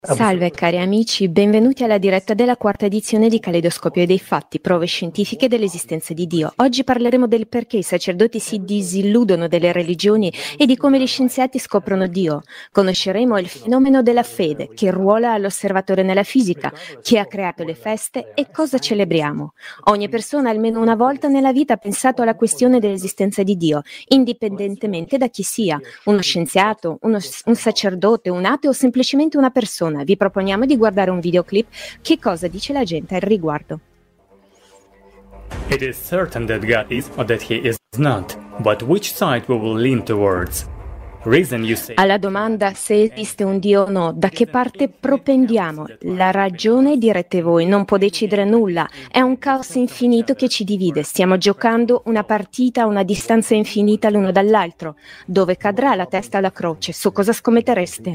Salve cari amici, benvenuti alla diretta della quarta edizione di Caleidoscopio dei Fatti, prove scientifiche dell'esistenza di Dio. Oggi parleremo del perché i sacerdoti si disilludono delle religioni e di come gli scienziati scoprono Dio. Conosceremo il fenomeno della fede, che ruolo ha l'osservatore nella fisica, chi ha creato le feste e cosa celebriamo. Ogni persona almeno una volta nella vita ha pensato alla questione dell'esistenza di Dio, indipendentemente da chi sia, uno scienziato, un sacerdote, un ateo o semplicemente una persona. Vi proponiamo di guardare un videoclip. Che cosa dice la gente al riguardo? It is certain that God is or that he is not, but which side we will lean towards? Reason you say. Alla domanda se esiste un Dio o no, da che parte propendiamo? La ragione direte voi, non può decidere nulla, è un caos infinito che ci divide, stiamo giocando una partita a una distanza infinita l'uno dall'altro. Dove cadrà la testa alla croce? Su cosa scommettereste?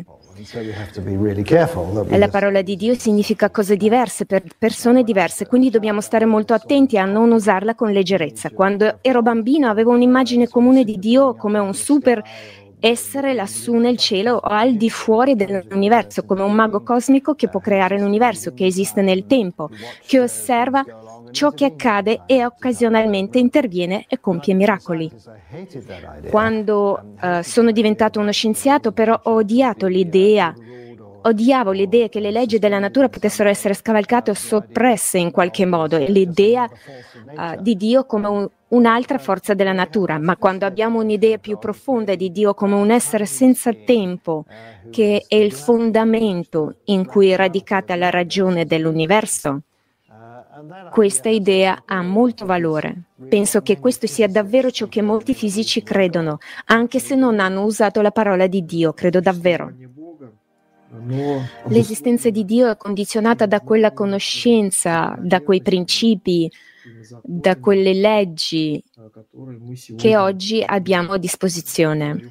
La parola di Dio significa cose diverse per persone diverse, quindi dobbiamo stare molto attenti a non usarla con leggerezza. Quando ero bambino avevo un'immagine comune di Dio come un super essere lassù nel cielo o al di fuori dell'universo, come un mago cosmico che può creare l'universo, che esiste nel tempo, che osserva ciò che accade e occasionalmente interviene e compie miracoli. Quando sono diventato uno scienziato, però odiavo l'idea che le leggi della natura potessero essere scavalcate o soppresse in qualche modo, l'idea di Dio come un'altra forza della natura, ma quando abbiamo un'idea più profonda di Dio come un essere senza tempo, che è il fondamento in cui è radicata la ragione dell'universo, questa idea ha molto valore. Penso che questo sia davvero ciò che molti fisici credono, anche se non hanno usato la parola di Dio, credo davvero. L'esistenza di Dio è condizionata da quella conoscenza, da quei principi, da quelle leggi che oggi abbiamo a disposizione.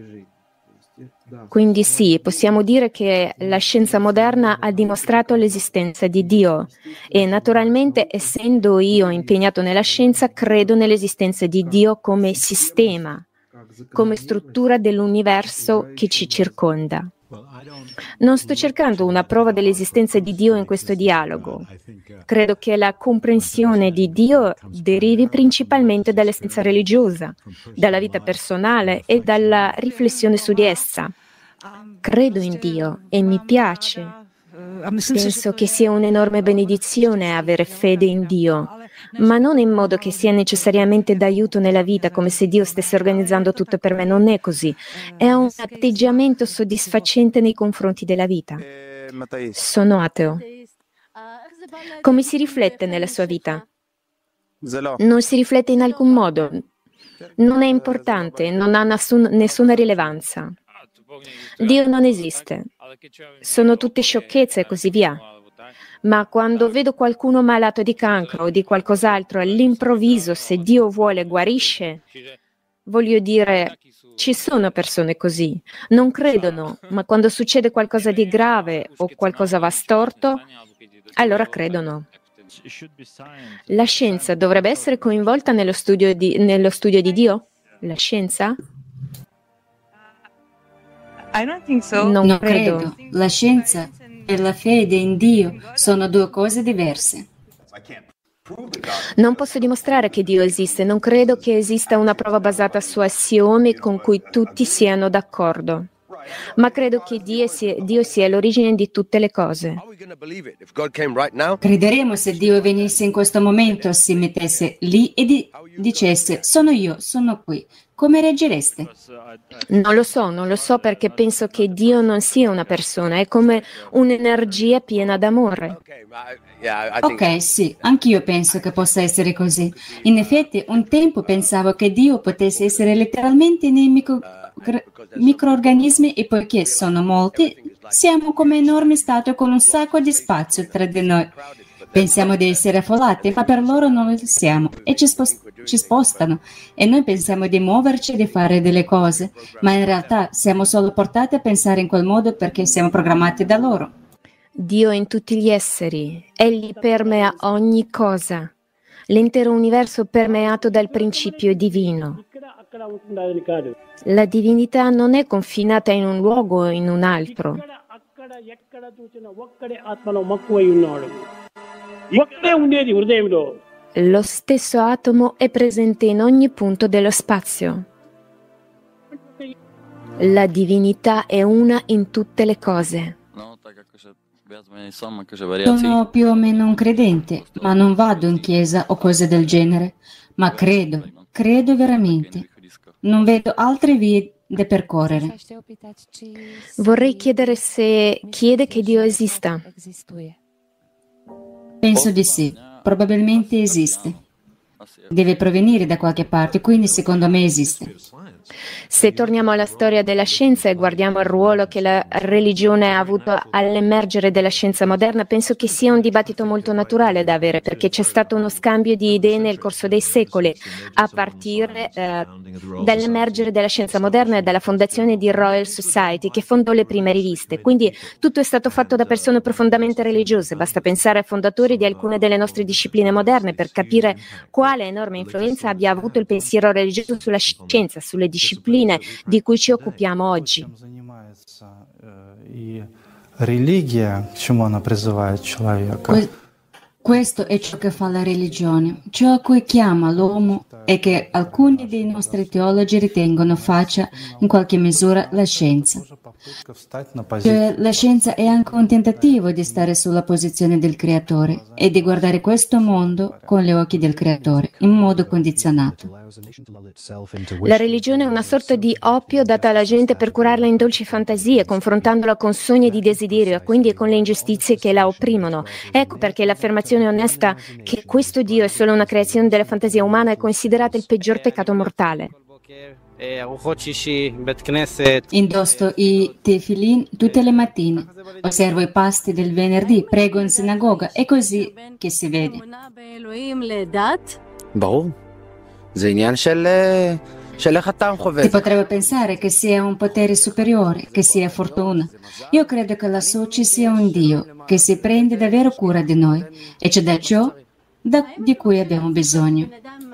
Quindi sì, possiamo dire che la scienza moderna ha dimostrato l'esistenza di Dio e naturalmente, essendo io impegnato nella scienza, credo nell'esistenza di Dio come sistema, come struttura dell'universo che ci circonda. Non sto cercando una prova dell'esistenza di Dio in questo dialogo. Credo che la comprensione di Dio derivi principalmente dall'essenza religiosa, dalla vita personale e dalla riflessione su di essa. Credo in Dio e mi piace. Penso che sia un'enorme benedizione avere fede in Dio, ma non in modo che sia necessariamente d'aiuto nella vita, come se Dio stesse organizzando tutto per me. Non è così. È un atteggiamento soddisfacente nei confronti della vita. Sono ateo. Come si riflette nella sua vita? Non si riflette in alcun modo. Non è importante, non ha nessuna rilevanza. Dio non esiste. Sono tutte sciocchezze e così via. Ma quando vedo qualcuno malato di cancro o di qualcos'altro, all'improvviso, se Dio vuole, guarisce, voglio dire, ci sono persone così. Non credono, ma quando succede qualcosa di grave o qualcosa va storto, allora credono. La scienza dovrebbe essere coinvolta nello studio di Dio? La scienza? Non credo. La scienza e la fede in Dio sono due cose diverse. Non posso dimostrare che Dio esiste, non credo che esista una prova basata su assiomi con cui tutti siano d'accordo. Ma credo che Dio sia l'origine di tutte le cose. Crederemo se Dio venisse in questo momento, si mettesse lì e dicesse: sono io, sono qui. Come reagireste? Non lo so perché penso che Dio non sia una persona, è come un'energia piena d'amore. Ok, sì, anch'io penso che possa essere così. In effetti, un tempo pensavo che Dio potesse essere letteralmente nei microorganismi e poiché sono molti, siamo come enormi statue con un sacco di spazio tra di noi. Pensiamo di essere affollati, ma per loro non lo siamo e ci spostano e noi pensiamo di muoverci e di fare delle cose, ma in realtà siamo solo portati a pensare in quel modo perché siamo programmati da loro. Dio è in tutti gli esseri, Egli permea ogni cosa. L'intero universo è permeato dal principio divino. La divinità non è confinata in un luogo o in un altro. Lo stesso atomo è presente in ogni punto dello spazio. La divinità è una in tutte le cose. Sono più o meno un credente, ma non vado in chiesa o cose del genere. Ma credo veramente. Non vedo altre vie da percorrere. Vorrei chiedere se chiede che Dio esista. Penso di sì. Probabilmente esiste. Deve provenire da qualche parte, quindi secondo me esiste. Se torniamo alla storia della scienza e guardiamo il ruolo che la religione ha avuto all'emergere della scienza moderna, penso che sia un dibattito molto naturale da avere, perché c'è stato uno scambio di idee nel corso dei secoli, a partire dall'emergere della scienza moderna e dalla fondazione di Royal Society, che fondò le prime riviste. Quindi tutto è stato fatto da persone profondamente religiose. Basta pensare ai fondatori di alcune delle nostre discipline moderne per capire quale enorme influenza abbia avuto il pensiero religioso sulla scienza, sulle discipline di cui ci occupiamo oggi. Questo è ciò che fa la religione, ciò a cui chiama l'uomo e che alcuni dei nostri teologi ritengono faccia in qualche misura la scienza. Cioè, la scienza è anche un tentativo di stare sulla posizione del creatore e di guardare questo mondo con gli occhi del creatore, in modo condizionato. La religione è una sorta di oppio data alla gente per curarla in dolci fantasie, confrontandola con sogni di desiderio e quindi con le ingiustizie che la opprimono. Ecco perché l'affermazione onesta che questo Dio è solo una creazione della fantasia umana è considerata il peggior peccato mortale. Indosso i tefillin tutte le mattine, osservo i pasti del venerdì, prego in sinagoga, è così che si vede. Si potrebbe pensare che sia un potere superiore, che sia fortuna. Io credo che lassù ci sia un Dio che si prende davvero cura di noi e ci dà ciò di cui abbiamo bisogno.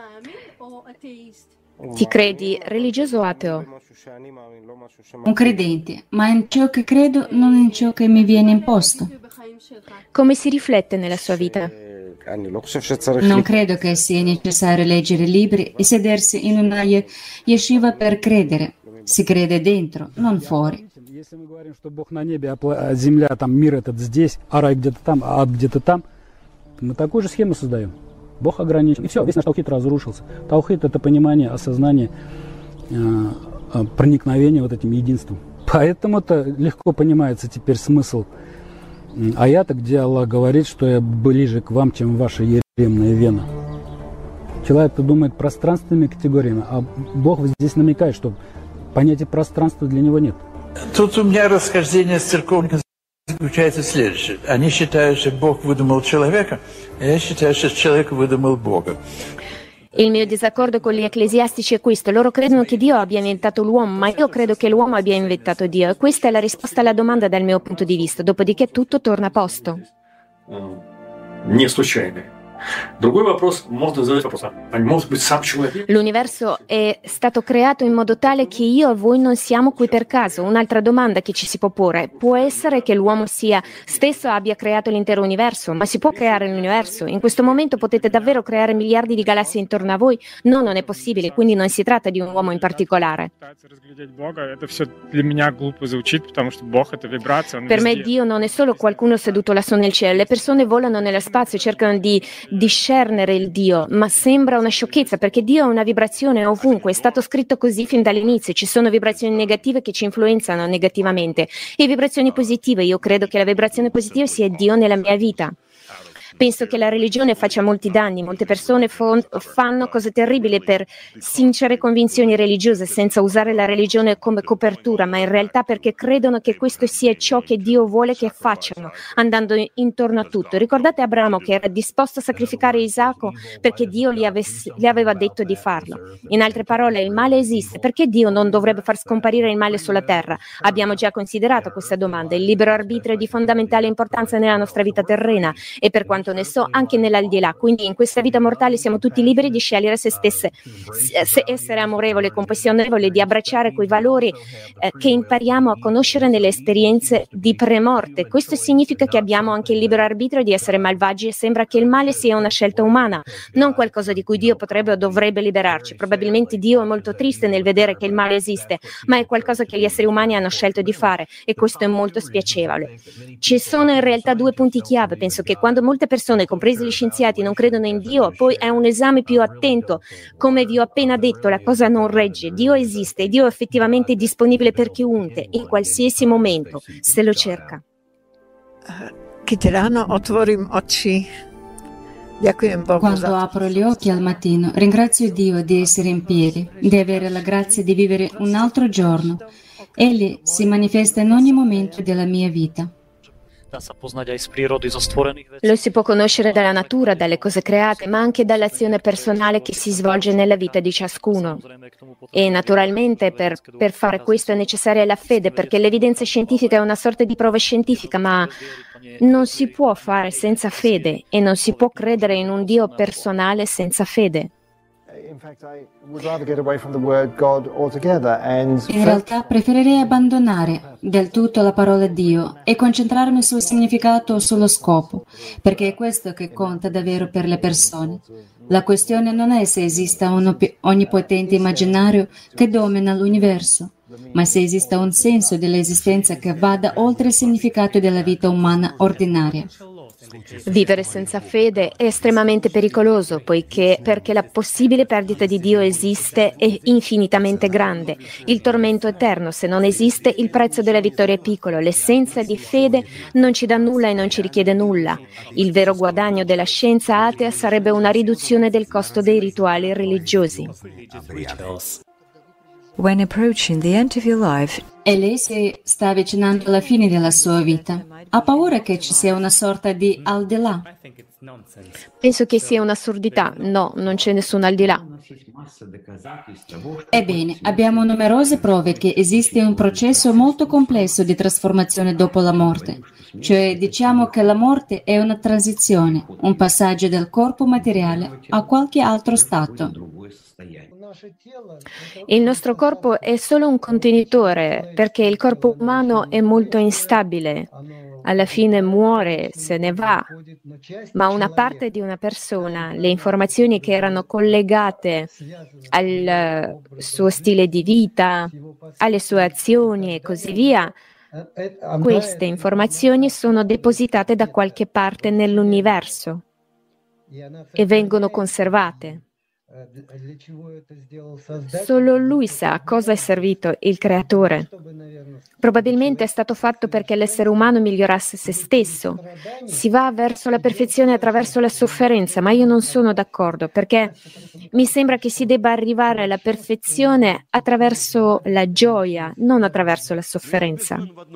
Ti credi religioso o ateo? Un credente, ma in ciò che credo, non in ciò che mi viene imposto. Come si riflette nella sua vita? Non credo che sia necessario leggere libri e sedersi in una yeshiva per credere. Si crede dentro, non fuori. Если мы говорим, что Бог на небе, а земля, там, мир этот здесь, а рай где-то там, а ад где-то там, мы такую же схему создаем. Бог ограничен. И все, весь наш таухид разрушился. Таухид — это понимание, осознание, проникновение вот этим единством. Поэтому-то легко понимается теперь смысл аята, где Аллах говорит, что я ближе к вам, чем ваша еремная вена. Человек-то думает пространственными категориями, а Бог здесь намекает, что понятия пространства для него нет. Тут у меня расхождение с церковниками заключается в следующем. Они считают, что Бог выдумал человека, а я считаю, что человек выдумал Бога. Il mio disaccordo con gli ecclesiastici è questo: loro credono che Dio abbia inventato l'uomo, ma io credo che l'uomo abbia inventato Dio, e questa è la risposta alla domanda dal mio punto di vista, dopodiché tutto torna a posto. Не случайны. Другой вопрос, можно задать вопрос, а может быть сам человек? L'universo è stato creato in modo tale che io e voi non siamo qui per caso. Un'altra domanda che ci si può porre: può essere che l'uomo stesso abbia creato l'intero universo? Ma si può creare l'universo? In questo momento potete davvero creare miliardi di galassie intorno a voi? No, non è possibile, quindi non si tratta di un uomo in particolare. Per me Dio non è solo qualcuno seduto lassù nel cielo. Le persone volano nello spazio e cercano di discernere il Dio, ma sembra una sciocchezza, perché Dio è una vibrazione ovunque, è stato scritto così fin dall'inizio. Ci sono vibrazioni negative che ci influenzano negativamente e vibrazioni positive. Io credo che la vibrazione positiva sia Dio nella mia vita. Penso che la religione faccia molti danni. Molte persone fanno cose terribili per sincere convinzioni religiose, senza usare la religione come copertura, ma in realtà perché credono che questo sia ciò che Dio vuole che facciano, andando intorno a tutto. Ricordate Abramo, che era disposto a sacrificare Isacco perché Dio gli aveva detto di farlo. In altre parole, il male esiste. Perché Dio non dovrebbe far scomparire il male sulla terra? Abbiamo già considerato questa domanda. Il libero arbitrio è di fondamentale importanza nella nostra vita terrena, e per quanto quanto ne so, anche nell'aldilà. Quindi in questa vita mortale siamo tutti liberi di scegliere se stesse, se essere amorevoli e compassionevoli, di abbracciare quei valori che impariamo a conoscere nelle esperienze di premorte. Questo significa che abbiamo anche il libero arbitrio di essere malvagi e sembra che il male sia una scelta umana, non qualcosa di cui Dio potrebbe o dovrebbe liberarci. Probabilmente Dio è molto triste nel vedere che il male esiste, ma è qualcosa che gli esseri umani hanno scelto di fare e questo è molto spiacevole. Ci sono in realtà due punti chiave. Penso che quando molte persone, compresi gli scienziati, non credono in Dio, poi è un esame più attento. Come vi ho appena detto, la cosa non regge. Dio esiste e Dio è effettivamente disponibile per chiunque, in qualsiasi momento, se lo cerca. Keď ráno otvorím oči, ďakujem Bohu Quando za apro gli occhi al mattino, ringrazio Dio di essere in piedi, di avere la grazia di vivere un altro giorno. Egli si manifesta in ogni momento della mia vita. Lo si può conoscere dalla natura, dalle cose create, ma anche dall'azione personale che si svolge nella vita di ciascuno. E naturalmente per fare questo è necessaria la fede, perché l'evidenza scientifica è una sorta di prova scientifica, ma non si può fare senza fede e non si può credere in un Dio personale senza fede. In realtà preferirei abbandonare del tutto la parola Dio e concentrarmi sul significato o sullo scopo, perché è questo che conta davvero per le persone. La questione non è se esista un onnipotente immaginario che domina l'universo, ma se esista un senso dell'esistenza che vada oltre il significato della vita umana ordinaria. Vivere senza fede è estremamente pericoloso, perché la possibile perdita di Dio esiste è infinitamente grande. Il tormento eterno, se non esiste, il prezzo della vittoria è piccolo. L'essenza di fede non ci dà nulla e non ci richiede nulla. Il vero guadagno della scienza atea sarebbe una riduzione del costo dei rituali religiosi. When approaching the end of your life, E lei si sta avvicinando alla fine della sua vita. Ha paura che ci sia una sorta di al di là? Penso che sia un'assurdità. No, non c'è nessun al di là. Ebbene, abbiamo numerose prove che esiste un processo molto complesso di trasformazione dopo la morte. Cioè, diciamo che la morte è una transizione, un passaggio del corpo materiale a qualche altro stato. Il nostro corpo è solo un contenitore, perché il corpo umano è molto instabile. Alla fine muore, se ne va, ma una parte di una persona, le informazioni che erano collegate al suo stile di vita, alle sue azioni e così via, queste informazioni sono depositate da qualche parte nell'universo e vengono conservate. Solo lui sa a cosa è servito il creatore. Probabilmente è stato fatto perché l'essere umano migliorasse se stesso. Si va verso la perfezione attraverso la sofferenza, ma io non sono d'accordo, perché mi sembra che si debba arrivare alla perfezione attraverso la gioia, non attraverso la sofferenza.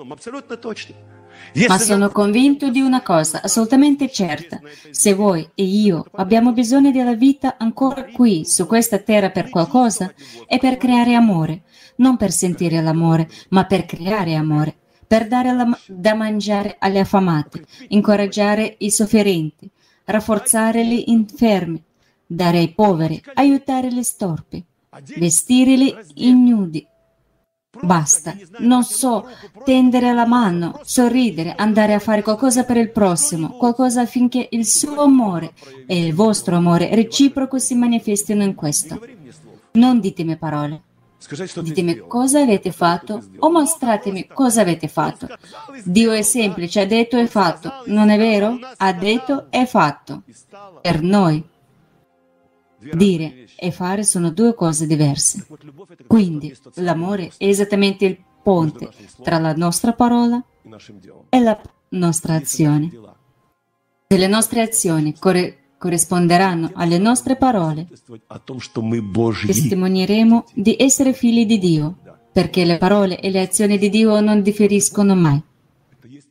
Ma sono convinto di una cosa, assolutamente certa. Se voi e io abbiamo bisogno della vita ancora qui, su questa terra per qualcosa, è per creare amore. Non per sentire l'amore, ma per creare amore. Per dare da mangiare agli affamati, incoraggiare i sofferenti, rafforzare gli infermi, dare ai poveri, aiutare gli storpi, vestirli ignudi. Basta, non so, tendere la mano, sorridere, andare a fare qualcosa per il prossimo, qualcosa affinché il suo amore e il vostro amore reciproco si manifestino in questo. Non ditemi parole, ditemi cosa avete fatto o mostratemi cosa avete fatto. Dio è semplice, ha detto e fatto, non è vero? Ha detto e fatto. Per noi, dire e fare sono due cose diverse. Quindi l'amore è esattamente il ponte tra la nostra parola e la nostra azione. Se le nostre azioni corrisponderanno alle nostre parole, testimonieremo di essere figli di Dio, perché le parole e le azioni di Dio non differiscono mai.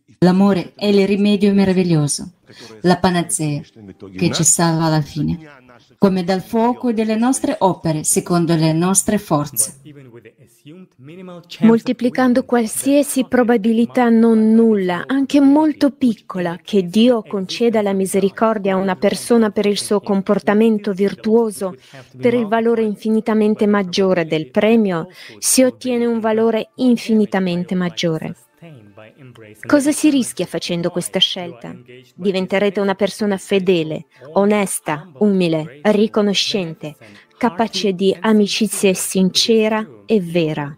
L'amore è il rimedio meraviglioso, la panacea che ci salva alla fine. come dal fuoco delle nostre opere, secondo le nostre forze. Moltiplicando qualsiasi probabilità non nulla, anche molto piccola, che Dio conceda la misericordia a una persona per il suo comportamento virtuoso, per il valore infinitamente maggiore del premio, si ottiene un valore infinitamente maggiore. Cosa si rischia facendo questa scelta? Diventerete una persona fedele, onesta, umile, riconoscente, capace di amicizia sincera e vera.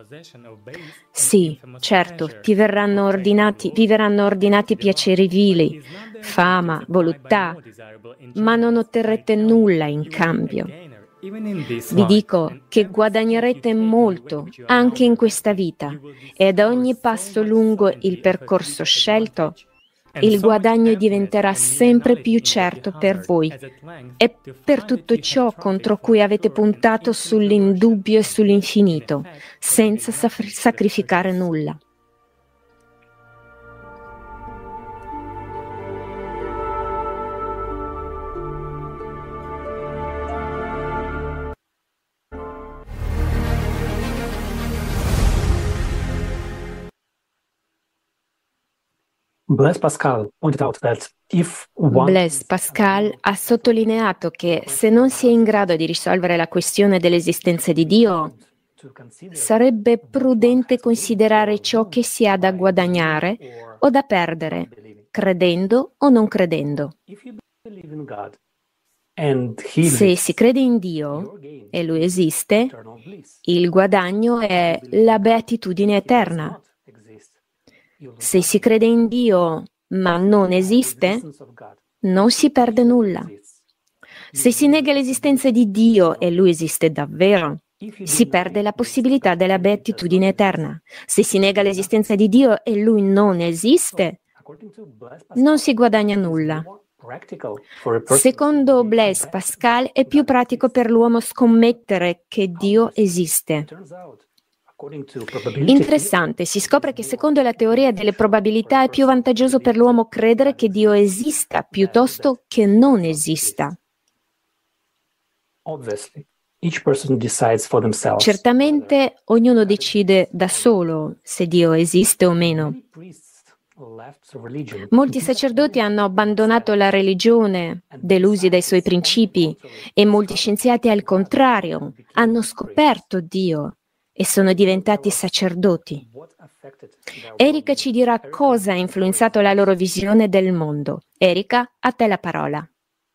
Sì, certo, vi verranno ordinati piaceri vili, fama, voluttà, ma non otterrete nulla in cambio. Vi dico che guadagnerete molto anche in questa vita e ad ogni passo lungo il percorso scelto, il guadagno diventerà sempre più certo per voi e per tutto ciò contro cui avete puntato sull'indubbio e sull'infinito, senza sacrificare nulla. Blaise Pascal pointed out that if Blaise Pascal ha sottolineato che se non si è in grado di risolvere la questione dell'esistenza di Dio, sarebbe prudente considerare ciò che si ha da guadagnare o da perdere, credendo o non credendo. Se si crede in Dio e Lui esiste, il guadagno è la beatitudine eterna. Se si crede in Dio ma non esiste, non si perde nulla. Se si nega l'esistenza di Dio e Lui esiste davvero, si perde la possibilità della beatitudine eterna. Se si nega l'esistenza di Dio e Lui non esiste, non si guadagna nulla. Secondo Blaise Pascal è più pratico per l'uomo scommettere che Dio esiste. Interessante, si scopre che secondo la teoria delle probabilità è più vantaggioso per l'uomo credere che Dio esista piuttosto che non esista. Certamente ognuno decide da solo se Dio esiste o meno. Molti sacerdoti hanno abbandonato la religione, delusi dai suoi principi, e molti scienziati al contrario hanno scoperto Dio e sono diventati sacerdoti. Erika ci dirà cosa ha influenzato la loro visione del mondo. Erika, a te la parola.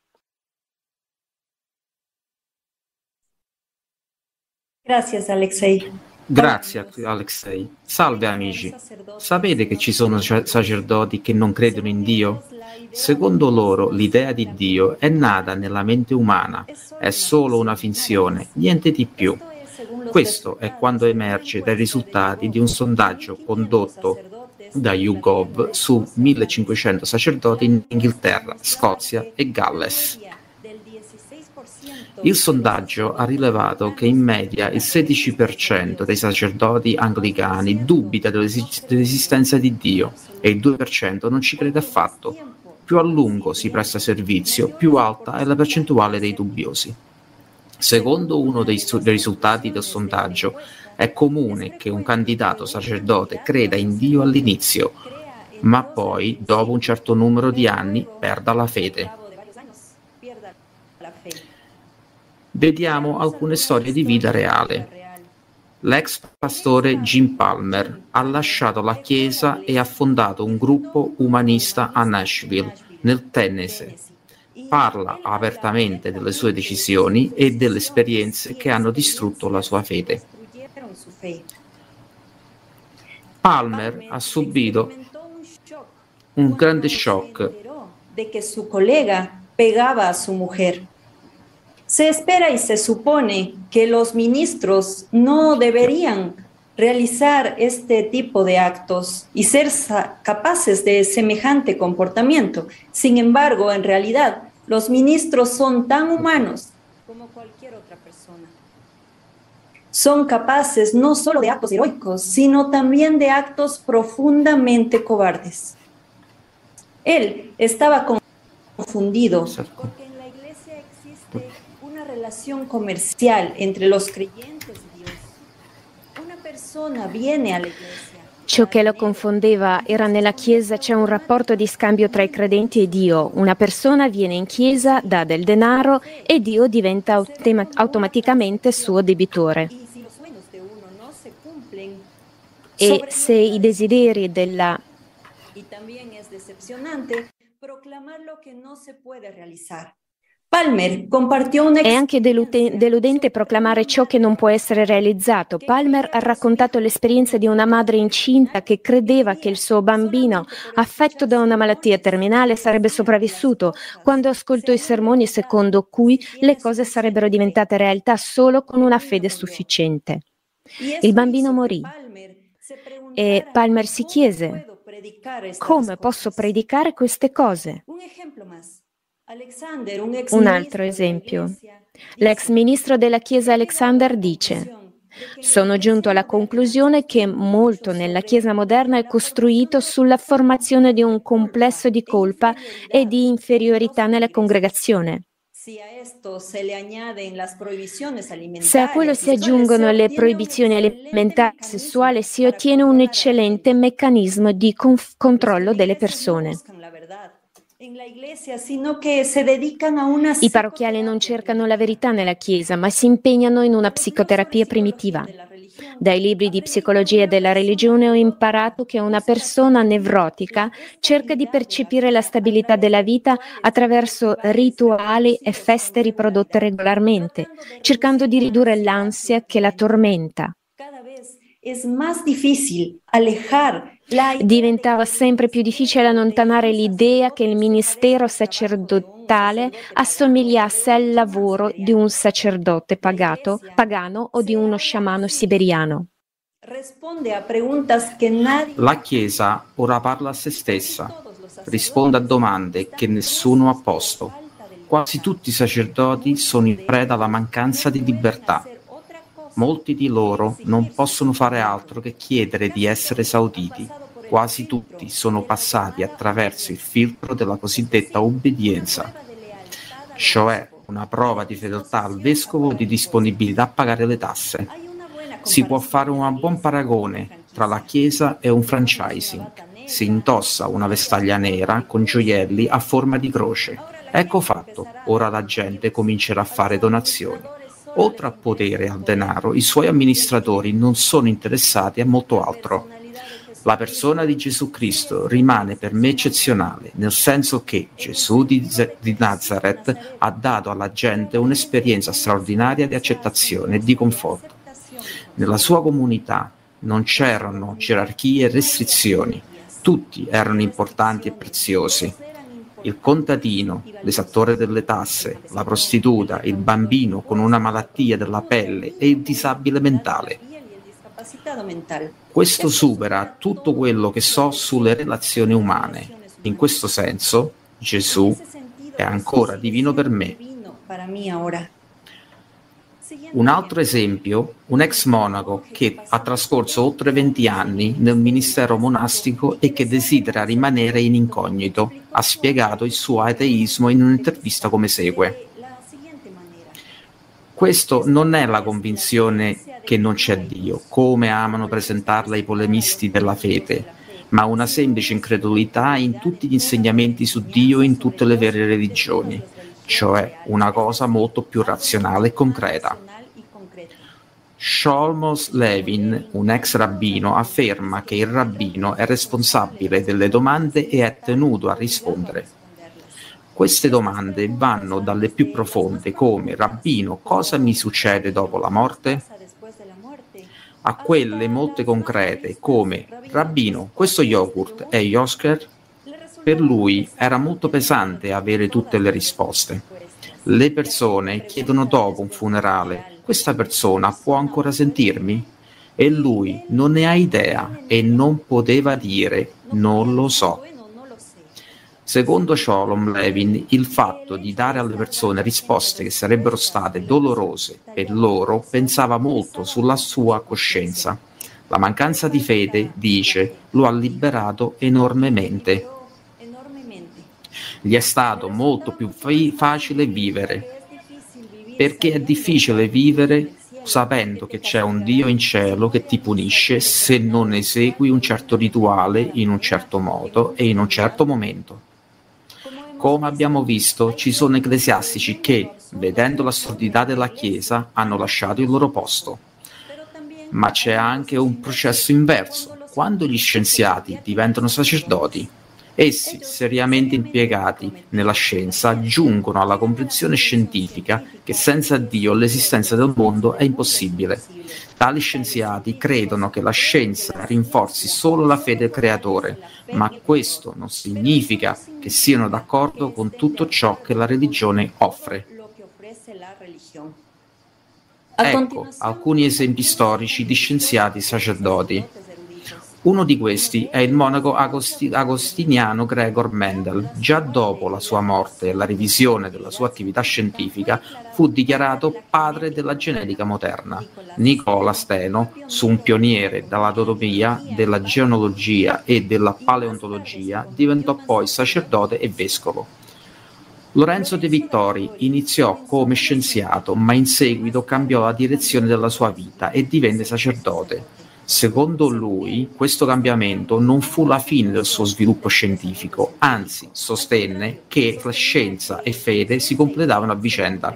Grazie Alexei. Grazie Alexei. Salve amici. Sapete che ci sono sacerdoti che non credono in Dio? Secondo loro l'idea di Dio è nata nella mente umana, è solo una finzione, niente di più. Questo è quanto emerge dai risultati di un sondaggio condotto da YouGov su 1500 sacerdoti in Inghilterra, Scozia e Galles. Il sondaggio ha rilevato che in media il 16% dei sacerdoti anglicani dubita dell'esistenza di Dio e il 2% non ci crede affatto. Più a lungo si presta servizio, più alta è la percentuale dei dubbiosi. Secondo uno dei risultati del sondaggio, è comune che un candidato sacerdote creda in Dio all'inizio, ma poi, dopo un certo numero di anni, perda la fede. Vediamo alcune storie di vita reale. L'ex pastore Jim Palmer ha lasciato la chiesa e ha fondato un gruppo umanista a Nashville, nel Tennessee. Parla apertamente delle sue decisioni e delle esperienze che hanno distrutto la sua fede. Palmer ha subito un grande shock. De que su colega pegaba a su mujer. Se espera y se supone que los ministros no deberían realizar este tipo de actos y ser capaces de semejante comportamiento. Sin embargo, en realidad, los ministros son tan humanos como cualquier otra persona. Son capaces no solo de actos heroicos, sino también de actos profundamente cobardes. Él estaba confundido porque en la iglesia existe relación comercial entre los creyentes y Dios. Una persona viene a la iglesia. Ciò che lo confondeva era nella Chiesa c'è un rapporto di scambio tra i credenti e Dio. Una persona viene in Chiesa, dà del denaro e Dio diventa automaticamente suo debitore. E se i desideri della... Y también es decepcionante proclamar lo que no se puede realizar. Palmer compartió un... È anche deludente proclamare ciò che non può essere realizzato. Palmer ha raccontato l'esperienza di una madre incinta che credeva che il suo bambino, affetto da una malattia terminale, sarebbe sopravvissuto, quando ascoltò i sermoni secondo cui le cose sarebbero diventate realtà solo con una fede sufficiente. Il bambino morì e Palmer si chiese: come posso predicare queste cose? Un altro esempio. L'ex ministro della Chiesa Alexander dice: sono giunto alla conclusione che molto nella Chiesa moderna è costruito sulla formazione di un complesso di colpa e di inferiorità nella congregazione. Se a quello si aggiungono le proibizioni alimentari e sessuali, si ottiene un eccellente meccanismo di controllo delle persone. I parrocchiali non cercano la verità nella Chiesa, ma si impegnano in una psicoterapia primitiva. Dai libri di psicologia della religione ho imparato che una persona nevrotica cerca di percepire la stabilità della vita attraverso rituali e feste riprodotte regolarmente, cercando di ridurre l'ansia che la tormenta. Diventava sempre più difficile allontanare l'idea che il ministero sacerdotale assomigliasse al lavoro di un sacerdote pagano o di uno sciamano siberiano. La Chiesa ora parla a se stessa, risponde a domande che nessuno ha posto. Quasi tutti i sacerdoti sono in preda alla mancanza di libertà. Molti di loro non possono fare altro che chiedere di essere esauditi. Quasi tutti sono passati attraverso il filtro della cosiddetta obbedienza, cioè una prova di fedeltà al vescovo o di disponibilità a pagare le tasse. Si può fare un buon paragone tra la Chiesa e un franchising. Si indossa una vestaglia nera con gioielli a forma di croce. Ecco fatto, ora la gente comincerà a fare donazioni. Oltre al potere e al denaro, i suoi amministratori non sono interessati a molto altro. La persona di Gesù Cristo rimane per me eccezionale, nel senso che Gesù di Nazareth ha dato alla gente un'esperienza straordinaria di accettazione e di conforto. Nella sua comunità non c'erano gerarchie e restrizioni, tutti erano importanti e preziosi. Il contadino, l'esattore delle tasse, la prostituta, il bambino con una malattia della pelle e il disabile mentale. Questo supera tutto quello che so sulle relazioni umane. In questo senso, Gesù è ancora divino per me. Un altro esempio, un ex monaco che ha trascorso oltre 20 anni nel ministero monastico e che desidera rimanere in incognito, ha spiegato il suo ateismo in un'intervista come segue. Questo non è la convinzione che non c'è Dio, come amano presentarla i polemisti della fede, ma una semplice incredulità in tutti gli insegnamenti su Dio e in tutte le vere religioni, cioè una cosa molto più razionale e concreta. Shlomo Levin, un ex rabbino, afferma che il rabbino è responsabile delle domande e è tenuto a rispondere. Queste domande vanno dalle più profonde, come «Rabbino, cosa mi succede dopo la morte?», a quelle molto concrete, come «Rabbino, questo yogurt è Yosker?». Per lui era molto pesante avere tutte le risposte. Le persone chiedono dopo un funerale: questa persona può ancora sentirmi? E lui non ne ha idea e non poteva dire non lo so. Secondo Sholom Levin, il fatto di dare alle persone risposte che sarebbero state dolorose per loro pensava molto sulla sua coscienza. La mancanza di fede, dice, lo ha liberato enormemente. Gli è stato molto più facile vivere. perché è difficile vivere sapendo che c'è un Dio in cielo che ti punisce se non esegui un certo rituale in un certo modo e in un certo momento. Come abbiamo visto, ci sono ecclesiastici che, vedendo l'assurdità della Chiesa, hanno lasciato il loro posto. Ma c'è anche un processo inverso. Quando gli scienziati diventano sacerdoti, essi, seriamente impiegati nella scienza, giungono alla comprensione scientifica che senza Dio l'esistenza del mondo è impossibile. Tali scienziati credono che la scienza rinforzi solo la fede del creatore, ma questo non significa che siano d'accordo con tutto ciò che la religione offre. Ecco alcuni esempi storici di scienziati sacerdoti. Uno di questi è il monaco agostiniano Gregor Mendel. Già dopo la sua morte e la revisione della sua attività scientifica fu dichiarato padre della genetica moderna. Nicola Steno, su un pioniere dell'anatomia, della genealogia e della paleontologia, diventò poi sacerdote e vescovo. Lorenzo De Vittori iniziò come scienziato, ma in seguito cambiò la direzione della sua vita e divenne sacerdote. Secondo lui, questo cambiamento non fu la fine del suo sviluppo scientifico, anzi, sostenne che la scienza e fede si completavano a vicenda.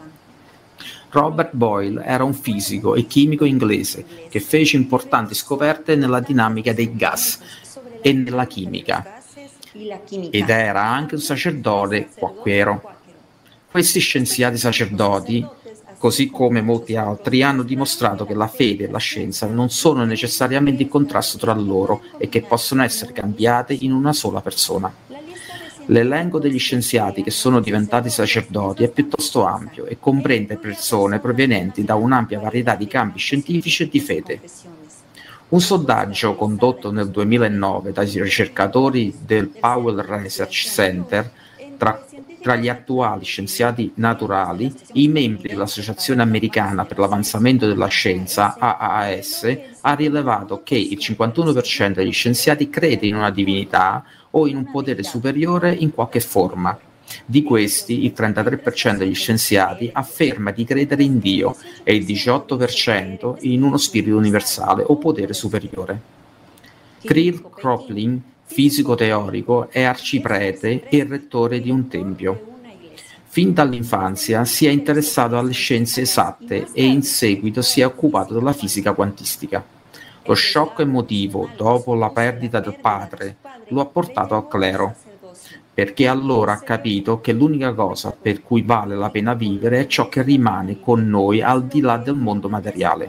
Robert Boyle era un fisico e chimico inglese che fece importanti scoperte nella dinamica dei gas e nella chimica, ed era anche un sacerdote quacquero. Questi scienziati sacerdoti, così come molti altri, hanno dimostrato che la fede e la scienza non sono necessariamente in contrasto tra loro e che possono essere cambiate in una sola persona. L'elenco degli scienziati che sono diventati sacerdoti è piuttosto ampio e comprende persone provenienti da un'ampia varietà di campi scientifici e di fede. Un sondaggio condotto nel 2009 dai ricercatori del Powell Research Center tra gli attuali scienziati naturali, i membri dell'Associazione Americana per l'Avanzamento della Scienza, AAS, ha rilevato che il 51% degli scienziati crede in una divinità o in un potere superiore in qualche forma. Di questi, il 33% degli scienziati afferma di credere in Dio e il 18% in uno spirito universale o potere superiore. Krill Kropling, fisico teorico, è arciprete e rettore di un tempio. Fin dall'infanzia si è interessato alle scienze esatte e in seguito si è occupato della fisica quantistica. Lo shock emotivo dopo la perdita del padre lo ha portato al clero, perché allora ha capito che l'unica cosa per cui vale la pena vivere è ciò che rimane con noi al di là del mondo materiale.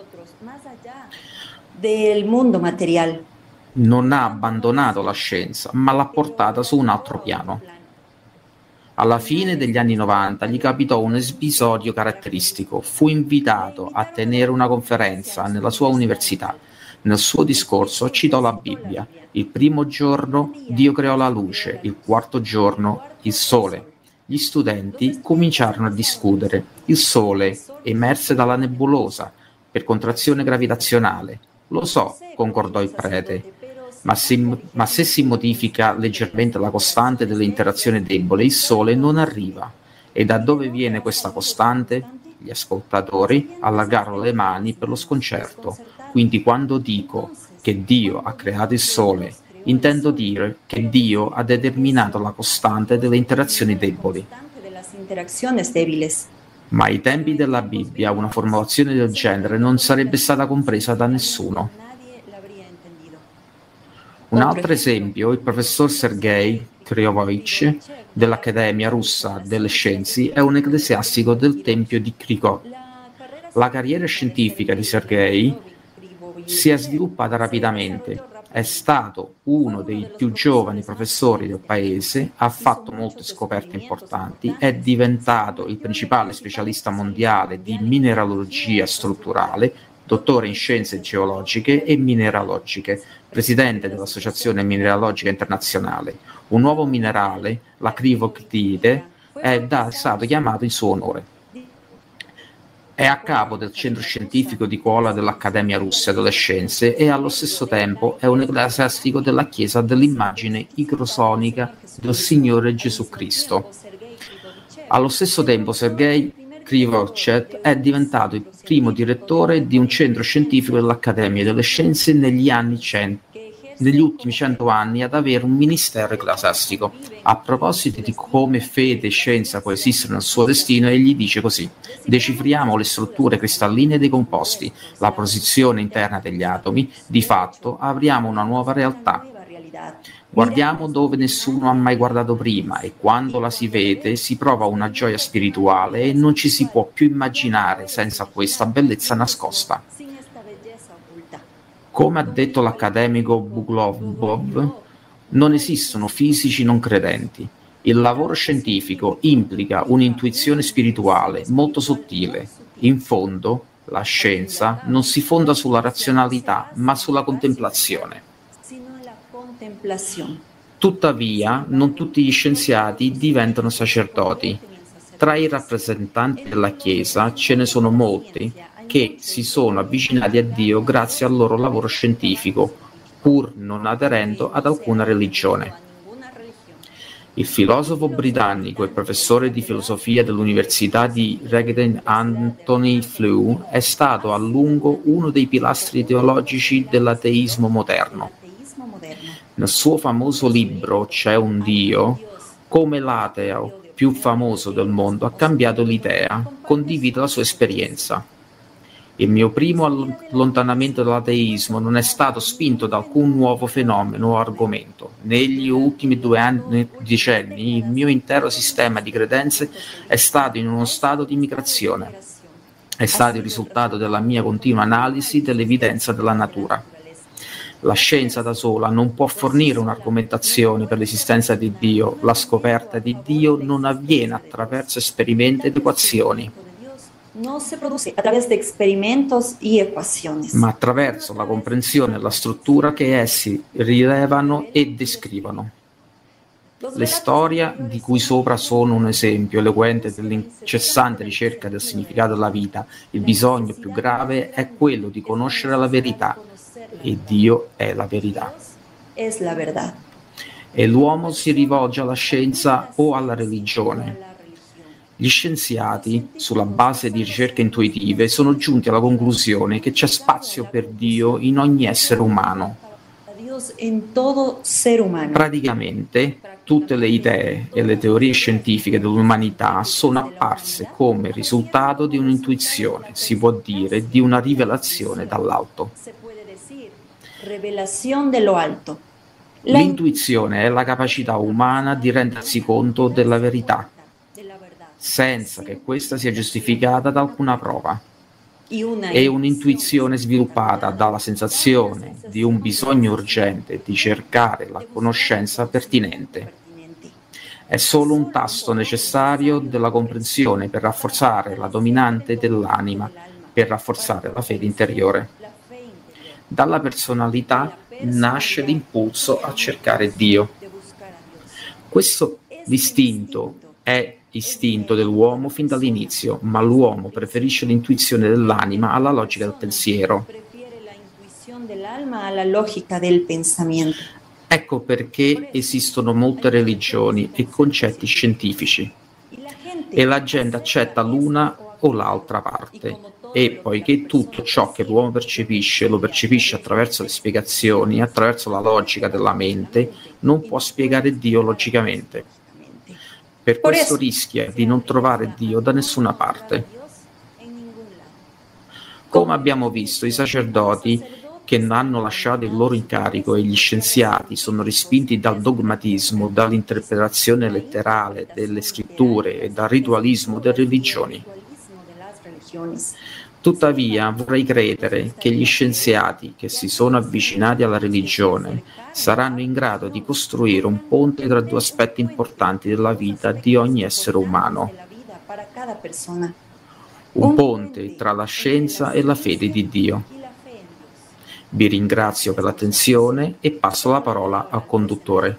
Non ha abbandonato la scienza, ma l'ha portata su un altro piano. Alla fine degli anni 90 gli capitò un episodio caratteristico. Fu invitato a tenere una conferenza nella sua università. Nel suo discorso citò la Bibbia. Il primo giorno Dio creò la luce, il quarto giorno il sole. Gli studenti cominciarono a discutere. Il sole emerse dalla nebulosa per contrazione gravitazionale. Lo so, concordò il prete. Ma se si modifica leggermente la costante delle interazioni deboli, il Sole non arriva. E da dove viene questa costante? Gli ascoltatori allargarono le mani per lo sconcerto. Quindi quando dico che Dio ha creato il Sole, intendo dire che Dio ha determinato la costante delle interazioni deboli. Ma ai tempi della Bibbia una formulazione del genere non sarebbe stata compresa da nessuno. Un altro esempio, il professor Sergei Krylovich dell'Accademia Russa delle Scienze è un ecclesiastico del Tempio di Krikov. La carriera scientifica di Sergei si è sviluppata rapidamente. È stato uno dei più giovani professori del paese, ha fatto molte scoperte importanti, è diventato il principale specialista mondiale di mineralogia strutturale, dottore in scienze geologiche e mineralogiche, presidente dell'Associazione Mineralogica Internazionale. Un nuovo minerale, la crivoctite, è stato chiamato in suo onore. È a capo del centro scientifico di Kola dell'Accademia Russa delle Scienze e allo stesso tempo è un ecclesiastico della Chiesa dell'immagine icrosonica del Signore Gesù Cristo. Allo stesso tempo Sergei Krivocet è diventato il primo direttore di un centro scientifico dell'Accademia delle Scienze negli ultimi 100 anni ad avere un ministero ecclesiastico. A proposito di come fede e scienza coesistono nel suo destino, egli dice così: decifriamo le strutture cristalline dei composti, la posizione interna degli atomi, di fatto apriamo una nuova realtà. Guardiamo dove nessuno ha mai guardato prima e quando la si vede si prova una gioia spirituale e non ci si può più immaginare senza questa bellezza nascosta. Come ha detto l'accademico Buglobov, non esistono fisici non credenti. Il lavoro scientifico implica un'intuizione spirituale molto sottile. In fondo, la scienza non si fonda sulla razionalità, ma sulla contemplazione. Tuttavia, non tutti gli scienziati diventano sacerdoti. Tra i rappresentanti della Chiesa ce ne sono molti che si sono avvicinati a Dio grazie al loro lavoro scientifico, pur non aderendo ad alcuna religione. Il filosofo britannico e professore di filosofia dell'Università di Reading Anthony Flew è stato a lungo uno dei pilastri teologici dell'ateismo moderno. Nel suo famoso libro C'è un Dio, come l'ateo più famoso del mondo ha cambiato l'idea, condivide la sua esperienza. Il mio primo allontanamento dall'ateismo non è stato spinto da alcun nuovo fenomeno o argomento. Negli ultimi decenni il mio intero sistema di credenze è stato in uno stato di migrazione. È stato il risultato della mia continua analisi dell'evidenza della natura. La scienza da sola non può fornire un'argomentazione per l'esistenza di Dio. La scoperta di Dio non avviene attraverso esperimenti ed equazioni, no se produce a través de experimentos y ecuaciones, ma attraverso la comprensione e la struttura che essi rilevano e descrivono. Le storie di cui sopra sono un esempio eloquente dell'incessante ricerca del significato della vita. Il bisogno più grave è quello di conoscere la verità, e Dio è la verità. Es la verdad. E l'uomo si rivolge alla scienza o alla religione. Gli scienziati, sulla base di ricerche intuitive, sono giunti alla conclusione che c'è spazio per Dio in ogni essere umano. Praticamente tutte le idee e le teorie scientifiche dell'umanità sono apparse come risultato di un'intuizione, si può dire di una rivelazione dall'alto. L'intuizione è la capacità umana di rendersi conto della verità, senza che questa sia giustificata da alcuna prova. È un'intuizione sviluppata dalla sensazione di un bisogno urgente di cercare la conoscenza pertinente. È solo un tasto necessario della comprensione per rafforzare la dominante dell'anima, per rafforzare la fede interiore. Dalla personalità nasce l'impulso a cercare Dio. Questo distinto è istinto dell'uomo fin dall'inizio, ma l'uomo preferisce l'intuizione dell'anima alla logica del pensiero. Ecco perché esistono molte religioni e concetti scientifici e la gente accetta l'una o l'altra parte, e poiché tutto ciò che l'uomo percepisce lo percepisce attraverso le spiegazioni, attraverso la logica della mente, non può spiegare Dio logicamente. Per questo rischia di non trovare Dio da nessuna parte. Come abbiamo visto, i sacerdoti che hanno lasciato il loro incarico e gli scienziati sono respinti dal dogmatismo, dall'interpretazione letterale delle scritture e dal ritualismo delle religioni. Tuttavia vorrei credere che gli scienziati che si sono avvicinati alla religione saranno in grado di costruire un ponte tra due aspetti importanti della vita di ogni essere umano. Un ponte tra la scienza e la fede di Dio. Vi ringrazio per l'attenzione e passo la parola al conduttore.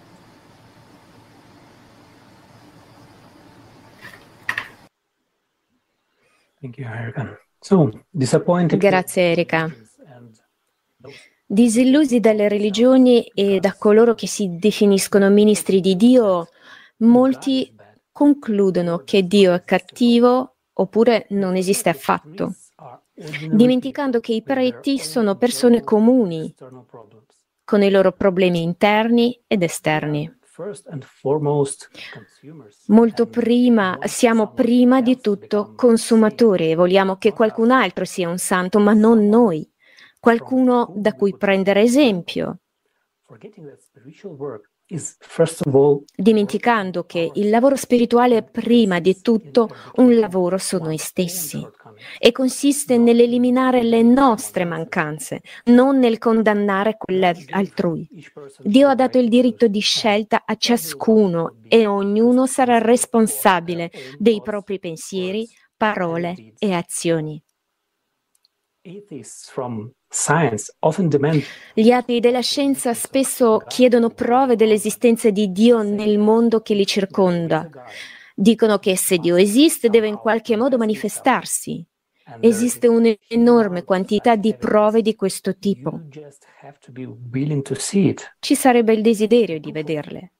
Grazie Erika. Disillusi dalle religioni e da coloro che si definiscono ministri di Dio, molti concludono che Dio è cattivo oppure non esiste affatto, dimenticando che i preti sono persone comuni, con i loro problemi interni ed esterni. Molto prima, siamo prima di tutto consumatori e vogliamo che qualcun altro sia un santo, ma non noi, qualcuno da cui prendere esempio. Dimenticando che il lavoro spirituale è prima di tutto un lavoro su noi stessi e consiste nell'eliminare le nostre mancanze, non nel condannare quelle altrui. Dio ha dato il diritto di scelta a ciascuno e ognuno sarà responsabile dei propri pensieri, parole e azioni. Gli atei della scienza spesso chiedono prove dell'esistenza di Dio nel mondo che li circonda. Dicono che se Dio esiste deve in qualche modo manifestarsi. Esiste un'enorme quantità di prove di questo tipo. Ci sarebbe il desiderio di vederle.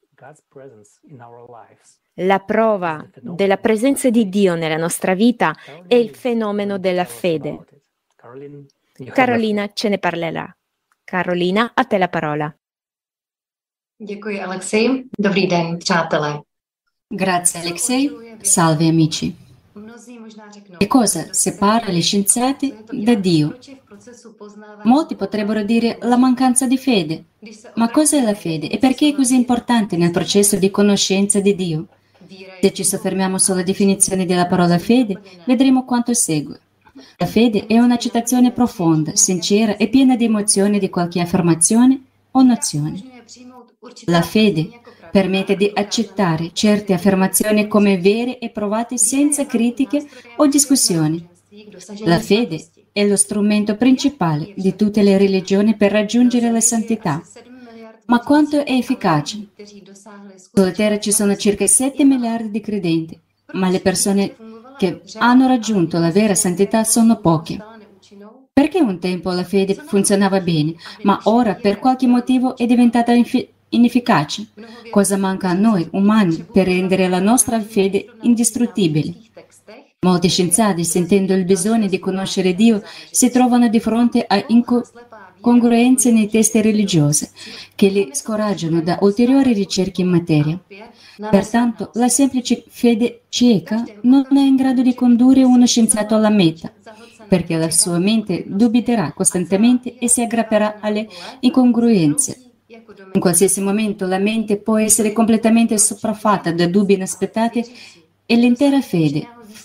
La prova della presenza di Dio nella nostra vita è il fenomeno della fede. Carolina ce ne parlerà. Carolina, a te la parola. Děkuji, Alexei. Dobrý den, přátelé. Grazie Alexei. Salve amici. Che cosa separa gli scienziati da Dio? Molti potrebbero dire la mancanza di fede. Ma cos'è la fede e perché è così importante nel processo di conoscenza di Dio? Se ci soffermiamo sulla definizione della parola fede, vedremo quanto segue. La fede è un'accettazione profonda, sincera e piena di emozione di qualche affermazione o nozione. La fede permette di accettare certe affermazioni come vere e provate senza critiche o discussioni. La fede è lo strumento principale di tutte le religioni per raggiungere la santità. Ma quanto è efficace? Sulla Terra ci sono circa 7 miliardi di credenti, ma le persone che hanno raggiunto la vera santità sono poche. Perché un tempo la fede funzionava bene, ma ora per qualche motivo è diventata inefficace? Cosa manca a noi, umani, per rendere la nostra fede indistruttibile? Molti scienziati, sentendo il bisogno di conoscere Dio, si trovano di fronte a incongruenze nei testi religiosi che li scoraggiano da ulteriori ricerche in materia. Pertanto, la semplice fede cieca non è in grado di condurre uno scienziato alla meta, perché la sua mente dubiterà costantemente e si aggrapperà alle incongruenze. In qualsiasi momento la mente può essere completamente sopraffatta da dubbi inaspettati e l'intera fede,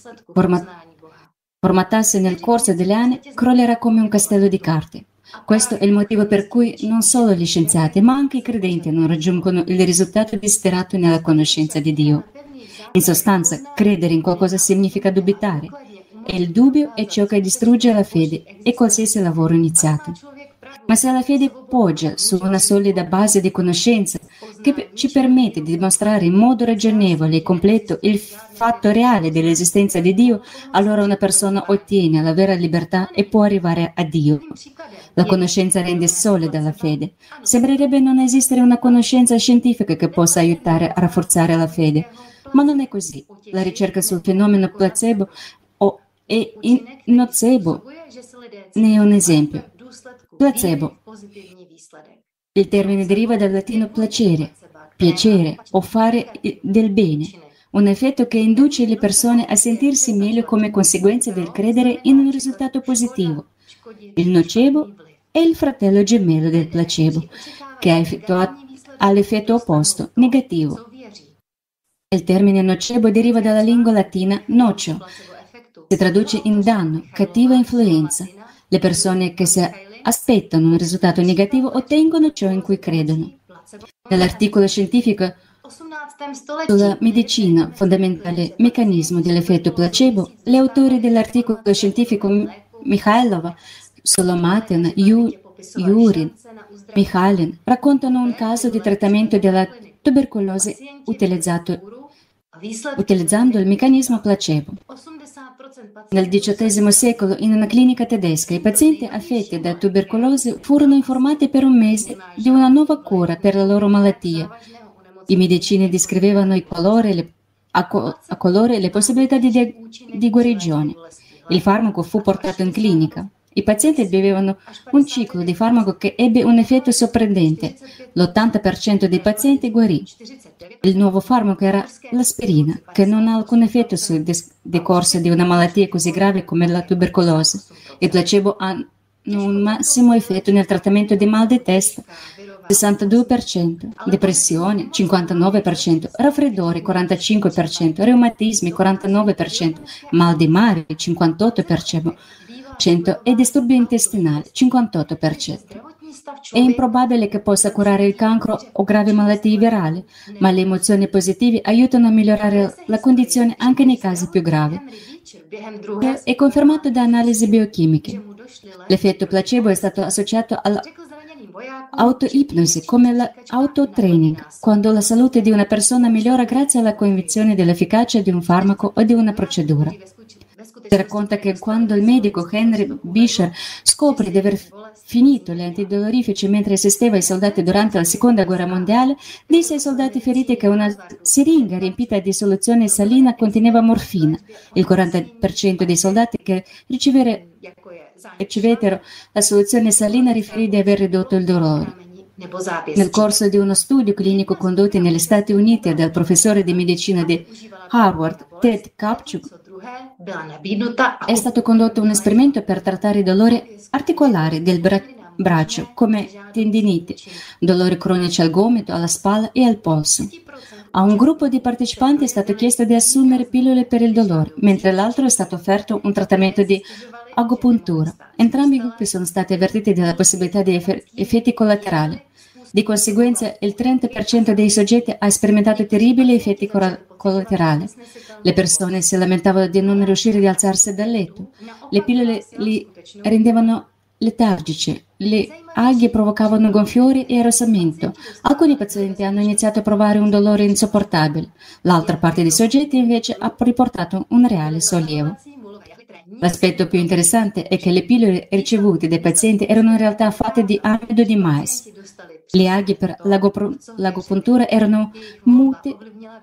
formatasi nel corso degli anni, crollerà come un castello di carte. Questo è il motivo per cui non solo gli scienziati, ma anche i credenti non raggiungono il risultato desiderato nella conoscenza di Dio. In sostanza, credere in qualcosa significa dubitare, e il dubbio è ciò che distrugge la fede e qualsiasi lavoro iniziato. Ma se la fede poggia su una solida base di conoscenza che ci permette di dimostrare in modo ragionevole e completo il fatto reale dell'esistenza di Dio, allora una persona ottiene la vera libertà e può arrivare a Dio. La conoscenza rende solida la fede. Sembrerebbe non esistere una conoscenza scientifica che possa aiutare a rafforzare la fede, ma non è così. La ricerca sul fenomeno placebo e nocebo ne è un esempio. Placebo. Il termine deriva dal latino placere, piacere o fare del bene, un effetto che induce le persone a sentirsi meglio come conseguenza del credere in un risultato positivo. Il nocebo è il fratello gemello del placebo, che ha l'effetto opposto, negativo. Il termine nocebo deriva dalla lingua latina nocio, si traduce in danno, cattiva influenza. Le persone che si aspettano un risultato negativo ottengono ciò in cui credono. Nell'articolo scientifico sulla medicina fondamentale meccanismo dell'effetto placebo, gli autori dell'articolo scientifico Mikhailova, Solomatin, Yurin, Mikhailin raccontano un caso di trattamento della tubercolosi utilizzando il meccanismo placebo. Nel XVIII secolo, in una clinica tedesca, i pazienti affetti da tubercolosi furono informati per un mese di una nuova cura per la loro malattia. I medici descrivevano i colori, le a coloro le possibilità di guarigione. Il farmaco fu portato in clinica. I pazienti bevevano un ciclo di farmaco che ebbe un effetto sorprendente. L'80% dei pazienti guarì. Il nuovo farmaco era l'aspirina, che non ha alcun effetto sul decorso di una malattia così grave come la tubercolosi. Il placebo ha un massimo effetto nel trattamento di mal di testa, 62%, depressione, 59%, raffreddore, 45%, reumatismi, 49%, mal di mare, 58%, e disturbi intestinali, 58%. È improbabile che possa curare il cancro o gravi malattie virali, ma le emozioni positive aiutano a migliorare la condizione anche nei casi più gravi. È confermato da analisi biochimiche. L'effetto placebo è stato associato all'autoipnosi come l'autotraining, quando la salute di una persona migliora grazie alla convinzione dell'efficacia di un farmaco o di una procedura. Si racconta che quando il medico Henry Beecher scopre di aver finito gli antidolorifici mentre assisteva i soldati durante la Seconda Guerra Mondiale, disse ai soldati feriti che una siringa riempita di soluzione salina conteneva morfina. Il 40% dei soldati che ricevettero la soluzione salina riferì di aver ridotto il dolore. Nel corso di uno studio clinico condotto negli Stati Uniti dal professore di medicina di Harvard, Ted Kapchuk, è stato condotto un esperimento per trattare i dolori articolari del braccio, come tendiniti, dolori cronici al gomito, alla spalla e al polso. A un gruppo di partecipanti è stato chiesto di assumere pillole per il dolore, mentre all'altro è stato offerto un trattamento di agopuntura. Entrambi i gruppi sono stati avvertiti della possibilità di effetti collaterali. Di conseguenza, il 30% dei soggetti ha sperimentato terribili effetti collaterali. Le persone si lamentavano di non riuscire ad alzarsi dal letto. Le pillole li rendevano letargici. Le alghe provocavano gonfiori e arrossamento. Alcuni pazienti hanno iniziato a provare un dolore insopportabile. L'altra parte dei soggetti invece ha riportato un reale sollievo. L'aspetto più interessante è che le pillole ricevute dai pazienti erano in realtà fatte di amido di mais. Le alghe per l'agopuntura erano mute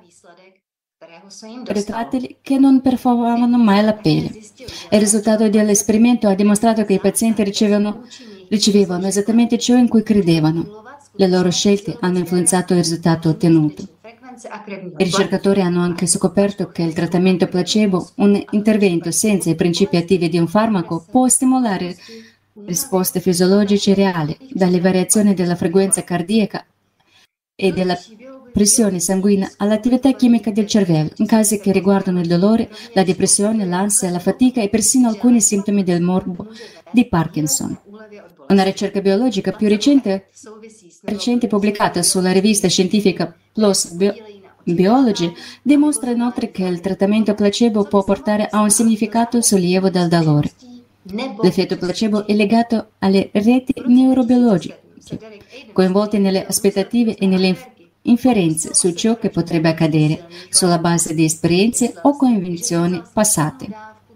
retrattili che non perforavano mai la pelle. Il risultato dell'esperimento ha dimostrato che i pazienti ricevevano esattamente ciò in cui credevano. Le loro scelte hanno influenzato il risultato ottenuto. I ricercatori hanno anche scoperto che il trattamento placebo, un intervento senza i principi attivi di un farmaco, può stimolare risposte fisiologiche reali, dalle variazioni della frequenza cardiaca e della pressione sanguigna all'attività chimica del cervello, in casi che riguardano il dolore, la depressione, l'ansia, la fatica e persino alcuni sintomi del morbo di Parkinson. Una ricerca biologica più recente pubblicata sulla rivista scientifica PLOS Biology dimostra inoltre che il trattamento placebo può portare a un significato sollievo dal dolore. L'effetto placebo è legato alle reti neurobiologiche, coinvolte nelle aspettative e nelle inferenze su ciò che potrebbe accadere, sulla base di esperienze o convinzioni passate.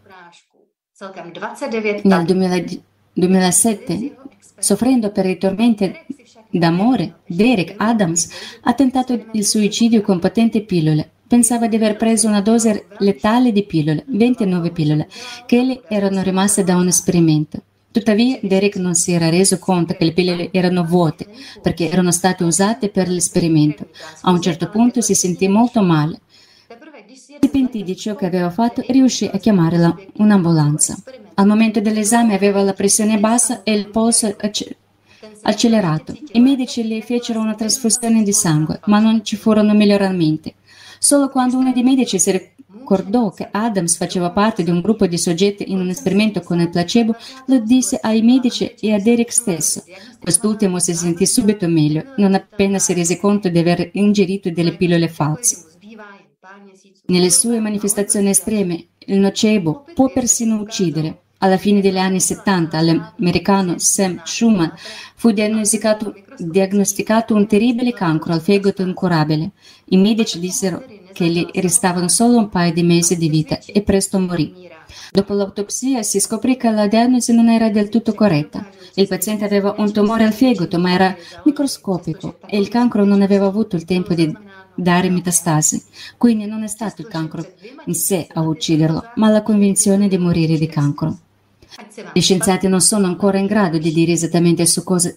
Nel 2007, soffrendo per i tormenti d'amore, Derek Adams ha tentato il suicidio con potenti pillole. Pensava di aver preso una dose letale di pillole, 29 pillole, che le erano rimaste da un esperimento. Tuttavia, Derek non si era reso conto che le pillole erano vuote, perché erano state usate per l'esperimento. A un certo punto si sentì molto male. Si pentì di ciò che aveva fatto e riuscì a chiamare un'ambulanza. Al momento dell'esame aveva la pressione bassa e il polso accelerato. I medici le fecero una trasfusione di sangue, ma non ci furono miglioramenti. Solo quando uno dei medici si ricordò che Adams faceva parte di un gruppo di soggetti in un esperimento con il placebo, lo disse ai medici e a Derek stesso. Quest'ultimo si sentì subito meglio, non appena si rese conto di aver ingerito delle pillole false. Nelle sue manifestazioni estreme, il nocebo può persino uccidere. Alla fine degli anni 70, all'americano Sam Schuman fu diagnosticato un terribile cancro al fegato incurabile. I medici dissero che gli restavano solo un paio di mesi di vita e presto morì. Dopo l'autopsia si scoprì che la diagnosi non era del tutto corretta. Il paziente aveva un tumore al fegato, ma era microscopico e il cancro non aveva avuto il tempo di dare metastasi. Quindi non è stato il cancro in sé a ucciderlo, ma la convinzione di morire di cancro. Gli scienziati non sono ancora in grado di dire esattamente su cosa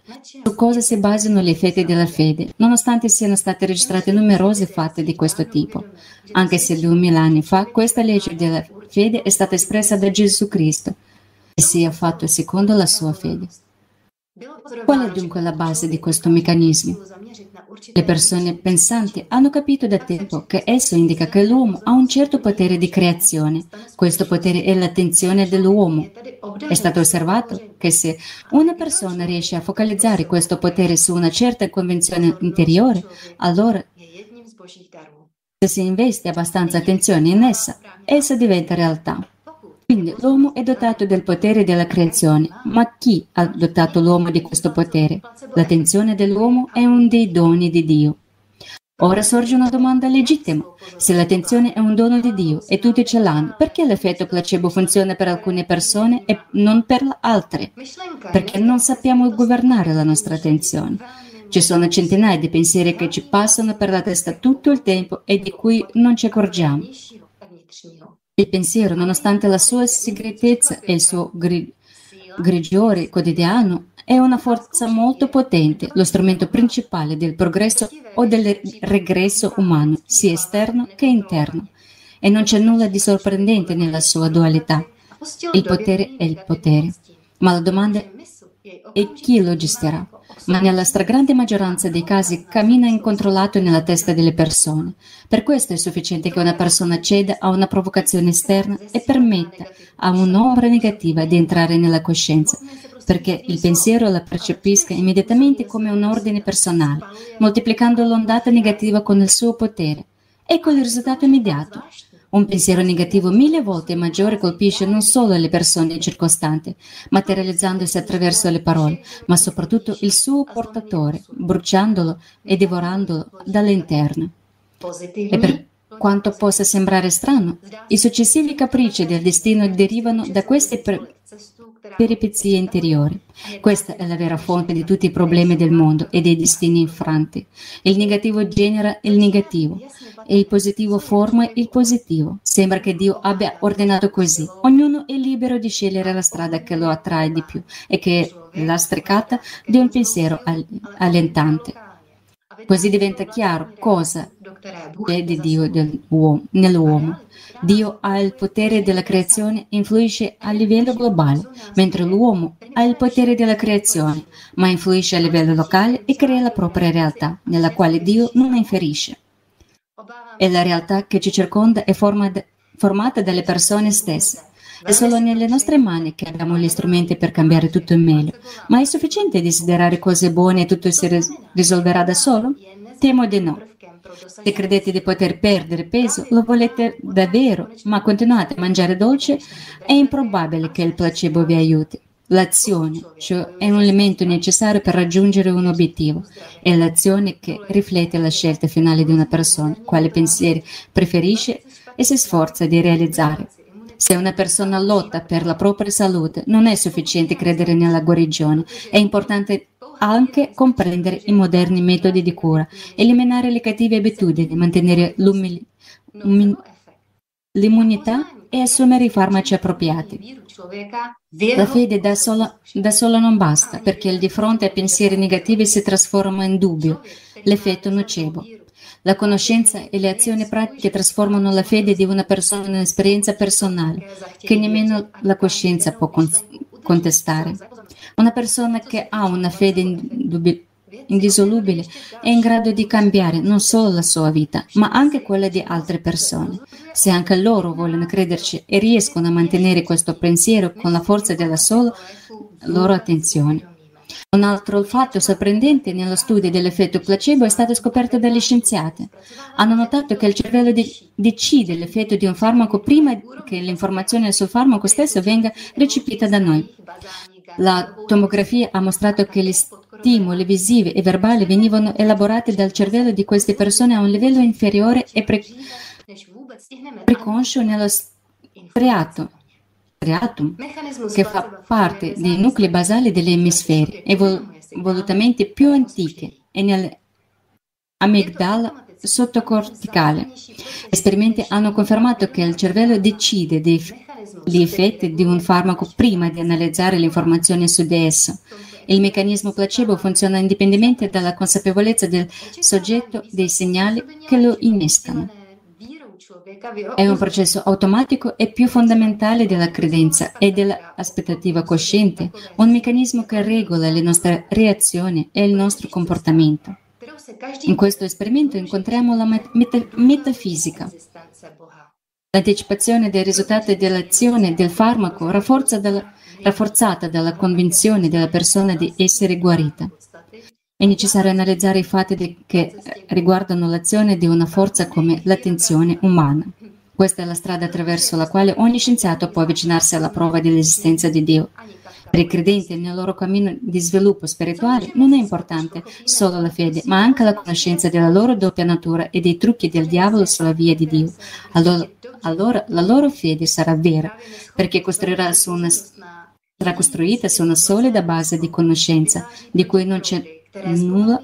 si basano gli effetti della fede, nonostante siano state registrate numerosi fatti di questo tipo. Anche se 2000 anni fa questa legge della fede è stata espressa da Gesù Cristo e sia fatto secondo la sua fede. Qual è dunque la base di questo meccanismo? Le persone pensanti hanno capito da tempo che esso indica che l'uomo ha un certo potere di creazione. Questo potere è l'attenzione dell'uomo. È stato osservato che se una persona riesce a focalizzare questo potere su una certa convinzione interiore, allora, se si investe abbastanza attenzione in essa diventa realtà. Quindi l'uomo è dotato del potere della creazione, ma chi ha dotato l'uomo di questo potere? L'attenzione dell'uomo è un dei doni di Dio. Ora sorge una domanda legittima. Se l'attenzione è un dono di Dio e tutti ce l'hanno, perché l'effetto placebo funziona per alcune persone e non per altre? Perché non sappiamo governare la nostra attenzione. Ci sono centinaia di pensieri che ci passano per la testa tutto il tempo e di cui non ci accorgiamo. Il pensiero, nonostante la sua segretezza e il suo grigiore quotidiano, è una forza molto potente, lo strumento principale del progresso o del regresso umano, sia esterno che interno. E non c'è nulla di sorprendente nella sua dualità. Il potere è il potere. Ma la domanda è chi lo gestirà. Ma nella stragrande maggioranza dei casi cammina incontrollato nella testa delle persone. Per questo è sufficiente che una persona ceda a una provocazione esterna e permetta a un'ombra negativa di entrare nella coscienza, perché il pensiero la percepisca immediatamente come un ordine personale, moltiplicando l'ondata negativa con il suo potere. Ecco il risultato immediato. Un pensiero negativo 1000 volte maggiore colpisce non solo le persone circostanti, materializzandosi attraverso le parole, ma soprattutto il suo portatore, bruciandolo e divorandolo dall'interno. E per quanto possa sembrare strano, i successivi capricci del destino derivano da queste peripezie interiori. Questa è la vera fonte di tutti i problemi del mondo e dei destini infranti. Il negativo genera il negativo e il positivo forma il positivo. Sembra che Dio abbia ordinato così. Ognuno è libero di scegliere la strada che lo attrae di più e che è lastricata di un pensiero allentante. Così diventa chiaro cosa è di Dio nell'uomo. Dio ha il potere della creazione e influisce a livello globale, mentre l'uomo ha il potere della creazione, ma influisce a livello locale e crea la propria realtà, nella quale Dio non inferisce. E la realtà che ci circonda è formata dalle persone stesse. È solo nelle nostre mani che abbiamo gli strumenti per cambiare tutto in meglio. Ma è sufficiente desiderare cose buone e tutto si risolverà da solo? Temo di no. Se credete di poter perdere peso, lo volete davvero, ma continuate a mangiare dolce, è improbabile che il placebo vi aiuti. L'azione, cioè, è un elemento necessario per raggiungere un obiettivo. È l'azione che riflette la scelta finale di una persona, quale pensieri preferisce e si sforza di realizzare. Se una persona lotta per la propria salute, non è sufficiente credere nella guarigione, è importante anche comprendere i moderni metodi di cura, eliminare le cattive abitudini, mantenere l'immunità e assumere i farmaci appropriati. La fede da sola non basta, perché di fronte a pensieri negativi si trasforma in dubbio, l'effetto nocebo. La conoscenza e le azioni pratiche trasformano la fede di una persona in un'esperienza personale, che nemmeno la coscienza può contestare. Una persona che ha una fede indissolubile è in grado di cambiare non solo la sua vita, ma anche quella di altre persone. Se anche loro vogliono crederci e riescono a mantenere questo pensiero con la forza della sola loro attenzione. Un altro fatto sorprendente nello studio dell'effetto placebo è stato scoperto dagli scienziati. Hanno notato che il cervello decide l'effetto di un farmaco prima che l'informazione sul farmaco stesso venga recepita da noi. La tomografia ha mostrato che gli stimoli visivi e verbali venivano elaborati dal cervello di queste persone a un livello inferiore e preconscio nello striatum, che fa parte dei nuclei basali degli emisferi, evolutamente più antiche, e nell'amigdala sottocorticale. Esperimenti hanno confermato che il cervello decide gli effetti di un farmaco prima di analizzare le informazioni su di esso. Il meccanismo placebo funziona indipendentemente dalla consapevolezza del soggetto dei segnali che lo innescano. È un processo automatico e più fondamentale della credenza e dell'aspettativa cosciente, un meccanismo che regola le nostre reazioni e il nostro comportamento. In questo esperimento incontriamo la metafisica. L'anticipazione dei risultati dell'azione del farmaco rafforzata dalla convinzione della persona di essere guarita. È necessario analizzare i fatti che riguardano l'azione di una forza come l'attenzione umana. Questa è la strada attraverso la quale ogni scienziato può avvicinarsi alla prova dell'esistenza di Dio. Per i credenti nel loro cammino di sviluppo spirituale non è importante solo la fede, ma anche la conoscenza della loro doppia natura e dei trucchi del diavolo sulla via di Dio. Allora la loro fede sarà vera, perché sarà costruita su una solida base di conoscenza, di cui non c'è nulla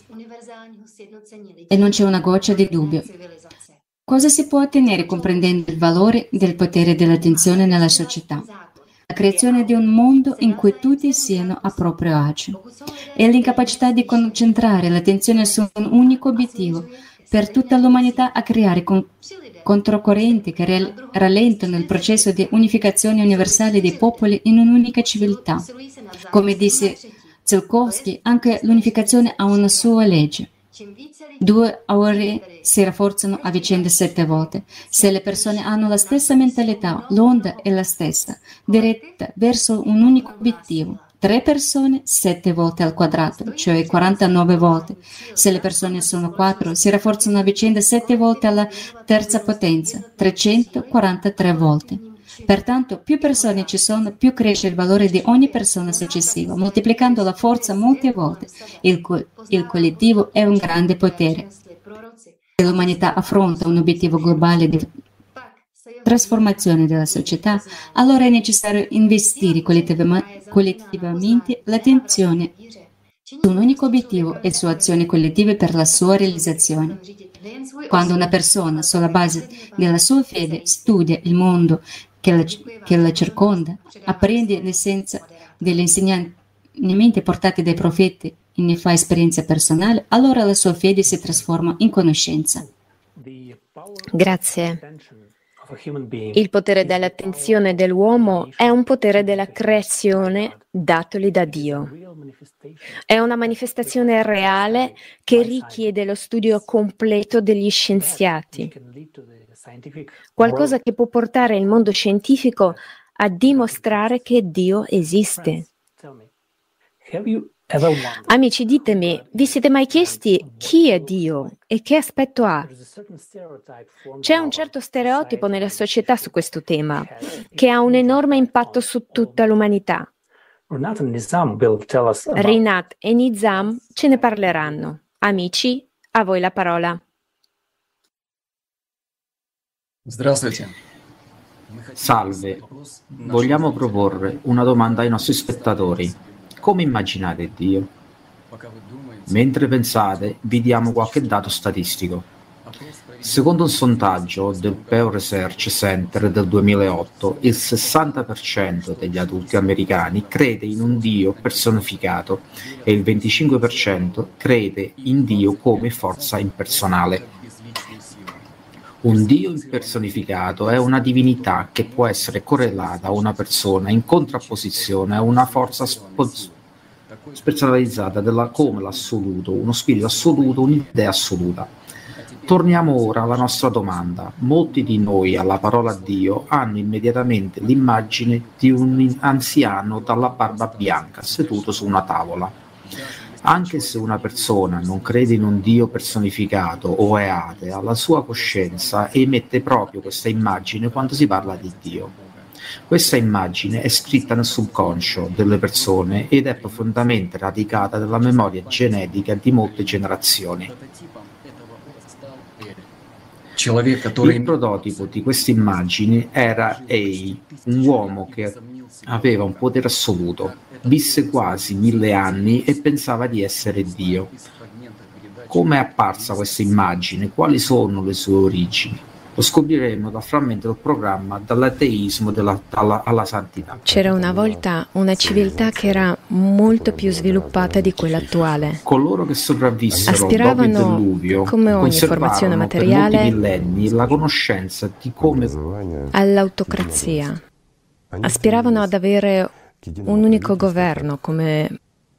e non c'è una goccia di dubbio. Cosa si può ottenere comprendendo il valore del potere dell'attenzione nella società? La creazione di un mondo in cui tutti siano a proprio agio. È l'incapacità di concentrare l'attenzione su un unico obiettivo per tutta l'umanità a creare controcorrenti che rallentano il processo di unificazione universale dei popoli in un'unica civiltà. Come disse Tsiolkovsky, anche l'unificazione ha una sua legge. 2 auree si rafforzano a vicenda 7 volte. Se le persone hanno la stessa mentalità, l'onda è la stessa, diretta verso un unico obiettivo. 3 persone, 7 volte al quadrato, cioè 49 volte. Se le persone sono 4, si rafforzano a vicenda 7 volte alla terza potenza, 343 volte. Pertanto, più persone ci sono, più cresce il valore di ogni persona successiva, moltiplicando la forza molte volte. Il collettivo è un grande potere. Se l'umanità affronta un obiettivo globale di trasformazione della società, allora è necessario investire collettivamente l'attenzione su un unico obiettivo e su azioni collettive per la sua realizzazione. Quando una persona, sulla base della sua fede, studia il mondo che la circonda, apprende l'essenza degli insegnamenti portati dai profeti e ne fa esperienza personale, allora la sua fede si trasforma in conoscenza. Grazie. Il potere dell'attenzione dell'uomo è un potere della creazione datogli da Dio. È una manifestazione reale che richiede lo studio completo degli scienziati. Qualcosa che può portare il mondo scientifico a dimostrare che Dio esiste. Amici, ditemi, vi siete mai chiesti chi è Dio e che aspetto ha? C'è un certo stereotipo nella società su questo tema, che ha un enorme impatto su tutta l'umanità. Rinat e Nizam ce ne parleranno. Amici, a voi la parola. Salve, vogliamo proporre una domanda ai nostri spettatori. Come immaginate Dio? Mentre pensate, vi diamo qualche dato statistico. Secondo un sondaggio del Pew Research Center del 2008, il 60% degli adulti americani crede in un Dio personificato e il 25% crede in Dio come forza impersonale. Un Dio impersonificato è una divinità che può essere correlata a una persona in contrapposizione a una forza spersonalizzata come l'assoluto, uno spirito assoluto, un'idea assoluta. Torniamo ora alla nostra domanda. Molti di noi alla parola Dio hanno immediatamente l'immagine di un anziano dalla barba bianca seduto su una tavola. Anche se una persona non crede in un Dio personificato o è atea, la sua coscienza emette proprio questa immagine quando si parla di Dio. Questa immagine è scritta nel subconscio delle persone ed è profondamente radicata nella memoria genetica di molte generazioni. Il prototipo di questa immagine era Ei, un uomo che aveva un potere assoluto, visse quasi 1000 anni e pensava di essere Dio. come è apparsa questa immagine, quali sono le sue origini. Lo scopriremo dal frammento del programma Dall'ateismo alla santità. C'era una volta una civiltà che era molto più sviluppata di quella attuale. Coloro che sopravvissero aspiravano, dopo il diluvio, come ogni formazione materiale, per molti millenni la conoscenza di come all'autocrazia. Aspiravano ad avere un unico governo, come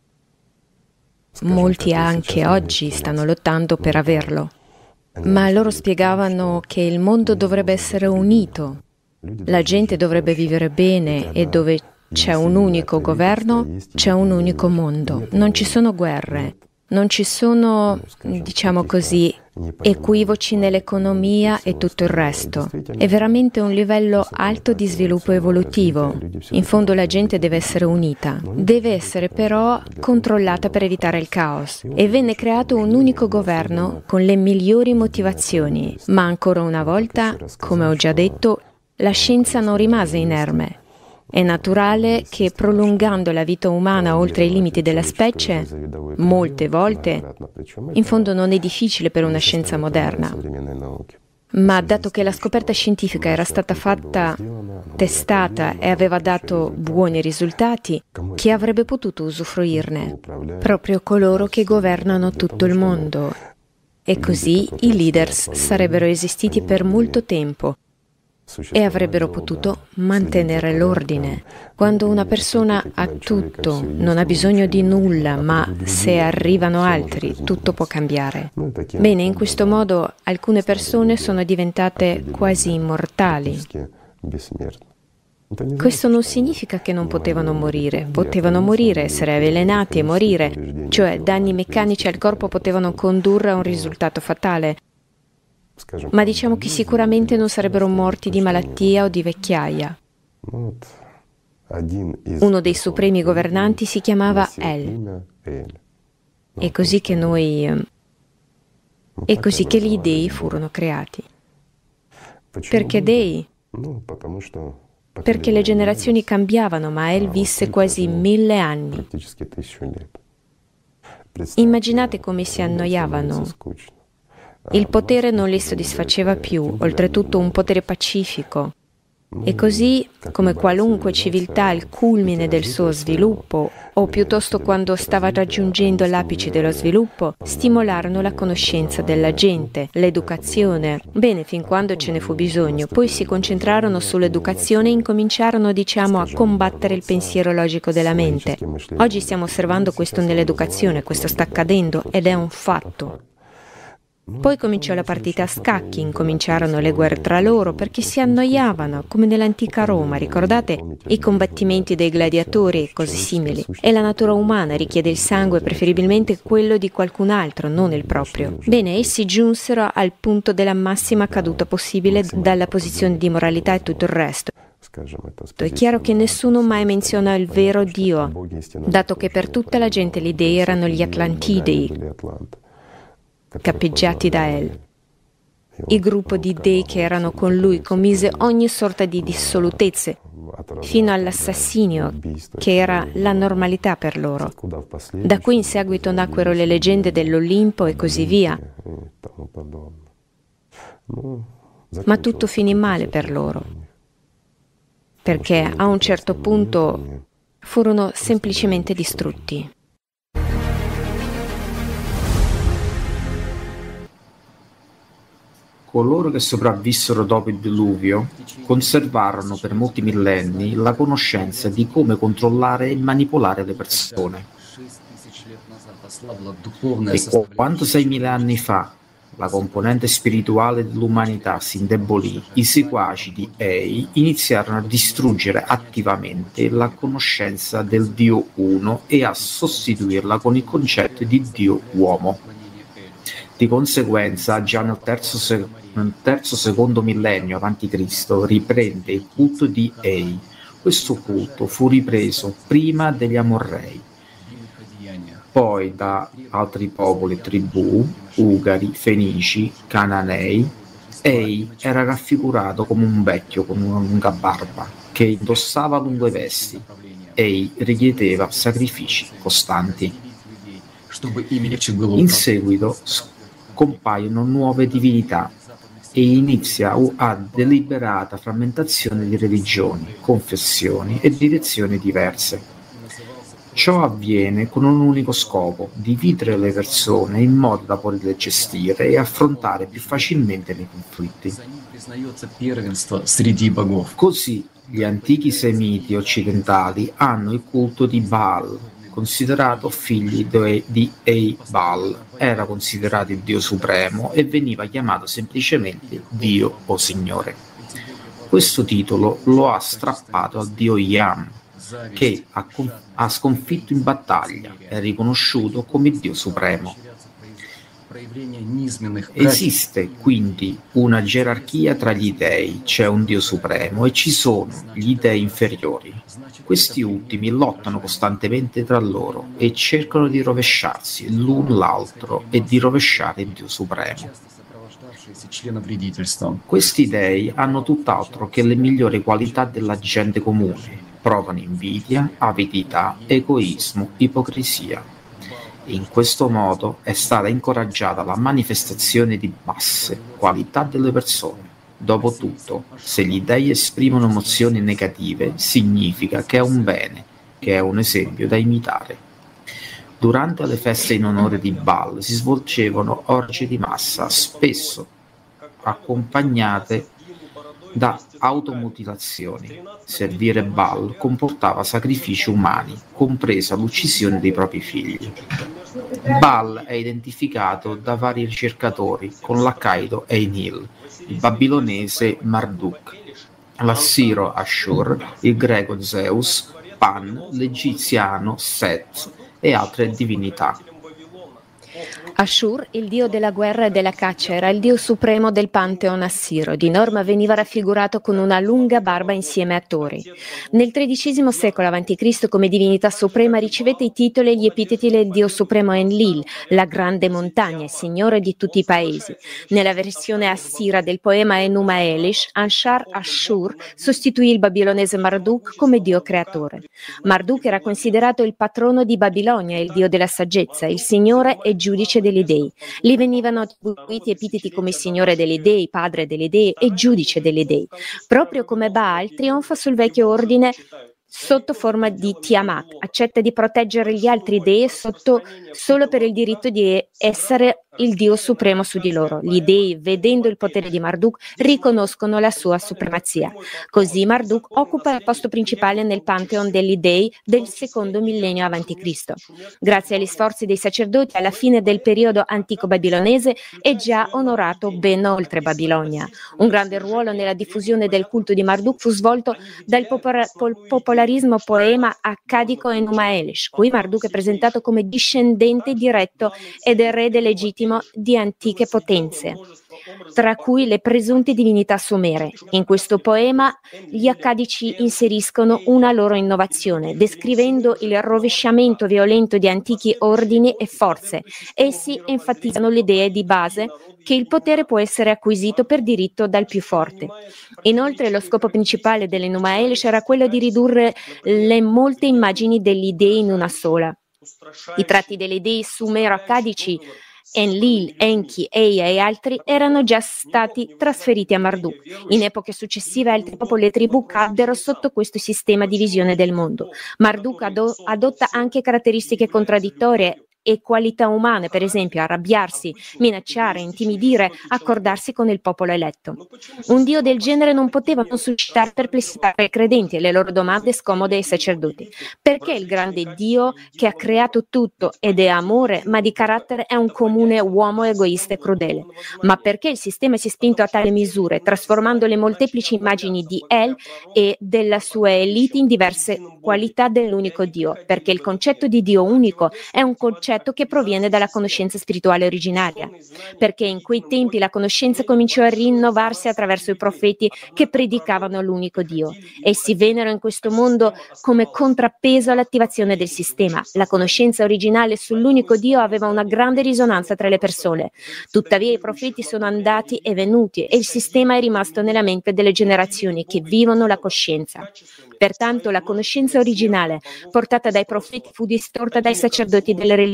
molti anche oggi stanno lottando per averlo. Ma loro spiegavano che il mondo dovrebbe essere unito, la gente dovrebbe vivere bene e dove c'è un unico governo c'è un unico mondo. Non ci sono guerre, non ci sono, diciamo così, equivoci nell'economia e tutto il resto. È veramente un livello alto di sviluppo evolutivo. In fondo la gente deve essere unita, deve essere però controllata per evitare il caos. E venne creato un unico governo con le migliori motivazioni. Ma ancora una volta, come ho già detto, la scienza non rimase inerme. È naturale che prolungando la vita umana oltre i limiti della specie, molte volte, in fondo non è difficile per una scienza moderna. Ma dato che la scoperta scientifica era stata fatta, testata e aveva dato buoni risultati, chi avrebbe potuto usufruirne? Proprio coloro che governano tutto il mondo. E così i leaders sarebbero esistiti per molto tempo e avrebbero potuto mantenere l'ordine. Quando una persona ha tutto, non ha bisogno di nulla, ma se arrivano altri, tutto può cambiare. Bene, in questo modo alcune persone sono diventate quasi immortali. Questo non significa che non potevano morire, essere avvelenati e morire, cioè danni meccanici al corpo potevano condurre a un risultato fatale. Ma diciamo che sicuramente non sarebbero morti di malattia o di vecchiaia. Uno dei supremi governanti si chiamava El. È così che gli dei furono creati. Perché dei? Perché le generazioni cambiavano, ma El visse quasi 1000 anni. Immaginate come si annoiavano. Il potere non li soddisfaceva più, oltretutto un potere pacifico. E così, come qualunque civiltà al culmine del suo sviluppo, o piuttosto quando stava raggiungendo l'apice dello sviluppo, stimolarono la conoscenza della gente, l'educazione. Bene, fin quando ce ne fu bisogno, poi si concentrarono sull'educazione e incominciarono, a combattere il pensiero logico della mente. Oggi stiamo osservando questo nell'educazione, questo sta accadendo ed è un fatto. Poi cominciò la partita a scacchi, incominciarono le guerre tra loro perché si annoiavano, come nell'antica Roma, ricordate i combattimenti dei gladiatori e cose simili. E la natura umana richiede il sangue, preferibilmente quello di qualcun altro, non il proprio. Bene, essi giunsero al punto della massima caduta possibile dalla posizione di moralità e tutto il resto. È chiaro che nessuno mai menziona il vero Dio, dato che per tutta la gente gli dei erano gli Atlantidei, cappeggiati da El. Il gruppo di dei che erano con lui commise ogni sorta di dissolutezze, fino all'assassinio, che era la normalità per loro. Da qui in seguito nacquero le leggende dell'Olimpo e così via. Ma tutto finì male per loro, perché a un certo punto furono semplicemente distrutti. Coloro che sopravvissero dopo il diluvio conservarono per molti millenni la conoscenza di come controllare e manipolare le persone. E quando 6.000 anni fa la componente spirituale dell'umanità si indebolì, i seguaci di Ei iniziarono a distruggere attivamente la conoscenza del Dio Uno e a sostituirla con il concetto di Dio Uomo. Di conseguenza, già nel terzo secondo millennio a.C. riprende il culto di Ei. Questo culto fu ripreso prima degli Amorrei, poi da altri popoli e tribù, Ugari, Fenici, Cananei. Ei era raffigurato come un vecchio con una lunga barba che indossava lunghe vesti. Ei richiedeva sacrifici costanti. In seguito compaiono nuove divinità e inizia a deliberata frammentazione di religioni, confessioni e direzioni diverse. Ciò avviene con un unico scopo: dividere le persone in modo da poterle gestire e affrontare più facilmente nei conflitti. Così gli antichi semiti occidentali hanno il culto di Baal, considerato figli di Eibal. Era considerato il dio supremo e veniva chiamato semplicemente Dio o Signore. Questo titolo lo ha strappato al dio Yam, che ha sconfitto in battaglia, è riconosciuto come Dio Supremo. Esiste quindi una gerarchia tra gli dei, c'è un Dio Supremo e ci sono gli dei inferiori. Questi ultimi lottano costantemente tra loro e cercano di rovesciarsi l'un l'altro e di rovesciare il Dio Supremo. Questi dei hanno tutt'altro che le migliori qualità della gente comune. Provano invidia, avidità, egoismo, ipocrisia. In questo modo è stata incoraggiata la manifestazione di basse qualità delle persone. Dopotutto, se gli dei esprimono emozioni negative, significa che è un bene, che è un esempio da imitare. Durante le feste in onore di Baal si svolgevano orgie di massa, spesso accompagnate da automutilazioni. Servire Baal comportava sacrifici umani, compresa l'uccisione dei propri figli. Baal è identificato da vari ricercatori con l'accaido Enlil, il babilonese Marduk, l'assiro Ashur, il greco Zeus, Pan, l'egiziano Set e altre divinità. Ashur, il dio della guerra e della caccia, era il dio supremo del pantheon assiro. Di norma veniva raffigurato con una lunga barba insieme a tori. Nel XIII secolo a.C., come divinità suprema, ricevette i titoli e gli epiteti del dio supremo Enlil, la grande montagna, signore di tutti i paesi. Nella versione assira del poema Enuma Elish, Anshar Ashur sostituì il babilonese Marduk come dio creatore. Marduk era considerato il patrono di Babilonia, il dio della saggezza, il signore e giudice degli dei. Gli venivano attribuiti epiteti come signore degli dei, padre degli dei e giudice degli dei. Proprio come Baal trionfa sul vecchio ordine sotto forma di Tiamat, accetta di proteggere gli altri dei solo per il diritto di essere il dio supremo su di loro. Gli dei, vedendo il potere di Marduk, riconoscono la sua supremazia. Così Marduk occupa il posto principale nel pantheon degli dei del secondo millennio a.C. Grazie agli sforzi dei sacerdoti, alla fine del periodo antico babilonese è già onorato ben oltre Babilonia. Un grande ruolo nella diffusione del culto di Marduk fu svolto dal popolarismo poema accadico Enuma Elish, cui Marduk è presentato come discendente diretto ed erede legittimo di antiche potenze, tra cui le presunte divinità sumere. In questo poema gli accadici inseriscono una loro innovazione, descrivendo il rovesciamento violento di antichi ordini e forze. Essi enfatizzano l'idea di base che il potere può essere acquisito per diritto dal più forte. Inoltre lo scopo principale dell'Enuma Elish era quello di ridurre le molte immagini degli dei in una sola. I tratti degli dei sumero-accadici Enlil, Enki, Ea e altri erano già stati trasferiti a Marduk. In epoche successive altri popoli e tribù caddero sotto questo sistema di visione del mondo. Marduk adotta anche caratteristiche contraddittorie e qualità umane, per esempio arrabbiarsi, minacciare, intimidire, accordarsi con il popolo eletto. Un dio del genere non poteva non suscitare perplessità ai credenti e le loro domande scomode ai sacerdoti. Perché il grande Dio che ha creato tutto ed è amore, ma di carattere è un comune uomo egoista e crudele? Ma perché il sistema si è spinto a tale misure, trasformando le molteplici immagini di El e della sua elite in diverse qualità dell'unico Dio? Perché il concetto di Dio unico è un concetto che proviene dalla conoscenza spirituale originaria, perché in quei tempi la conoscenza cominciò a rinnovarsi attraverso i profeti che predicavano l'unico Dio. Essi vennero in questo mondo come contrappeso all'attivazione del sistema. La conoscenza originale sull'unico Dio aveva una grande risonanza tra le persone. Tuttavia i profeti sono andati e venuti e il sistema è rimasto nella mente delle generazioni che vivono la coscienza. Pertanto la conoscenza originale portata dai profeti fu distorta dai sacerdoti delle religioni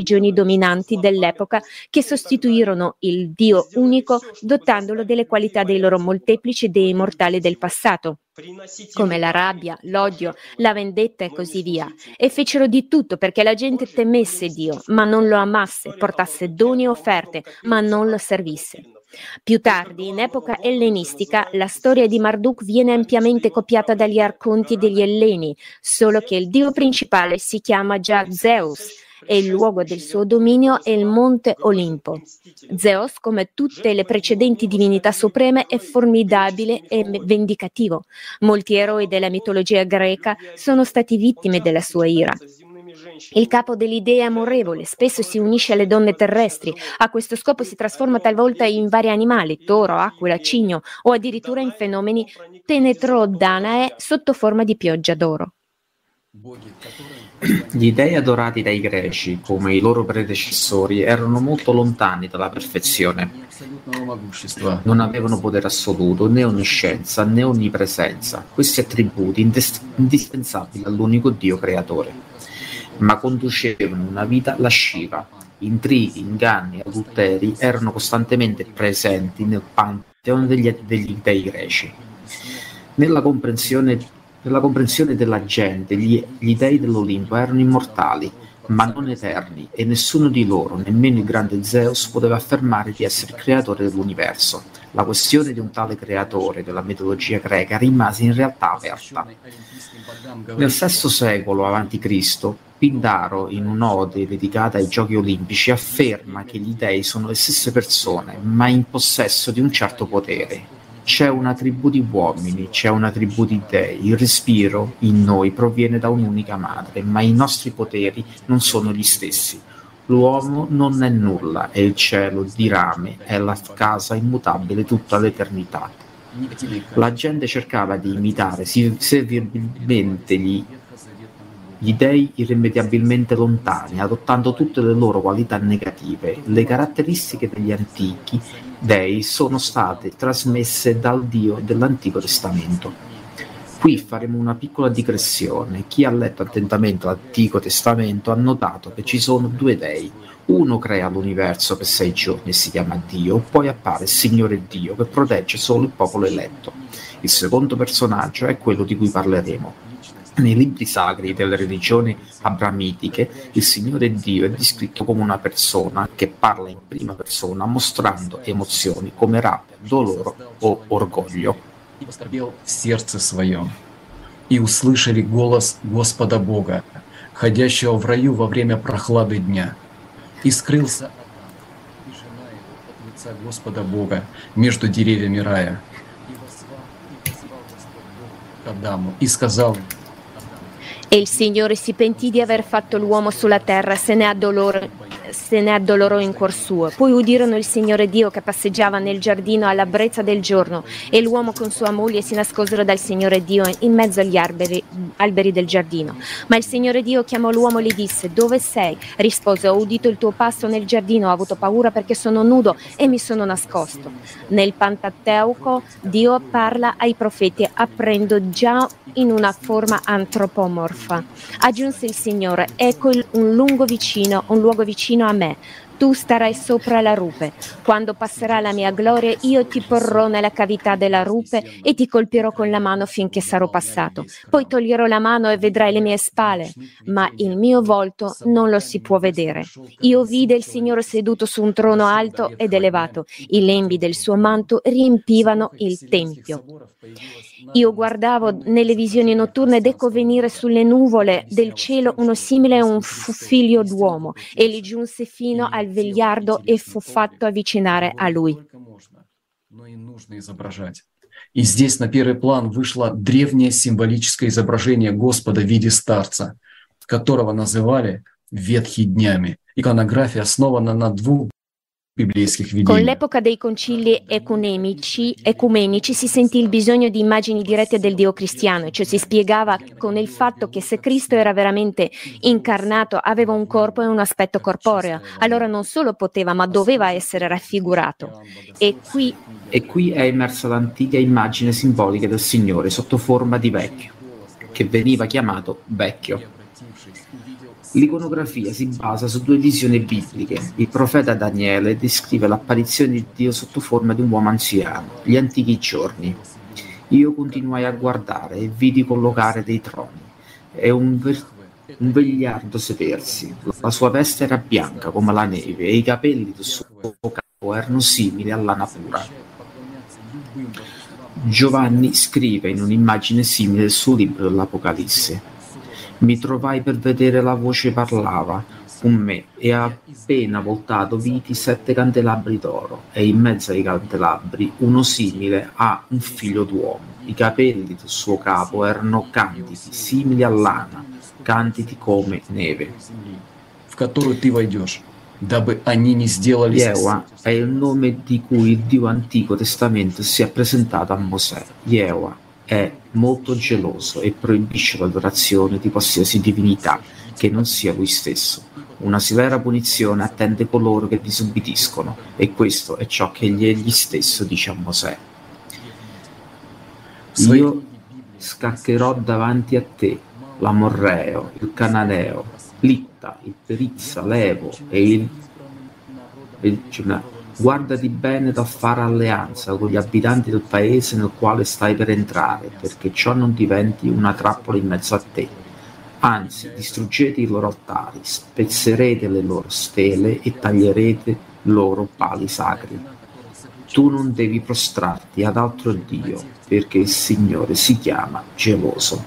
religioni dominanti dell'epoca che sostituirono il Dio unico dotandolo delle qualità dei loro molteplici dei mortali del passato, come la rabbia, l'odio, la vendetta e così via, e fecero di tutto perché la gente temesse Dio, ma non lo amasse, portasse doni e offerte, ma non lo servisse. Più tardi, in epoca ellenistica, la storia di Marduk viene ampiamente copiata dagli arconti degli Elleni, solo che il dio principale si chiama già Zeus e il luogo del suo dominio è il monte Olimpo. Zeus, come tutte le precedenti divinità supreme, è formidabile e vendicativo. Molti eroi della mitologia greca sono stati vittime della sua ira. Il capo delle idee amorevole spesso si unisce alle donne terrestri, a questo scopo si trasforma talvolta in vari animali, toro, aquila, cigno o addirittura in fenomeni penetrodanae sotto forma di pioggia d'oro. Gli dei adorati dai greci, come i loro predecessori, erano molto lontani dalla perfezione. Non avevano potere assoluto, né onniscienza, né onnipresenza, questi attributi indispensabili all'unico Dio creatore. Ma conducevano una vita lasciva. Intrighi, inganni, adulteri erano costantemente presenti nel pantheon degli dei greci. Nella comprensione della gente, gli dei dell'Olimpo erano immortali, ma non eterni, e nessuno di loro, nemmeno il grande Zeus, poteva affermare di essere il creatore dell'universo. La questione di un tale creatore della mitologia greca rimase in realtà aperta. Nel VI secolo a.C., Pindaro, in un'ode dedicata ai giochi olimpici, afferma che gli dei sono le stesse persone, ma in possesso di un certo potere. C'è una tribù di uomini, c'è una tribù di dei, il respiro in noi proviene da un'unica madre, ma i nostri poteri non sono gli stessi. L'uomo non è nulla, è il cielo di rame, è la casa immutabile tutta l'eternità. La gente cercava di imitare servibilmente gli dei irrimediabilmente lontani, adottando tutte le loro qualità negative. Le caratteristiche degli antichi dei sono state trasmesse dal Dio dell'Antico Testamento. Qui faremo una piccola digressione. Chi ha letto attentamente l'Antico Testamento ha notato che ci sono due dei. Uno crea l'universo per 6 giorni e si chiama Dio, poi appare il Signore Dio che protegge solo il popolo eletto. Il secondo personaggio è quello di cui parleremo. Nei libri sacri delle religioni abramitiche, il Signore Dio è descritto come una persona che parla in prima persona, mostrando emozioni come rabbia, dolore o orgoglio. «Восторбел в сердце своем, и услышали голос Господа Бога, ходящего в раю во время прохлады дня, и скрылся от лица Господа Бога между деревьями рая, и возвал Господь Бог к Адаму, и сказал ему». E il Signore si pentì di aver fatto l'uomo sulla terra, se ne addolorò in cuor suo. Poi udirono il Signore Dio che passeggiava nel giardino alla brezza del giorno, e l'uomo con sua moglie si nascosero dal Signore Dio in mezzo agli alberi del giardino. Ma il Signore Dio chiamò l'uomo e gli disse: «Dove sei?» Rispose: «Ho udito il tuo passo nel giardino, ho avuto paura perché sono nudo e mi sono nascosto». Nel Pentateuco Dio parla ai profeti apparendo già in una forma antropomorfa. Aggiunse il Signore: «Ecco un luogo vicino a me. Tu starai sopra la rupe. Quando passerà la mia gloria, io ti porrò nella cavità della rupe e ti colpirò con la mano finché sarò passato. Poi toglierò la mano e vedrai le mie spalle, ma il mio volto non lo si può vedere». Io vide il Signore seduto su un trono alto ed elevato. I lembi del suo manto riempivano il tempio. Io guardavo nelle visioni notturne ed ecco venire sulle nuvole del cielo uno simile a un figlio d'uomo, e gli giunse fino al vegliardo e fu fatto avvicinare a lui. И здесь на первый план вышло древнее символическое изображение Господа в виде старца, которого называли Ветхий днями. Иконография основана на двух biblici видениях. Con l'epoca dei concili ecumenici si sentì il bisogno di immagini dirette del Dio cristiano, cioè si spiegava con il fatto che se Cristo era veramente incarnato, aveva un corpo e un aspetto corporeo, allora non solo poteva ma doveva essere raffigurato. E qui è immersa l'antica immagine simbolica del Signore sotto forma di vecchio, che veniva chiamato vecchio. L'iconografia si basa su 2 visioni bibliche. Il profeta Daniele descrive l'apparizione di Dio sotto forma di un uomo anziano, gli antichi giorni. Io continuai a guardare e vidi collocare dei troni e un vegliardo sedersi. La sua veste era bianca come la neve e i capelli del suo capo erano simili a lana pura. Giovanni scrive in un'immagine simile il suo libro dell'Apocalisse. Mi trovai per vedere la voce parlava con me e appena voltato vidi 7 candelabri d'oro e in mezzo ai candelabri uno simile a un figlio d'uomo. I capelli del suo capo erano candidi, simili a lana, candidi come neve. Yehovah è il nome di cui il Dio Antico Testamento si è presentato a Mosè. Yehovah è molto geloso e proibisce l'adorazione di qualsiasi divinità che non sia lui stesso. Una severa punizione attende coloro che disubbidiscono, e questo è ciò che egli stesso dice a Mosè. Io scaccherò davanti a te l'Amorreo, il Cananeo, l'Itta, il Perizza, l'Evo e il guardati bene da fare alleanza con gli abitanti del paese nel quale stai per entrare, perché ciò non diventi una trappola in mezzo a te. Anzi, distruggete i loro altari, spezzerete le loro stele e taglierete loro pali sacri. Tu non devi prostrarti ad altro Dio, perché il Signore si chiama geloso.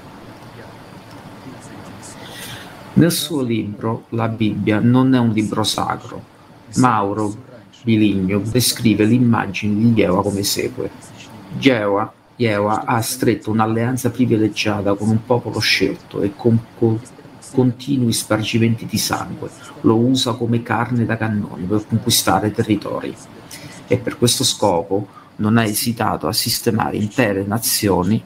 Nel suo libro, la Bibbia non è un libro sacro. Mauro Biligno descrive l'immagine di Yehovah come segue. Yehovah ha stretto un'alleanza privilegiata con un popolo scelto e con continui spargimenti di sangue. Lo usa come carne da cannone per conquistare territori. E per questo scopo non ha esitato a sistemare intere nazioni.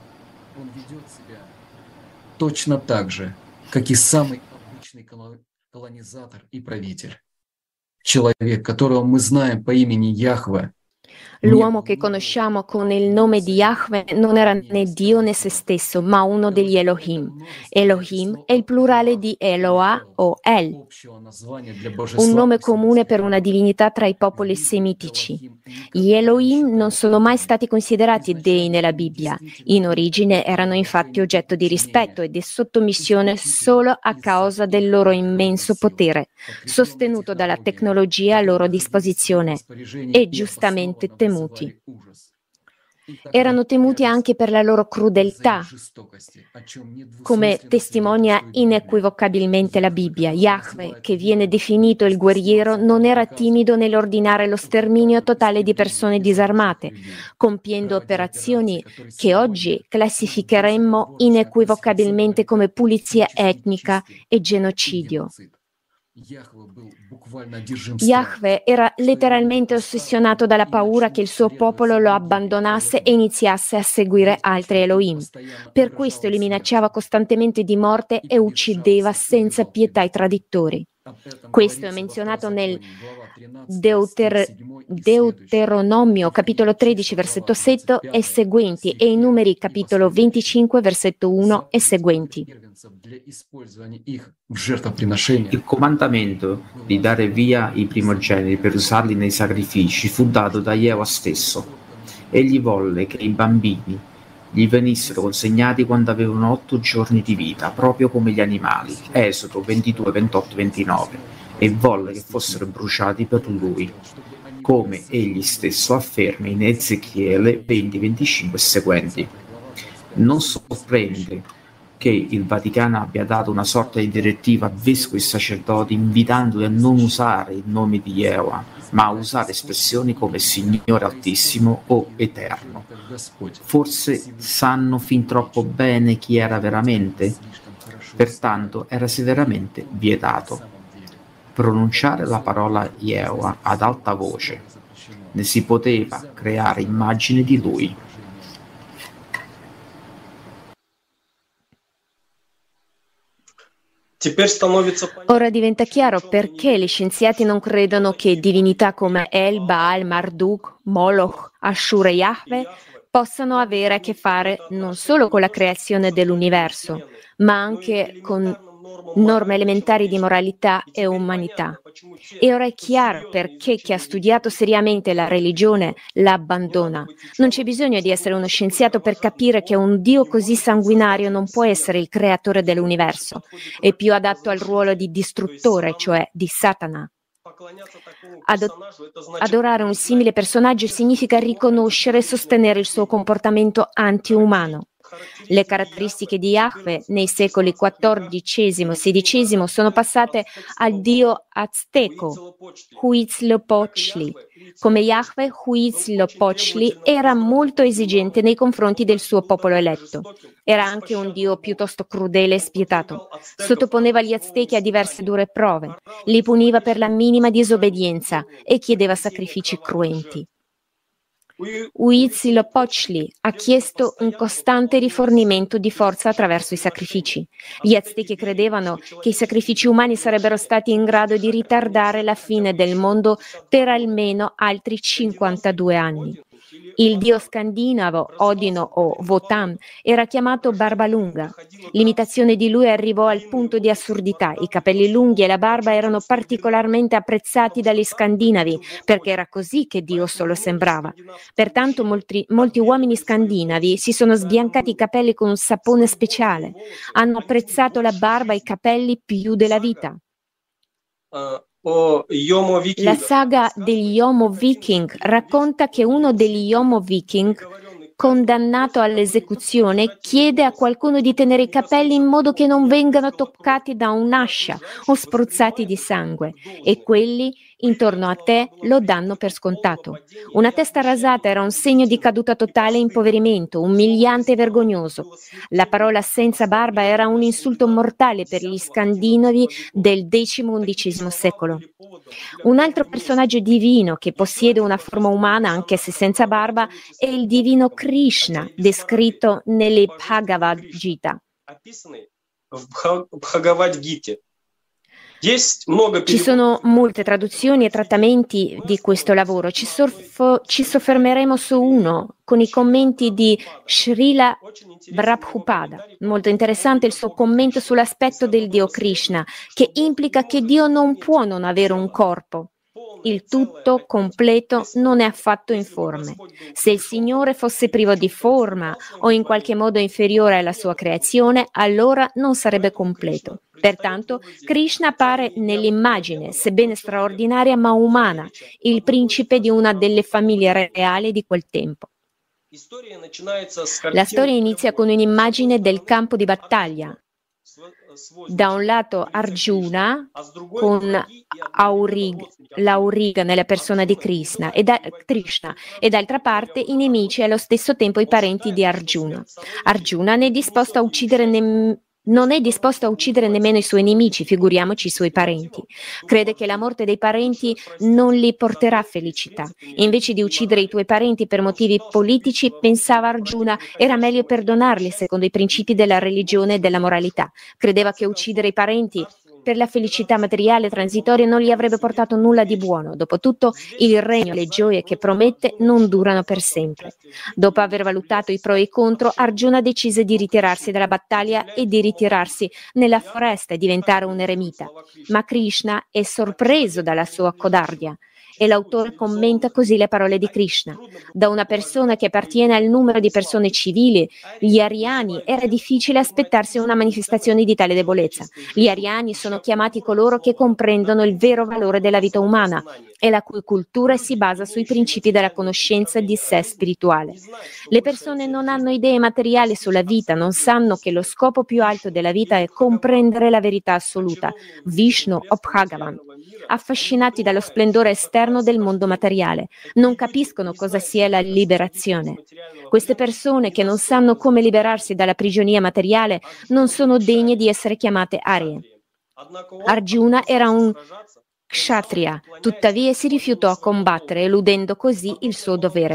Точно так же, как и самый обычный колонизатор и правитель. Человек, которого мы знаем по имени Яхве. L'uomo che conosciamo con il nome di Yahweh non era né Dio né se stesso, ma uno degli Elohim. Elohim è il plurale di Eloah o El, un nome comune per una divinità tra i popoli semitici. Gli Elohim non sono mai stati considerati dei nella Bibbia. In origine erano infatti oggetto di rispetto e di sottomissione solo a causa del loro immenso potere, sostenuto dalla tecnologia a loro disposizione, e giustamente temuti. Erano temuti anche per la loro crudeltà, come testimonia inequivocabilmente la Bibbia. Yahweh, che viene definito il guerriero, non era timido nell'ordinare lo sterminio totale di persone disarmate, compiendo operazioni che oggi classificheremmo inequivocabilmente come pulizia etnica e genocidio. Yahweh era letteralmente ossessionato dalla paura che il suo popolo lo abbandonasse e iniziasse a seguire altri Elohim. Per questo li minacciava costantemente di morte e uccideva senza pietà i traditori. Questo è menzionato nel Deuteronomio capitolo 13 versetto 7 e seguenti e in Numeri capitolo 25 versetto 1 e seguenti. Il comandamento di dare via i primogeniti per usarli nei sacrifici fu dato da Yehovah stesso. Egli volle che i bambini gli venissero consegnati quando avevano 8 giorni di vita, proprio come gli animali. Esodo 22, 28, 29. E volle che fossero bruciati per lui, come egli stesso afferma in Ezechiele 20, 25 e seguenti. Non sorprende che il Vaticano abbia dato una sorta di direttiva a vescovi e sacerdoti invitandoli a non usare il nome di Yehovah, ma a usare espressioni come Signore Altissimo o Eterno. Forse sanno fin troppo bene chi era veramente, pertanto era severamente vietato pronunciare la parola Yehovah ad alta voce. Ne si poteva creare immagine di lui. Ora diventa chiaro perché gli scienziati non credono che divinità come El, Baal, Marduk, Moloch, Ashur e Yahweh possano avere a che fare non solo con la creazione dell'universo, ma anche con norme elementari di moralità e umanità. E ora è chiaro perché chi ha studiato seriamente la religione la abbandona. Non c'è bisogno di essere uno scienziato per capire che un Dio così sanguinario non può essere il creatore dell'universo. È più adatto al ruolo di distruttore, cioè di Satana. Adorare un simile personaggio significa riconoscere e sostenere il suo comportamento antiumano. Le caratteristiche di Yahweh nei secoli XIV e XVI sono passate al dio azteco Huitzilopochtli. Come Yahweh, Huitzilopochtli era molto esigente nei confronti del suo popolo eletto. Era anche un dio piuttosto crudele e spietato. Sottoponeva gli aztechi a diverse dure prove, li puniva per la minima disobbedienza e chiedeva sacrifici cruenti. Huitzilopochtli ha chiesto un costante rifornimento di forza attraverso i sacrifici. Gli aztechi credevano che i sacrifici umani sarebbero stati in grado di ritardare la fine del mondo per almeno altri 52 anni. Il dio scandinavo Odino o Wotan era chiamato Barbalunga. L'imitazione di lui arrivò al punto di assurdità. I capelli lunghi e la barba erano particolarmente apprezzati dagli scandinavi perché era così che Dio solo sembrava. Pertanto molti uomini scandinavi si sono sbiancati i capelli con un sapone speciale. Hanno apprezzato la barba e i capelli più della vita. La saga degli Homo Viking racconta che uno degli Homo Viking, condannato all'esecuzione, chiede a qualcuno di tenere i capelli in modo che non vengano toccati da un'ascia o spruzzati di sangue, e quelli intorno a te lo danno per scontato. Una testa rasata era un segno di caduta totale e impoverimento, umiliante e vergognoso. La parola senza barba era un insulto mortale per gli scandinavi del X-XI secolo. Un altro personaggio divino che possiede una forma umana, anche se senza barba, è il divino Krishna, descritto nelle Bhagavad Gita. Ci sono molte traduzioni e trattamenti di questo lavoro. Ci soffermeremo su uno con i commenti di Srila Prabhupada. Molto interessante il suo commento sull'aspetto del Dio Krishna, che implica che Dio non può non avere un corpo. Il tutto completo non è affatto informe. Se il Signore fosse privo di forma o in qualche modo inferiore alla sua creazione, allora non sarebbe completo. Pertanto, Krishna appare nell'immagine, sebbene straordinaria ma umana, il principe di una delle famiglie reali di quel tempo. La storia inizia con un'immagine del campo di battaglia. Da un lato Arjuna con l'auriga nella persona di Krishna e d'altra parte i nemici e allo stesso tempo i parenti di Arjuna. Arjuna non è disposto a uccidere nemmeno i suoi nemici, figuriamoci i suoi parenti. Crede che la morte dei parenti non gli porterà felicità. Invece di uccidere i tuoi parenti per motivi politici, pensava Arjuna, era meglio perdonarli secondo i principi della religione e della moralità. Credeva che uccidere i parenti per la felicità materiale transitoria non gli avrebbe portato nulla di buono. Dopotutto, il regno e le gioie che promette non durano per sempre. Dopo aver valutato i pro e i contro, Arjuna decise di ritirarsi dalla battaglia e di ritirarsi nella foresta e diventare un eremita. Ma Krishna è sorpreso dalla sua codardia. E l'autore commenta così le parole di Krishna. Da una persona che appartiene al numero di persone civili, gli ariani, era difficile aspettarsi una manifestazione di tale debolezza. Gli ariani sono chiamati coloro che comprendono il vero valore della vita umana e la cui cultura si basa sui principi della conoscenza di sé spirituale. Le persone non hanno idee materiali sulla vita, non sanno che lo scopo più alto della vita è comprendere la verità assoluta, Vishnu o Bhagavan. Affascinati dallo splendore esterno del mondo materiale, non capiscono cosa sia la liberazione. Queste persone che non sanno come liberarsi dalla prigionia materiale non sono degne di essere chiamate arie. Arjuna era un kshatriya, tuttavia si rifiutò a combattere, eludendo così il suo dovere.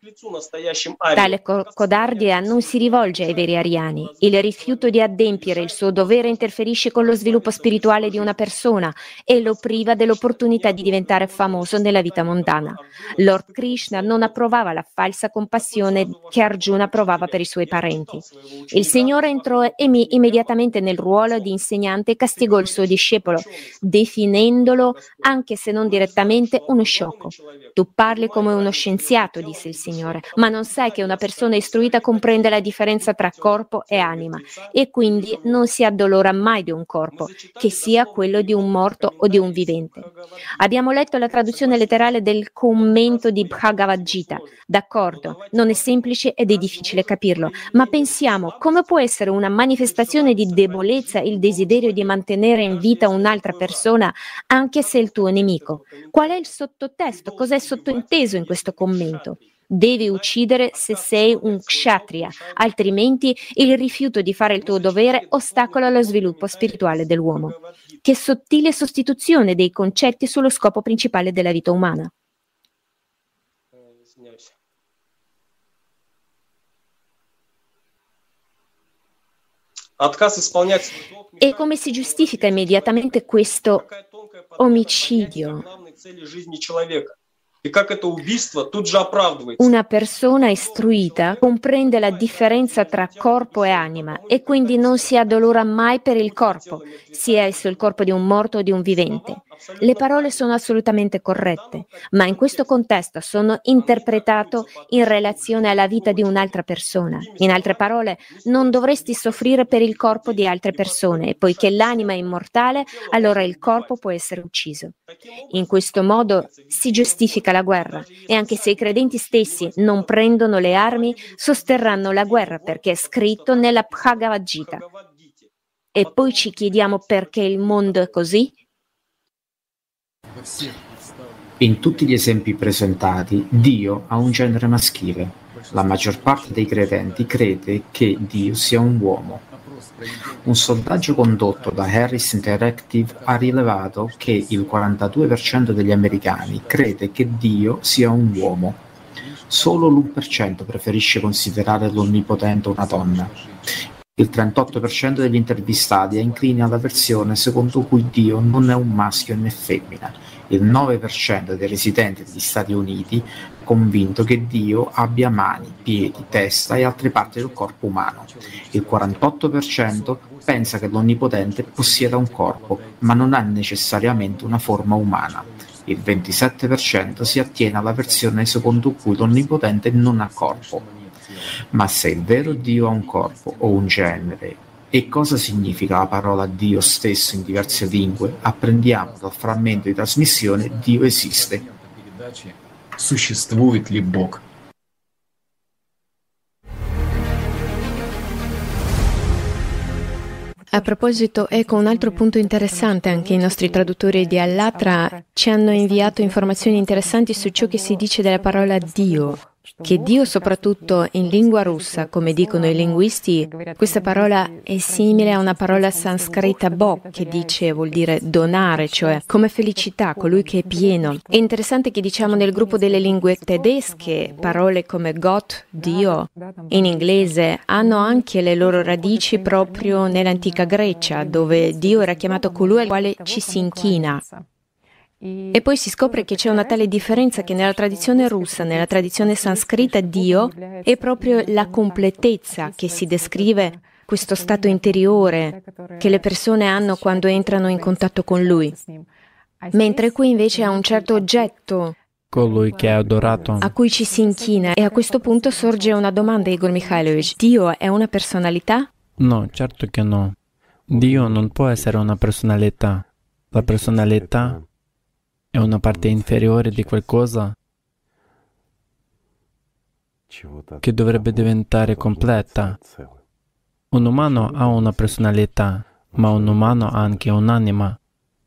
Tale codardia non si rivolge ai veri ariani. Il rifiuto di adempiere il suo dovere interferisce con lo sviluppo spirituale di una persona e lo priva dell'opportunità di diventare famoso nella vita mondana. Lord Krishna non approvava la falsa compassione che Arjuna provava per i suoi parenti. Il Signore entrò immediatamente nel ruolo di insegnante e castigò il suo discepolo, definendolo, anche se non direttamente, uno sciocco. Tu parli come uno scienziato, disse il Signore, ma non sai che una persona istruita comprende la differenza tra corpo e anima e quindi non si addolora mai di un corpo, che sia quello di un morto o di un vivente. Abbiamo letto la traduzione letterale del commento di Bhagavad Gita. D'accordo, non è semplice ed è difficile capirlo, ma pensiamo come può essere una manifestazione di debolezza il desiderio di mantenere in vita un'altra persona anche se è il tuo nemico. Qual è il sottotesto? Cos'è sottointeso in questo commento? Devi uccidere se sei un kshatriya, altrimenti il rifiuto di fare il tuo dovere ostacola lo sviluppo spirituale dell'uomo. Che sottile sostituzione dei concetti sullo scopo principale della vita umana. E come si giustifica immediatamente questo omicidio? Una persona istruita comprende la differenza tra corpo e anima e quindi non si addolora mai per il corpo, sia esso il corpo di un morto o di un vivente. Le parole sono assolutamente corrette, ma in questo contesto sono interpretate in relazione alla vita di un'altra persona. In altre parole, non dovresti soffrire per il corpo di altre persone, e poiché l'anima è immortale, allora il corpo può essere ucciso. In questo modo si giustifica la guerra, e anche se i credenti stessi non prendono le armi, sosterranno la guerra perché è scritto nella Bhagavad Gita. E poi ci chiediamo perché il mondo è così? In tutti gli esempi presentati, Dio ha un genere maschile. La maggior parte dei credenti crede che Dio sia un uomo. Un sondaggio condotto da Harris Interactive ha rilevato che il 42% degli americani crede che Dio sia un uomo. Solo l'1% preferisce considerare l'Onnipotente una donna. Il 38% degli intervistati è incline alla versione secondo cui Dio non è un maschio né femmina. Il 9% dei residenti degli Stati Uniti è convinto che Dio abbia mani, piedi, testa e altre parti del corpo umano. Il 48% pensa che l'Onnipotente possieda un corpo, ma non ha necessariamente una forma umana. Il 27% si attiene alla versione secondo cui l'Onnipotente non ha corpo. Ma se il vero Dio ha un corpo o un genere, e cosa significa la parola Dio stesso in diverse lingue, apprendiamo dal frammento di trasmissione Dio esiste. Существует ли Бог? A proposito, ecco un altro punto interessante, anche i nostri traduttori di Allatra ci hanno inviato informazioni interessanti su ciò che si dice della parola Dio. Che Dio, soprattutto in lingua russa, come dicono i linguisti, questa parola è simile a una parola sanscrita Bog, che vuol dire donare, cioè come felicità, colui che è pieno. È interessante che diciamo nel gruppo delle lingue tedesche parole come Gott, Dio, in inglese hanno anche le loro radici proprio nell'antica Grecia, dove Dio era chiamato colui al quale ci si inchina. E poi si scopre che c'è una tale differenza che nella tradizione russa, nella tradizione sanscrita, Dio è proprio la completezza che si descrive, questo stato interiore che le persone hanno quando entrano in contatto con Lui. Mentre qui invece ha un certo oggetto colui che è adorato, a cui ci si inchina. E a questo punto sorge una domanda, Igor Mikhailovich. Dio è una personalità? No, certo che no. Dio non può essere una personalità. La personalità è una parte inferiore di qualcosa che dovrebbe diventare completa. Un umano ha una personalità, ma un umano ha anche un'anima.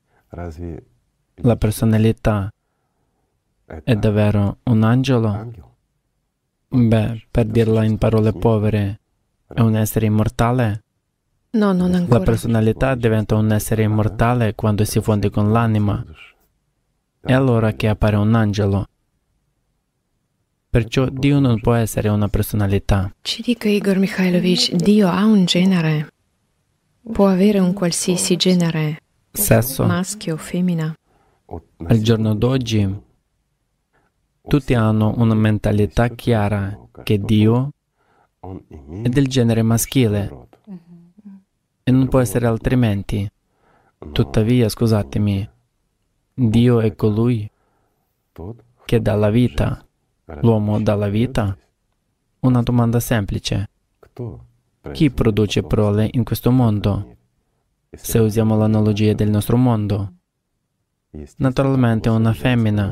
La personalità è davvero un angelo? Beh, per dirla in parole povere, è un essere immortale? No, non ancora. La personalità diventa un essere immortale quando si fonde con l'anima. È allora che appare un angelo. Perciò Dio non può essere una personalità. Ci dica Igor Mikhailovich, Dio ha un genere. Può avere un qualsiasi genere. Sesso. Maschio o femmina. Al giorno d'oggi tutti hanno una mentalità chiara che Dio è del genere maschile e non può essere altrimenti. Tuttavia, scusatemi, Dio è colui che dà la vita. L'uomo dà la vita? Una domanda semplice. Chi produce prole in questo mondo? Se usiamo l'analogia del nostro mondo. Naturalmente una femmina.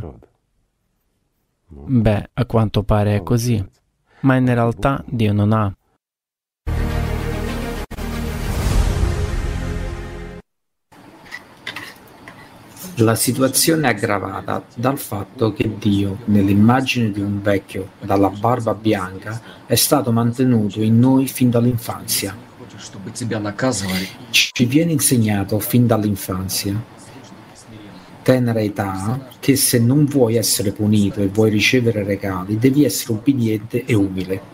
Beh, a quanto pare è così. Ma in realtà Dio non ha. La situazione è aggravata dal fatto che Dio, nell'immagine di un vecchio dalla barba bianca, è stato mantenuto in noi fin dall'infanzia. Ci viene insegnato fin dall'infanzia, tenera età, che se non vuoi essere punito e vuoi ricevere regali, devi essere ubbidiente e umile.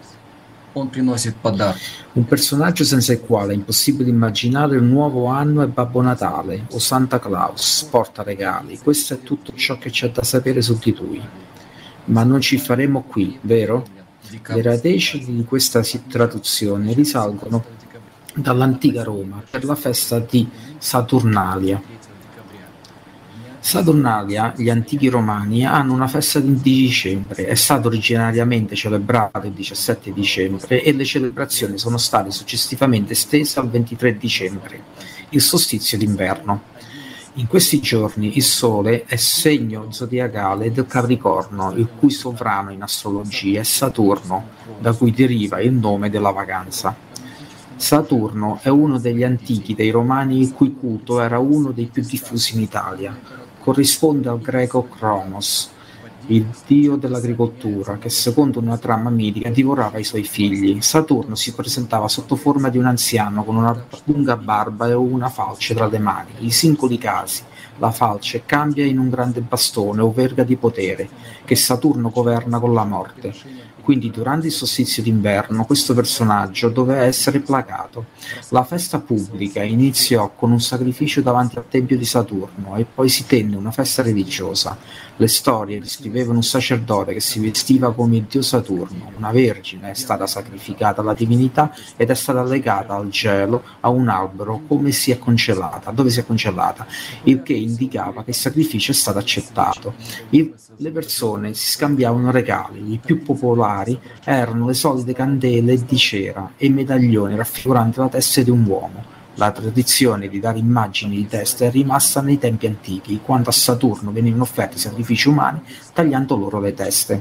Un personaggio senza il quale è impossibile immaginare il nuovo anno è Babbo Natale o Santa Claus, porta regali. Questo è tutto ciò che c'è da sapere su di lui. Ma non ci faremo qui, vero? Le radici di questa traduzione risalgono dall'antica Roma per la festa di Saturnalia. Saturnalia, gli antichi romani hanno una festa di dicembre, è stato originariamente celebrato il 17 dicembre e le celebrazioni sono state successivamente estese al 23 dicembre, il solstizio d'inverno. In questi giorni il Sole è segno zodiacale del Capricorno, il cui sovrano in astrologia è Saturno, da cui deriva il nome della vacanza. Saturno è uno degli antichi dei romani il cui culto era uno dei più diffusi in Italia. Corrisponde al greco Cronos, il dio dell'agricoltura, che secondo una trama mitica divorava i suoi figli. Saturno si presentava sotto forma di un anziano con una lunga barba e una falce tra le mani. In singoli casi la falce cambia in un grande bastone o verga di potere che Saturno governa con la morte. Quindi durante il solstizio d'inverno questo personaggio doveva essere placato. La festa pubblica iniziò con un sacrificio davanti al tempio di Saturno e poi si tenne una festa religiosa. Le storie descrivevano un sacerdote che si vestiva come il dio Saturno. Una vergine è stata sacrificata alla divinità ed è stata legata al gelo a un albero dove si è congelata, il che indicava che il sacrificio è stato accettato. Le persone si scambiavano regali, i più popolari erano le solite candele di cera e medaglioni raffiguranti la testa di un uomo. La tradizione di dare immagini di teste è rimasta nei tempi antichi, quando a Saturno venivano offerti sacrifici umani tagliando loro le teste.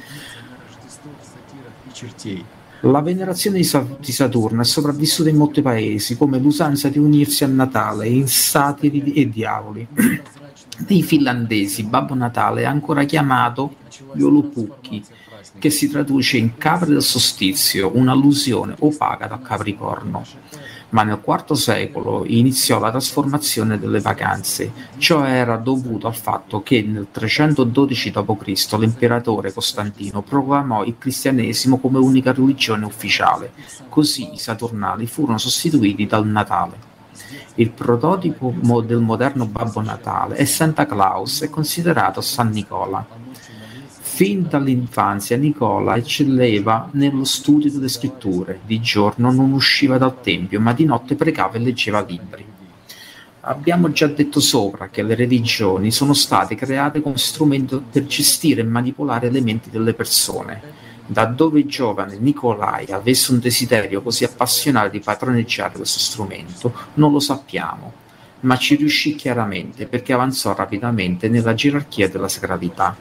La venerazione di Saturno è sopravvissuta in molti paesi, come l'usanza di unirsi a Natale in satiri e diavoli. Nei finlandesi Babbo Natale è ancora chiamato Joulupukki, che si traduce in capre del solstizio, un'allusione opaca dal Capricorno. Ma nel IV secolo iniziò la trasformazione delle vacanze. Ciò era dovuto al fatto che nel 312 d.C. l'imperatore Costantino proclamò il cristianesimo come unica religione ufficiale. Così i Saturnali furono sostituiti dal Natale. Il prototipo del moderno Babbo Natale è Santa Claus e considerato San Nicola. Fin dall'infanzia Nicola eccelleva nello studio delle scritture. Di giorno non usciva dal tempio, ma di notte pregava e leggeva libri. Abbiamo già detto sopra che le religioni sono state create come strumento per gestire e manipolare le menti delle persone. Da dove il giovane Nicolai avesse un desiderio così appassionato di padroneggiare questo strumento non lo sappiamo, ma ci riuscì chiaramente perché avanzò rapidamente nella gerarchia della sacralità.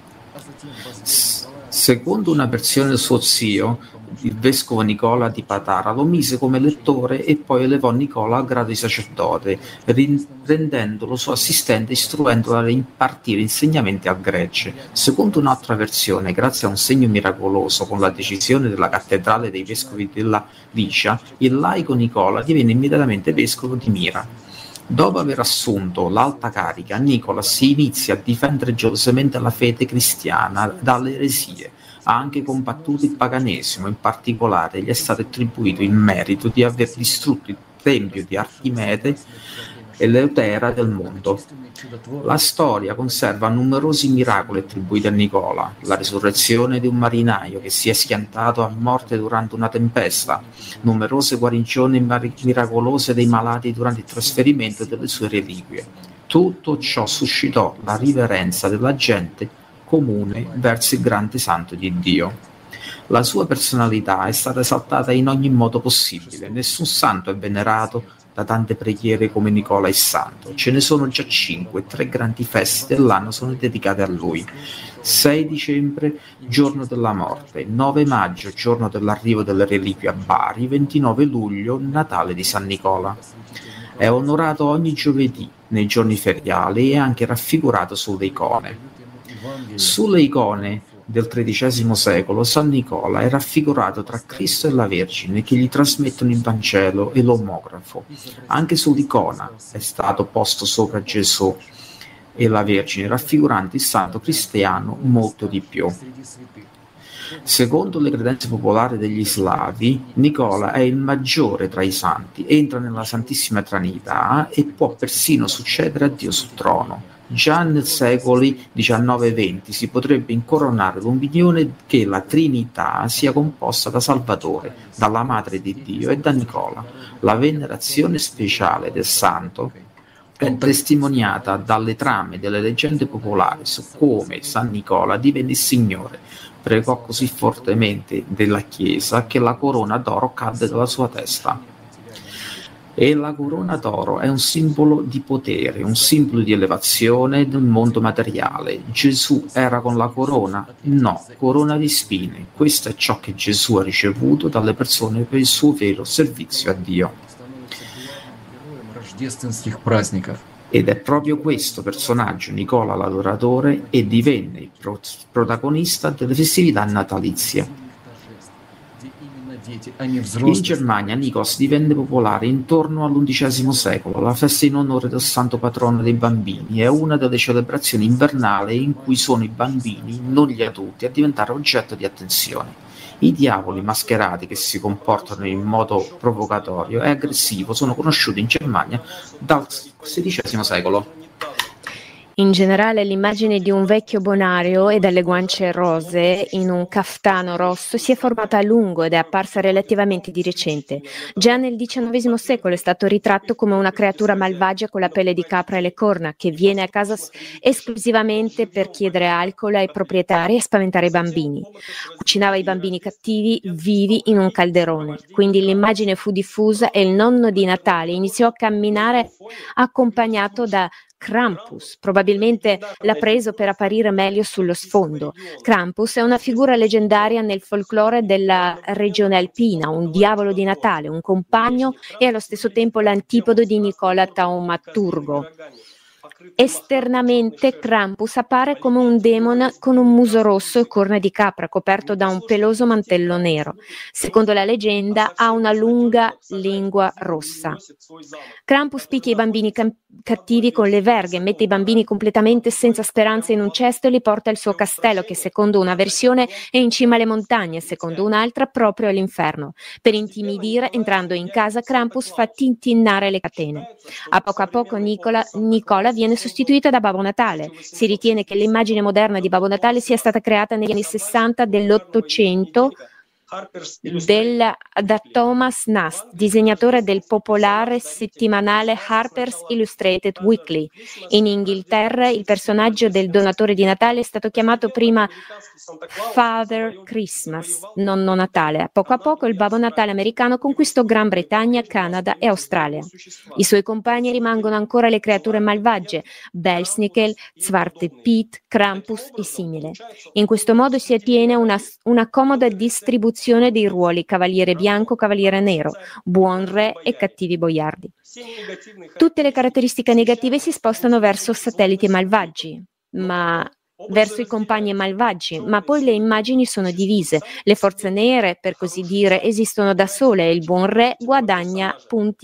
Secondo una versione del suo zio, il vescovo Nicola di Patara lo mise come lettore e poi elevò Nicola al grado di sacerdote, rendendolo suo assistente e istruendolo a impartire insegnamenti al gregge. Secondo un'altra versione, grazie a un segno miracoloso con la decisione della cattedrale dei vescovi della Licia, il laico Nicola divenne immediatamente vescovo di Mira. Dopo aver assunto l'alta carica, Nicola si inizia a difendere gelosamente la fede cristiana dalle eresie. Ha anche combattuto il paganesimo, in particolare gli è stato attribuito il merito di aver distrutto il tempio di Archimede e l'Eutera del mondo. La storia conserva numerosi miracoli attribuiti a Nicola: la risurrezione di un marinaio che si è schiantato a morte durante una tempesta, numerose guarigioni miracolose dei malati durante il trasferimento delle sue reliquie. Tutto ciò suscitò la riverenza della gente comune verso il grande santo di Dio. La sua personalità è stata esaltata in ogni modo possibile. Nessun santo è venerato da tante preghiere come Nicola il Santo. Ce ne sono già 5, 3 grandi feste dell'anno sono dedicate a lui. 6 dicembre, giorno della morte, 9 maggio, giorno dell'arrivo delle reliquie a Bari, 29 luglio, Natale di San Nicola. È onorato ogni giovedì nei giorni feriali e anche raffigurato sulle icone. Sulle icone del XIII secolo San Nicola è raffigurato tra Cristo e la Vergine che gli trasmettono il Vangelo e l'omografo. Anche sull'icona è stato posto sopra Gesù e la Vergine, raffigurando il santo cristiano molto di più. Secondo le credenze popolari degli slavi, Nicola è il maggiore tra i santi, entra nella Santissima Trinità e può persino succedere a Dio sul trono. Già nel secoli XIX e XX si potrebbe incoronare l'opinione che la Trinità sia composta da Salvatore, dalla Madre di Dio e da Nicola. La venerazione speciale del santo è testimoniata dalle trame delle leggende popolari su come San Nicola divenne il Signore. Pregò così fortemente della Chiesa che la corona d'oro cadde dalla sua testa. E la corona d'oro è un simbolo di potere, un simbolo di elevazione del mondo materiale. Gesù era con la corona? No, corona di spine. Questo è ciò che Gesù ha ricevuto dalle persone per il suo vero servizio a Dio. Ed è proprio questo personaggio, Nicola l'adoratore, e divenne il protagonista delle festività natalizie. In Germania Nikos divenne popolare intorno all'XI secolo. La festa in onore del santo patrono dei bambini è una delle celebrazioni invernali in cui sono i bambini, non gli adulti, a diventare oggetto di attenzione. I diavoli mascherati che si comportano in modo provocatorio e aggressivo sono conosciuti in Germania dal XVI secolo. In generale l'immagine di un vecchio bonario e dalle guance rosee in un caftano rosso si è formata a lungo ed è apparsa relativamente di recente. Già nel XIX secolo è stato ritratto come una creatura malvagia con la pelle di capra e le corna che viene a casa esclusivamente per chiedere alcol ai proprietari e spaventare i bambini. Cucinava i bambini cattivi vivi in un calderone. Quindi l'immagine fu diffusa e il nonno di Natale iniziò a camminare accompagnato da Krampus, probabilmente l'ha preso per apparire meglio sullo sfondo. Krampus è una figura leggendaria nel folklore della regione alpina, un diavolo di Natale, un compagno e allo stesso tempo l'antipodo di Nicola Taumaturgo. Esternamente Krampus appare come un demone con un muso rosso e corna di capra coperto da un peloso mantello nero. Secondo la leggenda ha una lunga lingua rossa. Krampus picchia i bambini cattivi con le verghe, mette i bambini completamente senza speranza in un cesto e li porta al suo castello che secondo una versione è in cima alle montagne, secondo un'altra proprio all'inferno. Per intimidire, entrando in casa, Krampus fa tintinnare le catene. A poco Nicola viene sostituita da Babbo Natale. Si ritiene che l'immagine moderna di Babbo Natale sia stata creata negli anni 60 dell'Ottocento da Thomas Nast, disegnatore del popolare settimanale Harper's Illustrated Weekly. In Inghilterra il personaggio del donatore di Natale è stato chiamato prima Father Christmas, nonno Natale. A poco il Babbo Natale americano conquistò Gran Bretagna, Canada e Australia. I suoi compagni rimangono ancora le creature malvagie, Belsnickel, Zwarte Piet, Krampus e simile. In questo modo si ottiene una comoda distribuzione dei ruoli cavaliere bianco, cavaliere nero, buon re e cattivi boiardi. Tutte le caratteristiche negative si spostano verso satelliti malvagi, verso i compagni malvagi, ma poi le immagini sono divise. Le forze nere, per così dire, esistono da sole e il buon re guadagna punti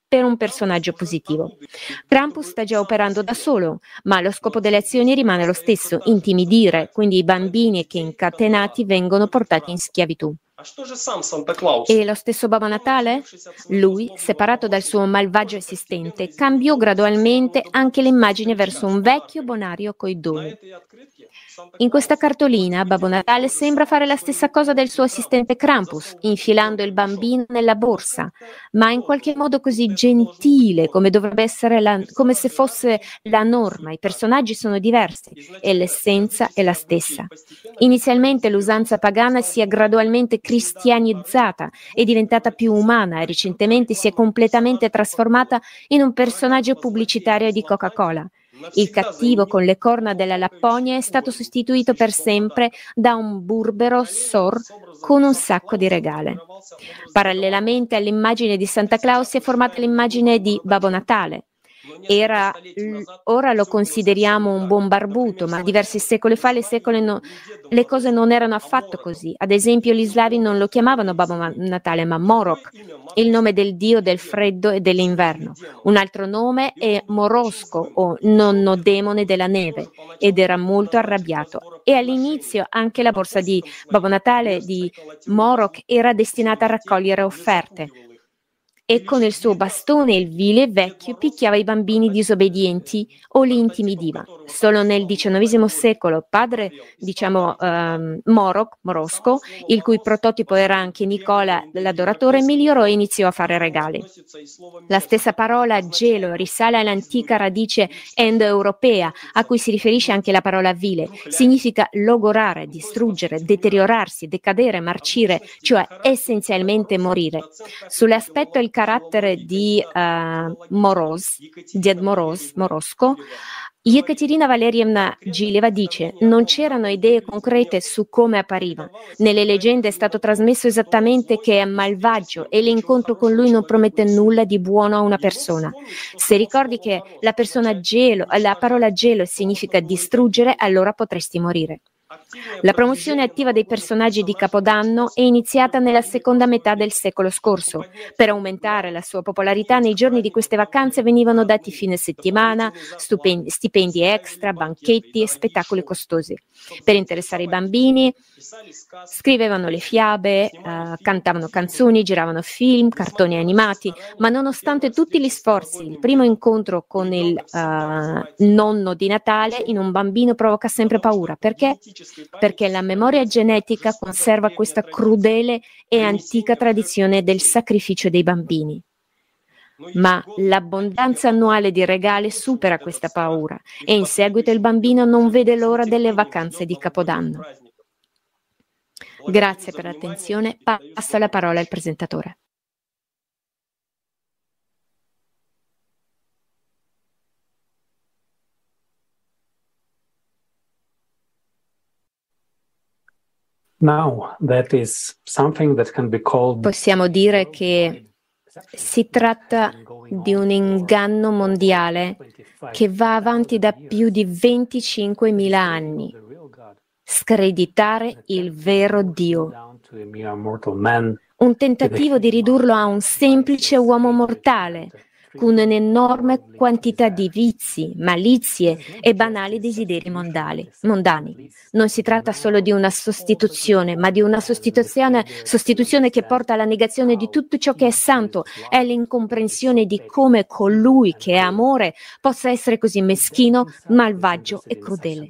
per un personaggio positivo. Krampus sta già operando da solo, ma lo scopo delle azioni rimane lo stesso: intimidire, quindi i bambini che incatenati vengono portati in schiavitù. E lo stesso Babbo Natale? Lui, separato dal suo malvagio assistente, cambiò gradualmente anche l'immagine verso un vecchio bonario coi doni. In questa cartolina Babbo Natale sembra fare la stessa cosa del suo assistente Krampus, infilando il bambino nella borsa, ma in qualche modo così gentile come dovrebbe essere come se fosse la norma. I personaggi sono diversi e l'essenza è la stessa. Inizialmente l'usanza pagana si è gradualmente cristianizzata, è diventata più umana e recentemente si è completamente trasformata in un personaggio pubblicitario di Coca-Cola. Il cattivo con le corna della Lapponia è stato sostituito per sempre da un burbero sor con un sacco di regali. Parallelamente all'immagine di Santa Claus si è formata l'immagine di Babbo Natale. Ora lo consideriamo un buon barbuto, ma diversi secoli fa le cose non erano affatto così. Ad esempio, gli slavi non lo chiamavano Babbo Natale, ma Morok, il nome del dio del freddo e dell'inverno. Un altro nome è Morosco, o nonno demone della neve, ed era molto arrabbiato. E all'inizio anche la borsa di Babbo Natale di Morok era destinata a raccogliere offerte. E con il suo bastone il vile vecchio picchiava i bambini disobbedienti o li intimidiva. Solo nel XIX secolo padre, Morosco, il cui prototipo era anche Nicola l'adoratore, migliorò e iniziò a fare regali. La stessa parola gelo risale all'antica radice indoeuropea, a cui si riferisce anche la parola vile. Significa logorare, distruggere, deteriorarsi, decadere, marcire, cioè essenzialmente morire. Sull'aspetto e il carattere di Ded Morosco, Ekaterina Valerievna Gileva dice: non c'erano idee concrete su come appariva. Nelle leggende è stato trasmesso esattamente che è malvagio e l'incontro con lui non promette nulla di buono a una persona. Se ricordi che la parola gelo significa distruggere, allora potresti morire. La promozione attiva dei personaggi di Capodanno è iniziata nella seconda metà del secolo scorso. Per aumentare la sua popolarità, nei giorni di queste vacanze venivano dati fine settimana, stipendi extra, banchetti e spettacoli costosi. Per interessare i bambini, scrivevano le fiabe, cantavano canzoni, giravano film, cartoni animati, ma nonostante tutti gli sforzi, il primo incontro con il nonno di Natale in un bambino provoca sempre paura. Perché? Perché la memoria genetica conserva questa crudele e antica tradizione del sacrificio dei bambini. Ma l'abbondanza annuale di regali supera questa paura e in seguito il bambino non vede l'ora delle vacanze di Capodanno. Grazie per l'attenzione. Passo la parola al presentatore. Possiamo dire che si tratta di un inganno mondiale che va avanti da più di 25.000 anni. Screditare il vero Dio. Un tentativo di ridurlo a un semplice uomo mortale, con un'enorme quantità di vizi, malizie e banali desideri mondani. Non si tratta solo di una sostituzione, ma di una sostituzione che porta alla negazione di tutto ciò che è santo e all'incomprensione di come colui che è amore possa essere così meschino, malvagio e crudele.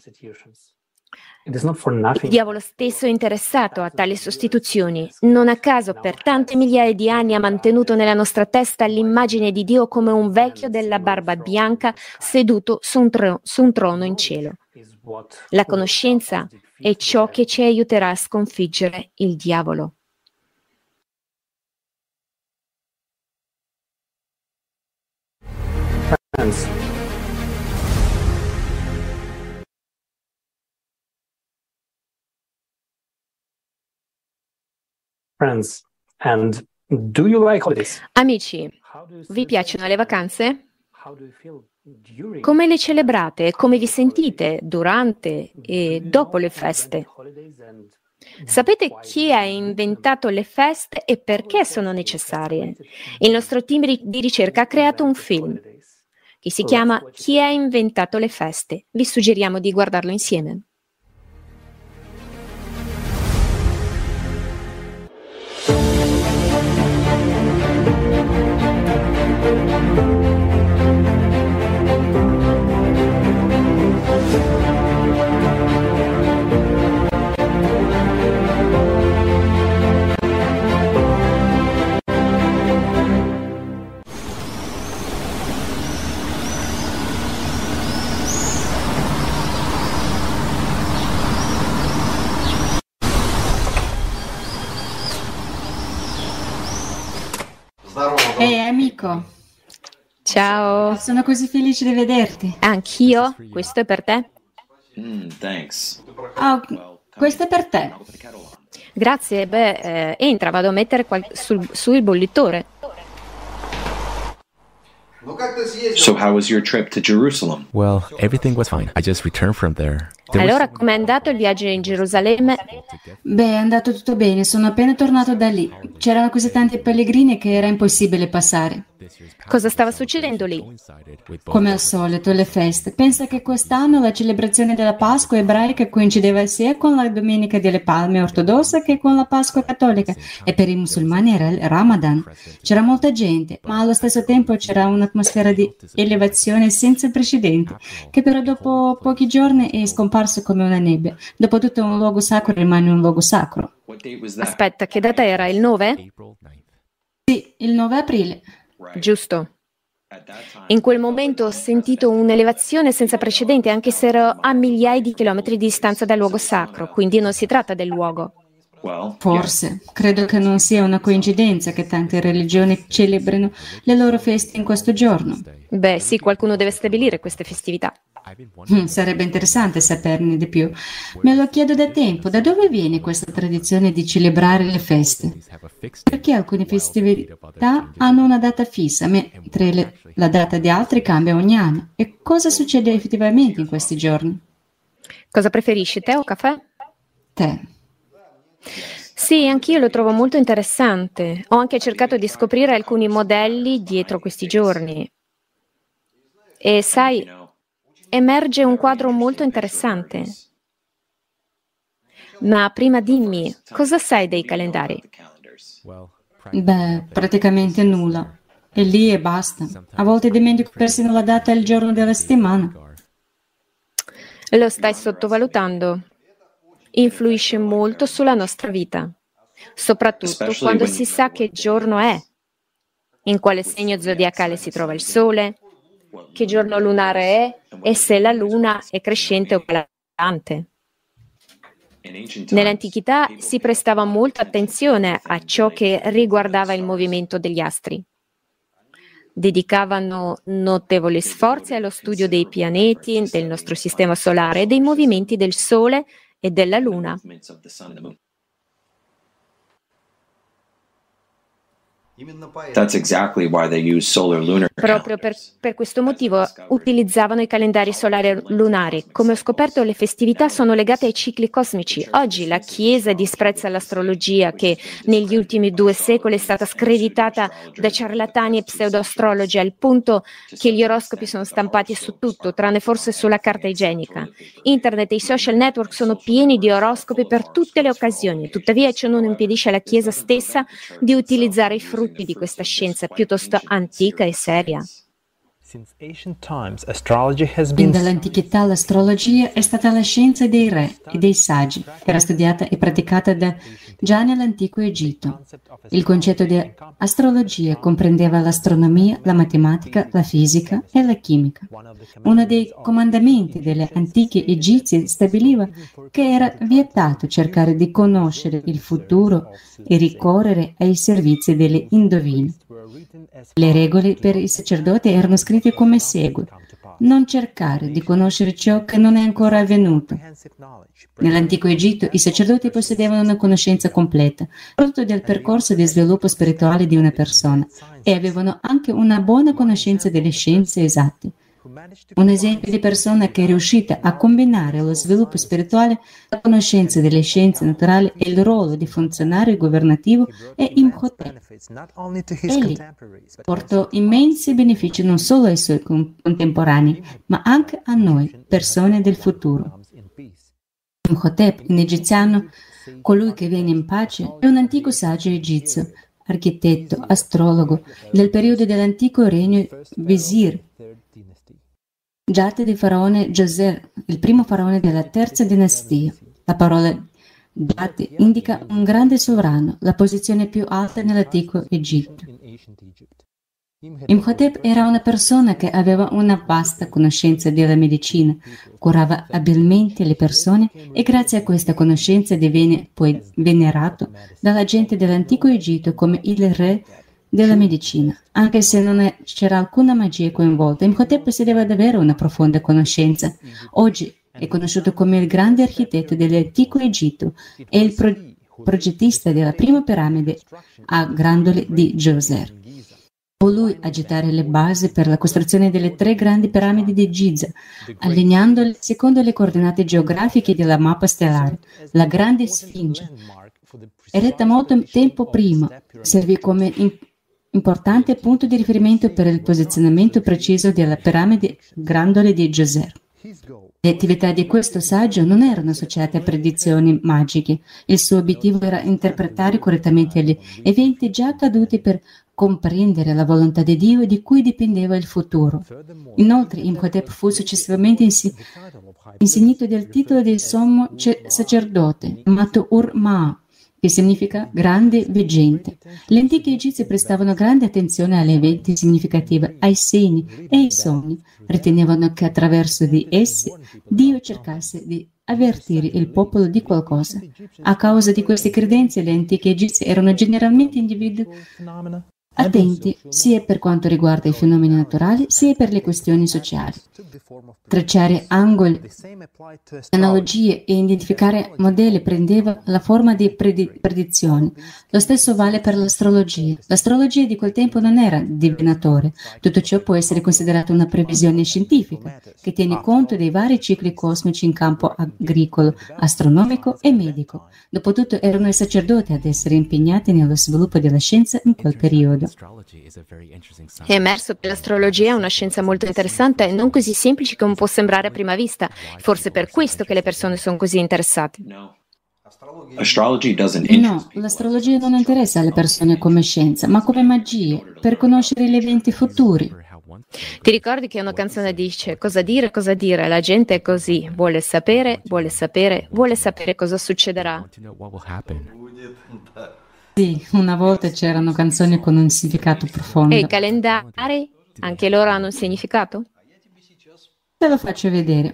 Il diavolo stesso è interessato a tali sostituzioni. Non a caso per tante migliaia di anni ha mantenuto nella nostra testa l'immagine di Dio come un vecchio della barba bianca seduto su un trono in cielo. La conoscenza è ciò che ci aiuterà a sconfiggere il diavolo. Amici, vi piacciono le vacanze? Come le celebrate? Come vi sentite durante e dopo le feste? Sapete chi ha inventato le feste e perché sono necessarie? Il nostro team di ricerca ha creato un film che si chiama Chi ha inventato le feste. Vi suggeriamo di guardarlo insieme. Ehi amico. Ciao. Sono così felice di vederti. Anch'io. Questo è per te. Oh, questo è per te. Grazie. Entra, vado a mettere su il bollitore. So how was your trip to Jerusalem? Well, everything was fine. I just returned from there. Allora, com'è andato il viaggio in Gerusalemme? Beh, è andato tutto bene, sono appena tornato da lì. C'erano così tanti pellegrini che era impossibile passare. Cosa stava succedendo lì? Come al solito, le feste. Pensa che quest'anno la celebrazione della Pasqua ebraica coincideva sia con la Domenica delle Palme ortodossa che con la Pasqua cattolica, e per i musulmani era il Ramadan. C'era molta gente, ma allo stesso tempo c'era un'atmosfera di elevazione senza precedenti, che però dopo pochi giorni è scomparso come una nebbia. Dopotutto un luogo sacro rimane un luogo sacro. Aspetta, che data era? Il 9? Sì, il 9 aprile. Giusto. In quel momento ho sentito un'elevazione senza precedenti, anche se ero a migliaia di chilometri di distanza dal luogo sacro, quindi non si tratta del luogo. Forse. Credo che non sia una coincidenza che tante religioni celebrino le loro feste in questo giorno. Beh, sì, qualcuno deve stabilire queste festività. Sarebbe interessante saperne di più. Me lo chiedo da tempo, da dove viene questa tradizione di celebrare le feste? Perché alcune festività hanno una data fissa, mentre la data di altre cambia ogni anno. E cosa succede effettivamente in questi giorni? Cosa preferisci, tè o caffè? Tè. Sì, anch'io lo trovo molto interessante. Ho anche cercato di scoprire alcuni modelli dietro questi giorni. E sai, emerge un quadro molto interessante. Ma prima dimmi, cosa sai dei calendari? Beh, praticamente nulla. È lì e basta. A volte dimentico persino la data e il giorno della settimana. Lo stai sottovalutando. Influisce molto sulla nostra vita, soprattutto quando si sa che giorno è, in quale segno zodiacale si trova il Sole, che giorno lunare è e se la Luna è crescente o calante. Nell'antichità si prestava molta attenzione a ciò che riguardava il movimento degli astri. Dedicavano notevoli sforzi allo studio dei pianeti, del nostro sistema solare e dei movimenti del Sole e della Luna. Proprio per questo motivo utilizzavano i calendari solari e lunari. Come ho scoperto, le festività sono legate ai cicli cosmici. Oggi la Chiesa disprezza l'astrologia, che negli ultimi 2 secoli è stata screditata da ciarlatani e pseudoastrologi, al punto che gli oroscopi sono stampati su tutto, tranne forse sulla carta igienica. Internet e i social network sono pieni di oroscopi per tutte le occasioni. Tuttavia, ciò non impedisce alla Chiesa stessa di utilizzare i frutti di questa scienza piuttosto antica e seria. Fin dall'antichità l'astrologia è stata la scienza dei re e dei saggi, era studiata e praticata già nell'antico Egitto. Il concetto di astrologia comprendeva l'astronomia, la matematica, la fisica e la chimica. Uno dei comandamenti delle antiche egizie stabiliva che era vietato cercare di conoscere il futuro e ricorrere ai servizi delle indovine. Le regole per i sacerdoti erano scritte come segue: non cercare di conoscere ciò che non è ancora avvenuto. Nell'antico Egitto i sacerdoti possedevano una conoscenza completa, frutto del percorso di sviluppo spirituale di una persona, e avevano anche una buona conoscenza delle scienze esatte. Un esempio di persona che è riuscita a combinare lo sviluppo spirituale, la conoscenza delle scienze naturali e il ruolo di funzionario governativo è Imhotep. Egli portò immensi benefici non solo ai suoi contemporanei, ma anche a noi, persone del futuro. Imhotep, in egiziano, colui che viene in pace, è un antico saggio egizio, architetto, astrologo, del periodo dell'antico regno Visir, Giate di faraone Djoser, il primo faraone della terza dinastia. La parola Giate indica un grande sovrano, la posizione più alta nell'antico Egitto. Imhotep era una persona che aveva una vasta conoscenza della medicina, curava abilmente le persone e grazie a questa conoscenza divenne poi venerato dalla gente dell'antico Egitto come il re della medicina. Anche se non c'era alcuna magia coinvolta, Imhotep possedeva davvero una profonda conoscenza. Oggi è conosciuto come il grande architetto dell'antico Egitto e il progettista della prima piramide a grandole di Djoser. Fu lui a gettare le basi per la costruzione delle 3 grandi piramidi di Giza, allineandole secondo le coordinate geografiche della mappa stellare. La grande Sfinge, eretta molto tempo prima, servì come importante punto di riferimento per il posizionamento preciso della piramide grandole di Djoser. Le attività di questo saggio non erano associate a predizioni magiche. Il suo obiettivo era interpretare correttamente gli eventi già accaduti per comprendere la volontà di Dio di cui dipendeva il futuro. Inoltre, Imhotep fu successivamente insignito del titolo di sommo sacerdote, Matu-ur-Ma, che significa grande veggente. Gli antichi egizi prestavano grande attenzione agli eventi significativi, ai segni e ai sogni. Ritenevano che attraverso di essi Dio cercasse di avvertire il popolo di qualcosa. A causa di queste credenze, gli antichi egizi erano generalmente individui attenti sia per quanto riguarda i fenomeni naturali sia per le questioni sociali. Tracciare angoli, analogie e identificare modelli prendeva la forma di predizione. Lo stesso vale per l'astrologia. L'astrologia di quel tempo non era divinatoria. Tutto ciò può essere considerato una previsione scientifica che tiene conto dei vari cicli cosmici in campo agricolo, astronomico e medico. Dopotutto erano i sacerdoti ad essere impegnati nello sviluppo della scienza in quel periodo. È emerso che l'astrologia è una scienza molto interessante e non così semplice come può sembrare a prima vista. Forse per questo che le persone sono così interessate. No, l'astrologia non interessa alle persone come scienza, ma come magia, per conoscere gli eventi futuri. Ti ricordi che una canzone dice cosa dire, la gente è così, vuole sapere cosa succederà. Sì, una volta c'erano canzoni con un significato profondo. E i calendari, anche loro hanno un significato? Te lo faccio vedere.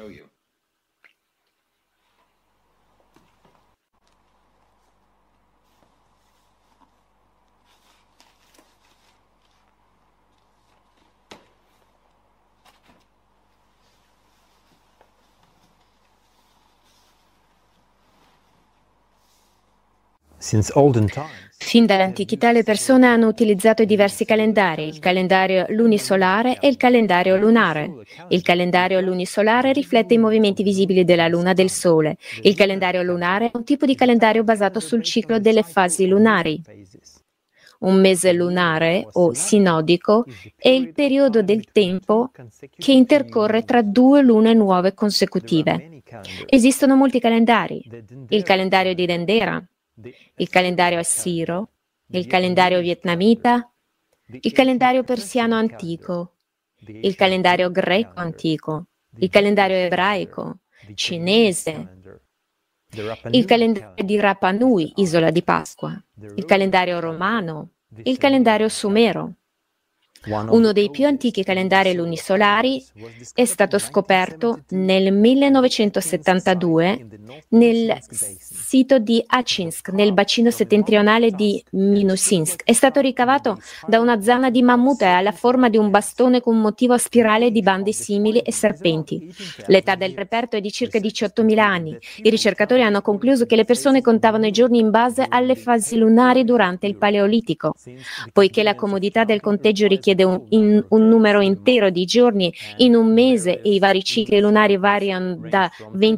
Fin dall'antichità le persone hanno utilizzato diversi calendari, il calendario lunisolare e il calendario lunare. Il calendario lunisolare riflette i movimenti visibili della Luna e del Sole. Il calendario lunare è un tipo di calendario basato sul ciclo delle fasi lunari. Un mese lunare o sinodico è il periodo del tempo che intercorre tra 2 lune nuove consecutive. Esistono molti calendari. Il calendario di Dendera, il calendario assiro, il calendario vietnamita, il calendario persiano antico, il calendario greco antico, il calendario ebraico, cinese, il calendario di Rapa Nui, isola di Pasqua, il calendario romano, il calendario sumero. Uno dei più antichi calendari lunisolari è stato scoperto nel 1972 nel sito di Achinsk, nel bacino settentrionale di Minusinsk. È stato ricavato da una zanna di mammut e ha la forma di un bastone con un motivo a spirale di bande simili e serpenti. L'età del reperto è di circa 18.000 anni. I ricercatori hanno concluso che le persone contavano i giorni in base alle fasi lunari durante il Paleolitico. Poiché la comodità del conteggio richiede richiede un numero intero di giorni in un mese e i vari cicli lunari variano da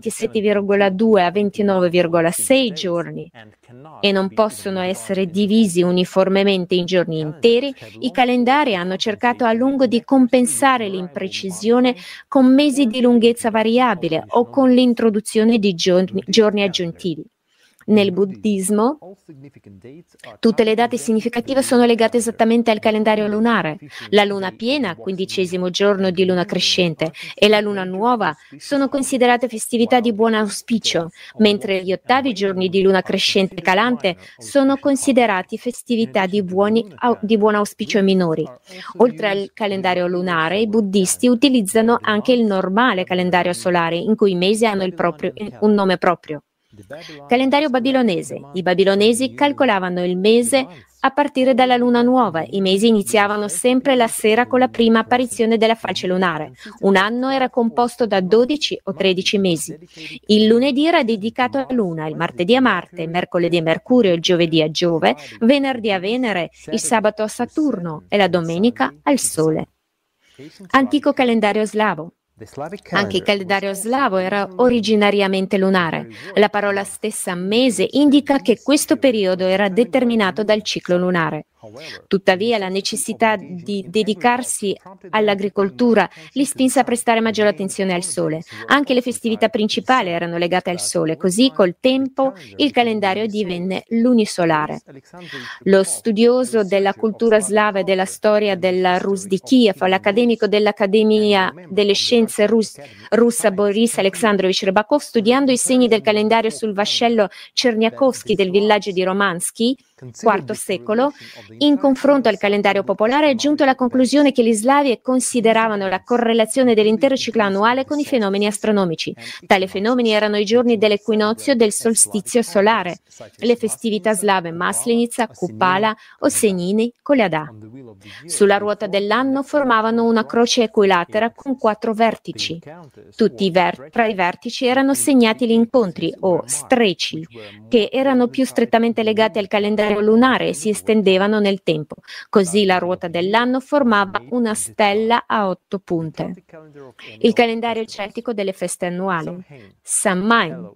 27,2 a 29,6 giorni e non possono essere divisi uniformemente in giorni interi, i calendari hanno cercato a lungo di compensare l'imprecisione con mesi di lunghezza variabile o con l'introduzione di giorni aggiuntivi. Nel buddismo, tutte le date significative sono legate esattamente al calendario lunare. La luna piena, 15° giorno di luna crescente, e la luna nuova sono considerate festività di buon auspicio, mentre gli 8 giorni di luna crescente calante sono considerati festività di buon auspicio minori. Oltre al calendario lunare, i buddisti utilizzano anche il normale calendario solare, in cui i mesi hanno un nome proprio. Calendario babilonese. I babilonesi calcolavano il mese a partire dalla luna nuova. I mesi iniziavano sempre la sera con la prima apparizione della falce lunare. Un anno era composto da 12 o 13 mesi. Il lunedì era dedicato alla luna, il martedì a Marte, il mercoledì a Mercurio, il giovedì a Giove, venerdì a Venere, il sabato a Saturno e la domenica al Sole. Antico calendario slavo. Anche il calendario slavo era originariamente lunare. La parola stessa mese indica che questo periodo era determinato dal ciclo lunare. Tuttavia, la necessità di dedicarsi all'agricoltura li spinse a prestare maggiore attenzione al sole. Anche le festività principali erano legate al sole, così col tempo il calendario divenne lunisolare. Lo studioso della cultura slava e della storia della Rus di Kiev, l'accademico dell'Accademia delle Scienze russa Boris Alexandrovich Rybakov, studiando i segni del calendario sul vascello Cherniakovsky del villaggio di Romansky, IV secolo, in confronto al calendario popolare, è giunto alla conclusione che gli slavi consideravano la correlazione dell'intero ciclo annuale con i fenomeni astronomici. Tali fenomeni erano i giorni dell'equinozio del solstizio solare, le festività slave Maslenica, Kupala o Senini, Kolyada. Sulla ruota dell'anno formavano una croce equilatera con 4 vertici. Tra i vertici erano segnati gli incontri o streci, che erano più strettamente legati al calendario lunare e si estendevano nel tempo. Così la ruota dell'anno formava una stella a 8 punte. Il calendario celtico delle feste annuali. Samhain,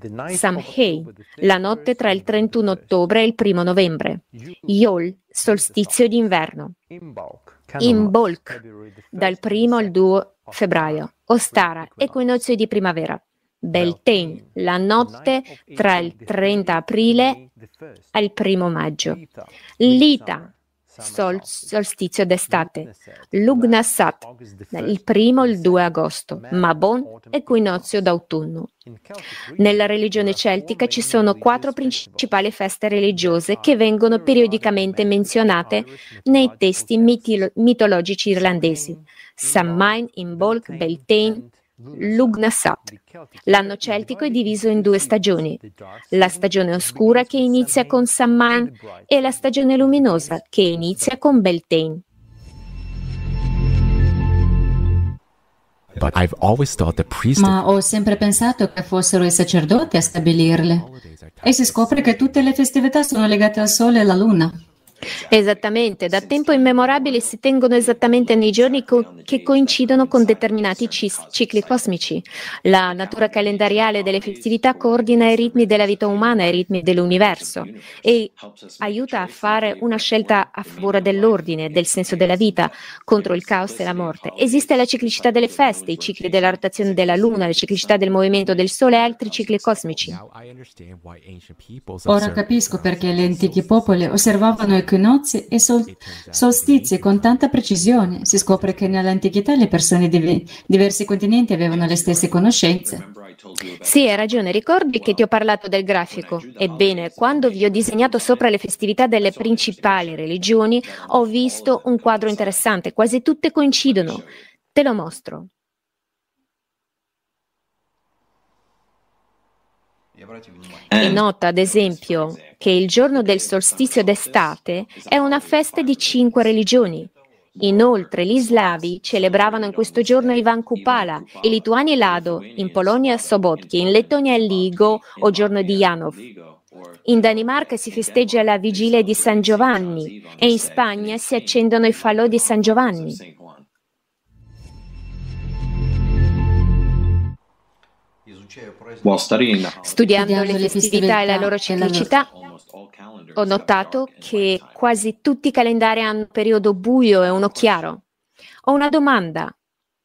la notte tra il 31 ottobre e il 1 novembre. Yol, solstizio d'inverno. Imbolc, dal 1 al 2 febbraio. Ostara, equinozio di primavera. Beltane, la notte tra il 30 aprile al 1 maggio. Lita, solstizio d'estate. Lugnasat, il 1 al 2 agosto. Mabon, equinozio d'autunno. Nella religione celtica ci sono 4 principali feste religiose che vengono periodicamente menzionate nei testi mitologici irlandesi: Samhain, Imbolc, Beltane, Lugnasat. L'anno celtico è diviso in 2 stagioni: la stagione oscura, che inizia con Samhain, e la stagione luminosa, che inizia con Beltane. Ma ho sempre pensato che fossero i sacerdoti a stabilirle. E si scopre che tutte le festività sono legate al sole e alla luna. Esattamente, da tempo immemorabile si tengono esattamente nei giorni che coincidono con determinati cicli cosmici. La natura calendariale delle festività coordina i ritmi della vita umana e i ritmi dell'universo e aiuta a fare una scelta a favore dell'ordine, del senso della vita, contro il caos e la morte. Esiste la ciclicità delle feste, i cicli della rotazione della luna, la ciclicità del movimento del sole e altri cicli cosmici. Ora capisco perché gli antichi popoli osservavano equinozi e solstizi con tanta precisione. Si scopre che nell'antichità le persone di diversi continenti avevano le stesse conoscenze. Sì, hai ragione, ricordi che ti ho parlato del grafico? Ebbene, quando vi ho disegnato sopra le festività delle principali religioni, ho visto un quadro interessante, quasi tutte coincidono. Te lo mostro. E nota, ad esempio, che il giorno del solstizio d'estate è una festa di 5 religioni. Inoltre, gli slavi celebravano in questo giorno Ivan Kupala, i lituani Lado, in Polonia Sobotki, in Lettonia Ligo o giorno di Janov. In Danimarca si festeggia la vigilia di San Giovanni e in Spagna si accendono i falò di San Giovanni. Studiando le festività e la loro ciclicità, ho notato che quasi tutti i calendari hanno un periodo buio e uno chiaro. Ho una domanda.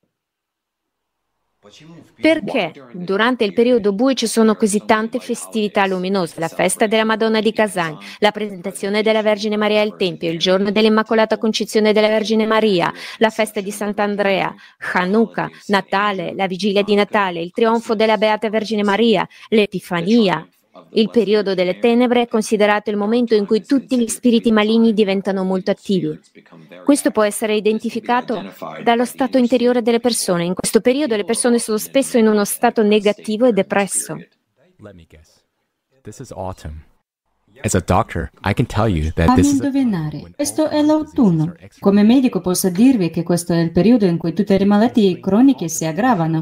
Perché durante il periodo buio ci sono così tante festività luminose? La festa della Madonna di Kazan, la presentazione della Vergine Maria al Tempio, il giorno dell'Immacolata Concezione della Vergine Maria, la festa di Sant'Andrea, Hanukkah, Natale, la vigilia di Natale, il trionfo della Beata Vergine Maria, l'Epifania. Il periodo delle tenebre è considerato il momento in cui tutti gli spiriti maligni diventano molto attivi. Questo può essere identificato dallo stato interiore delle persone. In questo periodo le persone sono spesso in uno stato negativo e depresso. Let me guess. This is autumn. As a doctor, I can tell you that Fammi this is indovinare, questo è l'autunno. Come medico posso dirvi che questo è il periodo in cui tutte le malattie croniche si aggravano.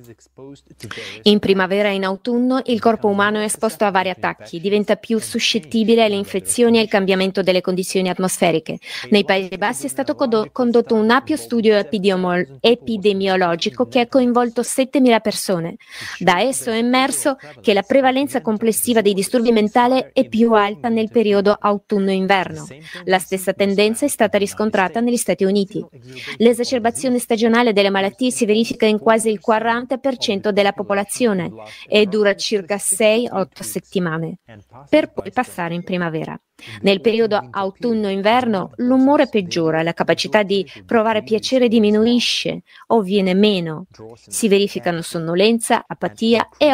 In primavera e in autunno il corpo umano è esposto a vari attacchi, diventa più suscettibile alle infezioni e al cambiamento delle condizioni atmosferiche. Nei Paesi Bassi è stato condotto un ampio studio epidemiologico che ha coinvolto 7.000 persone. Da esso è emerso che la prevalenza complessiva dei disturbi mentali è più alta nel periodo autunno-inverno. La stessa tendenza è stata riscontrata negli Stati Uniti. L'esacerbazione stagionale delle malattie si verifica in quasi il 40% della popolazione e dura circa 6-8 settimane, per poi passare in primavera. Nel periodo autunno-inverno l'umore peggiora, la capacità di provare piacere diminuisce o viene meno. Si verificano sonnolenza, apatia e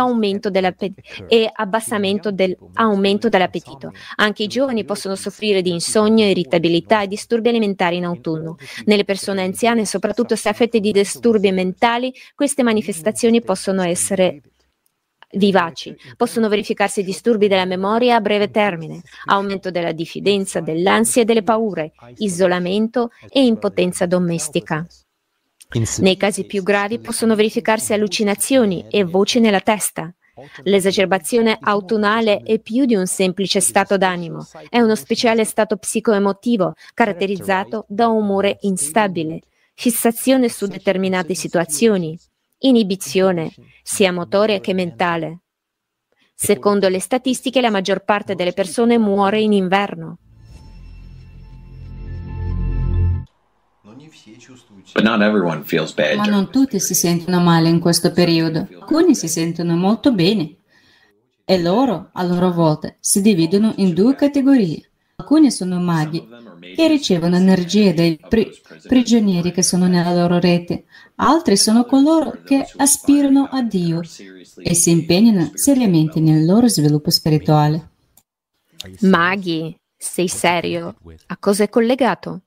abbassamento dell'appetito. Anche i giovani possono soffrire di insonnia, irritabilità e disturbi alimentari in autunno. Nelle persone anziane, soprattutto se affette di disturbi mentali, queste manifestazioni possono essere vivaci. Possono verificarsi disturbi della memoria a breve termine, aumento della diffidenza, dell'ansia e delle paure, isolamento e impotenza domestica. Nei casi più gravi possono verificarsi allucinazioni e voci nella testa. L'esacerbazione autunnale è più di un semplice stato d'animo, è uno speciale stato psicoemotivo caratterizzato da umore instabile, fissazione su determinate situazioni, inibizione, sia motoria che mentale. Secondo le statistiche, la maggior parte delle persone muore in inverno. But not everyone feels bad. Ma non tutti si sentono male in questo periodo. Alcuni si sentono molto bene. E loro, a loro volta, si dividono in due categorie. Alcuni sono maghi, che ricevono energie dai prigionieri che sono nella loro rete. Altri sono coloro che aspirano a Dio e si impegnano seriamente nel loro sviluppo spirituale. Maghi? Sei serio? A cosa è collegato?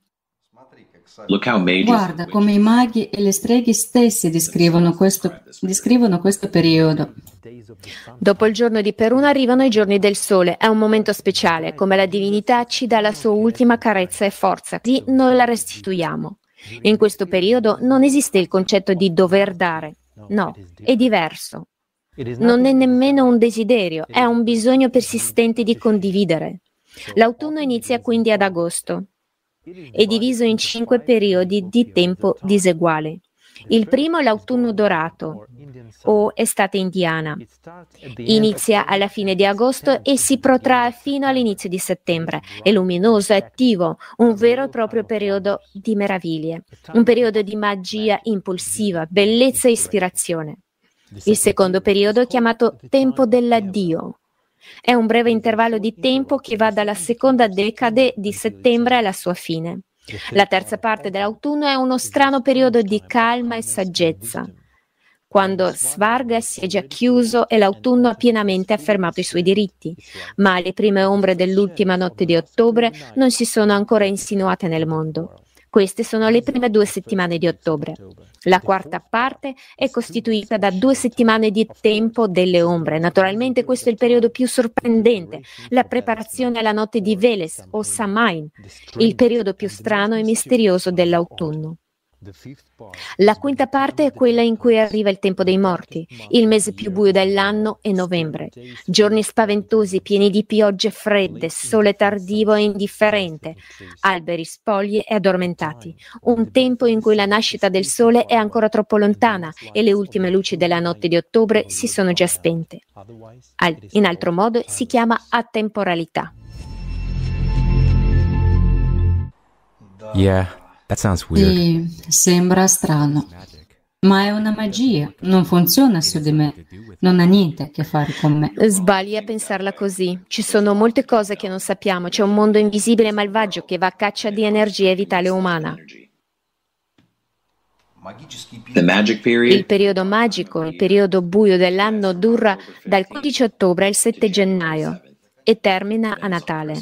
Guarda come i maghi e le streghe stessi descrivono questo periodo. Dopo il giorno di Peruna arrivano i giorni del sole. È un momento speciale, come la divinità ci dà la sua ultima carezza e forza, così noi la restituiamo. In questo periodo non esiste il concetto di dover dare. No, è diverso. Non è nemmeno un desiderio, è un bisogno persistente di condividere. L'autunno inizia quindi ad agosto. È diviso in 5 periodi di tempo diseguali. Il primo è l'autunno dorato o estate indiana. Inizia alla fine di agosto e si protrae fino all'inizio di settembre. È luminoso e attivo, un vero e proprio periodo di meraviglie, un periodo di magia impulsiva, bellezza e ispirazione. Il secondo periodo è chiamato tempo dell'addio. È un breve intervallo di tempo che va dalla seconda decade di settembre alla sua fine. La terza parte dell'autunno è uno strano periodo di calma e saggezza, quando Svarga si è già chiuso e l'autunno ha pienamente affermato i suoi diritti, ma le prime ombre dell'ultima notte di ottobre non si sono ancora insinuate nel mondo. Queste sono le prime 2 settimane di ottobre. La quarta parte è costituita da 2 settimane di tempo delle ombre. Naturalmente questo è il periodo più sorprendente, la preparazione alla notte di Veles o Samain, il periodo più strano e misterioso dell'autunno. La quinta parte è quella in cui arriva il tempo dei morti. Il mese più buio dell'anno è novembre. Giorni spaventosi, pieni di piogge fredde, sole tardivo e indifferente, alberi spogli e addormentati. Un tempo in cui la nascita del sole è ancora troppo lontana e le ultime luci della notte di ottobre si sono già spente. In altro modo si chiama atemporalità. Yeah. That sounds weird. Sì, sembra strano, ma è una magia, non funziona su di me, non ha niente a che fare con me. Sbagli a pensarla così. Ci sono molte cose che non sappiamo, c'è un mondo invisibile e malvagio che va a caccia di energia vitale umana. Il periodo magico, il periodo buio dell'anno dura dal 15 ottobre al 7 gennaio e termina a Natale.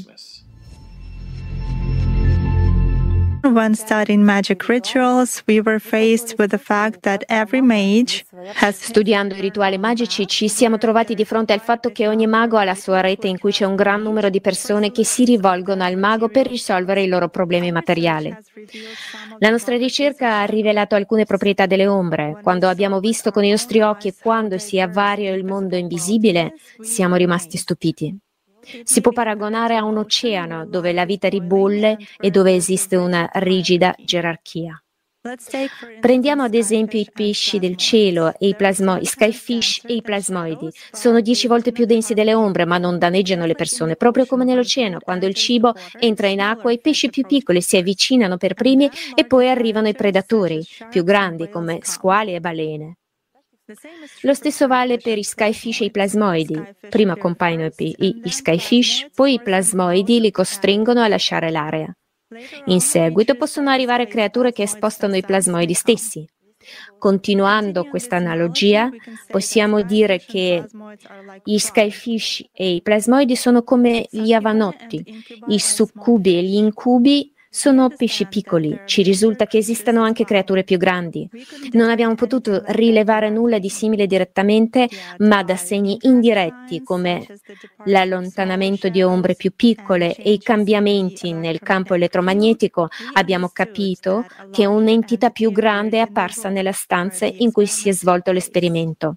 When studying magic rituals, we were faced with the fact that every mage has... Studiando i rituali magici ci siamo trovati di fronte al fatto che ogni mago ha la sua rete in cui c'è un gran numero di persone che si rivolgono al mago per risolvere i loro problemi materiali. La nostra ricerca ha rivelato alcune proprietà delle ombre. Quando abbiamo visto con i nostri occhi quando sia vario il mondo invisibile, siamo rimasti stupiti. Si può paragonare a un oceano dove la vita ribolle e dove esiste una rigida gerarchia. Prendiamo ad esempio i pesci del cielo e i skyfish e i plasmoidi. Sono 10 volte più densi delle ombre, ma non danneggiano le persone. Proprio come nell'oceano, quando il cibo entra in acqua, i pesci più piccoli si avvicinano per primi e poi arrivano i predatori più grandi come squali e balene. Lo stesso vale per i skyfish e i plasmoidi. Prima compaiono i skyfish, poi i plasmoidi li costringono a lasciare l'area. In seguito possono arrivare creature che spostano i plasmoidi stessi. Continuando questa analogia, possiamo dire che gli skyfish e i plasmoidi sono come gli avanotti, i succubi e gli incubi sono pesci piccoli, ci risulta che esistano anche creature più grandi. Non abbiamo potuto rilevare nulla di simile direttamente, ma da segni indiretti come l'allontanamento di ombre più piccole e i cambiamenti nel campo elettromagnetico abbiamo capito che un'entità più grande è apparsa nella stanza in cui si è svolto l'esperimento.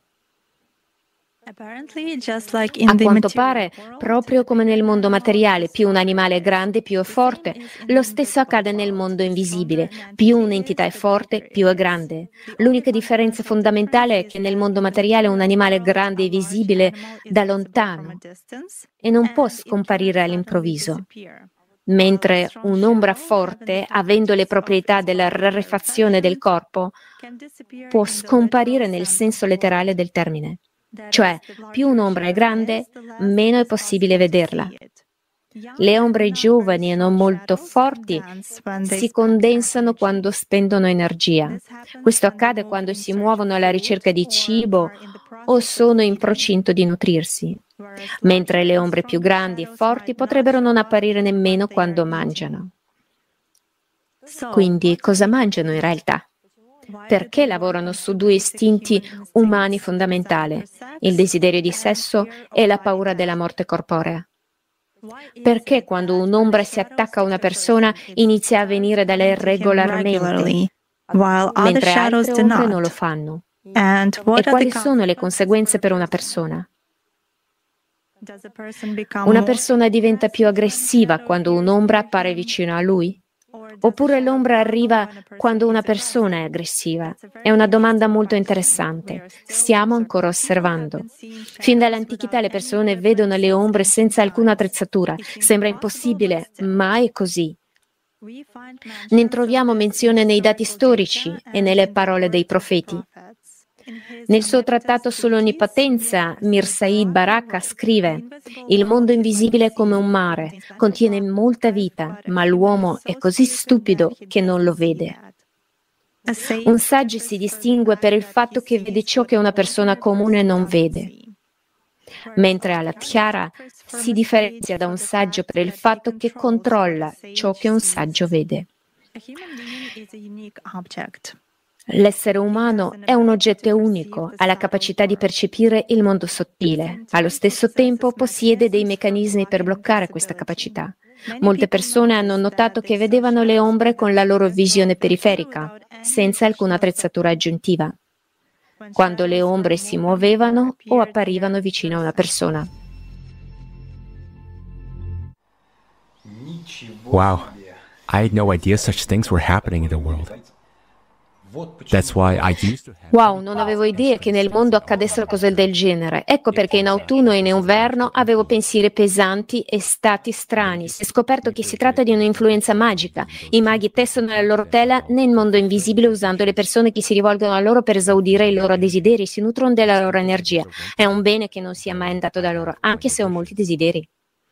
A quanto pare, proprio come nel mondo materiale, più un animale è grande, più è forte, lo stesso accade nel mondo invisibile. Più un'entità è forte, più è grande. L'unica differenza fondamentale è che nel mondo materiale un animale è grande e visibile da lontano e non può scomparire all'improvviso. Mentre un'ombra forte, avendo le proprietà della rarefazione del corpo, può scomparire nel senso letterale del termine. Cioè, più un'ombra è grande, meno è possibile vederla. Le ombre giovani e non molto forti si condensano quando spendono energia. Questo accade quando si muovono alla ricerca di cibo o sono in procinto di nutrirsi, mentre le ombre più grandi e forti potrebbero non apparire nemmeno quando mangiano. Quindi, cosa mangiano in realtà? Perché lavorano su due istinti umani fondamentali, il desiderio di sesso e la paura della morte corporea? Perché quando un'ombra si attacca a una persona inizia a venire da lei regolarmente, mentre altre ombre non lo fanno? E quali sono le conseguenze per una persona? Una persona diventa più aggressiva quando un'ombra appare vicino a lui? Oppure l'ombra arriva quando una persona è aggressiva? È una domanda molto interessante. Stiamo ancora osservando. Fin dall'antichità le persone vedono le ombre senza alcuna attrezzatura. Sembra impossibile, ma è così. Ne troviamo menzione nei dati storici e nelle parole dei profeti. Nel suo trattato sull'onnipotenza, Mirsaid Baraka scrive: «Il mondo invisibile è come un mare, contiene molta vita, ma l'uomo è così stupido che non lo vede». Un saggio si distingue per il fatto che vede ciò che una persona comune non vede, mentre Alathyara si differenzia da un saggio per il fatto che controlla ciò che un saggio vede. L'essere umano è un oggetto unico, ha la capacità di percepire il mondo sottile, allo stesso tempo possiede dei meccanismi per bloccare questa capacità. Molte persone hanno notato che vedevano le ombre con la loro visione periferica. senza alcuna attrezzatura aggiuntiva, quando le ombre si muovevano o apparivano vicino a una persona. Wow, I had no idea such things were happening in the world. That's why I used to have... Wow, non avevo idea che nel mondo accadessero cose del genere. Ecco perché in autunno e in inverno avevo pensieri pesanti e stati strani. Si è scoperto che si tratta di un'influenza magica. I maghi tessono la loro tela nel mondo invisibile usando le persone che si rivolgono a loro per esaudire i loro desideri, si nutrono della loro energia. È un bene che non sia mai andato da loro, anche se ho molti desideri.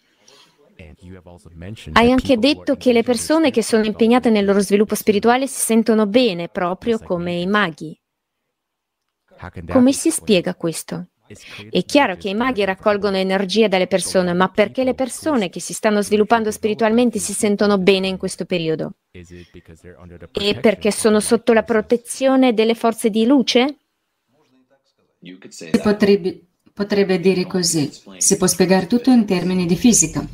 Hai anche detto che le persone che sono impegnate nel loro sviluppo spirituale si sentono bene, proprio come i maghi. Come si spiega questo? È chiaro che i maghi raccolgono energia dalle persone, ma perché le persone che si stanno sviluppando spiritualmente si sentono bene in questo periodo? E perché sono sotto la protezione delle forze di luce? Potrebbe dire così. Si può spiegare tutto in termini di fisica.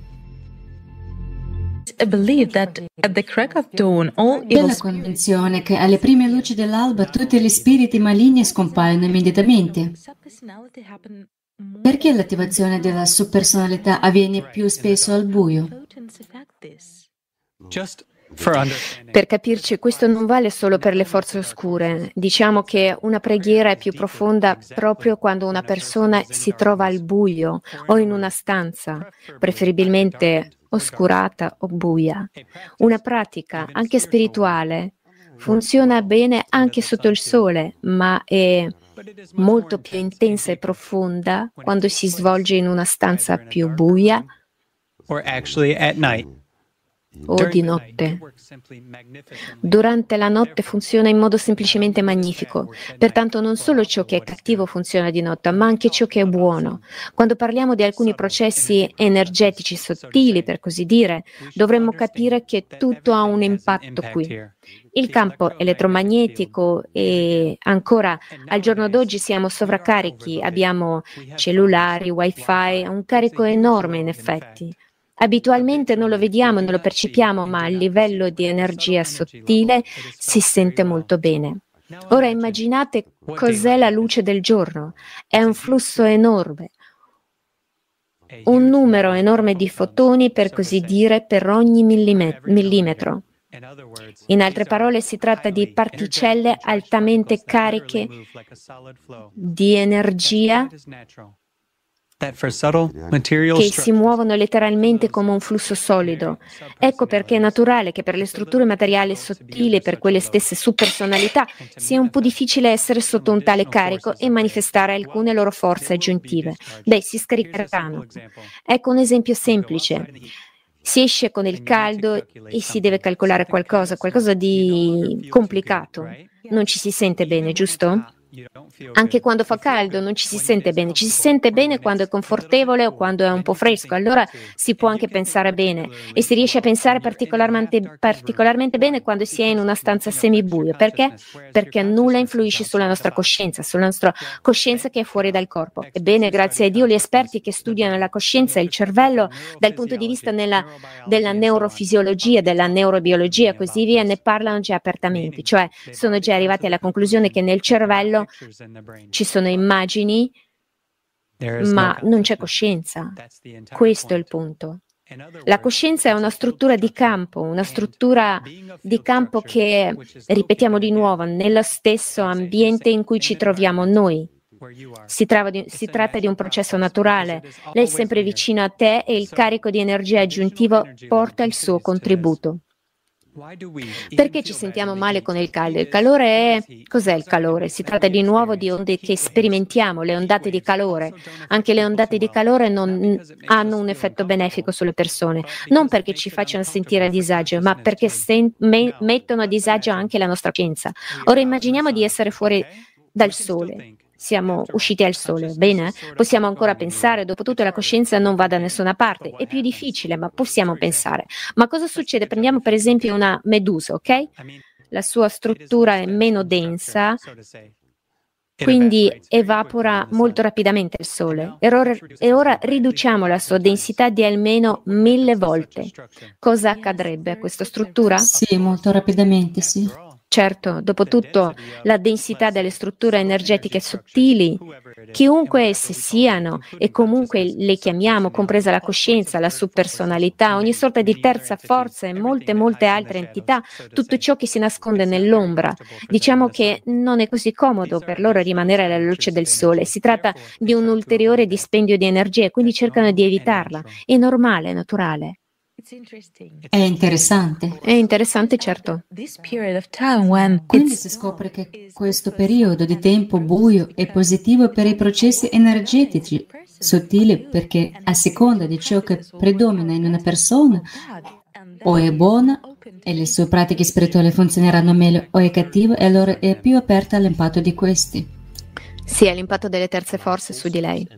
C'è la convinzione che alle prime luci dell'alba tutti gli spiriti maligni scompaiono immediatamente. Perché l'attivazione della subpersonalità avviene più spesso al buio? Per capirci, questo non vale solo per le forze oscure. Diciamo che una preghiera è più profonda proprio quando una persona si trova al buio o in una stanza, preferibilmente oscurata o buia. Una pratica, anche spirituale, funziona bene anche sotto il sole, ma è molto più intensa e profonda quando si svolge in una stanza più buia o di notte. Durante la notte funziona in modo semplicemente magnifico. Pertanto non solo ciò che è cattivo funziona di notte, ma anche ciò che è buono. Quando parliamo di alcuni processi energetici sottili, per così dire, dovremmo capire che tutto ha un impatto qui. Il campo elettromagnetico e ancora al giorno d'oggi siamo sovraccarichi, abbiamo cellulari, wifi, un carico enorme in effetti. Abitualmente non lo vediamo, non lo percepiamo, ma a livello di energia sottile si sente molto bene. Ora immaginate cos'è la luce del giorno. È un flusso enorme, un numero enorme di fotoni, per così dire, per ogni millimetro. In altre parole, si tratta di particelle altamente cariche di energia che si muovono letteralmente come un flusso solido. Ecco perché è naturale che per le strutture materiali sottili, per quelle stesse subpersonalità, sia un po' difficile essere sotto un tale carico e manifestare alcune loro forze aggiuntive. Si scaricheranno. Ecco un esempio semplice. Si esce con il caldo e si deve calcolare qualcosa di complicato. Non ci si sente bene, giusto? Anche quando fa caldo non ci si sente bene, ci si sente bene quando è confortevole o quando è un po' fresco, allora si può anche pensare bene e si riesce a pensare particolarmente bene quando si è in una stanza semibuia. Perché? Perché nulla influisce sulla nostra coscienza che è fuori dal corpo. Ebbene, grazie a Dio, gli esperti che studiano la coscienza e il cervello dal punto di vista della neurofisiologia, della neurobiologia e così via, ne parlano già apertamente, cioè sono già arrivati alla conclusione che nel cervello ci sono immagini, ma non c'è coscienza. Questo è il punto. La coscienza è una struttura di campo che, ripetiamo di nuovo, nello stesso ambiente in cui ci troviamo noi. Si tratta di un processo naturale. Lei è sempre vicino a te e il carico di energia aggiuntivo porta il suo contributo. Perché ci sentiamo male con il caldo? Il calore cos'è il calore? Si tratta di nuovo di onde che sperimentiamo, le ondate di calore. Anche le ondate di calore non hanno un effetto benefico sulle persone, non perché ci facciano sentire a disagio, ma perché mettono a disagio anche la nostra coscienza. Ora immaginiamo di essere fuori dal sole. Siamo usciti al sole, bene? Possiamo ancora pensare, dopotutto la coscienza non va da nessuna parte, è più difficile, ma possiamo pensare. Ma cosa succede? Prendiamo per esempio una medusa, ok? La sua struttura è meno densa, quindi evapora molto rapidamente il sole. E ora riduciamo la sua densità di almeno 1000 volte. Cosa accadrebbe a questa struttura? Sì, molto rapidamente, sì. Certo, dopotutto la densità delle strutture energetiche sottili, chiunque esse siano e comunque le chiamiamo, compresa la coscienza, la subpersonalità, ogni sorta di terza forza e molte altre entità, tutto ciò che si nasconde nell'ombra. Diciamo che non è così comodo per loro rimanere alla luce del sole, si tratta di un ulteriore dispendio di energia e quindi cercano di evitarla. È normale, è naturale. È interessante. È interessante, certo. Quindi si scopre che questo periodo di tempo buio è positivo per i processi energetici sottili perché a seconda di ciò che predomina in una persona o è buona e le sue pratiche spirituali funzioneranno meglio o è cattiva e allora è più aperta all'impatto di questi. Sì, all'impatto delle terze forze su di lei.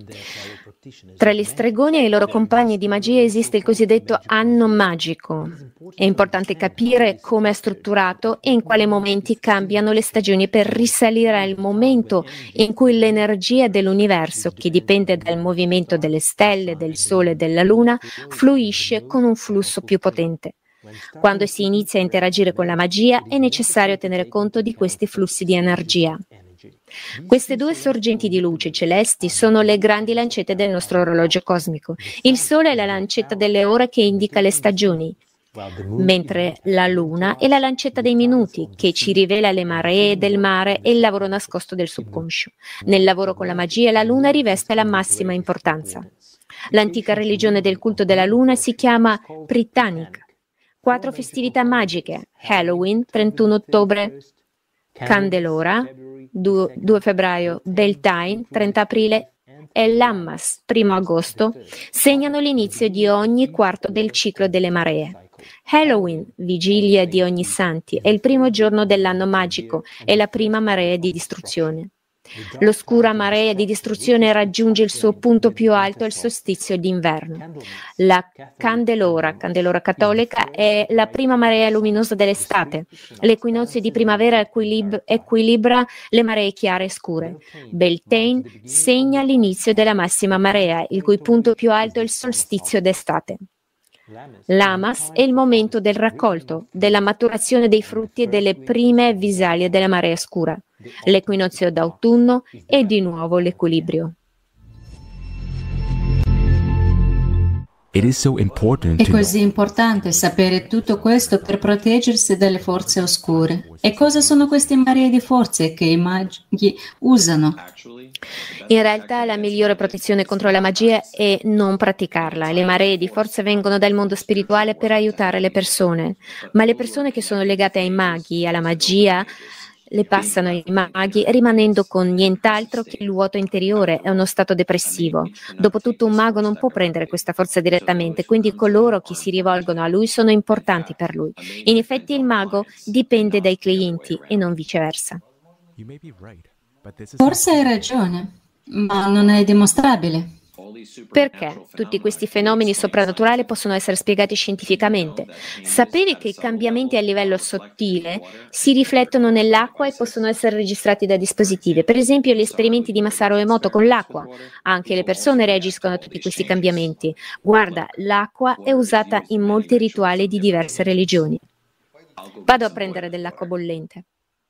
Tra gli stregoni e i loro compagni di magia esiste il cosiddetto anno magico. È importante capire come è strutturato e in quali momenti cambiano le stagioni per risalire al momento in cui l'energia dell'universo, che dipende dal movimento delle stelle, del sole e della luna, fluisce con un flusso più potente. Quando si inizia a interagire con la magia è necessario tenere conto di questi flussi di energia. Queste due sorgenti di luce celesti sono le grandi lancette del nostro orologio cosmico. Il Sole è la lancetta delle ore che indica le stagioni, mentre la Luna è la lancetta dei minuti che ci rivela le maree del mare e il lavoro nascosto del subconscio. Nel lavoro con la magia la Luna riveste la massima importanza. L'antica religione del culto della Luna si chiama Pritanik. 4 festività magiche: Halloween, 31 ottobre, Candelora, 2 febbraio, Beltane, 30 aprile e Lammas, 1 agosto, segnano l'inizio di ogni quarto del ciclo delle maree. Halloween, vigilia di ogni santi, è il primo giorno dell'anno magico e la prima marea di distruzione. L'oscura marea di distruzione raggiunge il suo punto più alto al solstizio d'inverno. La Candelora cattolica, è la prima marea luminosa dell'estate. L'equinozio di primavera equilibra le maree chiare e scure. Beltane segna l'inizio della massima marea, il cui punto più alto è il solstizio d'estate. Lammas è il momento del raccolto, della maturazione dei frutti e delle prime avvisaglie della marea scura. L'equinozio d'autunno è di nuovo l'equilibrio. È così importante sapere tutto questo per proteggersi dalle forze oscure. E cosa sono queste maree di forze che i maghi usano? In realtà la migliore protezione contro la magia è non praticarla. Le maree di forza vengono dal mondo spirituale per aiutare le persone, ma le persone che sono legate ai maghi, alla magia, le passano ai maghi rimanendo con nient'altro che il vuoto interiore e uno stato depressivo. Dopotutto un mago non può prendere questa forza direttamente, quindi coloro che si rivolgono a lui sono importanti per lui. In effetti il mago dipende dai clienti e non viceversa. Forse hai ragione, ma non è dimostrabile. Perché tutti questi fenomeni soprannaturali possono essere spiegati scientificamente? Sapevi che i cambiamenti a livello sottile si riflettono nell'acqua e possono essere registrati da dispositivi? Per esempio gli esperimenti di Masaru Emoto con l'acqua. Anche le persone reagiscono a tutti questi cambiamenti. Guarda, l'acqua è usata in molti rituali di diverse religioni. Vado a prendere dell'acqua bollente.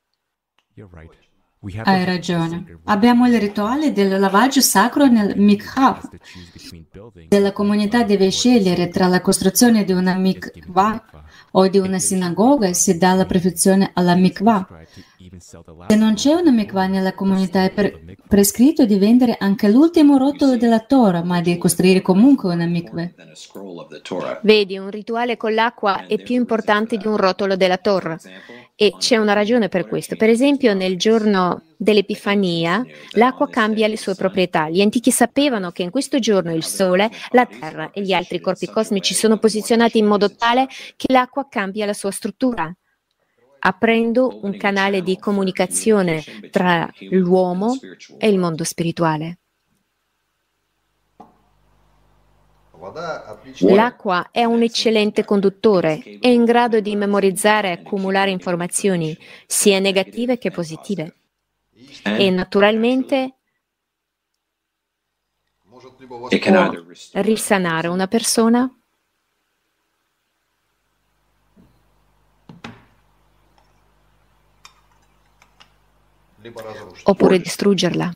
Hai ragione. Abbiamo il rituale del lavaggio sacro nel mikvah. Se la comunità deve scegliere tra la costruzione di una mikvah o di una sinagoga, si dà la preferenza alla mikvah. Se non c'è una mikvah nella comunità, è prescritto di vendere anche l'ultimo rotolo della Torah, ma di costruire comunque una mikvah. Vedi, un rituale con l'acqua è più importante di un rotolo della Torah. E c'è una ragione per questo. Per esempio, nel giorno dell'Epifania, l'acqua cambia le sue proprietà. Gli antichi sapevano che in questo giorno il Sole, la Terra e gli altri corpi cosmici sono posizionati in modo tale che l'acqua cambia la sua struttura, aprendo un canale di comunicazione tra l'uomo e il mondo spirituale. L'acqua è un eccellente conduttore, è in grado di memorizzare e accumulare informazioni, sia negative che positive. E naturalmente può risanare una persona oppure distruggerla.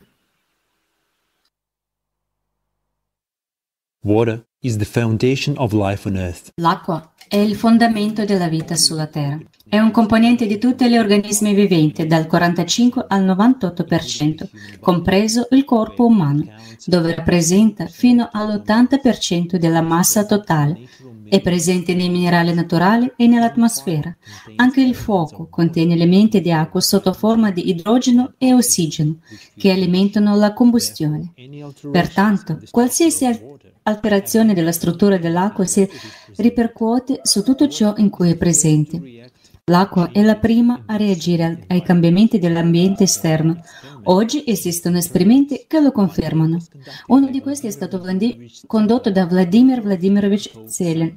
Water is the foundation of life on Earth. L'acqua è il fondamento della vita sulla Terra. È un componente di tutti gli organismi viventi, dal 45 al 98%, compreso il corpo umano, dove rappresenta fino all'80% della massa totale. È presente nei minerali naturali e nell'atmosfera. Anche il fuoco contiene elementi di acqua sotto forma di idrogeno e ossigeno, che alimentano la combustione. Pertanto, qualsiasi alterazione della struttura dell'acqua si ripercuote su tutto ciò in cui è presente. L'acqua è la prima a reagire ai cambiamenti dell'ambiente esterno. Oggi esistono esperimenti che lo confermano. Uno di questi è stato condotto da Vladimir Vladimirovich Zelin,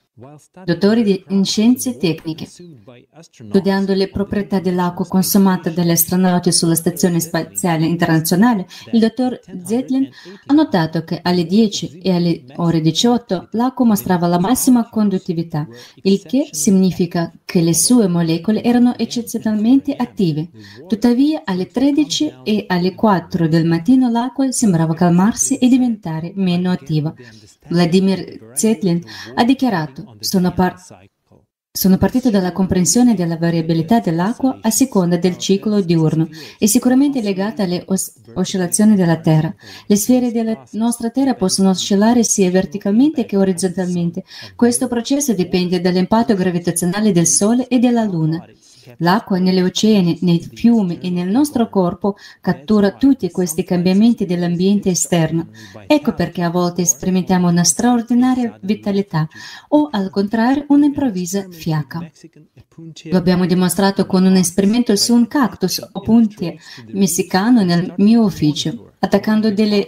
dottore in scienze tecniche. Studiando le proprietà dell'acqua consumata dagli astronauti sulla Stazione Spaziale Internazionale, il dottor Zetlin ha notato che alle 10 e alle ore 18 l'acqua mostrava la massima conduttività, il che significa che le sue molecole erano eccezionalmente attive. Tuttavia, alle 13 e alle 4 del mattino l'acqua sembrava calmarsi e diventare meno attiva. Vladimir Zetlin ha dichiarato: sono partito dalla comprensione della variabilità dell'acqua a seconda del ciclo diurno e sicuramente legata alle oscillazioni della Terra. Le sfere della nostra Terra possono oscillare sia verticalmente che orizzontalmente. Questo processo dipende dall'impatto gravitazionale del Sole e della Luna. L'acqua negli oceani, nei fiumi e nel nostro corpo cattura tutti questi cambiamenti dell'ambiente esterno. Ecco perché a volte sperimentiamo una straordinaria vitalità o, al contrario, un'improvvisa fiacca. Lo abbiamo dimostrato con un esperimento su un cactus o punti messicano nel mio ufficio, attaccando delle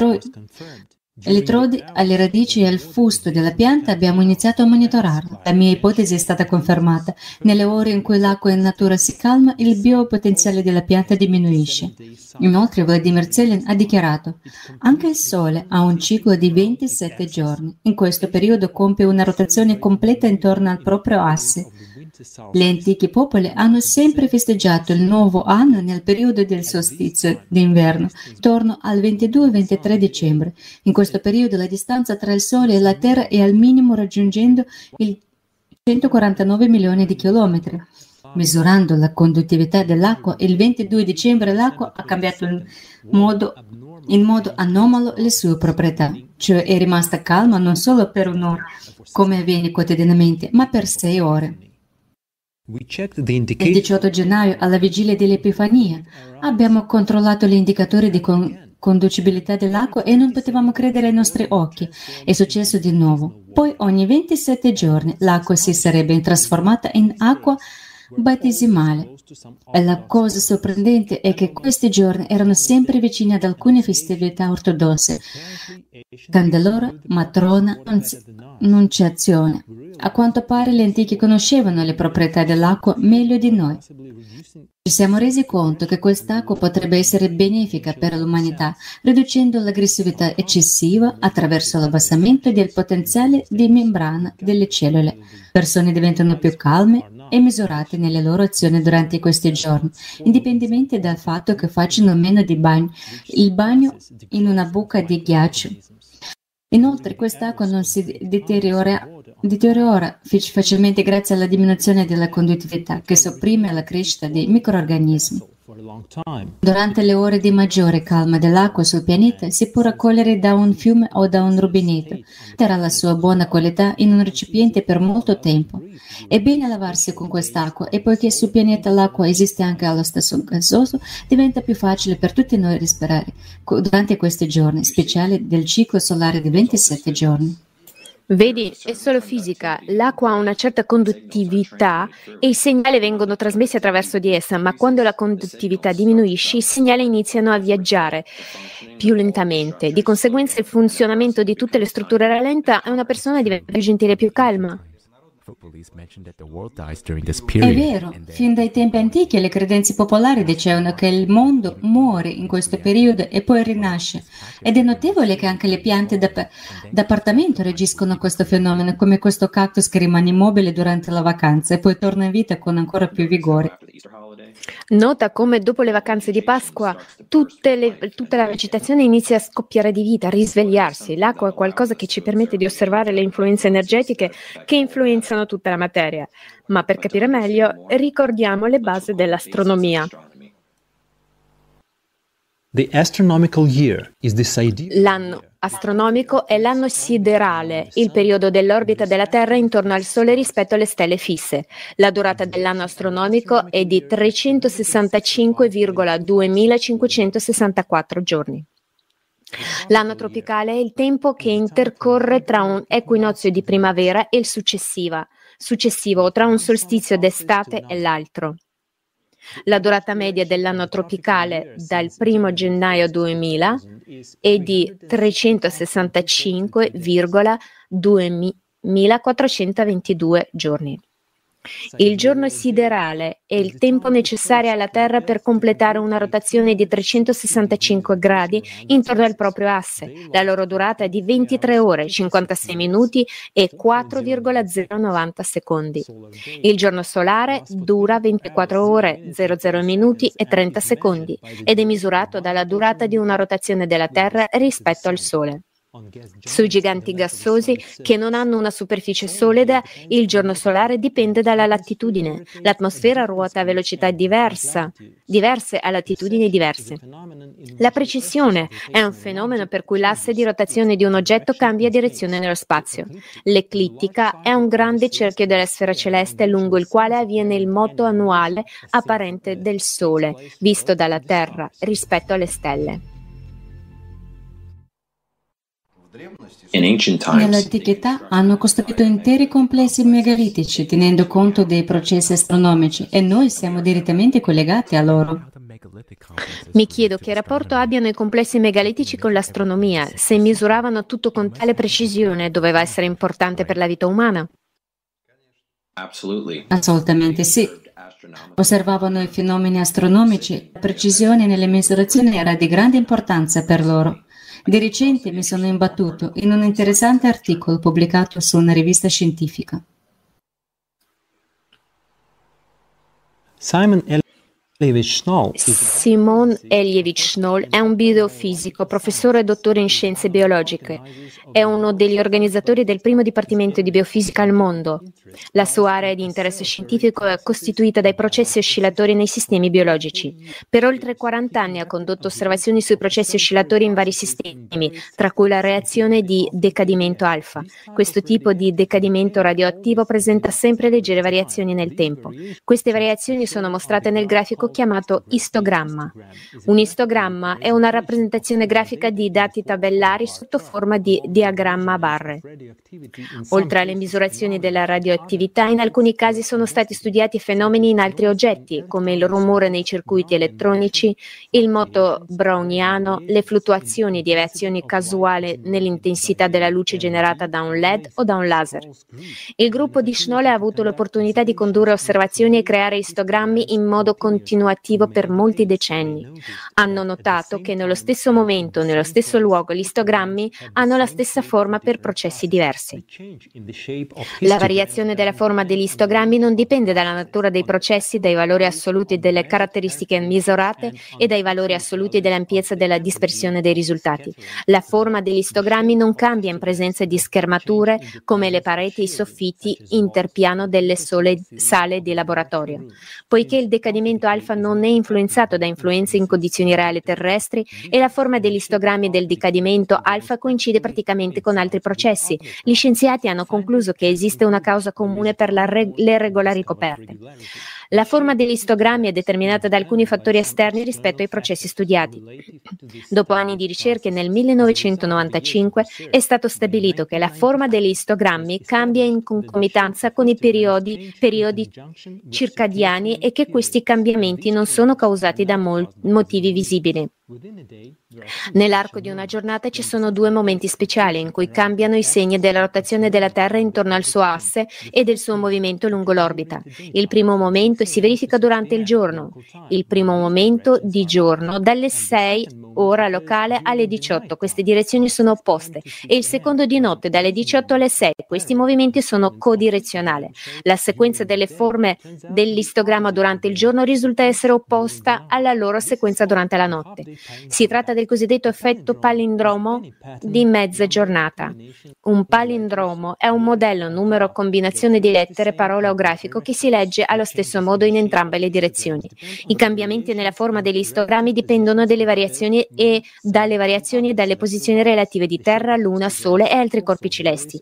elettrodi alle radici e al fusto della pianta. Abbiamo iniziato a monitorarla. La mia ipotesi è stata confermata. Nelle ore in cui l'acqua in natura si calma, il biopotenziale della pianta diminuisce. Inoltre, Vladimir Zelin ha dichiarato: anche il Sole ha un ciclo di 27 giorni. In questo periodo compie una rotazione completa intorno al proprio asse. Gli antichi popoli hanno sempre festeggiato il nuovo anno nel periodo del solstizio d'inverno, intorno al 22-23 dicembre. In questo periodo la distanza tra il Sole e la Terra è al minimo, raggiungendo i 149 milioni di chilometri. Misurando la conduttività dell'acqua, il 22 dicembre l'acqua ha cambiato in modo anomalo le sue proprietà, cioè è rimasta calma non solo per un'ora, come avviene quotidianamente, ma per 6 ore. Il 18 gennaio, alla vigilia dell'Epifania, abbiamo controllato gli indicatori di conducibilità dell'acqua e non potevamo credere ai nostri occhi. È successo di nuovo. Poi ogni 27 giorni l'acqua si sarebbe trasformata in acqua battesimale. E la cosa sorprendente è che questi giorni erano sempre vicini ad alcune festività ortodosse: Candelora, Matrona, Annunciazione. A quanto pare gli antichi conoscevano le proprietà dell'acqua meglio di noi. Ci siamo resi conto che quest'acqua potrebbe essere benefica per l'umanità, riducendo l'aggressività eccessiva attraverso l'abbassamento del potenziale di membrana delle cellule. Persone diventano più calme e misurate nelle loro azioni durante questi giorni, indipendentemente dal fatto che facciano meno di il bagno in una buca di ghiaccio. Inoltre quest'acqua non si deteriora facilmente grazie alla diminuzione della conduttività, che sopprime la crescita dei microrganismi. Durante le ore di maggiore calma dell'acqua sul pianeta si può raccogliere da un fiume o da un rubinetto, terrà la sua buona qualità in un recipiente per molto tempo. È bene lavarsi con quest'acqua e poiché sul pianeta l'acqua esiste anche allo stato gasoso, diventa più facile per tutti noi respirare durante questi giorni speciali del ciclo solare di 27 giorni. Vedi, è solo fisica. L'acqua ha una certa conduttività e i segnali vengono trasmessi attraverso di essa, ma quando la conduttività diminuisce, i segnali iniziano a viaggiare più lentamente. Di conseguenza il funzionamento di tutte le strutture rallenta e una persona diventa più gentile e più calma. È vero, fin dai tempi antichi le credenze popolari dicevano che il mondo muore in questo periodo e poi rinasce, ed è notevole che anche le piante d'appartamento reagiscono a questo fenomeno, come questo cactus che rimane immobile durante la vacanza e poi torna in vita con ancora più vigore. Nota come dopo le vacanze di Pasqua tutta la vegetazione inizia a scoppiare di vita, a risvegliarsi. L'acqua è qualcosa che ci permette di osservare le influenze energetiche che influenzano tutta la materia. Ma per capire meglio, ricordiamo le basi dell'astronomia. The astronomical year is this idea. L'anno astronomico è l'anno siderale, il periodo dell'orbita della Terra intorno al Sole rispetto alle stelle fisse. La durata dell'anno astronomico è di 365,2564 giorni. L'anno tropicale è il tempo che intercorre tra un equinozio di primavera e il successivo, o tra un solstizio d'estate e l'altro. La durata media dell'anno tropicale dal 1 gennaio 2000 è di 365,2422 giorni. Il giorno siderale è il tempo necessario alla Terra per completare una rotazione di 365 gradi intorno al proprio asse. La loro durata è di 23 ore, 56 minuti e 4,090 secondi. Il giorno solare dura 24 ore, 00 minuti e 30 secondi ed è misurato dalla durata di una rotazione della Terra rispetto al Sole. Sui giganti gassosi che non hanno una superficie solida, il giorno solare dipende dalla latitudine. L'atmosfera ruota a velocità diverse a latitudini diverse. La precessione è un fenomeno per cui l'asse di rotazione di un oggetto cambia direzione nello spazio. L'eclittica è un grande cerchio della sfera celeste lungo il quale avviene il moto annuale apparente del Sole, visto dalla Terra rispetto alle stelle. Nell'antichità hanno costruito interi complessi megalitici tenendo conto dei processi astronomici e noi siamo direttamente collegati a loro. Mi chiedo che rapporto abbiano i complessi megalitici con l'astronomia. Se misuravano tutto con tale precisione, doveva essere importante per la vita umana? Assolutamente sì. Osservavano i fenomeni astronomici, la precisione nelle misurazioni era di grande importanza per loro. Di recente mi sono imbattuto in un interessante articolo pubblicato su una rivista scientifica. Simon Eljevich Knoll è un biofisico, professore e dottore in scienze biologiche. È uno degli organizzatori del primo dipartimento di biofisica al mondo. La sua area di interesse scientifico è costituita dai processi oscillatori nei sistemi biologici. Per oltre 40 anni ha condotto osservazioni sui processi oscillatori in vari sistemi, tra cui la reazione di decadimento alfa. Questo tipo di decadimento radioattivo presenta sempre leggere variazioni nel tempo. Queste variazioni sono mostrate nel grafico chiamato istogramma. Un istogramma è una rappresentazione grafica di dati tabellari sotto forma di diagramma a barre. Oltre alle misurazioni della radioattività, in alcuni casi sono stati studiati fenomeni in altri oggetti, come il rumore nei circuiti elettronici, il moto browniano, le fluttuazioni e deviazioni casuali nell'intensità della luce generata da un LED o da un laser. Il gruppo di Knoll ha avuto l'opportunità di condurre osservazioni e creare istogrammi in modo continuativo per molti decenni. Hanno notato che nello stesso momento, nello stesso luogo, gli istogrammi hanno la stessa forma per processi diversi. La variazione della forma degli istogrammi non dipende dalla natura dei processi, dai valori assoluti delle caratteristiche misurate e dai valori assoluti dell'ampiezza della dispersione dei risultati. La forma degli istogrammi non cambia in presenza di schermature come le pareti e i soffitti interpiano delle sale di laboratorio. Poiché il decadimento alfa non è influenzato da influenze in condizioni reali terrestri e la forma degli istogrammi del decadimento alfa coincide praticamente con altri processi, gli scienziati hanno concluso che esiste una causa comune per le regolari coperte. La forma degli istogrammi è determinata da alcuni fattori esterni rispetto ai processi studiati. Dopo anni di ricerche, nel 1995 è stato stabilito che la forma degli istogrammi cambia in concomitanza con i periodi circadiani e che questi cambiamenti non sono causati da motivi visibili. Nell'arco di una giornata ci sono due momenti speciali in cui cambiano i segni della rotazione della Terra intorno al suo asse e del suo movimento lungo l'orbita. Il primo momento e si verifica durante il giorno. Il primo momento di giorno dalle 6 ora locale alle 18, queste direzioni sono opposte, e il secondo di notte dalle 18 alle 6, questi movimenti sono codirezionali. La sequenza delle forme dell'istogramma durante il giorno risulta essere opposta alla loro sequenza durante la notte. Si tratta del cosiddetto effetto palindromo di mezza giornata. Un palindromo è un modello numero combinazione di lettere, parole o grafico che si legge allo stesso modo in entrambe le direzioni. I cambiamenti nella forma degli istogrammi dipendono dalle variazioni e dalle posizioni relative di Terra, Luna, Sole e altri corpi celesti.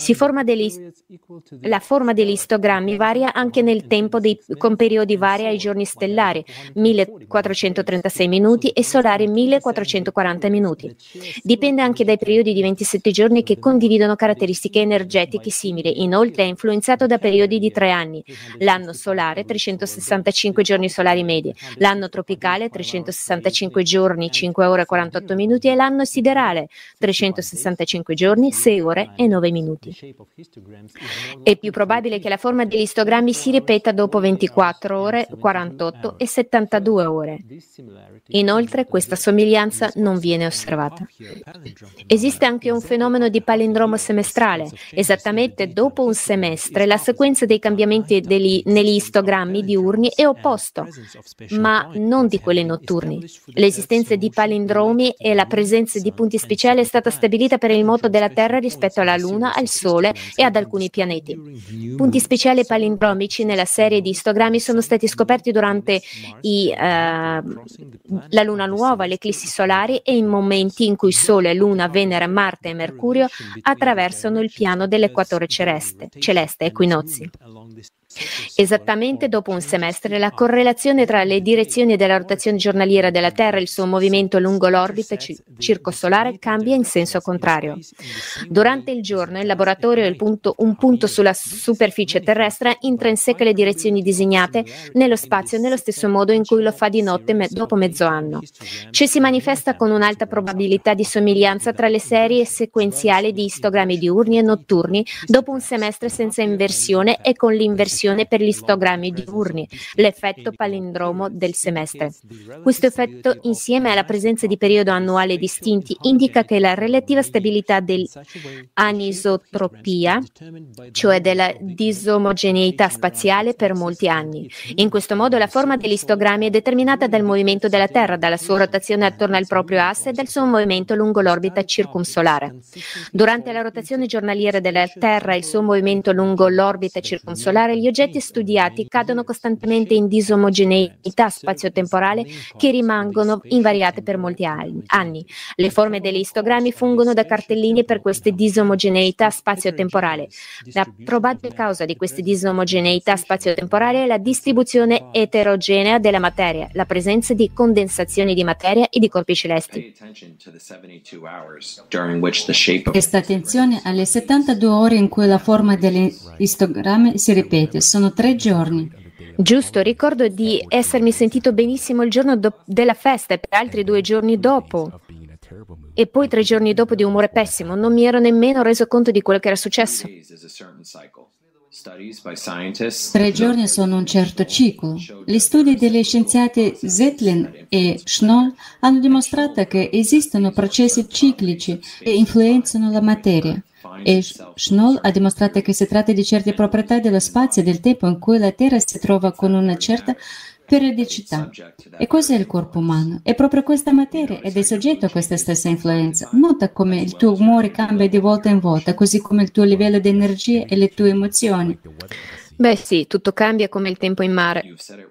La forma degli istogrammi varia anche nel tempo con periodi vari ai giorni stellari, 1436 minuti, e solari 1440 minuti. Dipende anche dai periodi di 27 giorni che condividono caratteristiche energetiche simili. Inoltre è influenzato da periodi di 3 anni. L'anno solare, 365 giorni solari medi, l'anno tropicale, 365 giorni, 5 ore e 48 minuti, e l'anno siderale, 365 giorni, 6 ore e 9 minuti. È più probabile che la forma degli istogrammi si ripeta dopo 24 ore, 48 e 72 ore. Inoltre questa somiglianza non viene osservata. Esiste anche un fenomeno di palindromo semestrale. Esattamente dopo un semestre la sequenza dei cambiamenti negli istogrammi diurni è opposta, ma non di quelli notturni. L'esistenza di palindromi e la presenza di punti speciali è stata stabilita per il moto della Terra rispetto alla Luna, al Sole e ad alcuni pianeti. Punti speciali palindromici nella serie di istogrammi sono stati scoperti durante la Luna nuova, le eclissi solari e in momenti in cui Sole, Luna, Venere, Marte e Mercurio attraversano il piano dell'equatore celeste, equinozi. Esattamente dopo un semestre la correlazione tra le direzioni della rotazione giornaliera della Terra e il suo movimento lungo l'orbita circosolare cambia in senso contrario. Durante il giorno il laboratorio un punto sulla superficie terrestre intrinseca le direzioni disegnate nello spazio nello stesso modo in cui lo fa di notte dopo mezzo anno. Ci si manifesta con un'alta probabilità di somiglianza tra le serie sequenziali di istogrammi diurni e notturni dopo un semestre senza inversione e con l'inversione per gli istogrammi diurni, l'effetto palindromo del semestre. Questo effetto, insieme alla presenza di periodi annuali distinti, indica che la relativa stabilità dell'anisotropia, cioè della disomogeneità spaziale, per molti anni. In questo modo la forma degli istogrammi è determinata dal movimento della Terra, dalla sua rotazione attorno al proprio asse e dal suo movimento lungo l'orbita circumsolare. Durante la rotazione giornaliera della Terra e il suo movimento lungo l'orbita circumsolare, gli oggetti studiati cadono costantemente in disomogeneità spazio-temporale che rimangono invariate per molti anni. Le forme degli istogrammi fungono da cartelline per queste disomogeneità spazio-temporale. La probabile causa di queste disomogeneità spazio-temporali è la distribuzione eterogenea della materia, la presenza di condensazioni di materia e di corpi celesti. Presta attenzione alle 72 ore in cui la forma degli istogrammi si ripete. Sono 3 giorni. Giusto, ricordo di essermi sentito benissimo il giorno della festa e per altri 2 giorni dopo. E poi 3 giorni dopo di umore pessimo. Non mi ero nemmeno reso conto di quello che era successo. 3 giorni sono un certo ciclo. Gli studi degli scienziati Zetlin e Schnoll hanno dimostrato che esistono processi ciclici che influenzano la materia. E Schnoll ha dimostrato che si tratta di certe proprietà dello spazio e del tempo in cui la Terra si trova con una certa periodicità. E cos'è il corpo umano? È proprio questa materia ed è soggetto a questa stessa influenza. Nota come il tuo umore cambia di volta in volta, così come il tuo livello di energia e le tue emozioni. Beh sì, tutto cambia come il tempo in mare.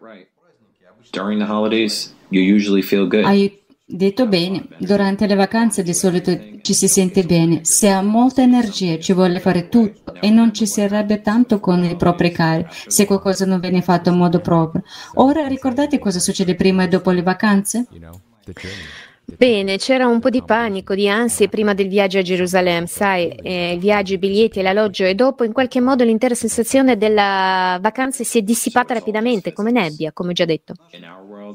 Hai detto bene, durante le vacanze di solito ci si sente bene, si ha molta energia, ci vuole fare tutto e non ci si arrabbia tanto con i propri cari se qualcosa non viene fatto in modo proprio. Ora ricordate cosa succede prima e dopo le vacanze? Bene, c'era un po' di panico, di ansie prima del viaggio a Gerusalemme, sai, i viaggi, i biglietti e l'alloggio, e dopo in qualche modo l'intera sensazione della vacanza si è dissipata rapidamente, come nebbia, come ho già detto.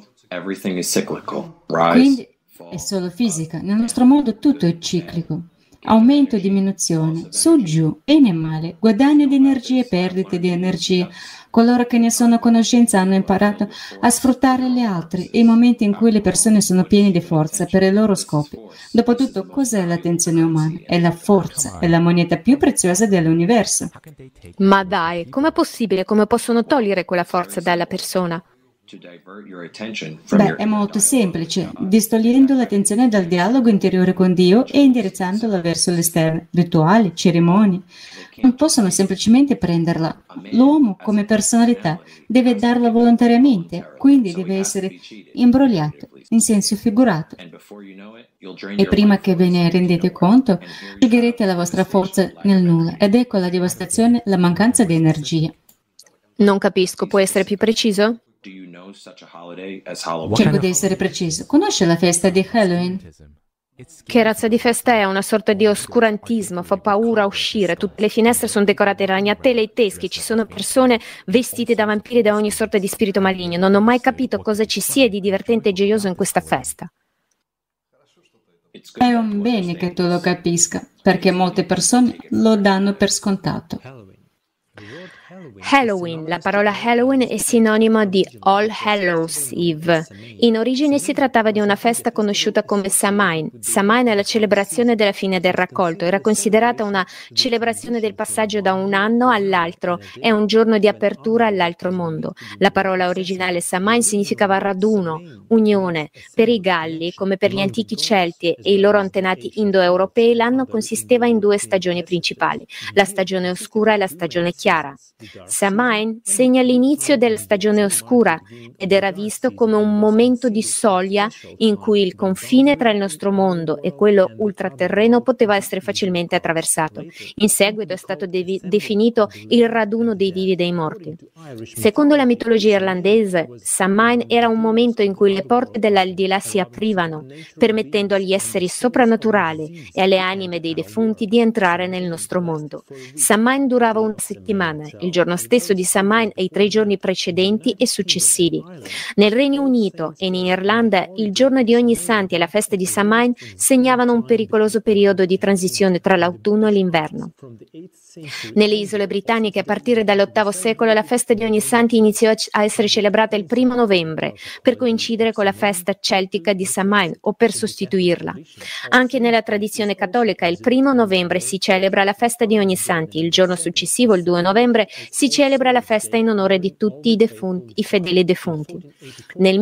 Quindi è solo fisica. Nel nostro mondo tutto è ciclico. aumento e diminuzione, su giù, bene e male, guadagno di energia e perdite di energia. Coloro che ne sono a conoscenza hanno imparato a sfruttare le altre e i momenti in cui le persone sono piene di forza per i loro scopi. Dopotutto, cos'è l'attenzione umana? È la forza, è la moneta più preziosa dell'universo. Ma dai, com'è possibile? Come possono togliere quella forza dalla persona? Beh, è molto semplice, distogliendo l'attenzione dal dialogo interiore con Dio e indirizzandola verso l'esterno, rituali, cerimonie. Non possono semplicemente prenderla. L'uomo, come personalità, deve darla volontariamente, quindi deve essere imbrogliato, in senso figurato. E prima che ve ne rendete conto, piegherete la vostra forza nel nulla, ed ecco la devastazione, la mancanza di energia. Non capisco, puoi essere più preciso? Cerco di essere preciso. Conosce la festa di Halloween? Che razza di festa è? Una sorta di oscurantismo, fa paura uscire, tutte le finestre sono decorate di ragnatele e teschi, ci sono persone vestite da vampiri e da ogni sorta di spirito maligno. Non ho mai capito cosa ci sia di divertente e gioioso in questa festa. È un bene che tu lo capisca, perché molte persone lo danno per scontato. Halloween, la parola Halloween è sinonimo di All Hallows Eve. In origine si trattava di una festa conosciuta come Samhain. Samhain è la celebrazione della fine del raccolto, era considerata una celebrazione del passaggio da un anno all'altro, è un giorno di apertura all'altro mondo. La parola originale Samhain significava raduno, unione. Per i Galli, come per gli antichi Celti e i loro antenati indoeuropei, l'anno consisteva in due stagioni principali, la stagione oscura e la stagione chiara. Samhain segna l'inizio della stagione oscura ed era visto come un momento di soglia in cui il confine tra il nostro mondo e quello ultraterreno poteva essere facilmente attraversato. In seguito è stato definito il raduno dei vivi e dei morti. Secondo la mitologia irlandese, Samhain era un momento in cui le porte dell'aldilà si aprivano, permettendo agli esseri soprannaturali e alle anime dei defunti di entrare nel nostro mondo. Samhain durava una settimana, il giorno stesso di Samhain e i 3 giorni precedenti e successivi. Nel Regno Unito e in Irlanda il giorno di Ogni Santi e la festa di Samhain segnavano un pericoloso periodo di transizione tra l'autunno e l'inverno. Nelle isole britanniche a partire dall'VIII secolo la festa di Ogni Santi iniziò a essere celebrata il 1° novembre per coincidere con la festa celtica di Samhain o per sostituirla. Anche nella tradizione cattolica il 1° novembre si celebra la festa di Ogni Santi, il giorno successivo, il 2 novembre, si celebra la festa in onore di tutti i fedeli defunti. Nel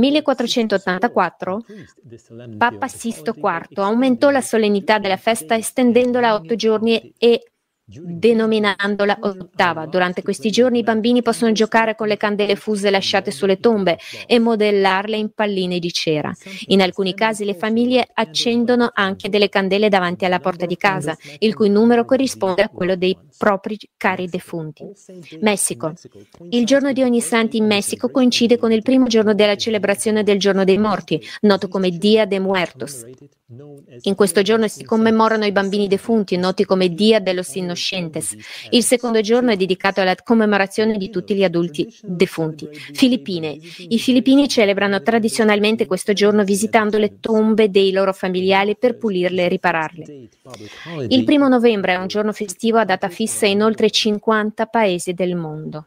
1484 Papa Sisto IV aumentò la solennità della festa estendendola a 8 giorni e denominandola ottava. Durante questi giorni i bambini possono giocare con le candele fuse lasciate sulle tombe e modellarle in palline di cera. In alcuni casi le famiglie accendono anche delle candele davanti alla porta di casa, il cui numero corrisponde a quello dei propri cari defunti. Messico. Il giorno di Ogni Santi in Messico coincide con il primo giorno della celebrazione del Giorno dei Morti, noto come Dia de Muertos. In questo giorno si commemorano i bambini defunti, noti come Dia de los Inocentes. Il secondo giorno è dedicato alla commemorazione di tutti gli adulti defunti. Filippine. I filippini celebrano tradizionalmente questo giorno visitando le tombe dei loro familiari per pulirle e ripararle. Il 1° novembre è un giorno festivo a data fissa in oltre 50 paesi del mondo.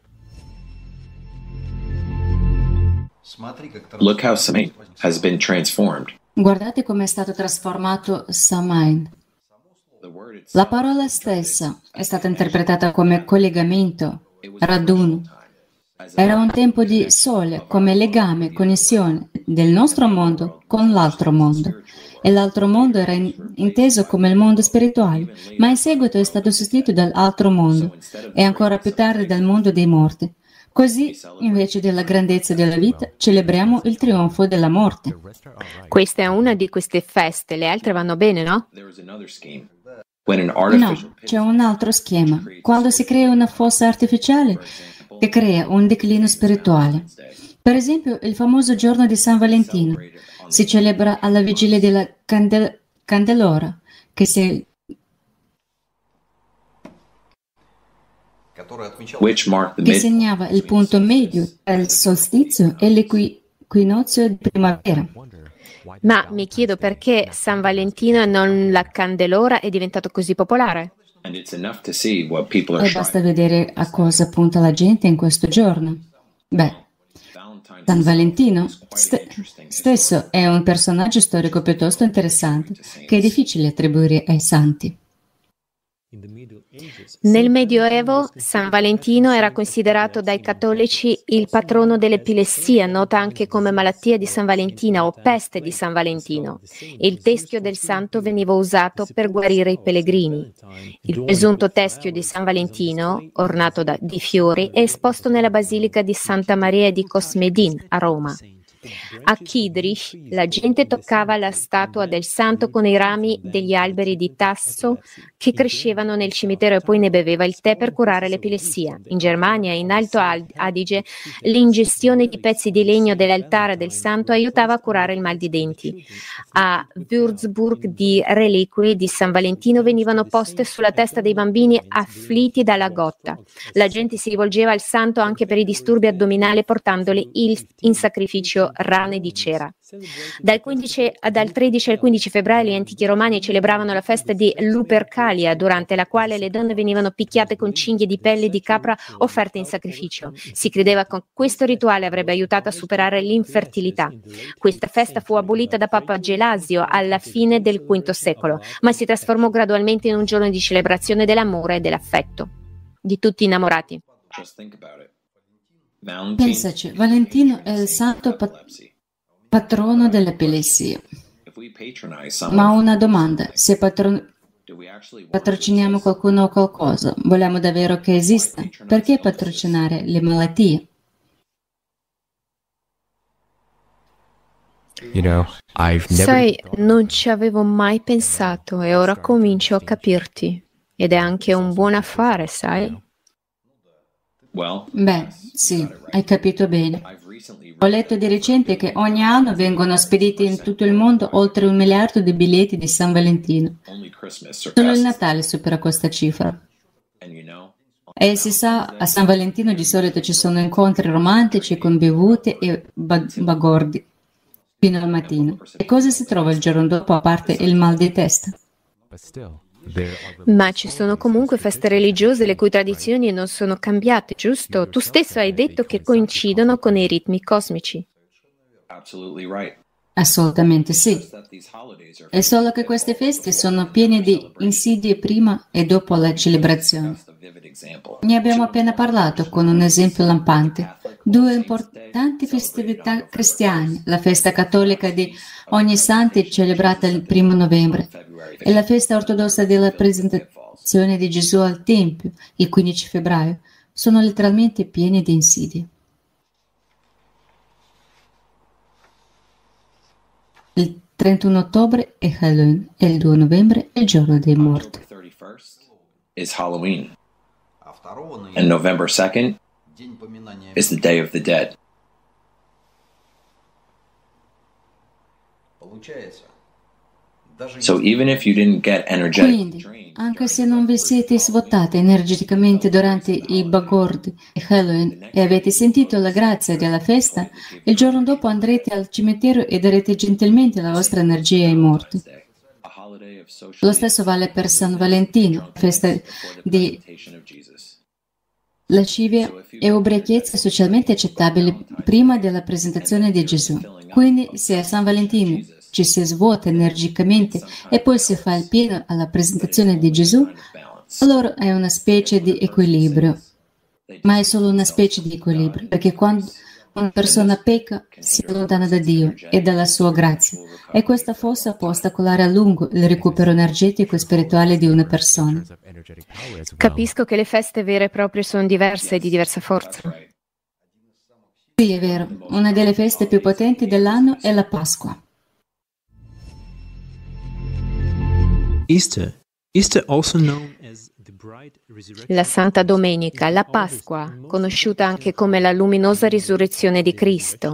Look how Samhain has been transformed. Guardate come è stato trasformato Samhain. La parola stessa è stata interpretata come collegamento, raduno. Era un tempo di sole, come legame, connessione del nostro mondo con l'altro mondo. E l'altro mondo era inteso come il mondo spirituale, ma in seguito è stato sostituito dall'altro mondo e ancora più tardi dal mondo dei morti. Così, invece della grandezza della vita, celebriamo il trionfo della morte. Questa è una di queste feste, le altre vanno bene, no? No, c'è un altro schema. Quando si crea una fossa artificiale, che crea un declino spirituale. Per esempio, il famoso giorno di San Valentino si celebra alla vigilia della Candelora, che segnava il punto medio tra il solstizio e l'equinozio di primavera. Ma mi chiedo perché San Valentino e non la Candelora è diventato così popolare. E basta vedere a cosa punta la gente in questo giorno. Beh, San Valentino stesso è un personaggio storico piuttosto interessante che è difficile attribuire ai santi. Nel Medioevo San Valentino era considerato dai cattolici il patrono dell'epilessia, nota anche come malattia di San Valentino o peste di San Valentino. Il teschio del santo veniva usato per guarire i pellegrini. Il presunto teschio di San Valentino, ornato di fiori, è esposto nella Basilica di Santa Maria di Cosmedin a Roma. A Kidrich la gente toccava la statua del santo con i rami degli alberi di tasso che crescevano nel cimitero e poi ne beveva il tè per curare l'epilessia. In Germania e in Alto Adige l'ingestione di pezzi di legno dell'altare del santo aiutava a curare il mal di denti. A Würzburg di reliquie di San Valentino venivano poste sulla testa dei bambini afflitti dalla gotta. La gente si rivolgeva al santo anche per i disturbi addominali portandoli in sacrificio rane di cera. Dal 13 al 15 febbraio gli antichi romani celebravano la festa di Lupercalia, durante la quale le donne venivano picchiate con cinghie di pelle di capra offerte in sacrificio. Si credeva che questo rituale avrebbe aiutato a superare l'infertilità. Questa festa fu abolita da Papa Gelasio alla fine del V secolo, ma si trasformò gradualmente in un giorno di celebrazione dell'amore e dell'affetto di tutti innamorati. Pensaci, Valentino è il santo patrono dell'epilessia. Ma ho una domanda, se patrociniamo qualcuno o qualcosa, vogliamo davvero che esista? Perché patrocinare le malattie? Sai, non ci avevo mai pensato e ora comincio a capirti. Ed è anche un buon affare, sai? Beh, sì, hai capito bene. Ho letto di recente che ogni anno vengono spediti in tutto il mondo oltre 1 miliardo di biglietti di San Valentino. Solo il Natale supera questa cifra. E si sa, a San Valentino di solito ci sono incontri romantici con bevute e bagordi fino al mattino. E cosa si trova il giorno dopo a parte il mal di testa? Ma ci sono comunque feste religiose le cui tradizioni non sono cambiate, giusto? Tu stesso hai detto che coincidono con i ritmi cosmici. Assolutamente sì. È solo che queste feste sono piene di insidie prima e dopo la celebrazione. Ne abbiamo appena parlato con un esempio lampante. 2 importanti festività cristiane, la festa cattolica di Ogni Santi celebrata il 1 novembre e la festa ortodossa della presentazione di Gesù al Tempio il 15 febbraio, sono letteralmente piene di insidie. Il 31 ottobre è Halloween e il 2 novembre è il giorno dei morti. Is Halloween, and November 2nd is the Day of the Dead. So even if you didn't get energetic, quindi, anche se non vi siete svuotati energeticamente durante i bagordi e Halloween e avete sentito la grazia della festa, il giorno dopo andrete al cimitero e darete gentilmente la vostra energia ai morti. Lo stesso vale per San Valentino, festa di lascivia e ubriachezza socialmente accettabili prima della presentazione di Gesù. Quindi, se a San Valentino ci si svuota energicamente e poi si fa il pieno alla presentazione di Gesù, allora è una specie di equilibrio. Ma è solo una specie di equilibrio, perché quando una persona pecca si allontana da Dio e dalla sua grazia, e questa fossa può ostacolare a lungo il recupero energetico e spirituale di una persona. Capisco che le feste vere e proprie sono diverse e di diversa forza. Sì, è vero. Una delle feste più potenti dell'anno è la Pasqua. Easter also known as the bright resurrection. La Santa Domenica, la Pasqua, conosciuta anche come la luminosa risurrezione di Cristo,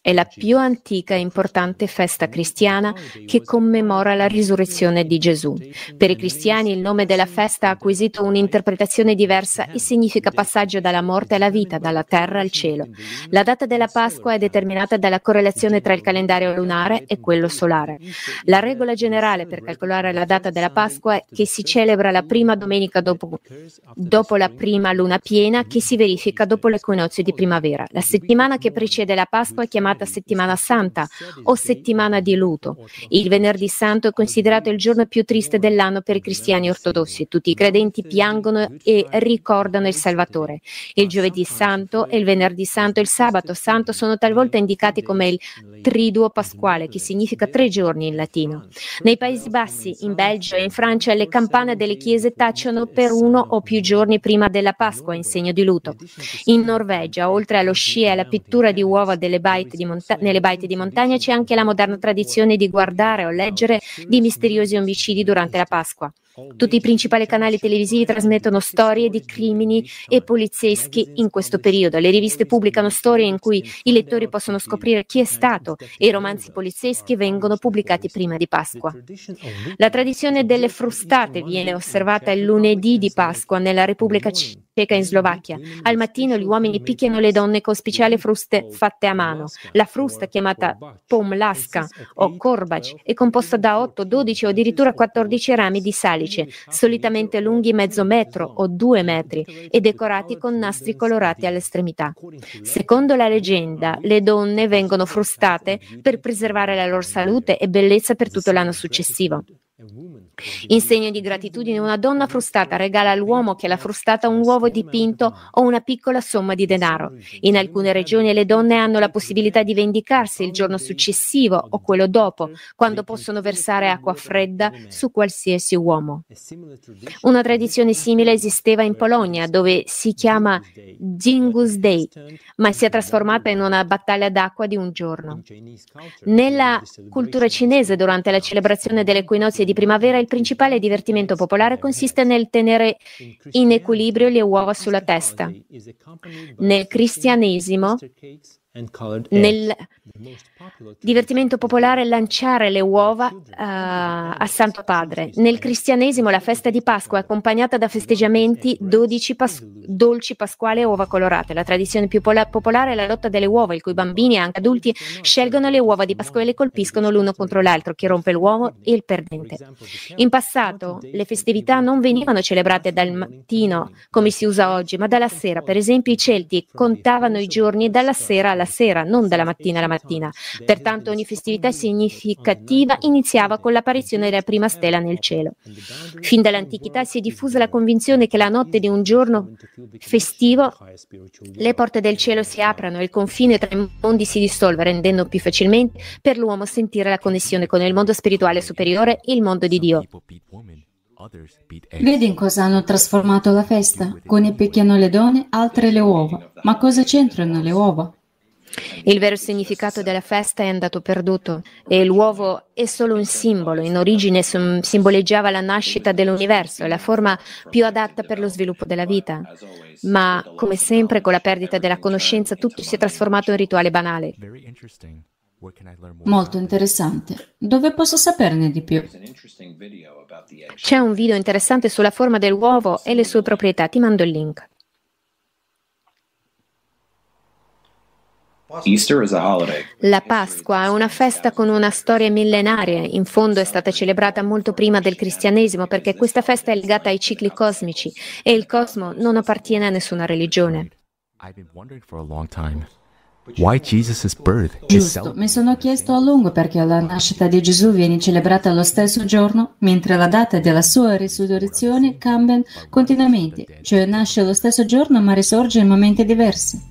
È la più antica e importante festa cristiana che commemora la risurrezione di Gesù. Per i cristiani il nome della festa ha acquisito un'interpretazione diversa e significa passaggio dalla morte alla vita, dalla terra al cielo. La data della Pasqua è determinata dalla correlazione tra il calendario lunare e quello solare. La regola generale per calcolare la data della Pasqua è che si celebra la prima domenica dopo la prima luna piena, che si verifica dopo l'equinozio di primavera. La settimana che precede la Pasqua è chiamata settimana santa o settimana di luto. Il venerdì santo è considerato il giorno più triste dell'anno per i cristiani ortodossi. Tutti i credenti piangono e ricordano il Salvatore. Il giovedì santo e il venerdì santo e il sabato santo sono talvolta indicati come il triduo pasquale, che significa 3 giorni in latino. Nei Paesi Bassi, in Belgio e in Francia le campane delle chiese tacciono per 1 o più giorni prima della Pasqua in segno di luto. In Norvegia, oltre allo sci e alla pittura di uova nelle baite di montagna, c'è anche la moderna tradizione di guardare o leggere di misteriosi omicidi durante la Pasqua. Tutti i principali canali televisivi trasmettono storie di crimini e polizieschi in questo periodo. Le riviste pubblicano storie in cui i lettori possono scoprire chi è stato e i romanzi polizieschi vengono pubblicati prima di Pasqua. La tradizione delle frustate viene osservata il lunedì di Pasqua nella Repubblica Ceca in Slovacchia. Al mattino gli uomini picchiano le donne con speciali fruste fatte a mano. La frusta, chiamata pomlaska o korbac, è composta da 8, 12 o addirittura 14 rami di salice, solitamente lunghi mezzo metro o 2 metri e decorati con nastri colorati all'estremità. Secondo la leggenda, le donne vengono frustate per preservare la loro salute e bellezza per tutto l'anno successivo. In segno di gratitudine, una donna frustata regala all'uomo che l'ha frustata un uovo dipinto o una piccola somma di denaro. In alcune regioni le donne hanno la possibilità di vendicarsi il giorno successivo o quello dopo, quando possono versare acqua fredda su qualsiasi uomo. Una tradizione simile esisteva in Polonia, dove si chiama Dzingus Day, ma si è trasformata in una battaglia d'acqua di un giorno. Nella cultura cinese, durante la celebrazione delle equinozie di primavera, il principale divertimento popolare consiste nel tenere in equilibrio le uova sulla testa. Nel cristianesimo, nel divertimento popolare lanciare le uova a Santo Padre. Nel cristianesimo la festa di Pasqua è accompagnata da festeggiamenti, dolci pasquali e uova colorate. La tradizione più popolare è la lotta delle uova, in cui bambini e anche adulti scelgono le uova di Pasqua e le colpiscono l'uno contro l'altro, chi rompe l'uovo e il perdente. In passato le festività non venivano celebrate dal mattino come si usa oggi, ma dalla sera. Per esempio i Celti contavano i giorni dalla sera alla sera, non dalla mattina alla mattina. Pertanto ogni festività significativa iniziava con l'apparizione della prima stella nel cielo. Fin dall'antichità si è diffusa la convinzione che la notte di un giorno festivo le porte del cielo si aprano e il confine tra i mondi si dissolve, rendendo più facilmente per l'uomo sentire la connessione con il mondo spirituale superiore, il mondo di Dio. Vedi in cosa hanno trasformato la festa? Alcuni picchiano le donne, altre le uova. Ma cosa c'entrano le uova? Il vero significato della festa è andato perduto e l'uovo è solo un simbolo. In origine simboleggiava la nascita dell'universo e la forma più adatta per lo sviluppo della vita. Ma, come sempre, con la perdita della conoscenza tutto si è trasformato in rituale banale. Molto interessante. Dove posso saperne di più? C'è un video interessante sulla forma dell'uovo e le sue proprietà. Ti mando il link. La Pasqua è una festa con una storia millenaria. In fondo è stata celebrata molto prima del cristianesimo, perché questa festa è legata ai cicli cosmici e il cosmo non appartiene a nessuna religione. Giusto, mi sono chiesto a lungo perché la nascita di Gesù viene celebrata lo stesso giorno, mentre la data della sua risurrezione cambia continuamente, cioè nasce lo stesso giorno ma risorge in momenti diversi.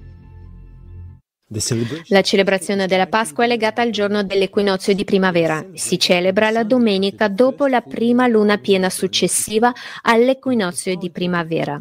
La celebrazione della Pasqua è legata al giorno dell'equinozio di primavera. Si celebra la domenica dopo la prima luna piena successiva all'equinozio di primavera.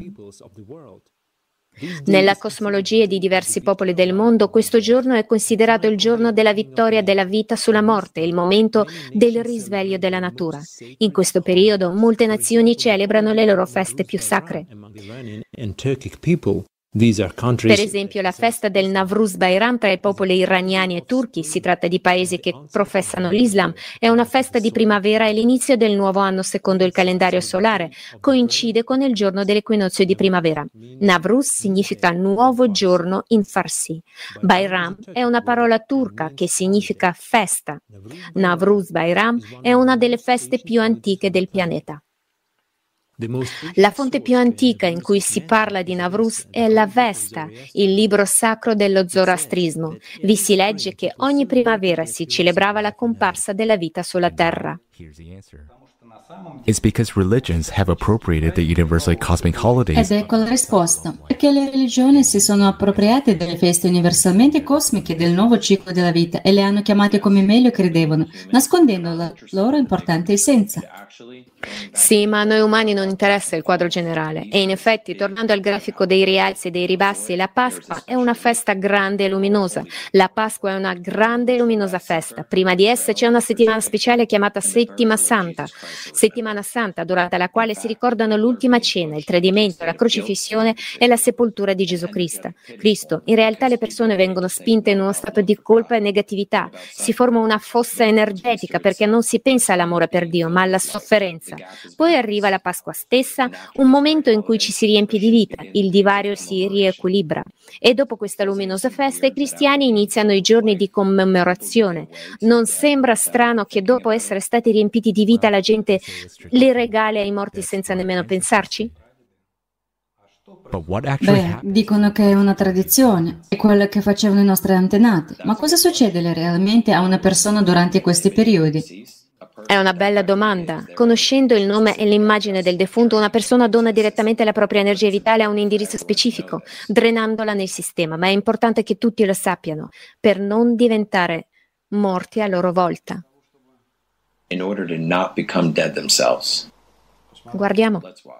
Nella cosmologia di diversi popoli del mondo, questo giorno è considerato il giorno della vittoria della vita sulla morte, il momento del risveglio della natura. In questo periodo, molte nazioni celebrano le loro feste più sacre. Per esempio, la festa del Navruz Bayram tra i popoli iraniani e turchi, si tratta di paesi che professano l'Islam, è una festa di primavera e l'inizio del nuovo anno secondo il calendario solare, coincide con il giorno dell'equinozio di primavera. Navruz significa nuovo giorno in Farsi. Bayram è una parola turca che significa festa. Navruz Bayram è una delle feste più antiche del pianeta. La fonte più antica in cui si parla di Navruz è l'Avesta, il libro sacro dello zoroastrismo. Vi si legge che ogni primavera si celebrava la comparsa della vita sulla terra. It's because religions have appropriated the universal cosmic holidays. Ed ecco la risposta. Perché le religioni si sono appropriate delle feste universalmente cosmiche del nuovo ciclo della vita e le hanno chiamate come meglio credevano, nascondendo la loro importante essenza. Sì, ma a noi umani non interessa il quadro generale. E in effetti, tornando al grafico dei rialzi e dei ribassi, la Pasqua è una festa grande e luminosa. La Pasqua è una grande e luminosa festa. Prima di essa c'è una settimana speciale chiamata Settimana Santa, durante la quale si ricordano l'ultima cena, il tradimento, la crocifissione e la sepoltura di Gesù Cristo. In realtà le persone vengono spinte in uno stato di colpa e negatività. Si forma una fossa energetica perché non si pensa all'amore per Dio, ma alla sofferenza. Poi arriva la Pasqua stessa, un momento in cui ci si riempie di vita, il divario si riequilibra. E dopo questa luminosa festa i cristiani iniziano i giorni di commemorazione. Non sembra strano che dopo essere stati riempiti di vita la gente le regali ai morti senza nemmeno pensarci? Dicono che è una tradizione, è quello che facevano i nostri antenati. Ma cosa succede realmente a una persona durante questi periodi? È una bella domanda. Conoscendo il nome e l'immagine del defunto, una persona dona direttamente la propria energia vitale a un indirizzo specifico, drenandola nel sistema, ma è importante che tutti lo sappiano, per non diventare morti a loro volta. In order to not become dead themselves. Guardiamo.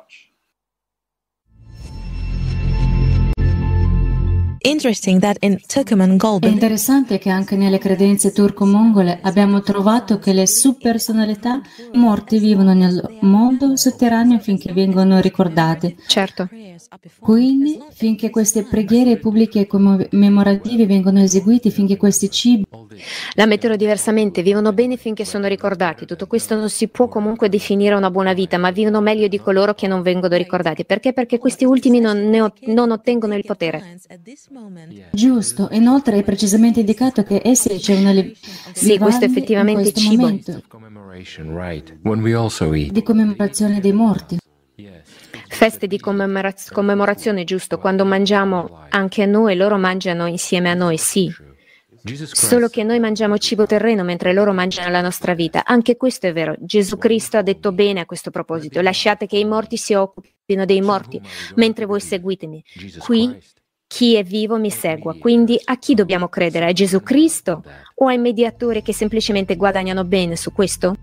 È interessante che anche nelle credenze turco-mongole abbiamo trovato che le subpersonalità morti vivono nel mondo sotterraneo finché vengono ricordate. Certo. Quindi, finché queste preghiere pubbliche e commemorative vengono eseguite, finché questi cibi la metterò diversamente, vivono bene finché sono ricordati. Tutto questo non si può comunque definire una buona vita, ma vivono meglio di coloro che non vengono ricordati. Perché? Perché questi ultimi non ottengono il potere. Giusto, inoltre è precisamente indicato che essi ricevono sì, questo effettivamente è cibo. Di commemorazione dei morti. Feste di commemorazione, giusto, quando mangiamo anche noi, loro mangiano insieme a noi, sì. Solo che noi mangiamo cibo terreno mentre loro mangiano la nostra vita. Anche questo è vero. Gesù Cristo ha detto bene a questo proposito: lasciate che i morti si occupino dei morti, mentre voi seguitemi. Qui chi è vivo mi segua. Quindi a chi dobbiamo credere? A Gesù Cristo o ai mediatori che semplicemente guadagnano bene su questo?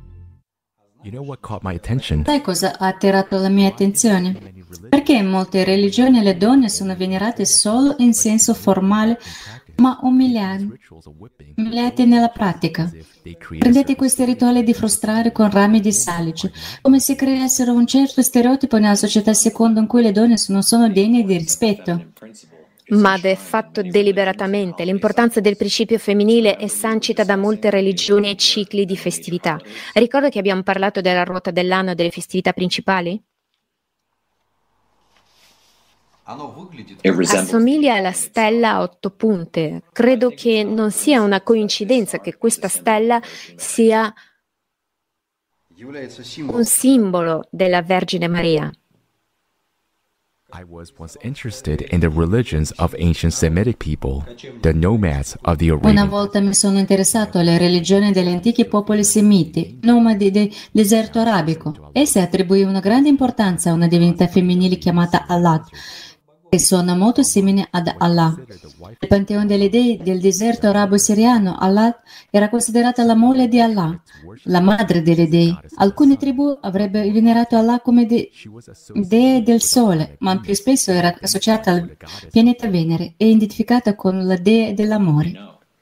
Sai cosa ha attirato la mia attenzione? Perché in molte religioni le donne sono venerate solo in senso formale, ma umiliate nella pratica. Prendete questi rituali di frustrare con rami di salice, come se creassero un certo stereotipo nella società secondo in cui le donne non sono degne di rispetto. Ma è fatto deliberatamente. L'importanza del principio femminile è sancita da molte religioni e cicli di festività. Ricorda che abbiamo parlato della ruota dell'anno e delle festività principali? Assomiglia alla stella a 8 punte. Credo che non sia una coincidenza che questa stella sia un simbolo della Vergine Maria. I was once interested in the religions of ancient Semitic people, the nomads of the Arabian. Una volta mi sono interessato alle religioni degli antichi popoli semiti, nomadi del deserto arabico. Esse attribuivano una grande importanza a una divinità femminile chiamata Allah, che suona molto simile ad Allah. Nel pantheon delle dei del deserto arabo-siriano, Allah era considerata la moglie di Allah, la madre delle dei. Alcune tribù avrebbero venerato Allah come dea del sole, ma più spesso era associata al pianeta Venere e identificata con la dea dell'amore.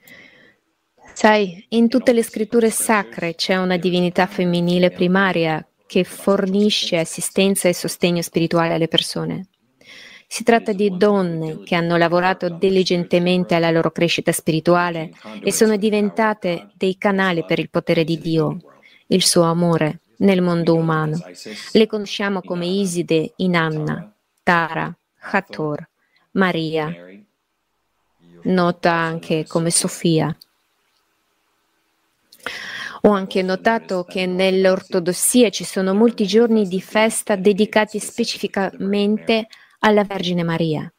Sai, in tutte le scritture sacre c'è una divinità femminile primaria che fornisce assistenza e sostegno spirituale alle persone. Si tratta di donne che hanno lavorato diligentemente alla loro crescita spirituale e sono diventate dei canali per il potere di Dio, il suo amore nel mondo umano. Le conosciamo come Iside, Inanna, Tara, Hathor, Maria, nota anche come Sofia. Ho anche notato che nell'ortodossia ci sono molti giorni di festa dedicati specificamente alla Vergine Maria.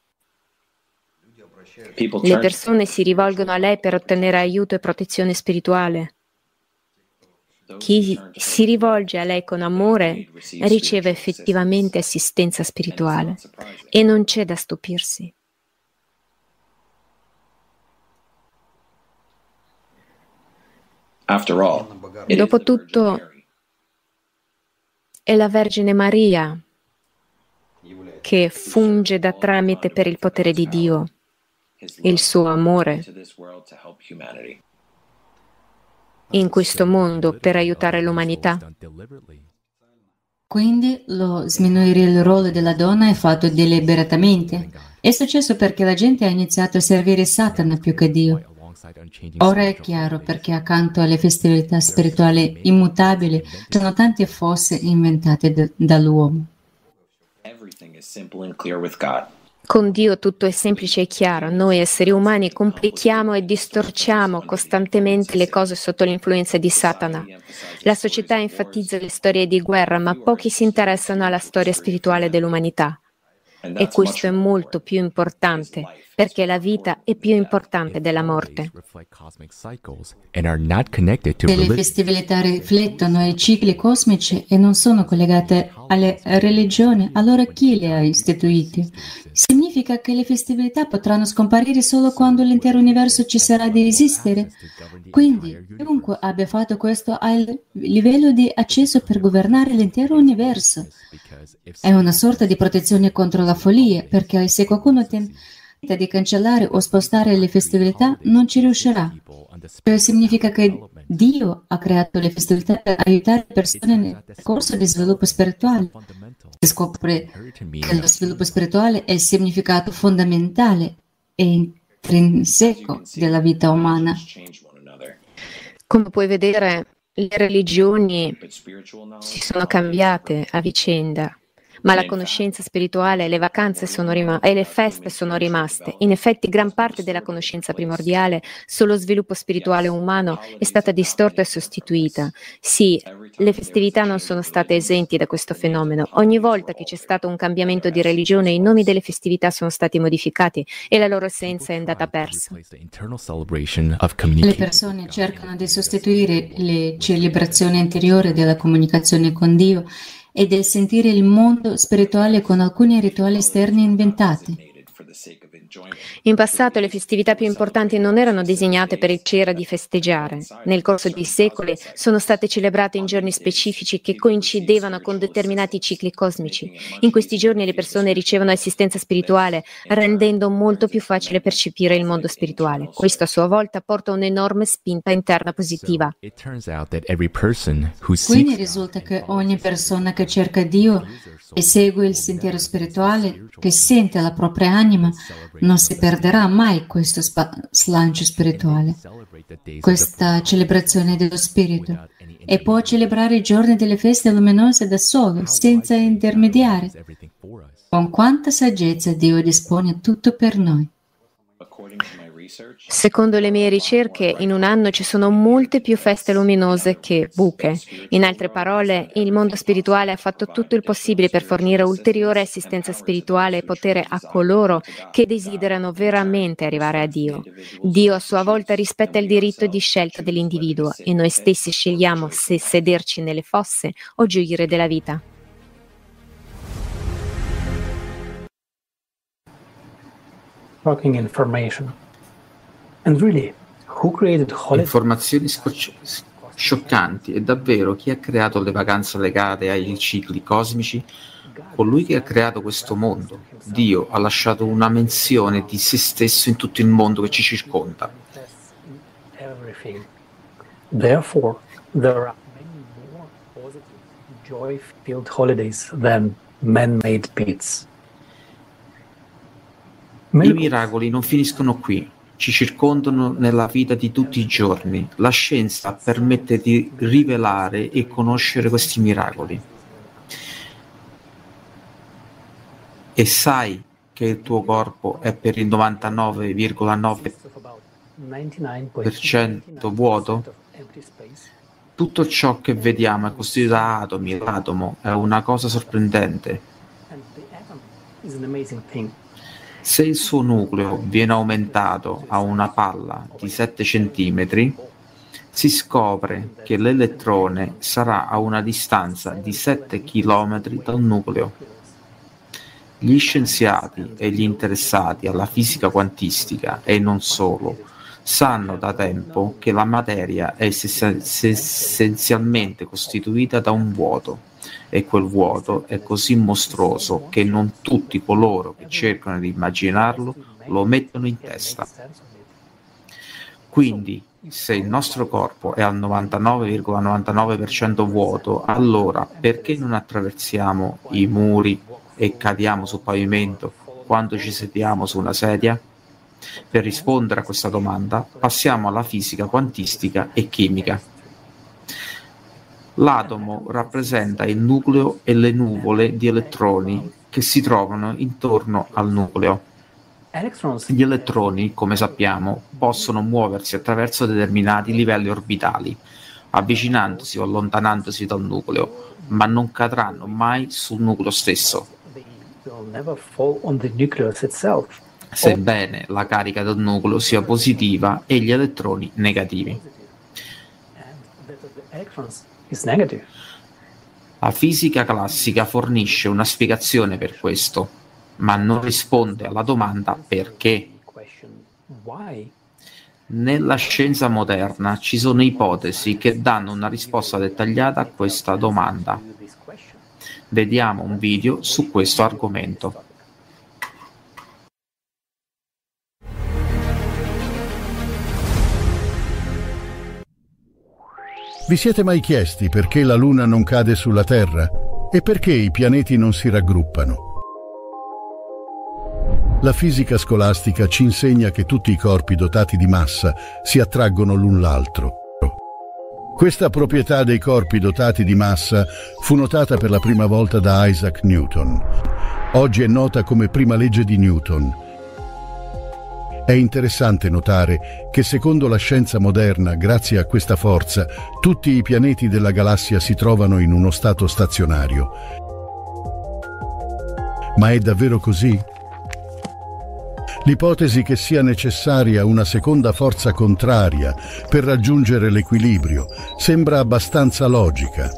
Le persone si rivolgono a lei per ottenere aiuto e protezione spirituale. Chi si rivolge a lei con amore riceve effettivamente assistenza spirituale e non c'è da stupirsi. Dopotutto è la Vergine Maria che funge da tramite per il potere di Dio, il suo amore in questo mondo per aiutare l'umanità. Quindi lo sminuire il ruolo della donna è fatto deliberatamente. È successo perché la gente ha iniziato a servire Satana più che Dio. Ora è chiaro perché accanto alle festività spirituali immutabili sono tante fosse inventate dall'uomo. Con Dio tutto è semplice e chiaro. Noi esseri umani complichiamo e distorciamo costantemente le cose sotto l'influenza di Satana. La società enfatizza le storie di guerra, ma pochi si interessano alla storia spirituale dell'umanità. E questo è molto più importante, perché la vita è più importante della morte. Se le festività riflettono i cicli cosmici e non sono collegate alle religioni, allora chi le ha istituiti? Significa che le festività potranno scomparire solo quando l'intero universo cesserà di esistere? Quindi, chiunque abbia fatto questo ha il livello di accesso per governare l'intero universo. È una sorta di protezione contro la follia, perché se qualcuno tenta di cancellare o spostare le festività, non ci riuscirà. Ciò significa che Dio ha creato le festività per aiutare le persone nel percorso di sviluppo spirituale. Si scopre che lo sviluppo spirituale è il significato fondamentale e intrinseco della vita umana. Come puoi vedere, le religioni si sono cambiate a vicenda, ma la conoscenza spirituale e le vacanze e le feste sono rimaste. In effetti, gran parte della conoscenza primordiale sullo sviluppo spirituale umano è stata distorta e sostituita. Sì, le festività non sono state esenti da questo fenomeno. Ogni volta che c'è stato un cambiamento di religione, i nomi delle festività sono stati modificati e la loro essenza è andata persa. Le persone cercano di sostituire le celebrazioni anteriori della comunicazione con Dio e del sentire il mondo spirituale con alcuni rituali esterni inventati. In passato le festività più importanti non erano disegnate per il piacere di festeggiare. Nel corso dei secoli sono state celebrate in giorni specifici che coincidevano con determinati cicli cosmici. In questi giorni le persone ricevono assistenza spirituale, rendendo molto più facile percepire il mondo spirituale. Questo a sua volta porta un'enorme spinta interna positiva. Quindi risulta che ogni persona che cerca Dio e segue il sentiero spirituale, che sente la propria anima, non si perderà mai questo slancio spirituale, questa celebrazione dello spirito, e può celebrare i giorni delle feste luminose da solo, senza intermediari. Con quanta saggezza Dio dispone tutto per noi. Secondo le mie ricerche, in un anno ci sono molte più feste luminose che buche. In altre parole, il mondo spirituale ha fatto tutto il possibile per fornire ulteriore assistenza spirituale e potere a coloro che desiderano veramente arrivare a Dio. Dio a sua volta rispetta il diritto di scelta dell'individuo e noi stessi scegliamo se sederci nelle fosse o gioire della vita. Shocking information. And really, who created holiday? Informazioni scioccanti. E davvero, chi ha creato le vacanze legate ai cicli cosmici? Colui che ha creato questo mondo. Dio ha lasciato una menzione di se stesso in tutto il mondo che ci circonda. Everything. Therefore, there are many more positive, joy-filled holidays than man-made pits. I miracoli non finiscono qui, ci circondano nella vita di tutti i giorni. La scienza permette di rivelare e conoscere questi miracoli. E sai che il tuo corpo è per il 99,9% vuoto? Tutto ciò che vediamo è costituito da atomi. L'atomo è una cosa sorprendente. Se il suo nucleo viene aumentato a una palla di 7 centimetri, si scopre che l'elettrone sarà a una distanza di 7 chilometri dal nucleo. Gli scienziati e gli interessati alla fisica quantistica, e non solo, sanno da tempo che la materia è essenzialmente costituita da un vuoto, e quel vuoto è così mostruoso che non tutti coloro che cercano di immaginarlo lo mettono in testa. Quindi, se il nostro corpo è al 99,99% vuoto, allora perché non attraversiamo i muri e cadiamo sul pavimento quando ci sediamo su una sedia? Per rispondere a questa domanda, passiamo alla fisica quantistica e chimica. L'atomo rappresenta il nucleo e le nuvole di elettroni che si trovano intorno al nucleo. Gli elettroni, come sappiamo, possono muoversi attraverso determinati livelli orbitali, avvicinandosi o allontanandosi dal nucleo, ma non cadranno mai sul nucleo stesso. Sebbene la carica del nucleo sia positiva e gli elettroni negativi. La fisica classica fornisce una spiegazione per questo, ma non risponde alla domanda perché. Nella scienza moderna ci sono ipotesi che danno una risposta dettagliata a questa domanda. Vediamo un video su questo argomento. Vi siete mai chiesti perché la Luna non cade sulla Terra e perché i pianeti non si raggruppano? La fisica scolastica ci insegna che tutti i corpi dotati di massa si attraggono l'un l'altro. Questa proprietà dei corpi dotati di massa fu notata per la prima volta da Isaac Newton. Oggi è nota come prima legge di Newton. È interessante notare che secondo la scienza moderna, grazie a questa forza, tutti i pianeti della galassia si trovano in uno stato stazionario. Ma è davvero così? L'ipotesi che sia necessaria una seconda forza contraria per raggiungere l'equilibrio sembra abbastanza logica.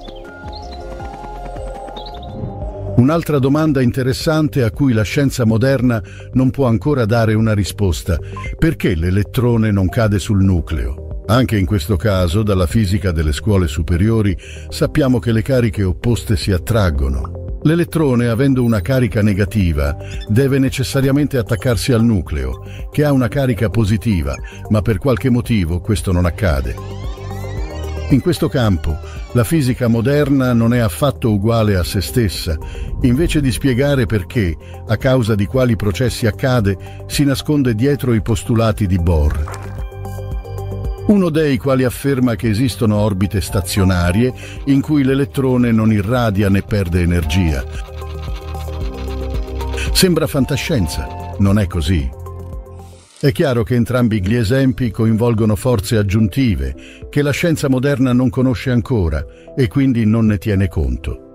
Un'altra domanda interessante a cui la scienza moderna non può ancora dare una risposta: perché l'elettrone non cade sul nucleo? Anche in questo caso, dalla fisica delle scuole superiori, sappiamo che le cariche opposte si attraggono. L'elettrone, avendo una carica negativa, deve necessariamente attaccarsi al nucleo, che ha una carica positiva, ma per qualche motivo questo non accade. In questo campo, la fisica moderna non è affatto uguale a se stessa. Invece di spiegare perché, a causa di quali processi accade, si nasconde dietro i postulati di Bohr. Uno dei quali afferma che esistono orbite stazionarie in cui l'elettrone non irradia né perde energia. Sembra fantascienza, non è così. È chiaro che entrambi gli esempi coinvolgono forze aggiuntive che la scienza moderna non conosce ancora e quindi non ne tiene conto.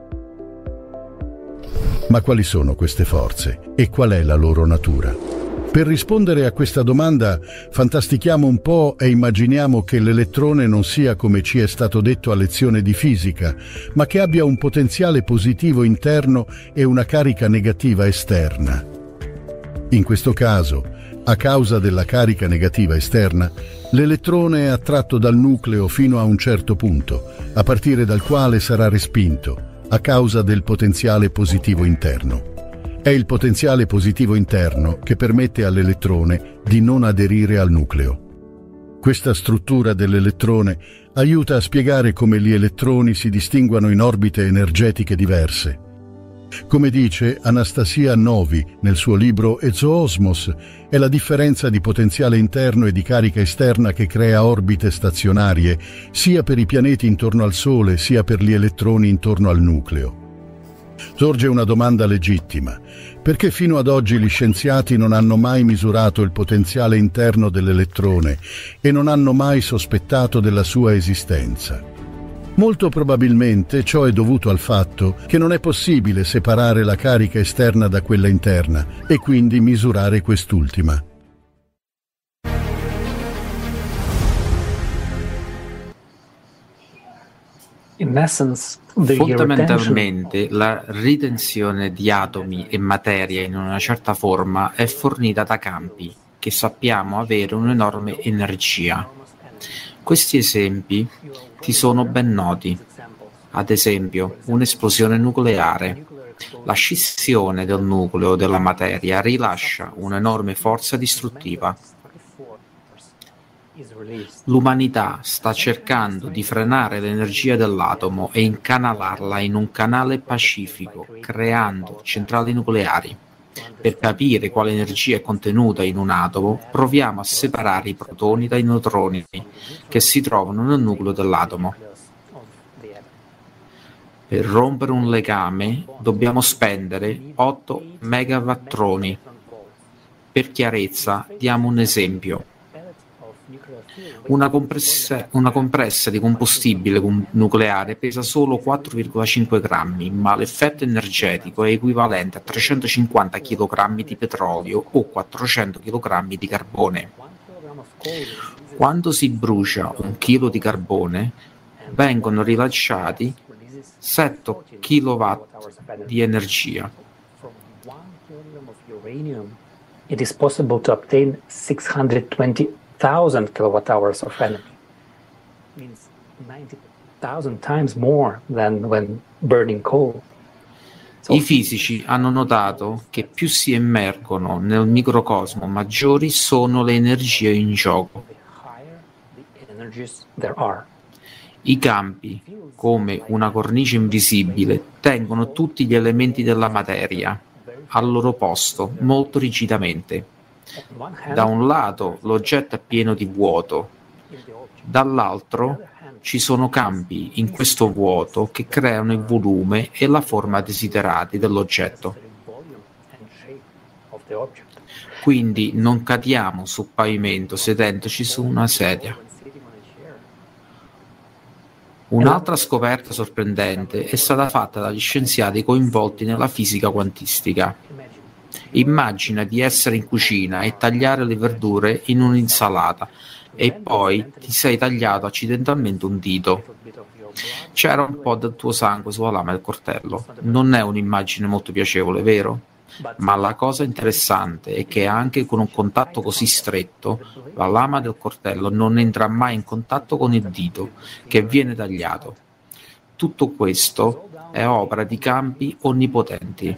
Ma quali sono queste forze e qual è la loro natura? Per rispondere a questa domanda fantastichiamo un po' e immaginiamo che l'elettrone non sia, come ci è stato detto a lezione di fisica, ma che abbia un potenziale positivo interno e una carica negativa esterna. In questo caso, a causa della carica negativa esterna, l'elettrone è attratto dal nucleo fino a un certo punto, a partire dal quale sarà respinto, a causa del potenziale positivo interno. È il potenziale positivo interno che permette all'elettrone di non aderire al nucleo. Questa struttura dell'elettrone aiuta a spiegare come gli elettroni si distinguano in orbite energetiche diverse. Come dice Anastasia Novi nel suo libro Exoosmos, è la differenza di potenziale interno e di carica esterna che crea orbite stazionarie, sia per i pianeti intorno al Sole, sia per gli elettroni intorno al nucleo. Sorge una domanda legittima. Perché fino ad oggi gli scienziati non hanno mai misurato il potenziale interno dell'elettrone e non hanno mai sospettato della sua esistenza? Molto probabilmente ciò è dovuto al fatto che non è possibile separare la carica esterna da quella interna e quindi misurare quest'ultima. Fondamentalmente la ritenzione di atomi e materia in una certa forma è fornita da campi che sappiamo avere un'enorme energia. Questi esempi ti sono ben noti. Ad esempio, un'esplosione nucleare. La scissione del nucleo della materia rilascia un'enorme forza distruttiva. L'umanità sta cercando di frenare l'energia dell'atomo e incanalarla in un canale pacifico, creando centrali nucleari. Per capire quale energia è contenuta in un atomo, proviamo a separare i protoni dai neutroni che si trovano nel nucleo dell'atomo. Per rompere un legame dobbiamo spendere 8 megawattroni. Per chiarezza diamo un esempio. Una compressa di combustibile nucleare pesa solo 4,5 grammi, ma l'effetto energetico è equivalente a 350 kg di petrolio o 400 kg di carbone. Quando si brucia un chilo di carbone, vengono rilasciati 7 kW di energia. It is possible to obtain 620,000 kilowatt-hours of energy. Means 90,000 times more than when burning coal. I fisici hanno notato che più si immergono nel microcosmo, maggiori sono le energie in gioco. I campi, come una cornice invisibile, tengono tutti gli elementi della materia al loro posto, molto rigidamente. Da un lato l'oggetto è pieno di vuoto, dall'altro ci sono campi in questo vuoto che creano il volume e la forma desiderati dell'oggetto. Quindi non cadiamo sul pavimento sedendoci su una sedia. Un'altra scoperta sorprendente è stata fatta dagli scienziati coinvolti nella fisica quantistica. Immagina di essere in cucina e tagliare le verdure in un'insalata e poi ti sei tagliato accidentalmente un dito. C'era un po' del tuo sangue sulla lama del coltello. Non è un'immagine molto piacevole, vero? Ma la cosa interessante è che anche con un contatto così stretto, la lama del coltello non entra mai in contatto con il dito che viene tagliato. Tutto questo è opera di campi onnipotenti.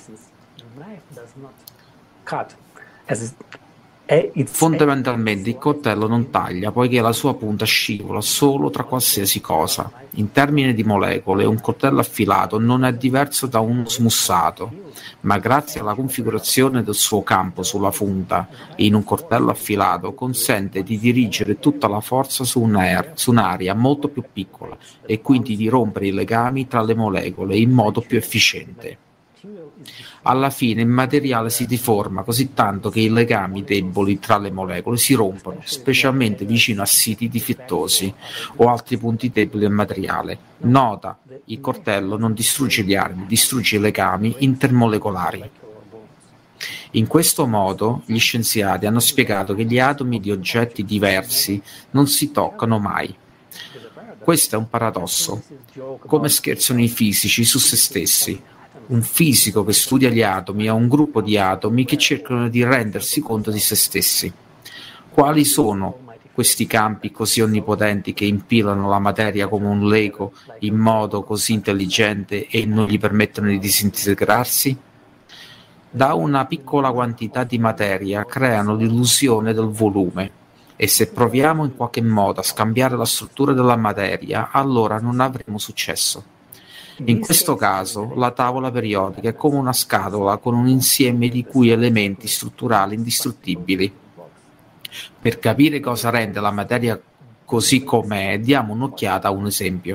Fondamentalmente il coltello non taglia, poiché la sua punta scivola solo tra qualsiasi cosa. In termini di molecole, un coltello affilato non è diverso da uno smussato, ma grazie alla configurazione del suo campo sulla punta, in un coltello affilato consente di dirigere tutta la forza su un'area molto più piccola e quindi di rompere i legami tra le molecole in modo più efficiente. Alla fine il materiale si deforma così tanto che i legami deboli tra le molecole si rompono, specialmente vicino a siti difettosi o altri punti deboli del materiale. Nota, il coltello non distrugge gli armi, distrugge i legami intermolecolari. In questo modo gli scienziati hanno spiegato che gli atomi di oggetti diversi non si toccano mai. Questo è un paradosso, come scherzano i fisici su se stessi. Un fisico che studia gli atomi ha un gruppo di atomi che cercano di rendersi conto di se stessi. Quali sono questi campi così onnipotenti che impilano la materia come un Lego in modo così intelligente e non gli permettono di disintegrarsi? Da una piccola quantità di materia creano l'illusione del volume e se proviamo in qualche modo a scambiare la struttura della materia, allora non avremo successo. In questo caso, la tavola periodica è come una scatola con un insieme di cui elementi strutturali indistruttibili. Per capire cosa rende la materia così com'è, diamo un'occhiata a un esempio.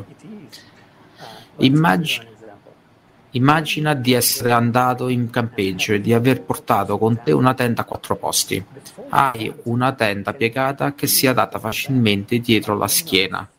Immagina di essere andato in campeggio e di aver portato con te una tenda a 4 posti. Hai una tenda piegata che si adatta facilmente dietro la schiena.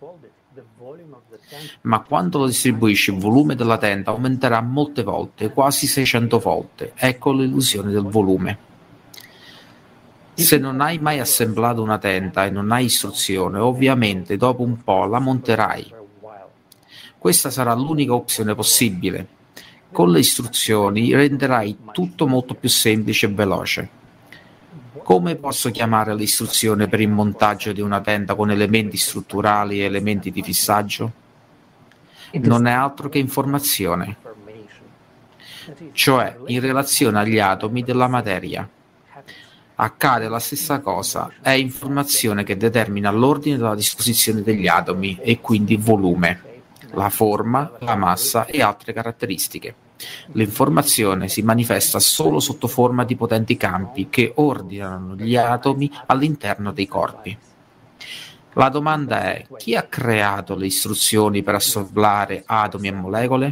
Ma quando lo distribuisci, il volume della tenda aumenterà molte volte, quasi 600 volte. Ecco l'illusione del volume. Se non hai mai assemblato una tenda e non hai istruzione, ovviamente dopo un po' la monterai. Questa sarà l'unica opzione possibile. Con le istruzioni renderai tutto molto più semplice e veloce. Come posso chiamare l'istruzione per il montaggio di una tenda con elementi strutturali e elementi di fissaggio? Non è altro che informazione, cioè in relazione agli atomi della materia. Accade la stessa cosa, è informazione che determina l'ordine della disposizione degli atomi e quindi il volume, la forma, la massa e altre caratteristiche. L'informazione si manifesta solo sotto forma di potenti campi che ordinano gli atomi all'interno dei corpi. La domanda è: chi ha creato le istruzioni per assemblare atomi e molecole?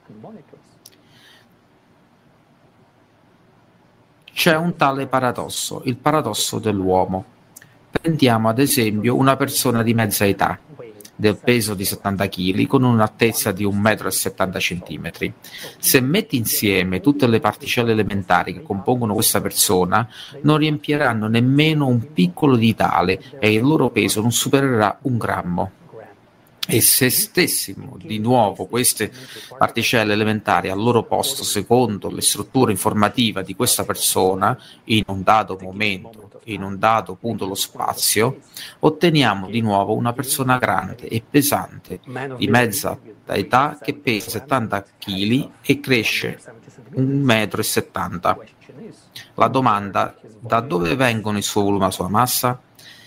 C'è un tale paradosso, il paradosso dell'uomo. Prendiamo ad esempio una persona di mezza età, del peso di 70 kg, con un'altezza di 1,70 m. Se metti insieme tutte le particelle elementari che compongono questa persona, non riempiranno nemmeno un piccolo ditale e il loro peso non supererà 1 grammo. E se stessimo di nuovo queste particelle elementari al loro posto secondo le strutture informative di questa persona, in un dato momento, in un dato punto dello spazio, otteniamo di nuovo una persona grande e pesante, di mezza età, che pesa 70 kg e cresce 1,70 m. La domanda: da dove vengono il suo volume e la sua massa?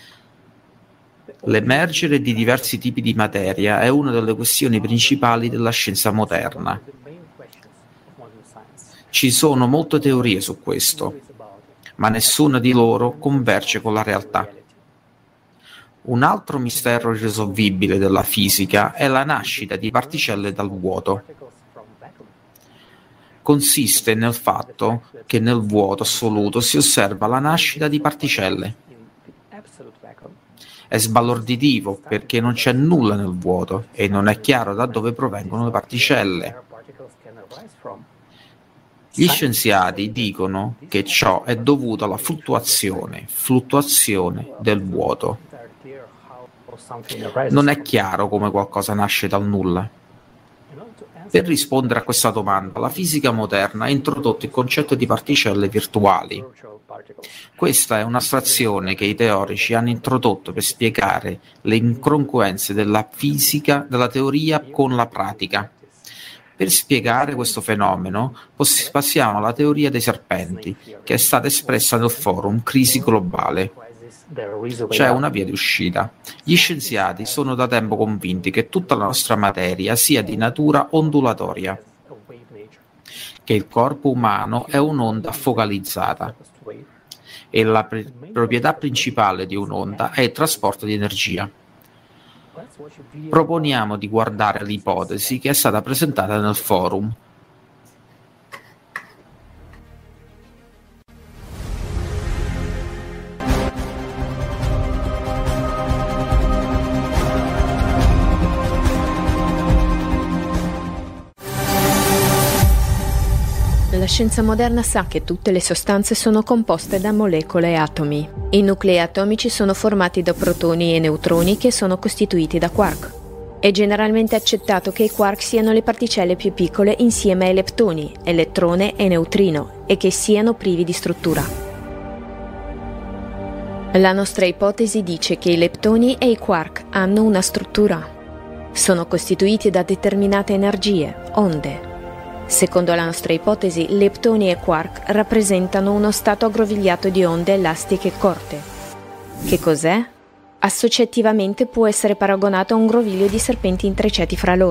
L'emergere di diversi tipi di materia è una delle questioni principali della scienza moderna. Ci sono molte teorie su questo, ma nessuna di loro converge con la realtà. Un altro mistero irrisolvibile della fisica è la nascita di particelle dal vuoto. Consiste nel fatto che nel vuoto assoluto si osserva la nascita di particelle. È sbalorditivo perché non c'è nulla nel vuoto e non è chiaro da dove provengono le particelle. Gli scienziati dicono che ciò è dovuto alla fluttuazione del vuoto. Non è chiaro come qualcosa nasce dal nulla. Per rispondere a questa domanda, la fisica moderna ha introdotto il concetto di particelle virtuali. Questa è un'astrazione che i teorici hanno introdotto per spiegare le incongruenze della fisica, della teoria con la pratica. Per spiegare questo fenomeno passiamo alla teoria dei serpenti, che è stata espressa nel forum Crisi Globale. C'è una via di uscita. Gli scienziati sono da tempo convinti che tutta la nostra materia sia di natura ondulatoria, che il corpo umano è un'onda focalizzata e la proprietà principale di un'onda è il trasporto di energia. Proponiamo di guardare l'ipotesi che è stata presentata nel forum. La scienza moderna sa che tutte le sostanze sono composte da molecole e atomi. I nuclei atomici sono formati da protoni e neutroni che sono costituiti da quark. È generalmente accettato che i quark siano le particelle più piccole insieme ai leptoni, elettrone e neutrino, e che siano privi di struttura. La nostra ipotesi dice che i leptoni e i quark hanno una struttura. Sono costituiti da determinate energie, onde. Secondo la nostra ipotesi, leptoni e quark rappresentano uno stato aggrovigliato di onde elastiche corte. Che cos'è? Associativamente può essere paragonato a un groviglio di serpenti intrecciati fra loro.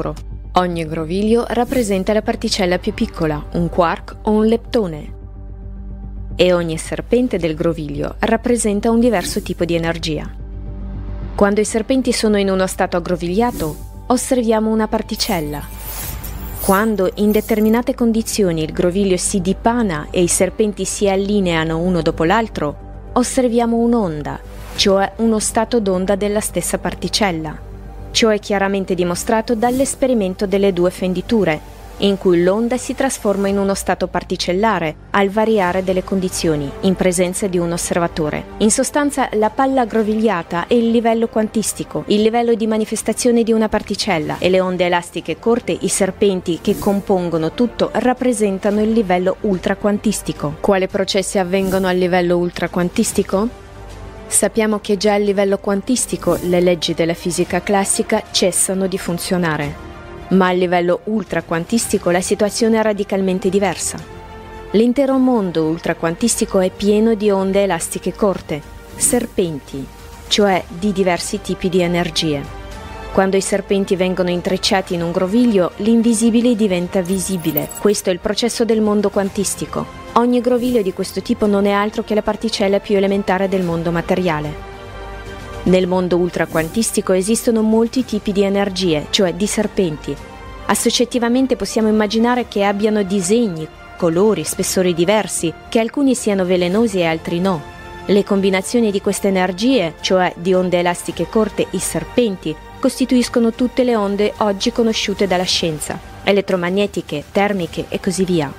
Ogni groviglio rappresenta la particella più piccola, un quark o un leptone. E ogni serpente del groviglio rappresenta un diverso tipo di energia. Quando i serpenti sono in uno stato aggrovigliato, osserviamo una particella. Quando in determinate condizioni il groviglio si dipana e i serpenti si allineano uno dopo l'altro, osserviamo un'onda, cioè uno stato d'onda della stessa particella. Ciò è chiaramente dimostrato dall'esperimento delle due fenditure, in cui l'onda si trasforma in uno stato particellare al variare delle condizioni, in presenza di un osservatore. In sostanza, la palla aggrovigliata è il livello quantistico, il livello di manifestazione di una particella, e le onde elastiche corte, i serpenti che compongono tutto, rappresentano il livello ultraquantistico. Quali processi avvengono al livello ultraquantistico? Sappiamo che già a livello quantistico le leggi della fisica classica cessano di funzionare, ma a livello ultraquantistico la situazione è radicalmente diversa. L'intero mondo ultraquantistico è pieno di onde elastiche corte, serpenti, cioè di diversi tipi di energie. Quando i serpenti vengono intrecciati in un groviglio, l'invisibile diventa visibile. Questo è il processo del mondo quantistico. Ogni groviglio di questo tipo non è altro che la particella più elementare del mondo materiale. Nel mondo ultraquantistico esistono molti tipi di energie, cioè di serpenti. Associativamente possiamo immaginare che abbiano disegni, colori, spessori diversi, che alcuni siano velenosi e altri no. Le combinazioni di queste energie, cioè di onde elastiche corte, i serpenti, costituiscono tutte le onde oggi conosciute dalla scienza, elettromagnetiche, termiche e così via.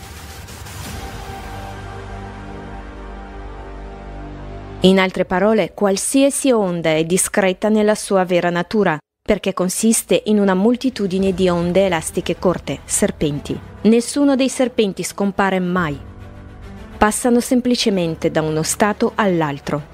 In altre parole, qualsiasi onda è discreta nella sua vera natura, perché consiste in una moltitudine di onde elastiche corte, serpenti. Nessuno dei serpenti scompare mai. Passano semplicemente da uno stato all'altro.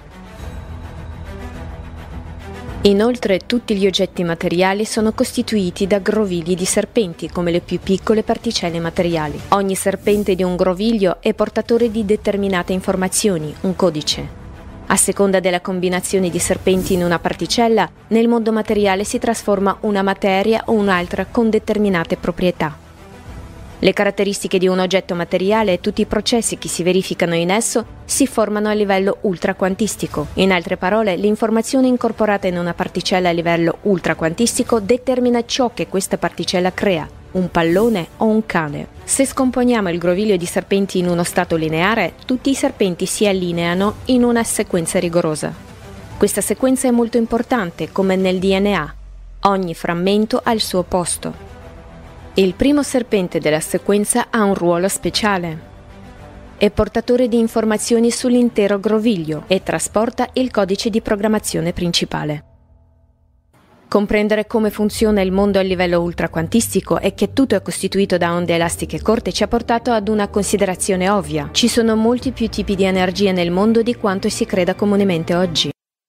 Inoltre, tutti gli oggetti materiali sono costituiti da grovigli di serpenti, come le più piccole particelle materiali. Ogni serpente di un groviglio è portatore di determinate informazioni, un codice. A seconda della combinazione di serpenti in una particella, nel mondo materiale si trasforma una materia o un'altra con determinate proprietà. Le caratteristiche di un oggetto materiale e tutti i processi che si verificano in esso si formano a livello ultraquantistico. In altre parole, l'informazione incorporata in una particella a livello ultraquantistico determina ciò che questa particella crea, un pallone o un cane. Se scomponiamo il groviglio di serpenti in uno stato lineare, tutti i serpenti si allineano in una sequenza rigorosa. Questa sequenza è molto importante, come nel DNA. Ogni frammento ha il suo posto. Il primo serpente della sequenza ha un ruolo speciale. È portatore di informazioni sull'intero groviglio e trasporta il codice di programmazione principale. Comprendere come funziona il mondo a livello ultraquantistico e che tutto è costituito da onde elastiche corte ci ha portato ad una considerazione ovvia. Ci sono molti più tipi di energia nel mondo di quanto si creda comunemente oggi.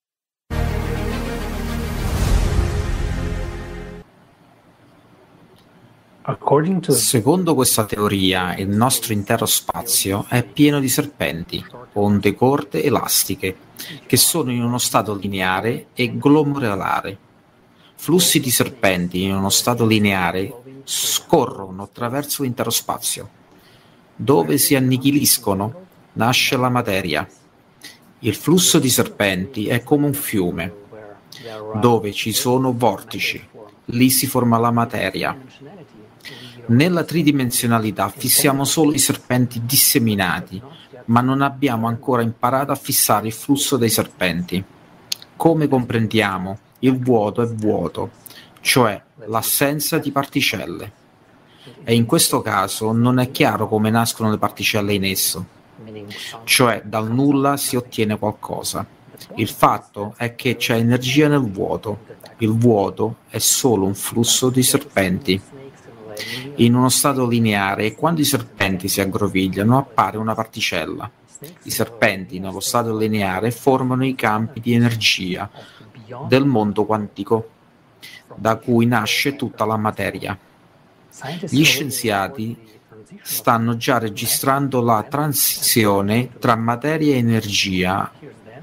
Secondo questa teoria, il nostro intero spazio è pieno di serpenti, onde corte elastiche, che sono in uno stato lineare e glomerolare. Flussi di serpenti in uno stato lineare scorrono attraverso l'intero spazio. Dove si annichiliscono, nasce la materia. Il flusso di serpenti è come un fiume. Dove ci sono vortici, lì si forma la materia. Nella tridimensionalità fissiamo solo i serpenti disseminati, ma non abbiamo ancora imparato a fissare il flusso dei serpenti. Come comprendiamo, il vuoto è vuoto, cioè l'assenza di particelle. E in questo caso non è chiaro come nascono le particelle in esso, cioè dal nulla si ottiene qualcosa. Il fatto è che c'è energia nel vuoto. Il vuoto è solo un flusso di serpenti. In uno stato lineare, e quando i serpenti si aggrovigliano, appare una particella. I serpenti nello stato lineare formano i campi di energia del mondo quantico, da cui nasce tutta la materia. Gli scienziati stanno già registrando la transizione tra materia e energia e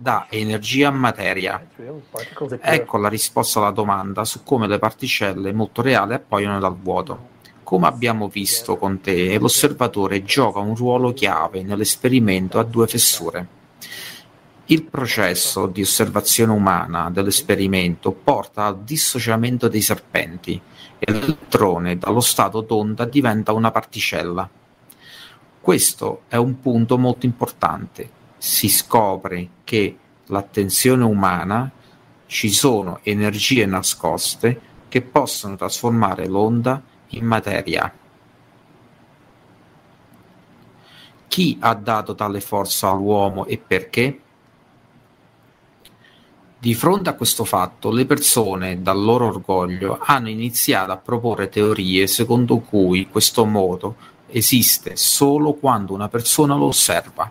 da energia a materia. Ecco la risposta alla domanda su come le particelle molto reali appaiono dal vuoto. Come abbiamo visto con te, l'osservatore gioca un ruolo chiave nell'esperimento a due fessure. Il processo di osservazione umana dell'esperimento porta al dissociamento dei serpenti e l'elettrone dallo stato d'onda diventa una particella. Questo è un punto molto importante. Si scopre che l'attenzione umana ci sono energie nascoste che possono trasformare l'onda in materia. Chi ha dato tale forza all'uomo e perché? Di fronte a questo fatto, le persone, dal loro orgoglio, hanno iniziato a proporre teorie secondo cui questo modo esiste solo quando una persona lo osserva.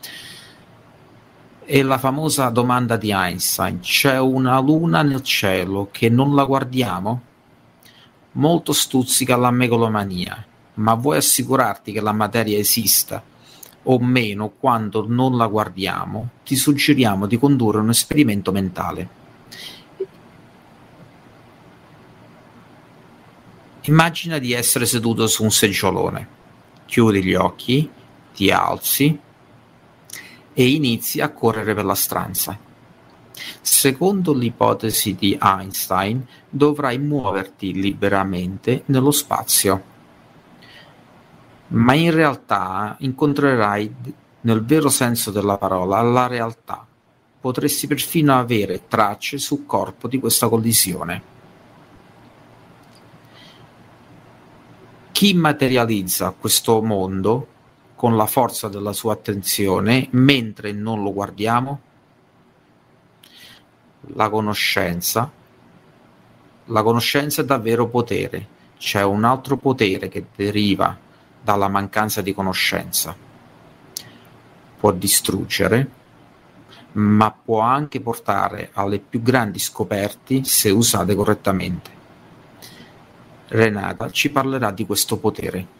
È la famosa domanda di Einstein: c'è una luna nel cielo che non la guardiamo? Molto stuzzica la megalomania, ma vuoi assicurarti che la materia esista o meno quando non la guardiamo? Ti suggeriamo di condurre un esperimento mentale. Immagina di essere seduto su un seggiolone. Chiudi gli occhi, ti alzi e inizi a correre per la stanza. Secondo l'ipotesi di Einstein, dovrai muoverti liberamente nello spazio, ma in realtà incontrerai, nel vero senso della parola, la realtà. Potresti perfino avere tracce sul corpo di questa collisione. Chi materializza questo mondo con la forza della sua attenzione mentre non lo guardiamo? La conoscenza. La conoscenza è davvero potere. C'è un altro potere che deriva dalla mancanza di conoscenza. Può distruggere, ma può anche portare alle più grandi scoperte se usate correttamente. Renata ci parlerà di questo potere.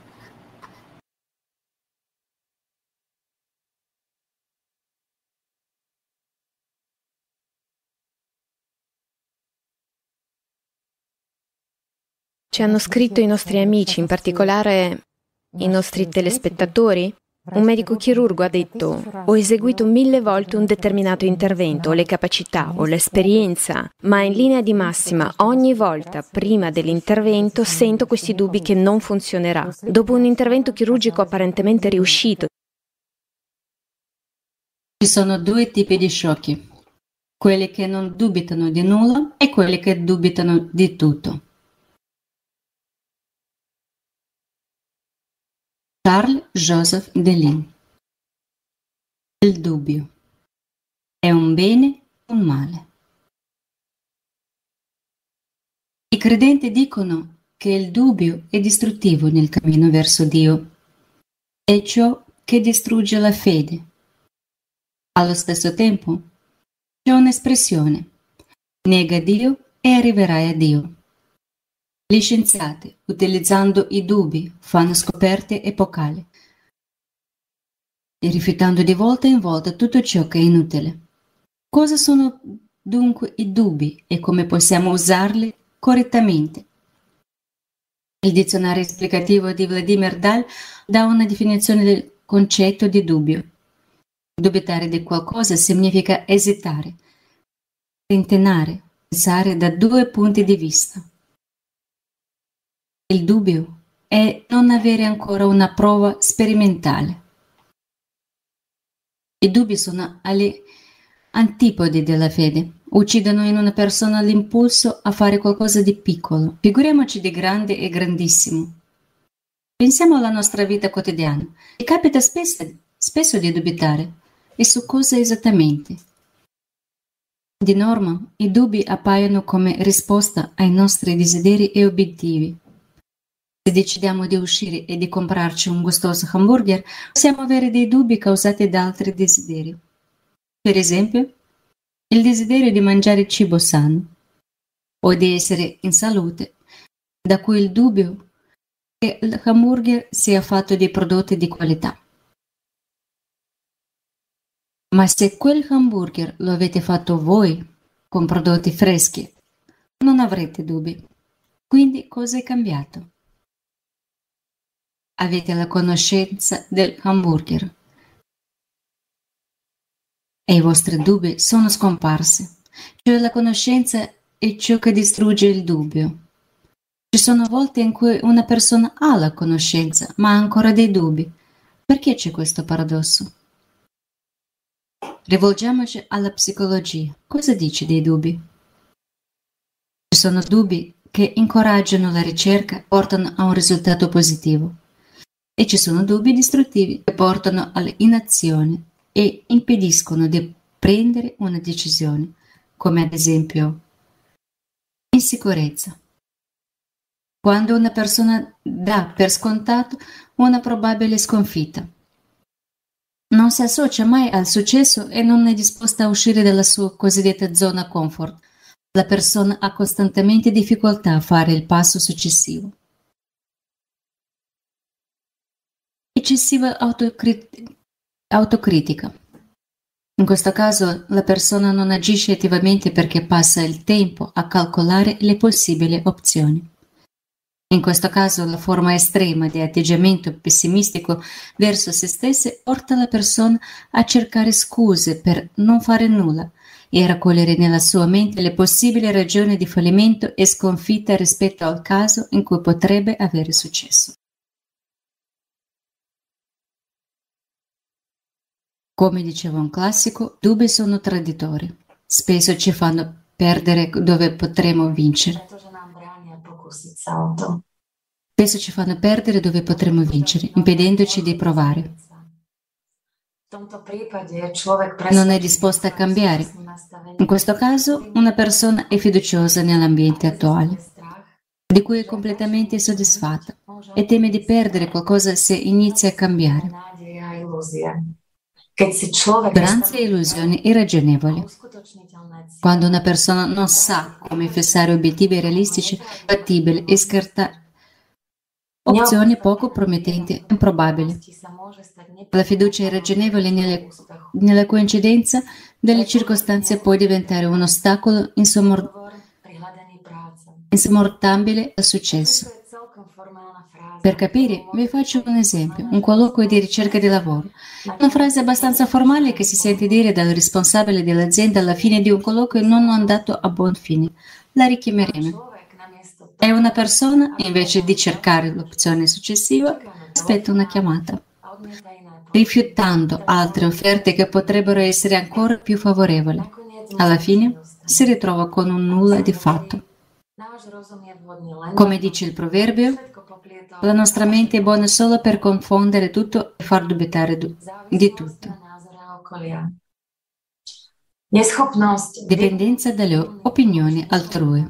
Ci hanno scritto i nostri amici, in particolare i nostri telespettatori. Un medico chirurgo ha detto: ho eseguito 1000 volte un determinato intervento, ho le capacità, ho l'esperienza, ma in linea di massima ogni volta prima dell'intervento sento questi dubbi che non funzionerà. Dopo un intervento chirurgico apparentemente riuscito. Ci sono due tipi di sciocchi: quelli che non dubitano di nulla e quelli che dubitano di tutto. Charles Joseph Delin. Il dubbio è un bene o un male? I credenti dicono che il dubbio è distruttivo nel cammino verso Dio, è ciò che distrugge la fede. Allo stesso tempo c'è un'espressione: nega Dio e arriverai a Dio. Gli scienziati, utilizzando i dubbi, fanno scoperte epocali, e rifiutando di volta in volta tutto ciò che è inutile. Cosa sono dunque i dubbi e come possiamo usarli correttamente? Il dizionario esplicativo di Vladimir Dal dà una definizione del concetto di dubbio. Dubitare di qualcosa significa esitare, tentennare, pensare da due punti di vista. Il dubbio è non avere ancora una prova sperimentale. I dubbi sono alle antipodi della fede. Uccidono in una persona l'impulso a fare qualcosa di piccolo. Figuriamoci di grande e grandissimo. Pensiamo alla nostra vita quotidiana. Ti capita spesso di dubitare. E su cosa esattamente? Di norma, i dubbi appaiono come risposta ai nostri desideri e obiettivi. Se decidiamo di uscire e di comprarci un gustoso hamburger, possiamo avere dei dubbi causati da altri desideri. Per esempio, il desiderio di mangiare cibo sano o di essere in salute, da cui il dubbio che il hamburger sia fatto di prodotti di qualità. Ma se quel hamburger lo avete fatto voi, con prodotti freschi, non avrete dubbi. Quindi cosa è cambiato? Avete la conoscenza del hamburger e i vostri dubbi sono scomparsi. Cioè la conoscenza è ciò che distrugge il dubbio. Ci sono volte in cui una persona ha la conoscenza, ma ha ancora dei dubbi. Perché c'è questo paradosso? Rivolgiamoci alla psicologia. Cosa dice dei dubbi? Ci sono dubbi che incoraggiano la ricerca e portano a un risultato positivo. E ci sono dubbi distruttivi che portano all'inazione e impediscono di prendere una decisione, come ad esempio insicurezza. Quando una persona dà per scontato una probabile sconfitta, non si associa mai al successo e non è disposta a uscire dalla sua cosiddetta zona comfort, la persona ha costantemente difficoltà a fare il passo successivo. Eccessiva autocritica. In questo caso la persona non agisce attivamente perché passa il tempo a calcolare le possibili opzioni. In questo caso la forma estrema di atteggiamento pessimistico verso se stesse porta la persona a cercare scuse per non fare nulla e a raccogliere nella sua mente le possibili ragioni di fallimento e sconfitta rispetto al caso in cui potrebbe avere successo. Come diceva un classico, dubbi sono traditori. Spesso ci fanno perdere dove potremo vincere. Spesso ci fanno perdere dove potremo vincere, impedendoci di provare. Non è disposta a cambiare. In questo caso, una persona è fiduciosa nell'ambiente attuale, di cui è completamente soddisfatta, e teme di perdere qualcosa se inizia a cambiare. Speranze e illusioni irragionevoli. Quando una persona non sa come fissare obiettivi realistici, fattibili e scartare opzioni poco promettenti e improbabili. La fiducia irragionevole nella coincidenza delle circostanze può diventare un ostacolo insormontabile al successo. Per capire, vi faccio un esempio, un colloquio di ricerca di lavoro. Una frase abbastanza formale che si sente dire dal responsabile dell'azienda alla fine di un colloquio non andato a buon fine. La richiameremo. E una persona, invece di cercare l'opzione successiva, aspetta una chiamata, rifiutando altre offerte che potrebbero essere ancora più favorevoli. Alla fine si ritrova con un nulla di fatto. Come dice il proverbio, la nostra mente è buona solo per confondere tutto e far dubitare di tutto. Dipendenza dalle opinioni altrui.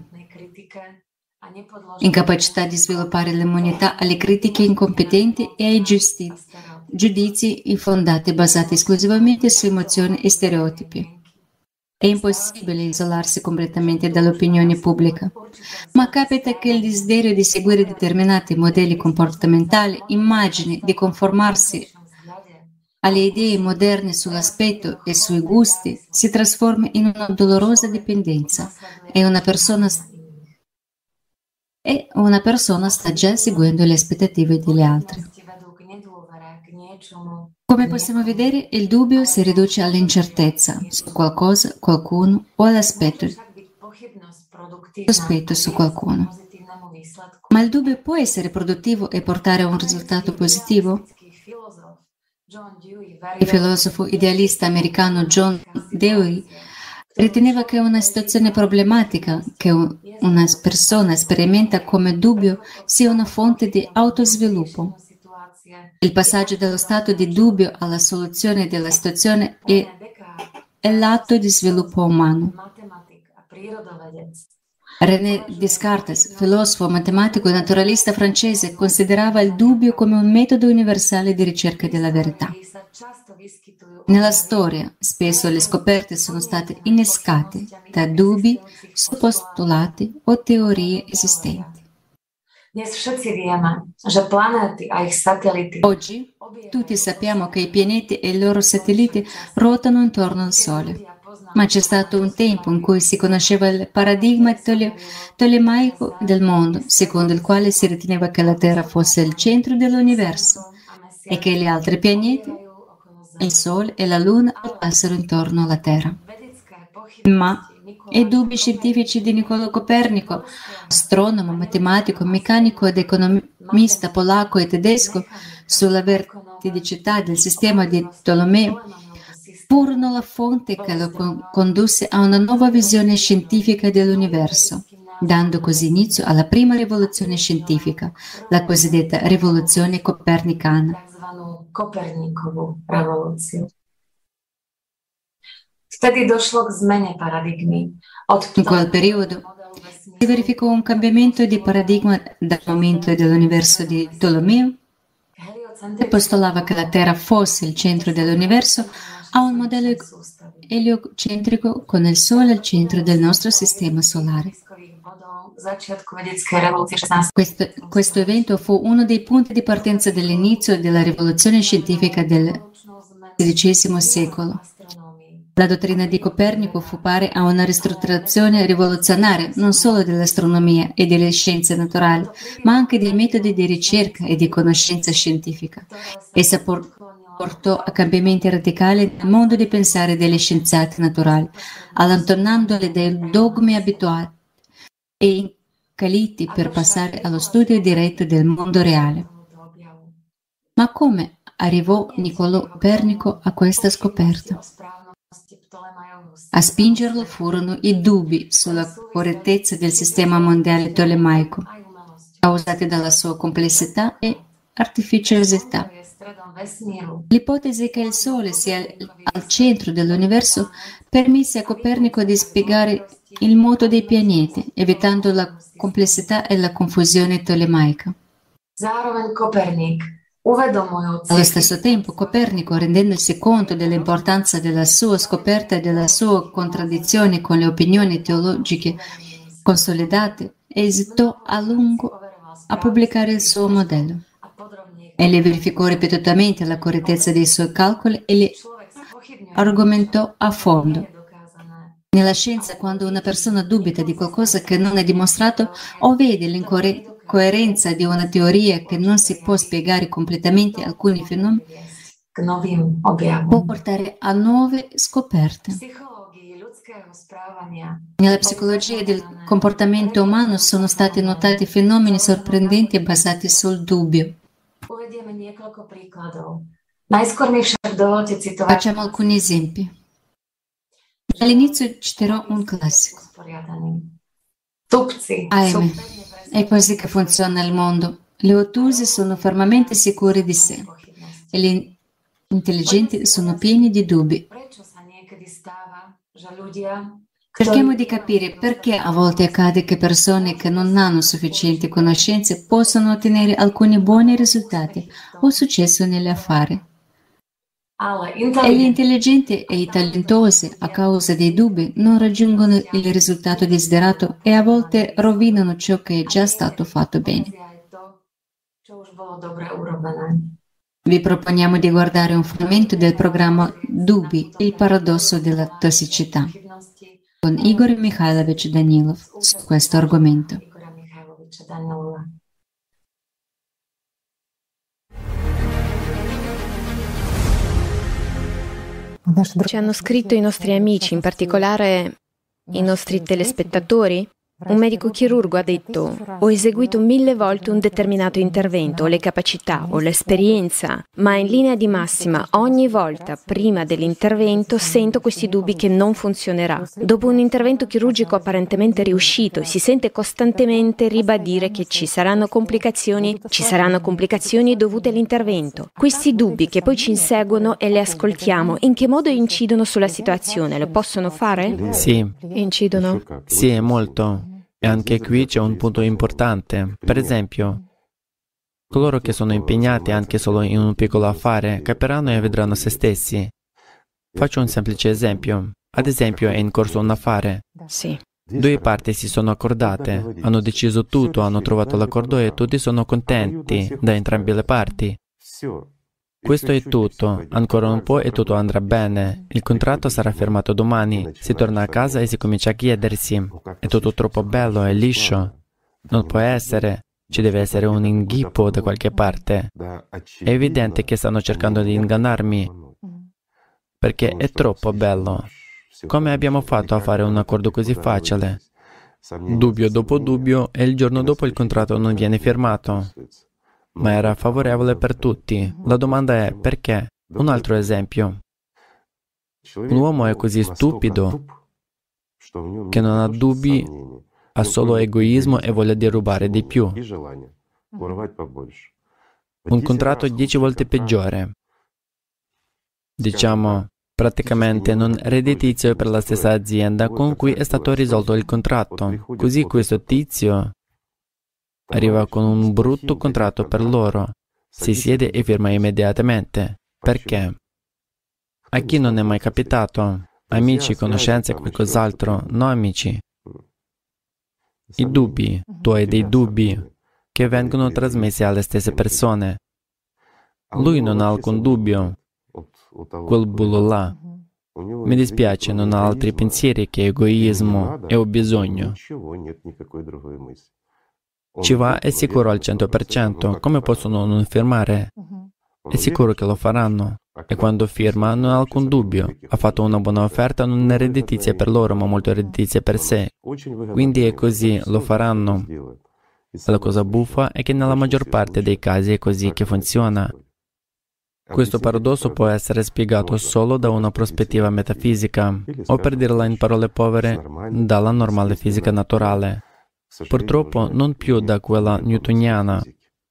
Incapacità di sviluppare l'immunità alle critiche incompetenti e ai giudizi infondati basati esclusivamente su emozioni e stereotipi. È impossibile isolarsi completamente dall'opinione pubblica, ma capita che il desiderio di seguire determinati modelli comportamentali, immagini di conformarsi alle idee moderne sull'aspetto e sui gusti, si trasformi in una dolorosa dipendenza e una persona sta già seguendo le aspettative degli altri. Come possiamo vedere, il dubbio si riduce all'incertezza su qualcosa, qualcuno o all'aspetto sospetto su qualcuno. Ma il dubbio può essere produttivo e portare a un risultato positivo? Il filosofo idealista americano John Dewey riteneva che una situazione problematica che una persona sperimenta come dubbio sia una fonte di autosviluppo. Il passaggio dallo stato di dubbio alla soluzione della situazione è l'atto di sviluppo umano. René Descartes, filosofo, matematico e naturalista francese, considerava il dubbio come un metodo universale di ricerca della verità. Nella storia, spesso le scoperte sono state innescate da dubbi su postulati o teorie esistenti. Oggi Tutti sappiamo che i pianeti e i loro satelliti ruotano intorno al Sole, ma c'è stato un tempo in cui si conosceva il paradigma tolemaico del mondo, secondo il quale si riteneva che la Terra fosse il centro dell'universo e che gli altri pianeti, il Sole e la Luna, ruotassero intorno alla Terra. Ma i dubbi scientifici di Niccolò Copernico, astronomo, matematico, meccanico ed economista polacco e tedesco, sulla veridicità del sistema di Tolomeo, furono la fonte che lo condusse a una nuova visione scientifica dell'universo, dando così inizio alla prima rivoluzione scientifica, la cosiddetta rivoluzione copernicana. Kopernikovú revolúciu. Vtedy došlo k zmene paradigmy. In quel periodo si verificò un cambiamento di paradigma dal momento dell'universo di Tolomeo, che postulava che la Terra fosse il centro dell'universo, a un modello eliocentrico con il Sole al centro del nostro sistema solare. Questo evento fu uno dei punti di partenza dell'inizio della rivoluzione scientifica del XVI secolo. La dottrina di Copernico fu pari a una ristrutturazione rivoluzionaria non solo dell'astronomia e delle scienze naturali, ma anche dei metodi di ricerca e di conoscenza scientifica. Essa portò a cambiamenti radicali nel modo di pensare degli scienziati naturali, allontanandoli dai dogmi abituali e incalliti per passare allo studio diretto del mondo reale. Ma come arrivò Niccolò Copernico a questa scoperta? A spingerlo furono i dubbi sulla correttezza del sistema mondiale tolemaico, causati dalla sua complessità e artificiosità. L'ipotesi che il Sole sia al centro dell'universo permise a Copernico di spiegare il moto dei pianeti, evitando la complessità e la confusione tolemaica. Allo stesso tempo, Copernico, rendendosi conto dell'importanza della sua scoperta e della sua contraddizione con le opinioni teologiche consolidate, esitò a lungo a pubblicare il suo modello. Egli verificò ripetutamente la correttezza dei suoi calcoli e li argomentò a fondo. Nella scienza, quando una persona dubita di qualcosa che non è dimostrato o vede l'incoerenza di una teoria che non si può spiegare completamente, alcuni fenomeni può portare a nuove scoperte. Nella psicologia del comportamento umano sono stati notati fenomeni sorprendenti basati sul dubbio. Facciamo alcuni esempi. All'inizio citerò un classico. Ahimè, è così che funziona il mondo. Gli ottusi sono fermamente sicuri di sé e gli intelligenti sono pieni di dubbi. Cerchiamo di capire perché a volte accade che persone che non hanno sufficienti conoscenze possano ottenere alcuni buoni risultati o successo negli affari. E gli intelligenti e i talentuosi, a causa dei dubbi, non raggiungono il risultato desiderato e a volte rovinano ciò che è già stato fatto bene. Vi proponiamo di guardare un frammento del programma Dubbi, il paradosso della tossicità, con Igor Mikhailovich Danilov su questo argomento. Ci hanno scritto i nostri amici, in particolare i nostri telespettatori. Un medico chirurgo ha detto: ho eseguito 1000 volte un determinato intervento, ho le capacità, ho l'esperienza, ma in linea di massima ogni volta prima dell'intervento sento questi dubbi che non funzionerà. Dopo un intervento chirurgico apparentemente riuscito, si sente costantemente ribadire che ci saranno complicazioni dovute all'intervento. Questi dubbi che poi ci inseguono e le ascoltiamo, in che modo incidono sulla situazione? Lo possono fare? Sì. Incidono? Sì, molto. E anche qui c'è un punto importante. Per esempio, coloro che sono impegnati anche solo in un piccolo affare capiranno e vedranno se stessi. Faccio un semplice esempio. Ad esempio, è in corso un affare. Sì. 2 parti si sono accordate, hanno deciso tutto, hanno trovato l'accordo e tutti sono contenti da entrambe le parti. Questo è tutto, ancora un po' e tutto andrà bene. Il contratto sarà firmato domani, si torna a casa e si comincia a chiedersi, è tutto troppo bello, è liscio? Non può essere, ci deve essere un inghippo da qualche parte. È evidente che stanno cercando di ingannarmi, perché è troppo bello. Come abbiamo fatto a fare un accordo così facile? Dubbio dopo dubbio e il giorno dopo il contratto non viene firmato. Ma era favorevole per tutti. La domanda è perché? Un altro esempio. L'uomo è così stupido che non ha dubbi, ha solo egoismo e voglia di rubare di più. Un contratto 10 volte peggiore. Diciamo, praticamente non redditizio per la stessa azienda con cui è stato risolto il contratto. Così questo tizio arriva con un brutto contratto per loro, si siede e firma immediatamente. Perché? A chi non è mai capitato? Amici, conoscenze, qualcos'altro? No, amici. I dubbi, tu hai dei dubbi che vengono trasmessi alle stesse persone. Lui non ha alcun dubbio, quel bullo là. Mi dispiace, non ha altri pensieri che egoismo e ho bisogno. Ci va, è sicuro al 100%, come possono non firmare? È sicuro che lo faranno. E quando firma non ha alcun dubbio. Ha fatto una buona offerta, non è redditizia per loro, ma molto redditizia per sé. Quindi è così, lo faranno. La cosa buffa è che nella maggior parte dei casi è così che funziona. Questo paradosso può essere spiegato solo da una prospettiva metafisica, o per dirla in parole povere, dalla normale fisica naturale. Purtroppo non più da quella newtoniana,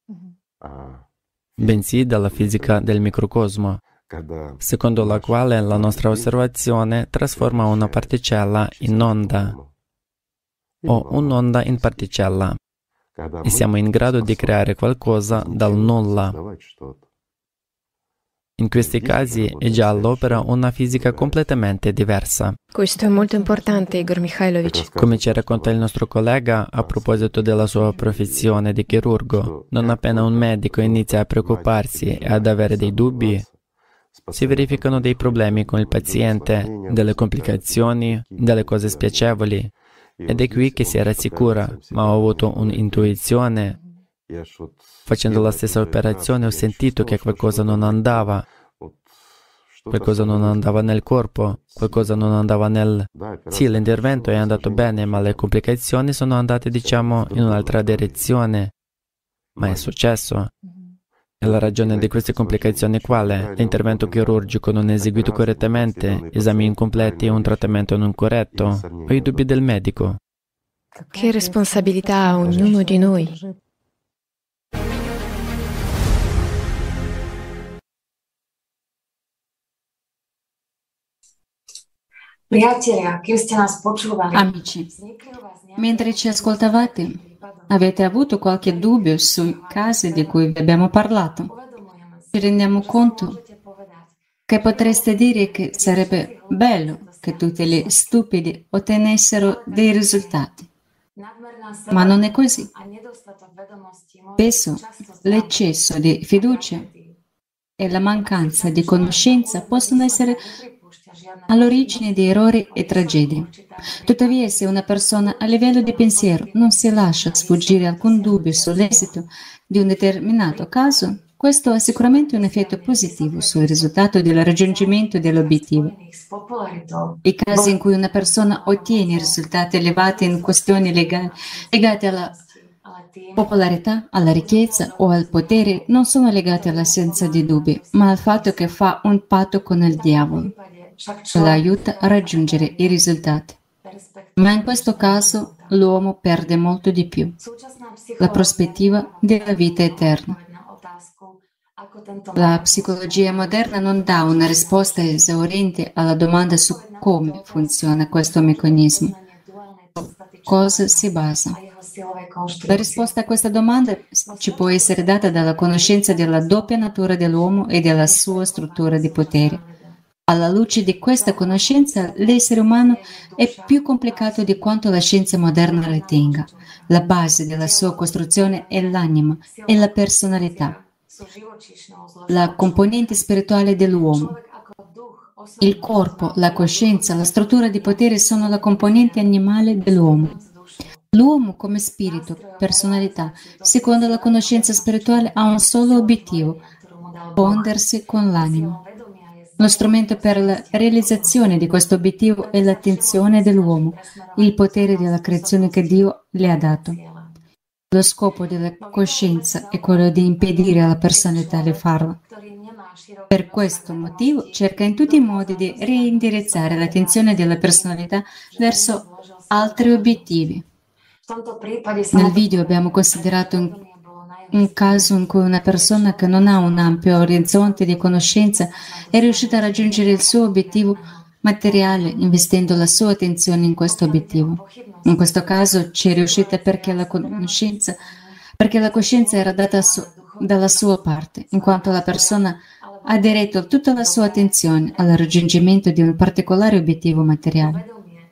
bensì dalla fisica del microcosmo, secondo la quale la nostra osservazione trasforma una particella in onda, o un'onda in particella, e siamo in grado di creare qualcosa dal nulla. In questi casi è già all'opera una fisica completamente diversa. Questo è molto importante, Igor Mikhailovich. Come ci racconta il nostro collega a proposito della sua professione di chirurgo, non appena un medico inizia a preoccuparsi e ad avere dei dubbi, si verificano dei problemi con il paziente, delle complicazioni, delle cose spiacevoli. Ed è qui che si rassicura, ma ho avuto un'intuizione. Facendo la stessa operazione ho sentito che qualcosa non andava nel corpo, qualcosa non andava nel... Sì, l'intervento è andato bene, ma le complicazioni sono andate, diciamo, in un'altra direzione. Ma è successo. E la ragione di queste complicazioni quale? L'intervento chirurgico non è eseguito correttamente, esami incompleti e un trattamento non corretto. Ho i dubbi del medico. Che responsabilità ha ognuno di noi? Amici, mentre ci ascoltavate, avete avuto qualche dubbio sui casi di cui vi abbiamo parlato? Ci rendiamo conto che potreste dire che sarebbe bello che tutti gli stupidi ottenessero dei risultati, ma non è così. Spesso l'eccesso di fiducia e la mancanza di conoscenza possono essere all'origine di errori e tragedie. Tuttavia, se una persona a livello di pensiero non si lascia sfuggire alcun dubbio sull'esito di un determinato caso, questo ha sicuramente un effetto positivo sul risultato del raggiungimento dell'obiettivo. I casi in cui una persona ottiene risultati elevati in questioni legate alla popolarità, alla ricchezza o al potere non sono legati all'assenza di dubbi, ma al fatto che fa un patto con il diavolo che la aiuta a raggiungere i risultati. Ma in questo caso l'uomo perde molto di più: la prospettiva della vita eterna. La psicologia moderna non dà una risposta esauriente alla domanda su come funziona questo meccanismo, su cosa si basa. La risposta a questa domanda ci può essere data dalla conoscenza della doppia natura dell'uomo e della sua struttura di potere. Alla luce di questa conoscenza, l'essere umano è più complicato di quanto la scienza moderna ritenga. La base della sua costruzione è l'anima e la personalità. la componente spirituale dell'uomo. Il corpo, la coscienza, la struttura di potere sono la componente animale dell'uomo. L'uomo come spirito, personalità, secondo la conoscenza spirituale, ha un solo obiettivo: fondersi con l'anima. Lo strumento per la realizzazione di questo obiettivo è l'attenzione dell'uomo, il potere della creazione che Dio le ha dato. Lo scopo della coscienza è quello di impedire alla personalità di farlo. Per questo motivo cerca in tutti i modi di reindirizzare l'attenzione della personalità verso altri obiettivi. Nel video abbiamo considerato un caso in cui una persona che non ha un ampio orizzonte di conoscenza è riuscita a raggiungere il suo obiettivo materiale investendo la sua attenzione in questo obiettivo. In questo caso ci è riuscita perché la coscienza era data dalla sua parte, in quanto la persona ha diretto tutta la sua attenzione al raggiungimento di un particolare obiettivo materiale.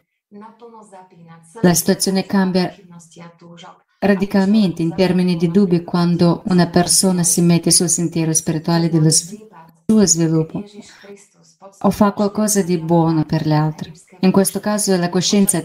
La situazione cambia radicalmente in termini di dubbi quando una persona si mette sul sentiero spirituale dello suo sviluppo o fa qualcosa di buono per gli altri. In questo caso la coscienza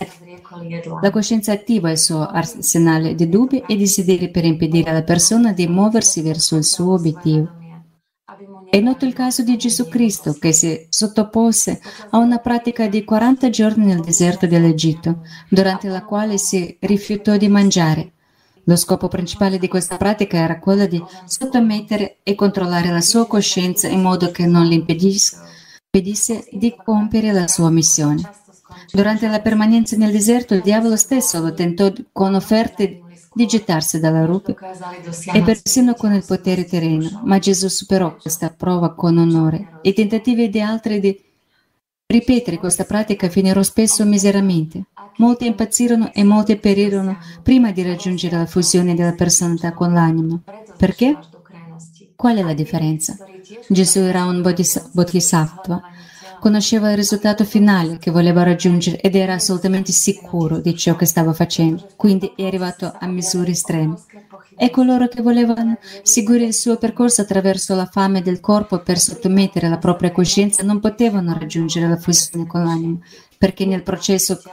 attiva il suo arsenale di dubbi e desideri per impedire alla persona di muoversi verso il suo obiettivo. È noto il caso di Gesù Cristo, che si sottopose a una pratica di 40 giorni nel deserto dell'Egitto, durante la quale si rifiutò di mangiare. Lo scopo principale di questa pratica era quello di sottomettere e controllare la sua coscienza in modo che non gli impedisse di compiere la sua missione. Durante la permanenza nel deserto, il diavolo stesso lo tentò con offerte di gettarsi dalla rupe e persino con il potere terreno, ma Gesù superò questa prova con onore. I tentativi di altri di ripetere questa pratica finirono spesso miseramente. Molti impazzirono e molti perirono prima di raggiungere la fusione della personalità con l'anima. Perché? Qual è la differenza? Gesù era un bodhisattva. Conosceva il risultato finale che voleva raggiungere ed era assolutamente sicuro di ciò che stava facendo, quindi è arrivato a misure estreme. E coloro che volevano seguire il suo percorso attraverso la fame del corpo per sottomettere la propria coscienza non potevano raggiungere la fusione con l'anima, perché nel processo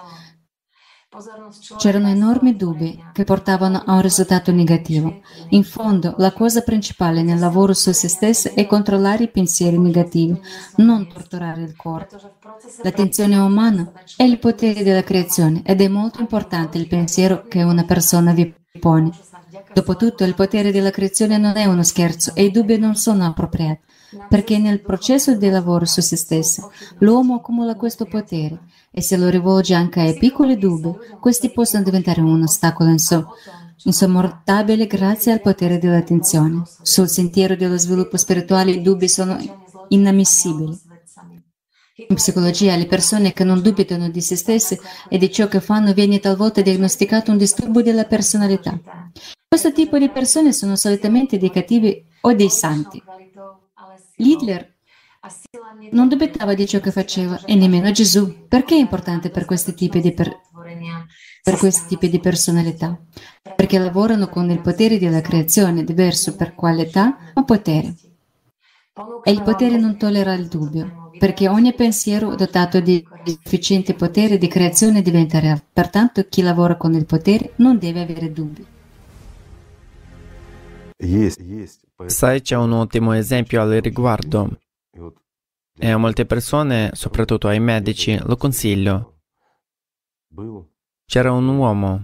c'erano enormi dubbi che portavano a un risultato negativo. In fondo, la cosa principale nel lavoro su se stesso è controllare i pensieri negativi, non torturare il corpo. L'attenzione umana è il potere della creazione ed è molto importante il pensiero che una persona vi pone. Dopotutto, il potere della creazione non è uno scherzo e i dubbi non sono appropriati, perché nel processo di lavoro su se stesso l'uomo accumula questo potere e se lo rivolge anche ai piccoli dubbi, questi possono diventare un ostacolo insormontabile grazie al potere dell'attenzione. Sul sentiero dello sviluppo spirituale i dubbi sono inammissibili. In psicologia, le persone che non dubitano di se stesse e di ciò che fanno viene talvolta diagnosticato un disturbo della personalità. Questo tipo di persone sono solitamente dei cattivi o dei santi. Hitler non dubitava di ciò che faceva e nemmeno Gesù. Perché è importante per questi tipi di personalità? Perché lavorano con il potere della creazione, diverso per qualità ma potere. E il potere non tollera il dubbio, perché ogni pensiero dotato di sufficiente potere di creazione diventa reale. Pertanto chi lavora con il potere non deve avere dubbi. Sai, c'è un ottimo esempio al riguardo e a molte persone, soprattutto ai medici, lo consiglio. C'era un uomo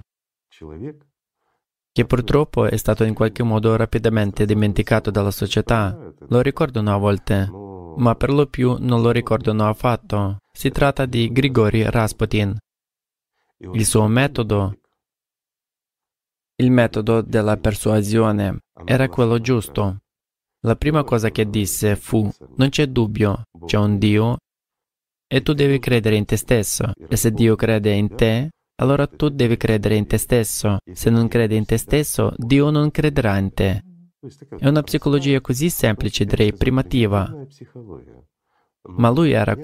che purtroppo è stato in qualche modo rapidamente dimenticato dalla società. Lo ricordano a volte, ma per lo più non lo ricordano affatto. Si tratta di Grigori Rasputin. Il suo metodo, il metodo della persuasione, era quello giusto. La prima cosa che disse fu: non c'è dubbio, c'è un Dio e tu devi credere in te stesso. E se Dio crede in te, allora tu devi credere in te stesso. Se non credi in te stesso, Dio non crederà in te. È una psicologia così semplice, direi primitiva. Ma lui era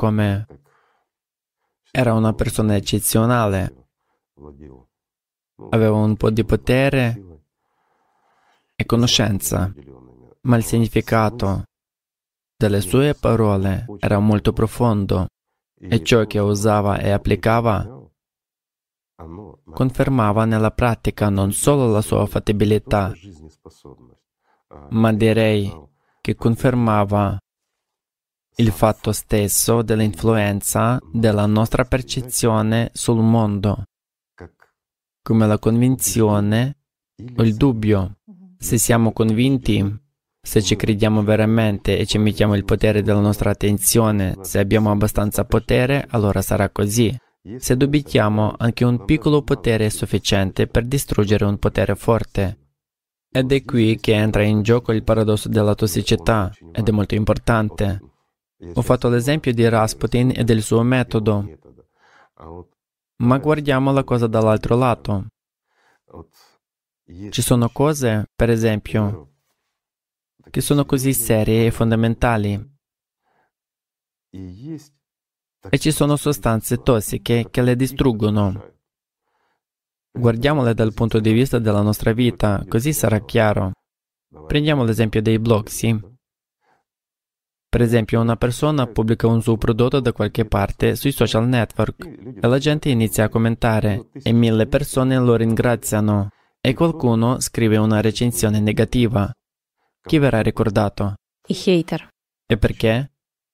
una persona eccezionale. Aveva un po' di potere e conoscenza. ma il significato delle sue parole era molto profondo e ciò che usava e applicava confermava nella pratica non solo la sua fattibilità, ma direi che confermava il fatto stesso dell'influenza della nostra percezione sul mondo, come la convinzione o il dubbio. Se siamo convinti, se ci crediamo veramente e ci mettiamo il potere della nostra attenzione, se abbiamo abbastanza potere, allora sarà così. Se dubitiamo, anche un piccolo potere è sufficiente per distruggere un potere forte. Ed è qui che entra in gioco il paradosso della tossicità, ed è molto importante. Ho fatto l'esempio di Rasputin e del suo metodo, ma guardiamo la cosa dall'altro lato. Ci sono cose, per esempio, che sono così serie e fondamentali, e ci sono sostanze tossiche che le distruggono. Guardiamole dal punto di vista della nostra vita, così sarà chiaro. Prendiamo l'esempio dei blog, sì? Per esempio, una persona pubblica un suo prodotto da qualche parte sui social network e la gente inizia a commentare e 1000 persone lo ringraziano e qualcuno scrive una recensione negativa. Chi verrà ricordato? I hater. E perché?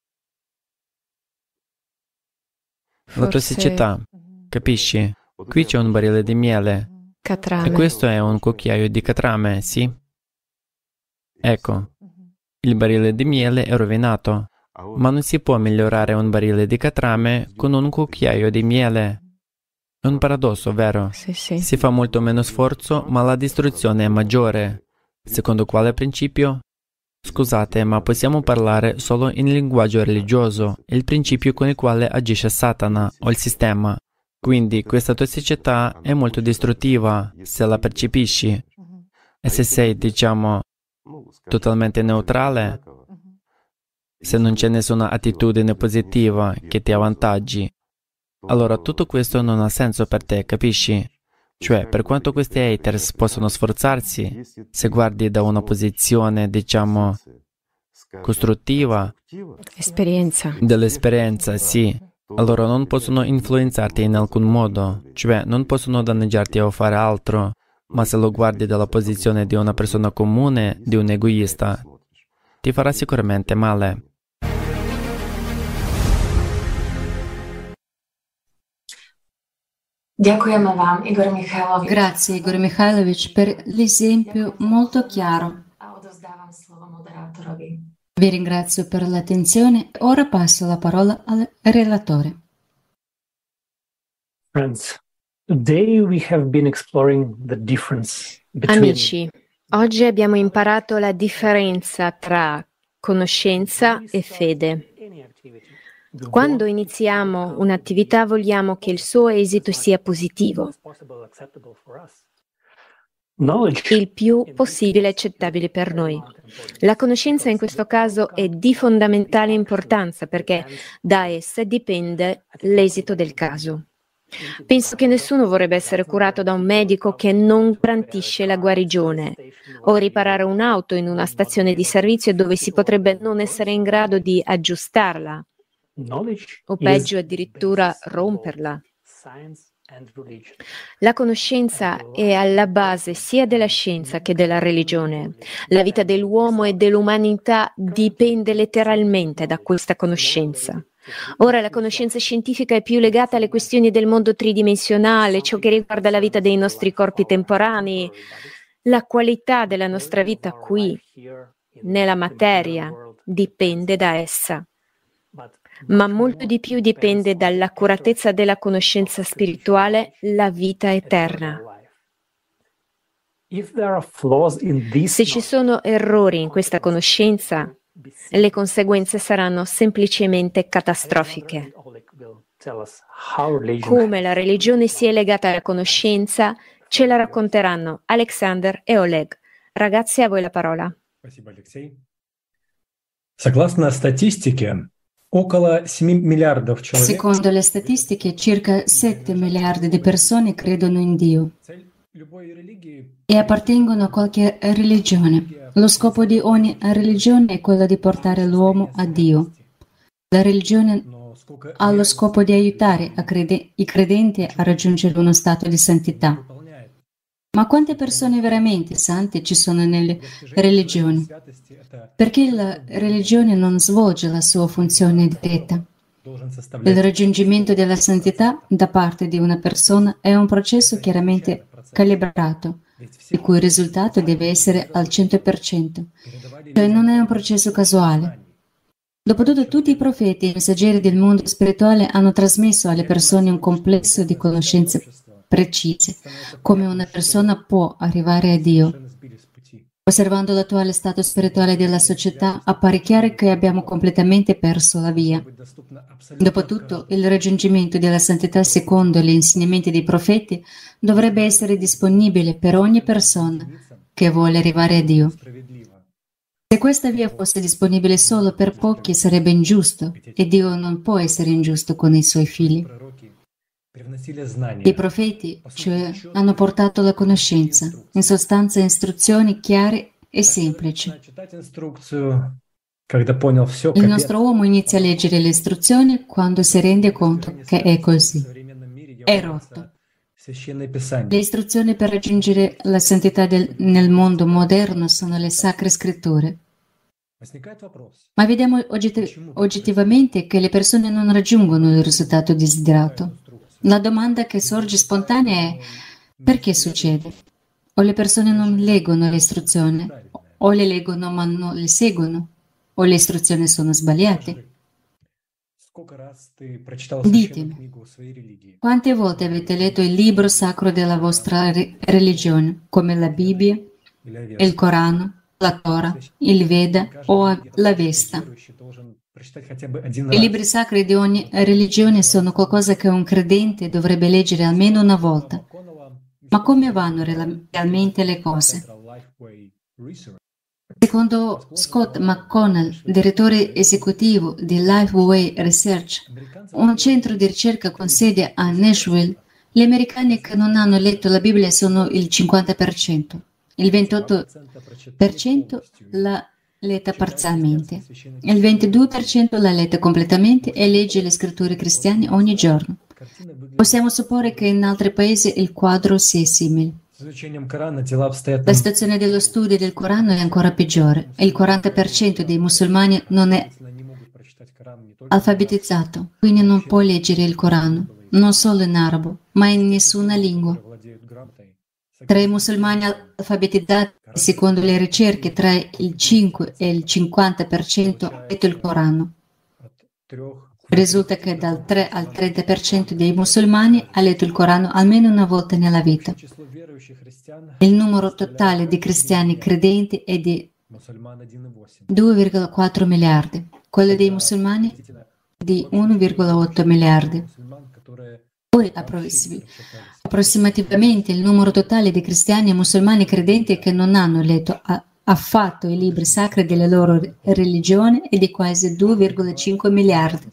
La tossicità, capisci? Qui c'è un barile di miele. Catrame. E questo è un cucchiaio di catrame, sì? Ecco, il barile di miele è rovinato, ma non si può migliorare un barile di catrame con un cucchiaio di miele. È un paradosso, vero? Sì, sì. Si fa molto meno sforzo, ma la distruzione è maggiore. Secondo quale principio? Scusate, ma possiamo parlare solo in linguaggio religioso, il principio con il quale agisce Satana o il sistema. Quindi questa tossicità è molto distruttiva se la percepisci. E se sei, diciamo, totalmente neutrale, se non c'è nessuna attitudine positiva che ti avvantaggi, allora tutto questo non ha senso per te, capisci? Cioè, per quanto questi haters possono sforzarsi, se guardi da una posizione, diciamo, costruttiva, dell'esperienza, sì, allora non possono influenzarti in alcun modo, cioè non possono danneggiarti o fare altro, ma se lo guardi dalla posizione di una persona comune, di un egoista, ti farà sicuramente male. Grazie Igor Mikhailovich per l'esempio molto chiaro. Vi ringrazio per l'attenzione. Ora passo la parola al relatore. Friends, today we have been exploring the difference between... Amici, oggi abbiamo imparato la differenza tra conoscenza e fede. Quando iniziamo un'attività vogliamo che il suo esito sia positivo, il più possibile accettabile per noi. La conoscenza in questo caso è di fondamentale importanza perché da essa dipende l'esito del caso. Penso che nessuno vorrebbe essere curato da un medico che non garantisce la guarigione o riparare un'auto in una stazione di servizio dove si potrebbe non essere in grado di aggiustarla o peggio addirittura romperla. La conoscenza è alla base sia della scienza che della religione. La vita dell'uomo e dell'umanità dipende letteralmente da questa conoscenza. Ora la conoscenza scientifica è più legata alle questioni del mondo tridimensionale, ciò che riguarda la vita dei nostri corpi temporanei, la qualità della nostra vita qui, nella materia, dipende da essa. Ma molto di più dipende dall'accuratezza della conoscenza spirituale, la vita eterna. Se ci sono errori in questa conoscenza, le conseguenze saranno semplicemente catastrofiche. Come la religione sia legata alla conoscenza, ce la racconteranno Alexander e Oleg. Ragazzi, a voi la parola. Согласно статистике, около 7 миллиардов человек. Secondo le statistiche, circa 7 miliardi di persone credono in Dio. e appartengono a qualche religione. Lo scopo di ogni religione è quello di portare l'uomo a Dio. La religione ha lo scopo di aiutare i credenti a raggiungere uno stato di santità. Ma quante persone veramente sante ci sono nelle religioni? Perché la religione non svolge la sua funzione diretta. Il raggiungimento della santità da parte di una persona è un processo chiaramente calibrato, il cui risultato deve essere al 100%, cioè non è un processo casuale. Dopotutto tutti i profeti e i messaggeri del mondo spirituale hanno trasmesso alle persone un complesso di conoscenze precise, come una persona può arrivare a Dio. Osservando l'attuale stato spirituale della società, appare chiaro che abbiamo completamente perso la via. Dopotutto, il raggiungimento della santità secondo gli insegnamenti dei profeti dovrebbe essere disponibile per ogni persona che vuole arrivare a Dio. Se questa via fosse disponibile solo per pochi, sarebbe ingiusto, e Dio non può essere ingiusto con i suoi figli. I profeti, cioè, hanno portato la conoscenza, in sostanza istruzioni chiare e semplici. Il nostro uomo inizia a leggere le istruzioni quando si rende conto che è così. È rotto. Le istruzioni per raggiungere la santità nel mondo moderno sono le sacre scritture. Ma vediamo oggettivamente che le persone non raggiungono il risultato desiderato. La domanda che sorge spontanea è: perché succede? O le persone non leggono le istruzioni, o le leggono ma non le seguono, o le istruzioni sono sbagliate. Ditemi, quante volte avete letto il libro sacro della vostra religione, come la Bibbia, il Corano, la Torah, il Veda o la Vesta? I libri sacri di ogni religione sono qualcosa che un credente dovrebbe leggere almeno una volta. Ma come vanno realmente le cose? Secondo Scott McConnell, direttore esecutivo di Lifeway Research, un centro di ricerca con sede a Nashville, gli americani che non hanno letto la Bibbia sono il 50%, il 28% l'ha letta parzialmente, il 22% l'ha letta completamente e legge le scritture cristiane ogni giorno. Possiamo supporre che in altri paesi il quadro sia simile. La situazione dello studio del Corano è ancora peggiore. Il 40% dei musulmani non è alfabetizzato, quindi non può leggere il Corano, non solo in arabo, ma in nessuna lingua. Tra i musulmani alfabetizzati, secondo le ricerche, tra il 5 e il 50% ha letto il Corano. Risulta che dal 3 al 30% dei musulmani ha letto il Corano almeno una volta nella vita. Il numero totale di cristiani credenti è di 2,4 miliardi, quello dei musulmani di 1,8 miliardi. Poi approssimativamente il numero totale di cristiani e musulmani credenti che non hanno letto affatto i libri sacri delle loro religioni è di quasi 2,5 miliardi.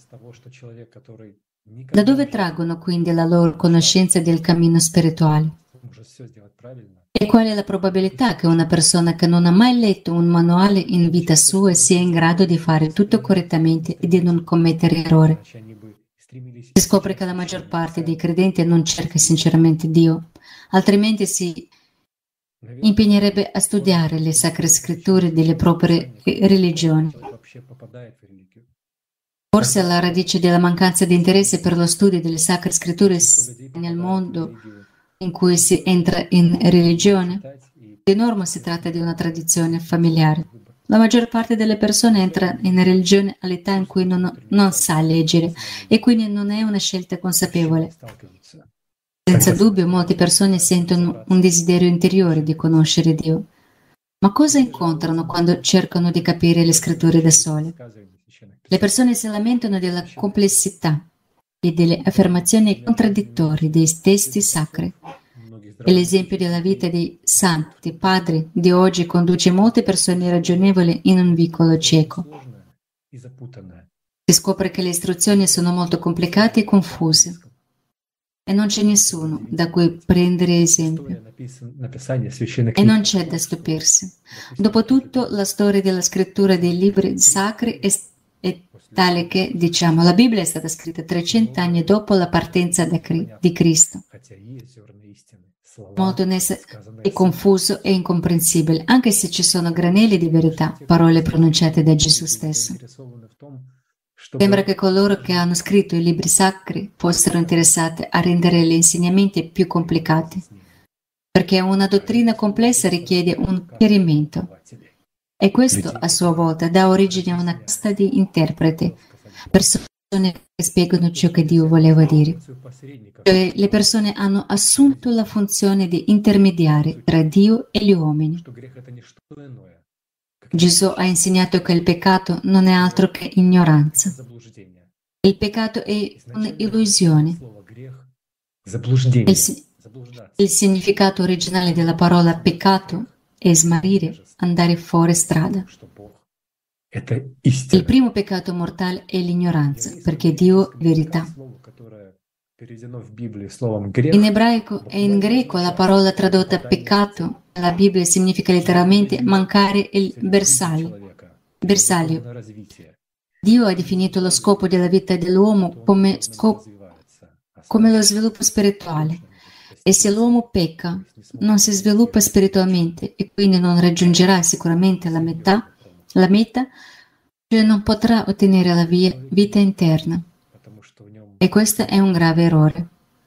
Da dove traggono quindi la loro conoscenza del cammino spirituale? E qual è la probabilità che una persona che non ha mai letto un manuale in vita sua sia in grado di fare tutto correttamente e di non commettere errori? Si scopre che la maggior parte dei credenti non cerca sinceramente Dio, altrimenti si impegnerebbe a studiare le sacre scritture delle proprie religioni. Forse alla radice della mancanza di interesse per lo studio delle sacre scritture nel mondo in cui si entra in religione. Di norma si tratta di una tradizione familiare. La maggior parte delle persone entra in religione all'età in cui non sa leggere e quindi non è una scelta consapevole. Senza dubbio, molte persone sentono un desiderio interiore di conoscere Dio. Ma cosa incontrano quando cercano di capire le scritture da sole? Le persone si lamentano della complessità e delle affermazioni contraddittorie dei testi sacri. E l'esempio della vita dei santi padri di oggi conduce molte persone ragionevoli in un vicolo cieco. Si scopre che le istruzioni sono molto complicate e confuse e non c'è nessuno da cui prendere esempio. E non c'è da stupirsi. Dopotutto, la storia della scrittura dei libri sacri è tale che, diciamo, la Bibbia è stata scritta 300 anni dopo la partenza di Cristo. Molto è confuso e incomprensibile, anche se ci sono granelli di verità, parole pronunciate da Gesù stesso. Sembra che coloro che hanno scritto i libri sacri fossero interessati a rendere gli insegnamenti più complicati, perché una dottrina complessa richiede un chiarimento. E questo, a sua volta, dà origine a una casta di interpreti, persone che spiegano ciò che Dio voleva dire. Cioè, le persone hanno assunto la funzione di intermediari tra Dio e gli uomini. Gesù ha insegnato che il peccato non è altro che ignoranza. Il peccato è un'illusione. Il significato originale della parola peccato è smarrire, andare fuori strada. Il primo peccato mortale è l'ignoranza, perché Dio è verità. In ebraico e in greco la parola tradotta peccato nella Bibbia significa letteralmente mancare il bersaglio. Dio ha definito lo scopo della vita dell'uomo come lo sviluppo spirituale. E se l'uomo pecca, non si sviluppa spiritualmente e quindi non raggiungerà sicuramente la meta, cioè non potrà ottenere la vita interna. E questo è un grave errore.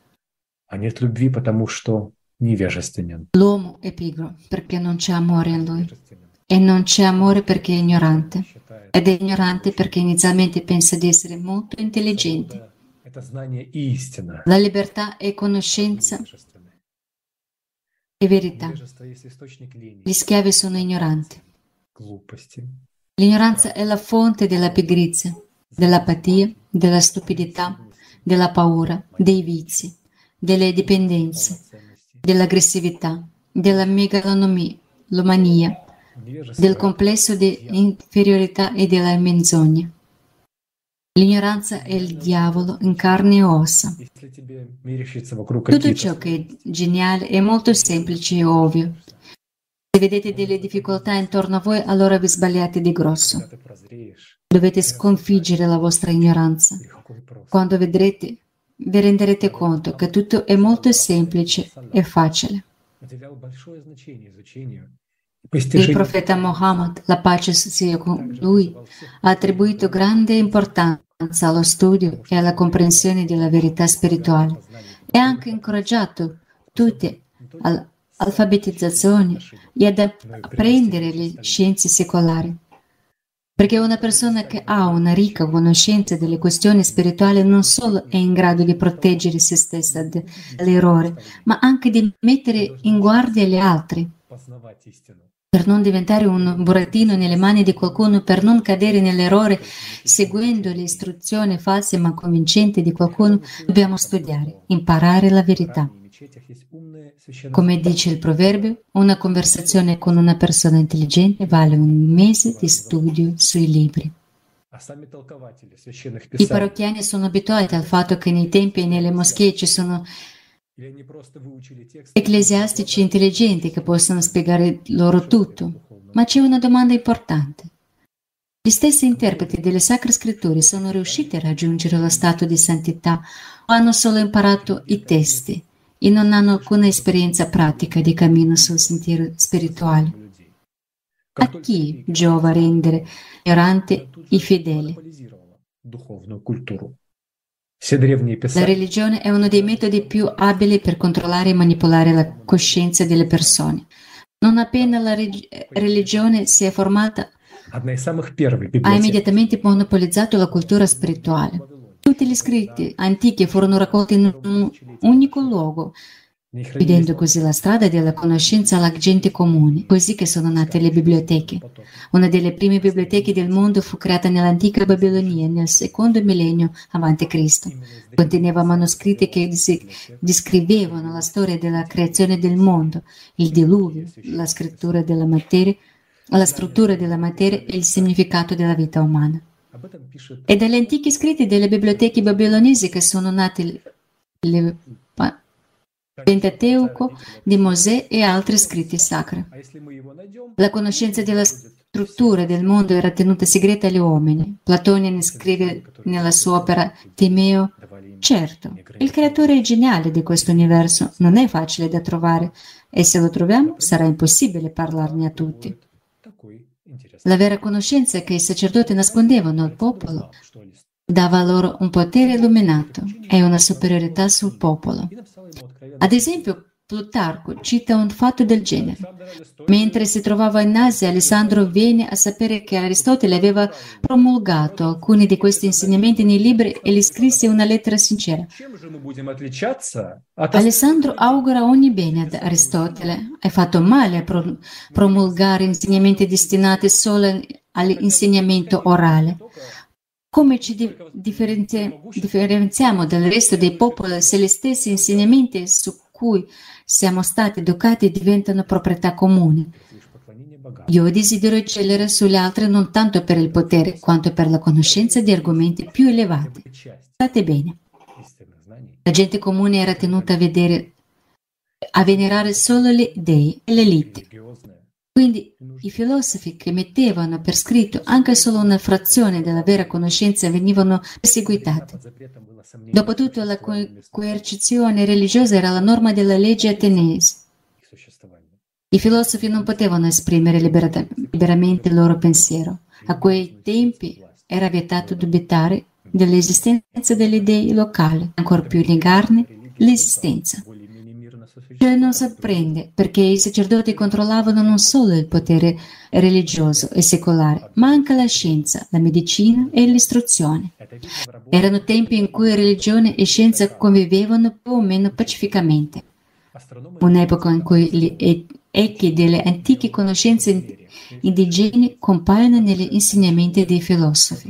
L'uomo è pigro perché non c'è amore in lui. E non c'è amore perché è ignorante. Ed è ignorante perché inizialmente pensa di essere molto intelligente. La libertà è conoscenza e verità. Gli schiavi sono ignoranti. L'ignoranza è la fonte della pigrizia, dell'apatia, della stupidità, della paura, dei vizi, delle dipendenze, dell'aggressività, della megalomania, del complesso di inferiorità e della menzogna. L'ignoranza è il diavolo in carne e ossa. Tutto ciò che è geniale è molto semplice e ovvio. Se vedete delle difficoltà intorno a voi, allora vi sbagliate di grosso. Dovete sconfiggere la vostra ignoranza. Quando vedrete, vi renderete conto che tutto è molto semplice e facile. Il profeta Muhammad, la pace sia con lui, ha attribuito grande importanza allo studio e alla comprensione della verità spirituale e ha anche incoraggiato tutti all'alfabetizzazione e ad apprendere le scienze secolari. Perché una persona che ha una ricca conoscenza delle questioni spirituali non solo è in grado di proteggere se stessa dall'errore, ma anche di mettere in guardia gli altri. Per non diventare un burattino nelle mani di qualcuno, per non cadere nell'errore seguendo le istruzioni false ma convincenti di qualcuno, dobbiamo studiare, imparare la verità. Come dice il proverbio, una conversazione con una persona intelligente vale un mese di studio sui libri. I parrocchiani sono abituati al fatto che nei templi e nelle moschee ci sono ecclesiastici intelligenti che possono spiegare loro tutto, ma c'è una domanda importante. Gli stessi interpreti delle Sacre Scritture sono riusciti a raggiungere lo stato di santità o hanno solo imparato i testi e non hanno alcuna esperienza pratica di cammino sul sentiero spirituale? A chi giova rendere ignoranti i fedeli? La religione è uno dei metodi più abili per controllare e manipolare la coscienza delle persone. Non appena la religione si è formata, ha immediatamente monopolizzato la cultura spirituale. Tutti gli scritti antichi furono raccolti in un unico luogo, chiudendo così la strada della conoscenza alla gente comune, così che sono nate le biblioteche. Una delle prime biblioteche del mondo fu creata nell'antica Babilonia nel secondo millennio a.C. Conteneva manoscritti che descrivevano la storia della creazione del mondo, il diluvio, la struttura della materia e il significato della vita umana. È dagli antichi scritti delle biblioteche babilonesi che sono nate le Pentateuco di Mosè e altri scritti sacri. La conoscenza della struttura del mondo era tenuta segreta agli uomini. Platone ne scrive nella sua opera Timeo: certo, il creatore è geniale di questo universo, non è facile da trovare e se lo troviamo sarà impossibile parlarne a tutti. La vera conoscenza che i sacerdoti nascondevano al popolo dava loro un potere illuminato e una superiorità sul popolo. Ad esempio, Plutarco cita un fatto del genere. Mentre si trovava in Asia, Alessandro venne a sapere che Aristotele aveva promulgato alcuni di questi insegnamenti nei libri e gli scrisse una lettera sincera. Alessandro augura ogni bene ad Aristotele. Hai fatto male a promulgare insegnamenti destinati solo all'insegnamento orale. Come ci differenziamo dal resto dei popoli se gli stessi insegnamenti su cui siamo stati educati diventano proprietà comune? Io desidero eccellere sugli altri non tanto per il potere quanto per la conoscenza di argomenti più elevati. State bene. La gente comune era tenuta a venerare solo gli dei e l'elite. Quindi i filosofi che mettevano per scritto anche solo una frazione della vera conoscenza venivano perseguitati. Dopotutto la coercizione religiosa era la norma della legge ateniese. I filosofi non potevano esprimere liberamente il loro pensiero. A quei tempi era vietato dubitare dell'esistenza degli dei locali, ancor più negarne l'esistenza. Cioè non si apprende perché i sacerdoti controllavano non solo il potere religioso e secolare, ma anche la scienza, la medicina e l'istruzione. Erano tempi in cui religione e scienza convivevano più o meno pacificamente. Un'epoca in cui gli echi delle antiche conoscenze indigene compaiono negli insegnamenti dei filosofi.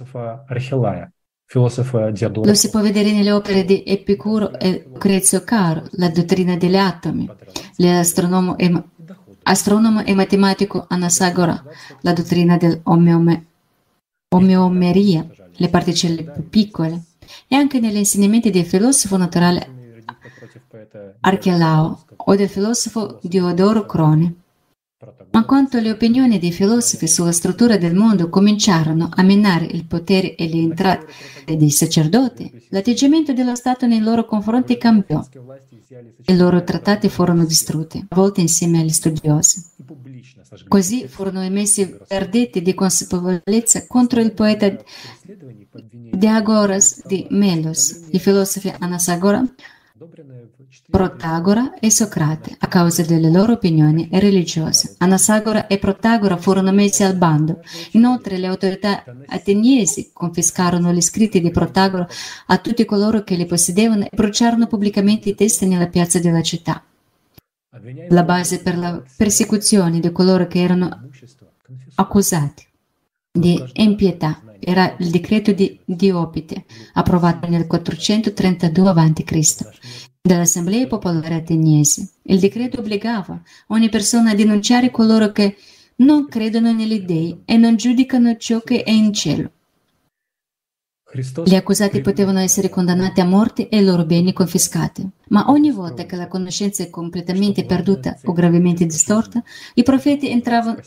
Lo si può vedere nelle opere di Epicuro e Lucrezio Caro, la dottrina degli atomi, l'astronomo e matematico Anasagora, la dottrina dell'omeomeria, le particelle più piccole, e anche negli insegnamenti del filosofo naturale Archelao o del filosofo Diodoro Crone. Ma quanto alle opinioni dei filosofi sulla struttura del mondo cominciarono a minare il potere e le entrate dei sacerdoti, l'atteggiamento dello Stato nei loro confronti cambiò. I loro trattati furono distrutti, a volte insieme agli studiosi. Così furono emessi verdetti di consapevolezza contro il poeta Diagoras di Melos, i filosofi Anasagora, Protagora e Socrate, a causa delle loro opinioni religiose. Anasagora e Protagora furono messi al bando. Inoltre le autorità ateniesi confiscarono gli scritti di Protagora a tutti coloro che li possedevano e bruciarono pubblicamente i testi nella piazza della città. La base per la persecuzione di coloro che erano accusati di impietà era il decreto di Diopite, approvato nel 432 a.C. dall'Assemblea Popolare Ateniese. Il decreto obbligava ogni persona a denunciare coloro che non credono negli dei e non giudicano ciò che è in cielo. Gli accusati potevano essere condannati a morte e i loro beni confiscati. Ma ogni volta che la conoscenza è completamente perduta o gravemente distorta, i profeti entrano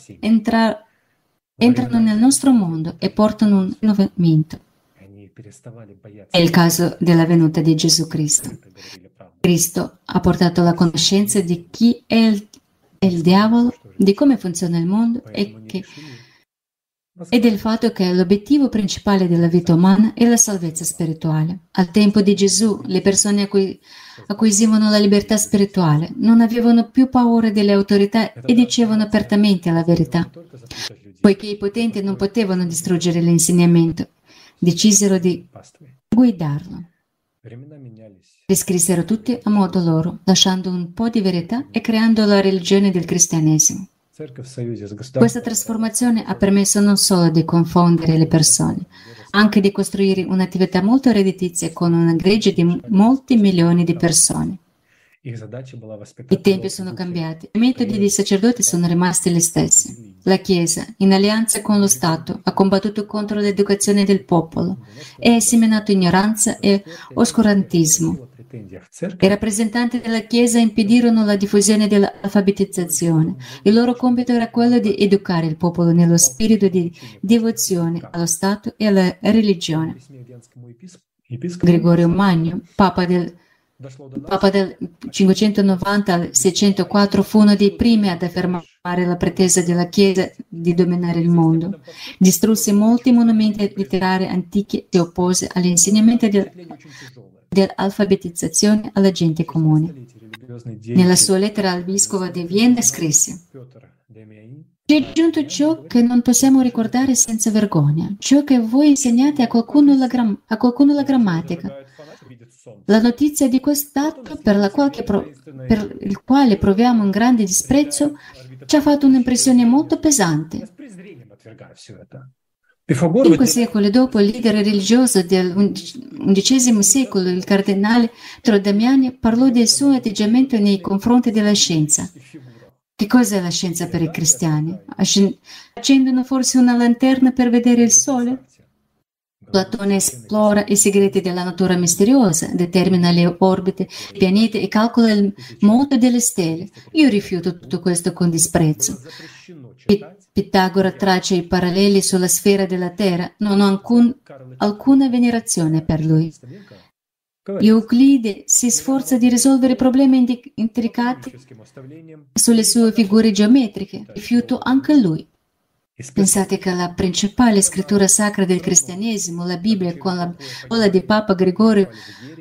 nel nostro mondo e portano un rinnovamento. È il caso della venuta di Gesù Cristo. Cristo ha portato la conoscenza di chi è il diavolo, di come funziona il mondo e del fatto che l'obiettivo principale della vita umana è la salvezza spirituale. Al tempo di Gesù, le persone acquisivano la libertà spirituale, non avevano più paura delle autorità e dicevano apertamente la verità. Poiché i potenti non potevano distruggere l'insegnamento, decisero di guidarlo. Riscrissero tutti a modo loro, lasciando un po' di verità e creando la religione del cristianesimo. Questa trasformazione ha permesso non solo di confondere le persone, anche di costruire un'attività molto redditizia con un gregge di molti milioni di persone. I tempi sono cambiati, i metodi dei sacerdoti sono rimasti gli stessi. La Chiesa, in alleanza con lo Stato, ha combattuto contro l'educazione del popolo e ha seminato ignoranza e oscurantismo. I rappresentanti della Chiesa impedirono la diffusione dell'alfabetizzazione. Il loro compito era quello di educare il popolo nello spirito di devozione allo Stato e alla religione. Gregorio Magno, Papa del 590 al 604, fu uno dei primi ad affermare la pretesa della Chiesa di dominare il mondo. Distrusse molti monumenti letterari antichi e oppose all'insegnamento dell'alfabetizzazione alla gente comune. Nella sua lettera al vescovo di Vienna scrisse: «Ci è giunto ciò che non possiamo ricordare senza vergogna, ciò che voi insegnate a qualcuno la grammatica. La notizia di quest'atto, per il quale proviamo un grande disprezzo, ci ha fatto un'impressione molto pesante». 5 secoli dopo, il leader religioso del XI secolo, il cardinale Trodamiani, parlò del suo atteggiamento nei confronti della scienza. Che cos'è la scienza per i cristiani? Accendono forse una lanterna per vedere il sole? Platone esplora i segreti della natura misteriosa, determina le orbite dei pianeti e calcola il moto delle stelle. Io rifiuto tutto questo con disprezzo. Pitagora traccia i paralleli sulla sfera della Terra. Non ho alcuna venerazione per lui. Euclide si sforza di risolvere problemi intricati sulle sue figure geometriche. Rifiuto anche lui. Pensate che la principale scrittura sacra del cristianesimo, la Bibbia, con la parola di Papa Gregorio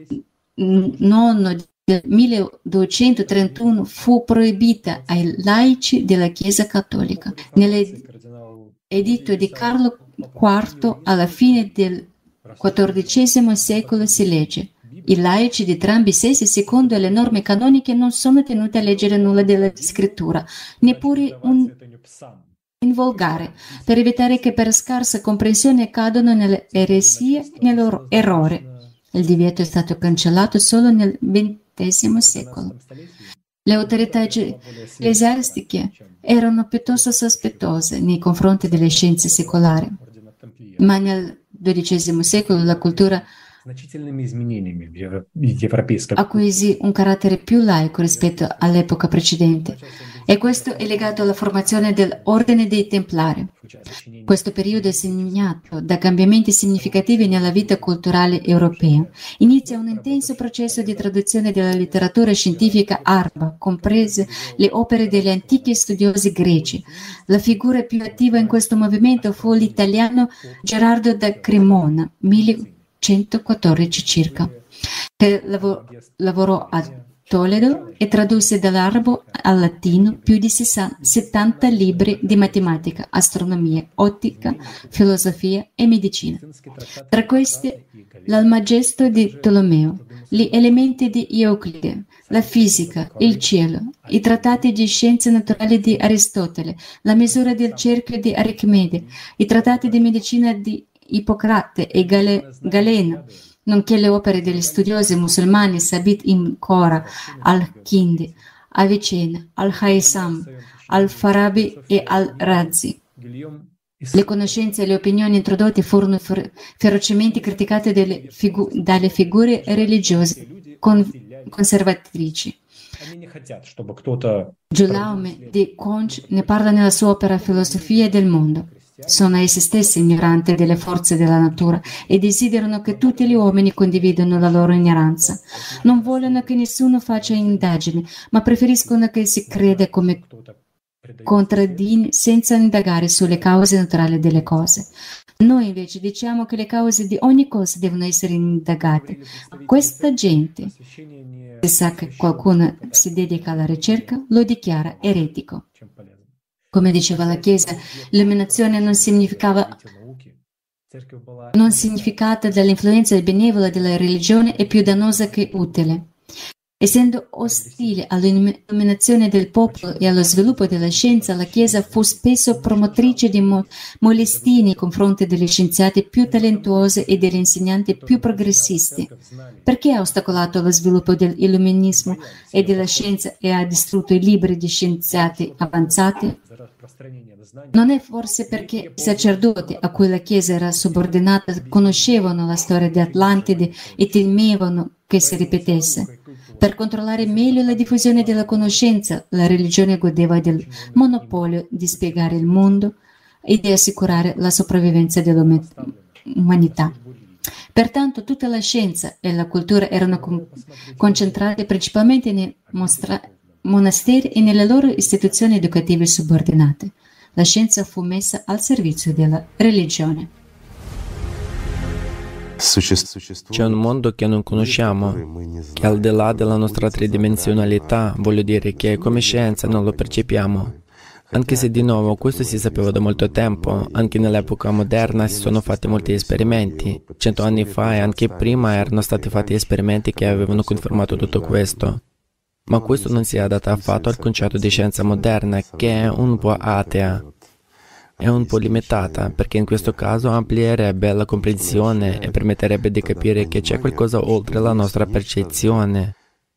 IX del 1231, fu proibita ai laici della Chiesa cattolica. Nell'editto di Carlo IV, alla fine del XIV secolo, si legge: i laici di entrambi i sessi, secondo le norme canoniche, non sono tenuti a leggere nulla della scrittura, neppure in volgare, per evitare che per scarsa comprensione cadano nelle eresie e nell'errore. Il divieto è stato cancellato solo nel XX secolo. Le autorità ecclesiastiche erano piuttosto sospettose nei confronti delle scienze secolari, ma nel XII secolo la cultura acquisì un carattere più laico rispetto all'epoca precedente, e questo è legato alla formazione dell'Ordine dei Templari. Questo periodo è segnato da cambiamenti significativi nella vita culturale europea. Inizia un intenso processo di traduzione della letteratura scientifica araba, comprese le opere degli antichi studiosi greci. La figura più attiva in questo movimento fu l'italiano Gerardo da Cremona, 1114 circa, che lavorò a Toledo e tradusse dall'arabo al latino più di 70 libri di matematica, astronomia, ottica, filosofia e medicina. Tra questi l'Almagesto di Tolomeo, gli elementi di Euclide, la fisica, il cielo, i trattati di scienze naturali di Aristotele, la misura del cerchio di Archimede, i trattati di medicina di Ippocrate e Galeno, nonché le opere degli studiosi musulmani Sabit ibn Qora, al-Kindi, Avicenna, al-Haytham, al-Farabi e al-Razi. Le conoscenze e le opinioni introdotte furono ferocemente criticate dalle figure religiose conservatrici. Guillaume de Conche ne parla nella sua opera Filosofia del mondo. Sono essi stessi ignoranti delle forze della natura e desiderano che tutti gli uomini condividano la loro ignoranza. Non vogliono che nessuno faccia indagini, ma preferiscono che si creda come contadini senza indagare sulle cause naturali delle cose. Noi invece diciamo che le cause di ogni cosa devono essere indagate. Questa gente, se sa che qualcuno si dedica alla ricerca, lo dichiara eretico. Come diceva la Chiesa, l'illuminazione non significata dall'influenza benevola della religione è più dannosa che utile. Essendo ostile all'illuminazione del popolo e allo sviluppo della scienza, la Chiesa fu spesso promotrice di molestie nei confronti degli scienziati più talentuosi e degli insegnanti più progressisti. Perché ha ostacolato lo sviluppo dell'illuminismo e della scienza e ha distrutto i libri di scienziati avanzati? Non è forse perché i sacerdoti a cui la Chiesa era subordinata conoscevano la storia di Atlantide e temevano che si ripetesse. Per controllare meglio la diffusione della conoscenza, la religione godeva del monopolio di spiegare il mondo e di assicurare la sopravvivenza dell'umanità. Pertanto tutta la scienza e la cultura erano concentrate principalmente nei monasteri e nelle loro istituzioni educative subordinate. La scienza fu messa al servizio della religione. C'è un mondo che non conosciamo, che al di là della nostra tridimensionalità, voglio dire che come scienza non lo percepiamo. Anche se di nuovo questo si sapeva da molto tempo, anche nell'epoca moderna si sono fatti molti esperimenti. 100 anni fa e anche prima erano stati fatti esperimenti che avevano confermato tutto questo. Ma questo non si adatta affatto al concetto di scienza moderna, che è un po' atea. È un po' limitata, perché in questo caso amplierebbe la comprensione e permetterebbe di capire che c'è qualcosa oltre la nostra percezione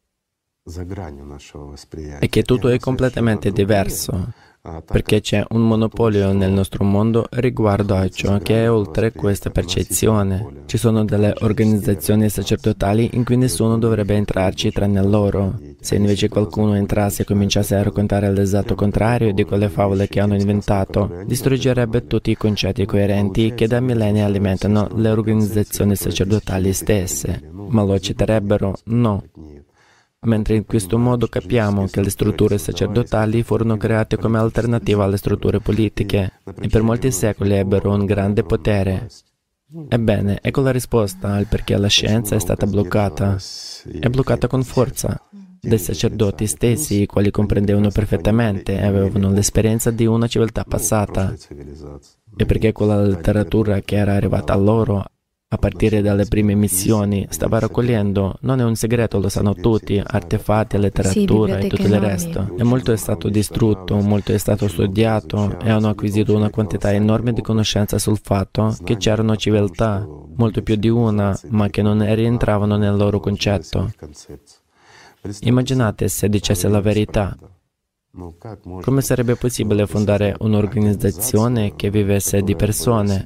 e che tutto è completamente diverso, perché c'è un monopolio nel nostro mondo riguardo a ciò che è oltre questa percezione. Ci sono delle organizzazioni sacerdotali in cui nessuno dovrebbe entrarci tranne loro. Se invece qualcuno entrasse e cominciasse a raccontare l'esatto contrario di quelle favole che hanno inventato, distruggerebbe tutti i concetti coerenti che da millenni alimentano le organizzazioni sacerdotali stesse. Ma lo accetterebbero? No. Mentre in questo modo capiamo che le strutture sacerdotali furono create come alternativa alle strutture politiche e per molti secoli ebbero un grande potere. Ebbene, ecco la risposta al perché la scienza è stata bloccata. È bloccata con forza dai sacerdoti stessi, i quali comprendevano perfettamente e avevano l'esperienza di una civiltà passata. E perché quella letteratura che era arrivata a loro a partire dalle prime missioni stava raccogliendo, non è un segreto, lo sanno tutti, artefatti, letteratura e tutto il resto. E molto è stato distrutto, molto è stato studiato e hanno acquisito una quantità enorme di conoscenza sul fatto che c'erano civiltà, molto più di una, ma che non rientravano nel loro concetto. Immaginate se dicesse la verità. Come sarebbe possibile fondare un'organizzazione che vivesse di persone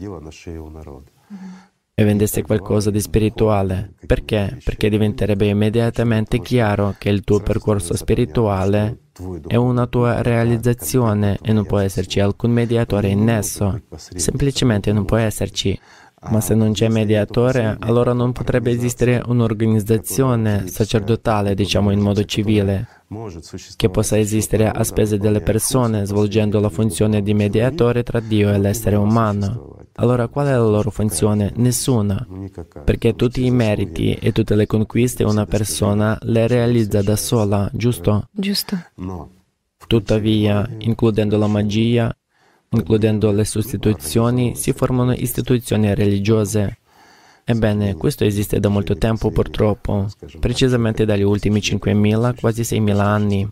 e vendesse qualcosa di spirituale? Perché? Perché diventerebbe immediatamente chiaro che il tuo percorso spirituale è una tua realizzazione e non può esserci alcun mediatore in esso. Semplicemente non può esserci. Ma se non c'è mediatore, allora non potrebbe esistere un'organizzazione sacerdotale, diciamo in modo civile, che possa esistere a spese delle persone, svolgendo la funzione di mediatore tra Dio e l'essere umano. Allora qual è la loro funzione? Nessuna, perché tutti i meriti e tutte le conquiste una persona le realizza da sola, giusto? Giusto. Tuttavia, includendo la magia, includendo le sostituzioni, si formano istituzioni religiose. Ebbene, questo esiste da molto tempo purtroppo, precisamente dagli ultimi 5.000, quasi 6.000 anni.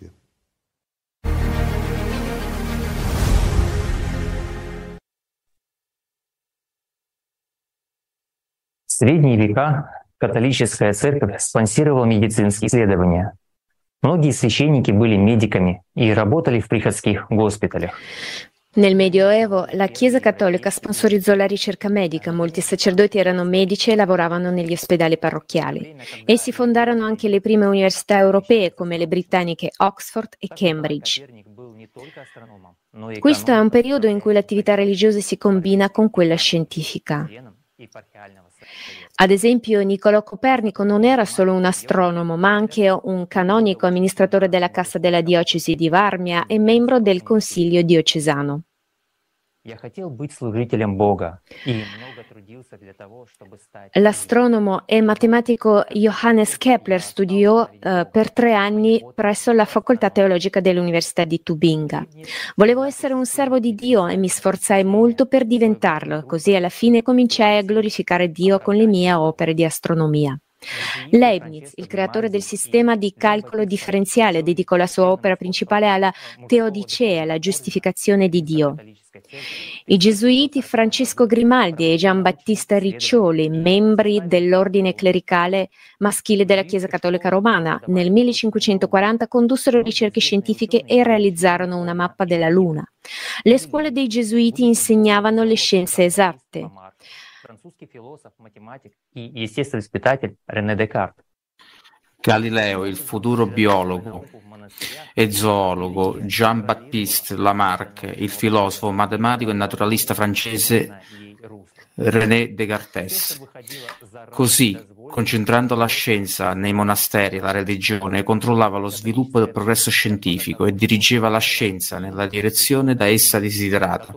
В средние века католическая церковь спонсировала медицинские исследования. Многие священники были медиками и работали в приходских госпиталях. Nel Medioevo la Chiesa Cattolica sponsorizzò la ricerca medica, molti sacerdoti erano medici e lavoravano negli ospedali parrocchiali. Essi fondarono anche le prime università europee come le britanniche Oxford e Cambridge. Questo è un periodo in cui l'attività religiosa si combina con quella scientifica. Ad esempio, Niccolò Copernico non era solo un astronomo, ma anche un canonico, amministratore della Cassa della Diocesi di Varmia e membro del Consiglio diocesano. L'astronomo e matematico Johannes Kepler studiò per 3 anni presso la Facoltà Teologica dell'Università di Tubinga. Volevo essere un servo di Dio e mi sforzai molto per diventarlo, così alla fine cominciai a glorificare Dio con le mie opere di astronomia. Leibniz, il creatore del sistema di calcolo differenziale, dedicò la sua opera principale alla teodicea, la giustificazione di Dio. I gesuiti Francesco Grimaldi e Giambattista Riccioli, membri dell'ordine clericale maschile della Chiesa Cattolica Romana, nel 1540 condussero ricerche scientifiche e realizzarono una mappa della Luna. Le scuole dei gesuiti insegnavano le scienze esatte. Французский философ, математик и естествоиспытатель Рене Декарт. Galileo, il futuro biologo e zoologo Jean-Baptiste Lamarck, il filosofo, matematico e naturalista francese René Descartes. Così, concentrando la scienza nei monasteri e la religione, controllava lo sviluppo del progresso scientifico e dirigeva la scienza nella direzione da essa desiderata.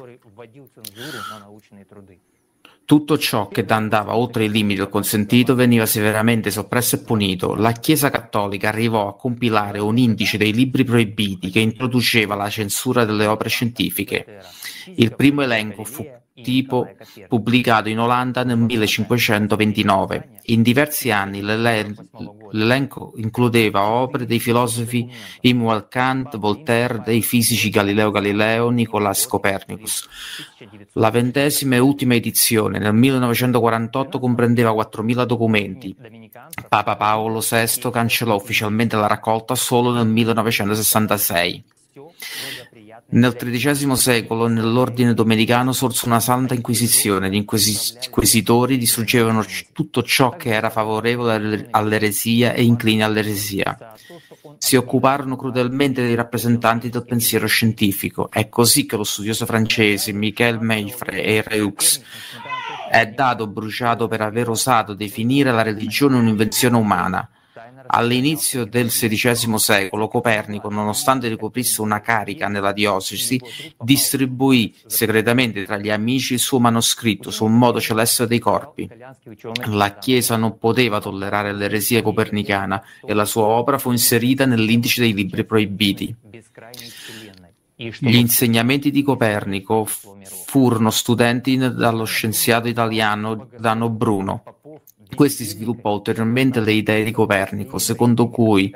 Tutto ciò che andava oltre i limiti del consentito veniva severamente soppresso e punito. La Chiesa Cattolica arrivò a compilare un indice dei libri proibiti che introduceva la censura delle opere scientifiche. Il primo elenco fu tipo pubblicato in Olanda nel 1529. In diversi anni l'elenco includeva opere dei filosofi Immanuel Kant, Voltaire, dei fisici Galileo Galileo, Nicolaus Copernicus. La 20ª e ultima edizione nel 1948 comprendeva 4.000 documenti. Papa Paolo VI cancellò ufficialmente la raccolta solo nel 1966. Nel XIII secolo nell'ordine domenicano sorse una santa inquisizione. Gli inquisitori distruggevano tutto ciò che era favorevole all'eresia e incline all'eresia. Si occuparono crudelmente dei rappresentanti del pensiero scientifico. È così che lo studioso francese Michel Maifre è dato bruciato per aver osato definire la religione un'invenzione umana. All'inizio del XVI secolo Copernico, nonostante ricoprisse una carica nella diocesi, distribuì segretamente tra gli amici il suo manoscritto sul modo celeste dei corpi. La Chiesa non poteva tollerare l'eresia copernicana e la sua opera fu inserita nell'indice dei libri proibiti. Gli insegnamenti di Copernico furono studenti dallo scienziato italiano Giordano Bruno. Questi sviluppò ulteriormente le idee di Copernico, secondo cui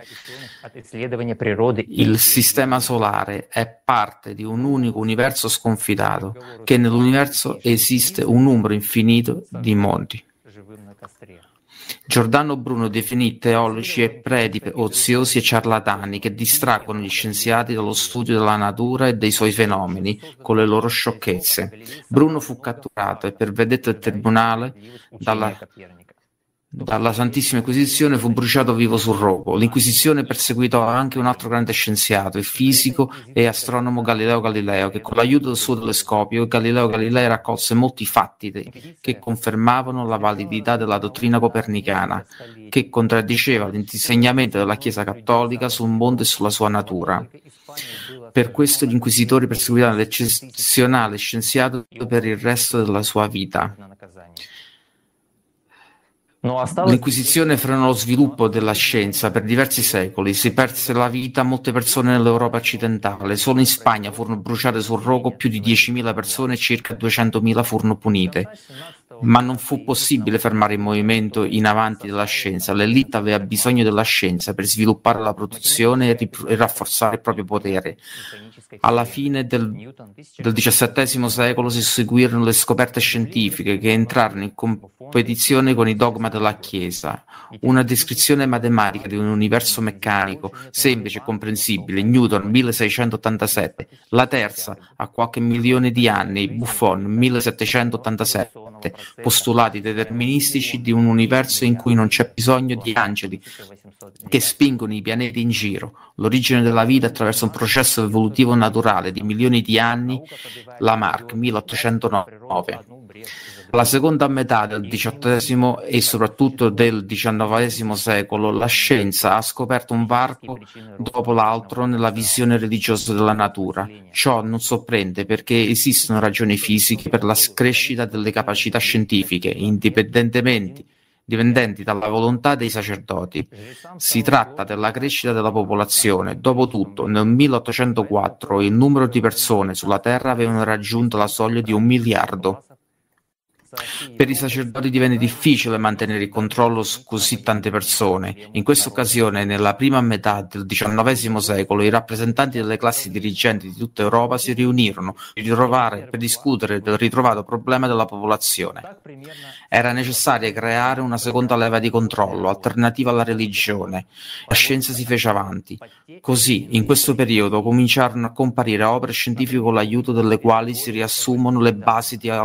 il sistema solare è parte di un unico universo sconfinato, che nell'universo esiste un numero infinito di mondi. Giordano Bruno definì teologi e preti oziosi e ciarlatani che distraggono gli scienziati dallo studio della natura e dei suoi fenomeni con le loro sciocchezze. Bruno fu catturato e per vedetta del tribunale dalla Santissima Inquisizione fu bruciato vivo sul rogo. L'Inquisizione perseguitò anche un altro grande scienziato, il fisico e astronomo Galileo Galileo, che con l'aiuto del suo telescopio Galileo Galilei raccolse molti fatti che confermavano la validità della dottrina copernicana, che contraddiceva l'insegnamento della Chiesa Cattolica sul mondo e sulla sua natura. Per questo gli inquisitori perseguitarono l'eccezionale scienziato per il resto della sua vita. L'Inquisizione frenò lo sviluppo della scienza per diversi secoli, si perse la vita a molte persone nell'Europa occidentale. Solo in Spagna furono bruciate sul rogo più di 10.000 persone e circa 200.000 furono punite. Ma non fu possibile fermare il movimento in avanti della scienza. L'elite aveva bisogno della scienza per sviluppare la produzione e rafforzare il proprio potere. Alla fine del XVII secolo si seguirono le scoperte scientifiche che entrarono in competizione con i dogma della Chiesa. Una descrizione matematica di un universo meccanico, semplice e comprensibile, Newton 1687, la terza a qualche milione di anni, Buffon 1787, postulati deterministici di un universo in cui non c'è bisogno di angeli che spingono i pianeti in giro, l'origine della vita attraverso un processo evolutivo naturale di milioni di anni, Lamarck 1809. Alla seconda metà del XVIII e soprattutto del XIX secolo la scienza ha scoperto un varco dopo l'altro nella visione religiosa della natura. Ciò non sorprende perché esistono ragioni fisiche per la crescita delle capacità scientifiche, dipendenti dalla volontà dei sacerdoti. Si tratta della crescita della popolazione. Dopotutto, nel 1804 il numero di persone sulla Terra avevano raggiunto la soglia di 1 miliardo. Per i sacerdoti divenne difficile mantenere il controllo su così tante persone. In questa occasione, nella prima metà del XIX secolo, i rappresentanti delle classi dirigenti di tutta Europa si riunirono per discutere del ritrovato problema della popolazione. Era necessario creare una seconda leva di controllo, alternativa alla religione. La scienza si fece avanti. Così, in questo periodo, cominciarono a comparire opere scientifiche con l'aiuto delle quali si riassumono le basi di alcune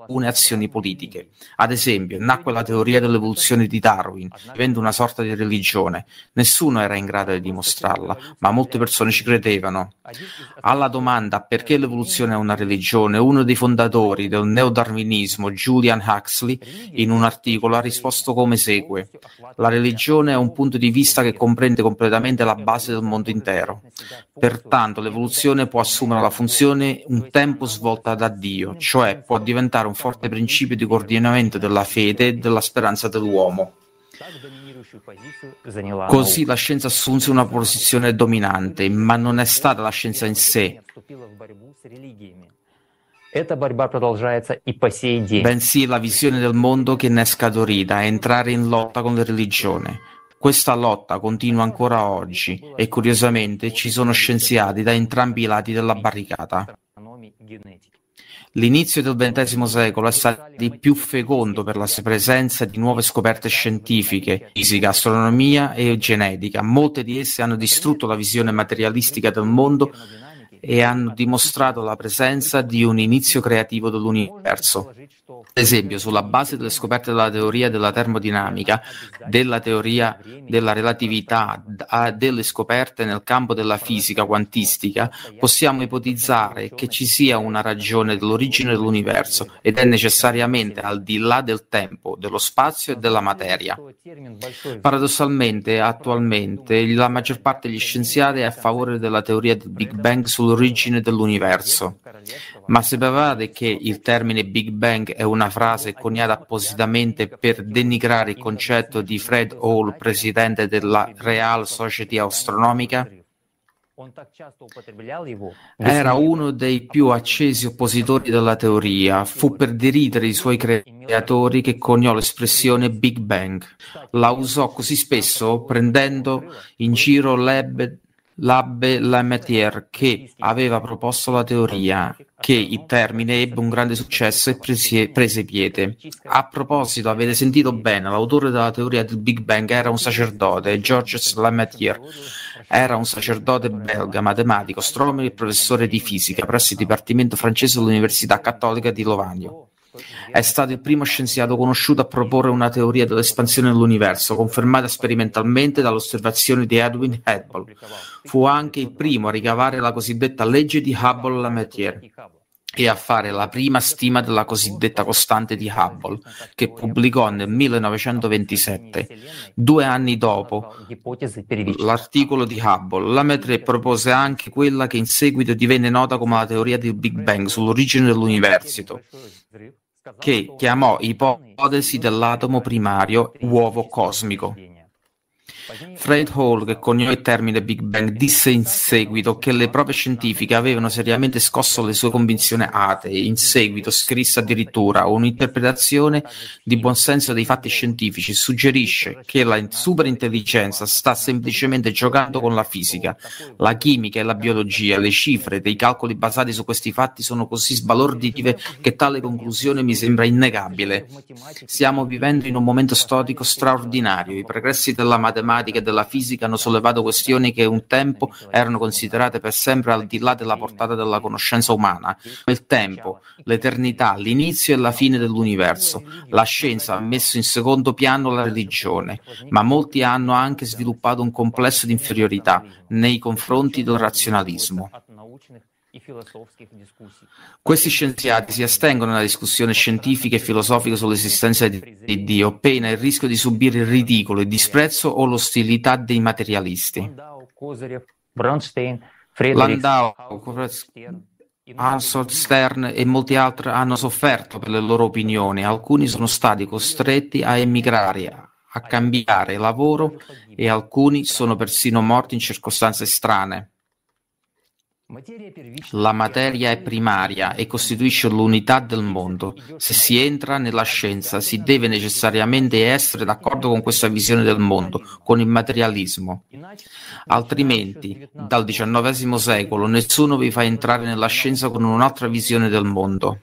alcune azioni politiche. Ad esempio, nacque la teoria dell'evoluzione di Darwin, diventa una sorta di religione. Nessuno era in grado di dimostrarla, ma molte persone ci credevano. Alla domanda perché l'evoluzione è una religione, uno dei fondatori del neodarwinismo, Julian Huxley, in un articolo ha risposto come segue: la religione è un punto di vista che comprende completamente la base del mondo intero. Pertanto l'evoluzione può assumere la funzione un tempo svolta da Dio, cioè può diventare un forte principio di coordinamento della fede e della speranza dell'uomo. Così la scienza assunse una posizione dominante, ma non è stata la scienza in sé, bensì la visione del mondo che ne è scaturita a entrare in lotta con la religione. Questa lotta continua ancora oggi e curiosamente ci sono scienziati da entrambi i lati della barricata. L'inizio del XX secolo è stato più fecondo per la presenza di nuove scoperte scientifiche, fisica, astronomia e genetica. Molte di esse hanno distrutto la visione materialistica del mondo e hanno dimostrato la presenza di un inizio creativo dell'universo. Ad esempio, sulla base delle scoperte della teoria della termodinamica, della teoria della relatività, delle scoperte nel campo della fisica quantistica, possiamo ipotizzare che ci sia una ragione dell'origine dell'universo ed è necessariamente al di là del tempo, dello spazio e della materia. Paradossalmente, attualmente, la maggior parte degli scienziati è a favore della teoria del Big Bang sull'origine dell'universo. Ma sapevate che il termine Big Bang è una frase coniata appositamente per denigrare il concetto di Fred Hoyle, presidente della Real Society Astronomica? Era uno dei più accesi oppositori della teoria. Fu per deridere i suoi creatori che coniò l'espressione Big Bang. La usò così spesso prendendo in giro l'Abbe Lametier, che aveva proposto la teoria, che il termine ebbe un grande successo e prese piede. A proposito, avete sentito bene, l'autore della teoria del Big Bang era un sacerdote, Georges Lametier. Era un sacerdote belga, matematico, astronomo e professore di fisica presso il Dipartimento francese dell'Università Cattolica di Lovanio. È stato il primo scienziato conosciuto a proporre una teoria dell'espansione dell'universo, confermata sperimentalmente dalle osservazioni di Edwin Hubble. Fu anche il primo a ricavare la cosiddetta legge di Hubble-Lametier e a fare la prima stima della cosiddetta costante di Hubble, che pubblicò nel 1927. 2 anni dopo l'articolo di Hubble, Lametier propose anche quella che in seguito divenne nota come la teoria del Big Bang sull'origine dell'universo, che chiamò ipotesi dell'atomo primario uovo cosmico. Fred Hoyle, che coniò il termine Big Bang, disse in seguito che le prove scientifiche avevano seriamente scosso le sue convinzioni atee. In seguito scrisse addirittura un'interpretazione di buonsenso dei fatti scientifici. Suggerisce che la superintelligenza sta semplicemente giocando con la fisica, la chimica e la biologia. Le cifre dei calcoli basati su questi fatti sono così sbalorditive che tale conclusione mi sembra innegabile. Stiamo vivendo in un momento storico straordinario. I progressi della matematica e della fisica hanno sollevato questioni che un tempo erano considerate per sempre al di là della portata della conoscenza umana. Il tempo, l'eternità, l'inizio e la fine dell'universo. La scienza ha messo in secondo piano la religione, ma molti hanno anche sviluppato un complesso di inferiorità nei confronti del razionalismo. Questi scienziati si astengono dalla discussione scientifica e filosofica sull'esistenza di Dio, pena il rischio di subire il ridicolo, il disprezzo o l'ostilità dei materialisti. Landau, Hansel, Stern e molti altri hanno sofferto per le loro opinioni. Alcuni sono stati costretti a emigrare, a cambiare lavoro e alcuni sono persino morti in circostanze strane. La materia è primaria e costituisce l'unità del mondo. Se si entra nella scienza si deve necessariamente essere d'accordo con questa visione del mondo, con il materialismo. Altrimenti, dal XIX secolo, nessuno vi fa entrare nella scienza con un'altra visione del mondo.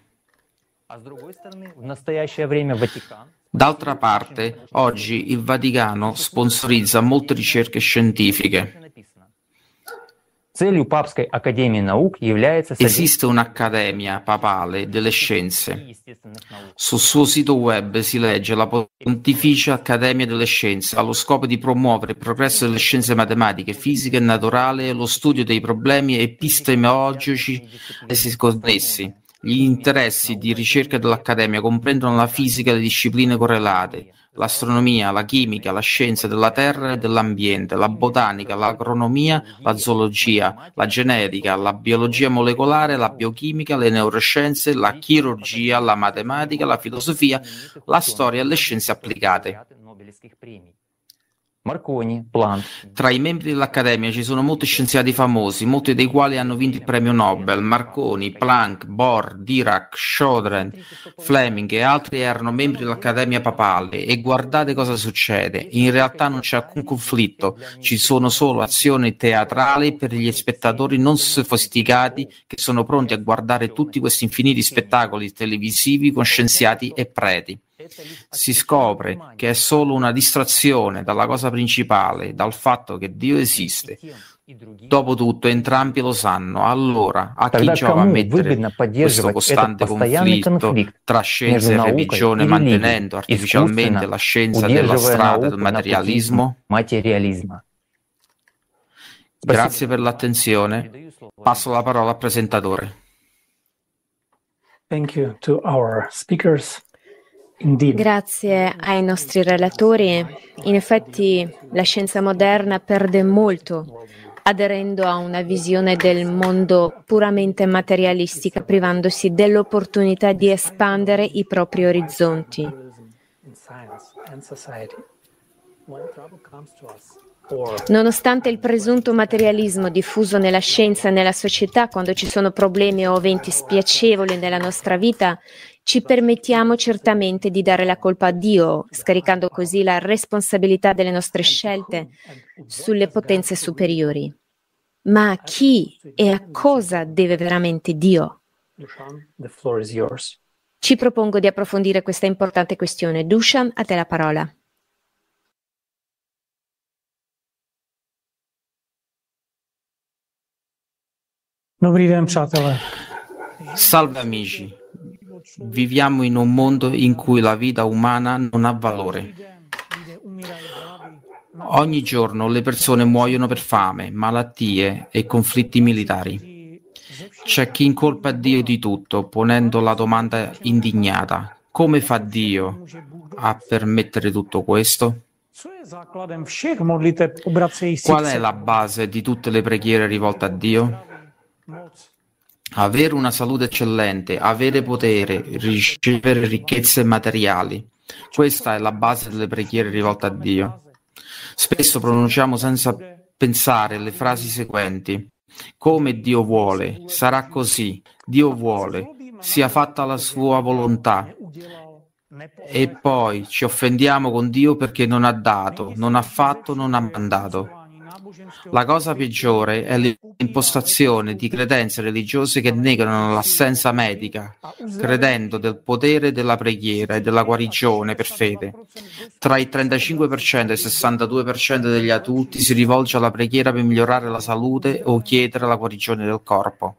D'altra parte, oggi il Vaticano sponsorizza molte ricerche scientifiche. Целью Папской Академии Наук является Esiste un'Accademia Papale delle Scienze. Sul suo sito web si legge la Pontificia Accademia delle Scienze, allo scopo di promuovere il progresso delle scienze matematiche, fisiche e naturali e lo studio dei problemi epistemologici essi connessi. Gli interessi di ricerca dell'Accademia comprendono la fisica e le discipline correlate, l'astronomia, la chimica, la scienza della terra e dell'ambiente, la botanica, l'agronomia, la zoologia, la genetica, la biologia molecolare, la biochimica, le neuroscienze, la chirurgia, la matematica, la filosofia, la storia e le scienze applicate. Marconi, Planck. Tra i membri dell'Accademia ci sono molti scienziati famosi, molti dei quali hanno vinto il premio Nobel. Marconi, Planck, Bohr, Dirac, Schrödinger, Fleming e altri erano membri dell'Accademia Papale. E guardate cosa succede. In realtà non c'è alcun conflitto, ci sono solo azioni teatrali per gli spettatori non sofisticati che sono pronti a guardare tutti questi infiniti spettacoli televisivi con scienziati e preti. Si scopre che è solo una distrazione dalla cosa principale, dal fatto che Dio esiste. Dopotutto entrambi lo sanno. Allora, a chi giova mettere questo costante conflitto tra scienza e religione, mantenendo artificialmente la scienza della strada del materialismo? Grazie per l'attenzione. Passo la parola al presentatore. Thank you to our speakers. Indeed. Grazie ai nostri relatori. In effetti la scienza moderna perde molto aderendo a una visione del mondo puramente materialistica, privandosi dell'opportunità di espandere i propri orizzonti. Nonostante il presunto materialismo diffuso nella scienza e nella società, quando ci sono problemi o eventi spiacevoli nella nostra vita, ci permettiamo certamente di dare la colpa a Dio, scaricando così la responsabilità delle nostre scelte sulle potenze superiori. Ma a chi e a cosa deve veramente Dio? Ci propongo di approfondire questa importante questione. Dushan, a te la parola. Salve amici, viviamo in un mondo in cui la vita umana non ha valore. Ogni giorno le persone muoiono per fame, malattie e conflitti militari. C'è chi incolpa Dio di tutto, ponendo la domanda indignata: come fa Dio a permettere tutto questo? Qual è la base di tutte le preghiere rivolte a Dio? Avere una salute eccellente, avere potere, ricevere ricchezze materiali. Questa è la base delle preghiere rivolte a Dio. Spesso pronunciamo senza pensare le frasi seguenti: come Dio vuole, sarà così, Dio vuole, sia fatta la sua volontà. E poi ci offendiamo con Dio perché non ha dato, non ha fatto, non ha mandato. La cosa peggiore è l'impostazione di credenze religiose che negano l'assenza medica, credendo del potere della preghiera e della guarigione per fede. Tra il 35% e il 62% degli adulti si rivolge alla preghiera per migliorare la salute o chiedere la guarigione del corpo.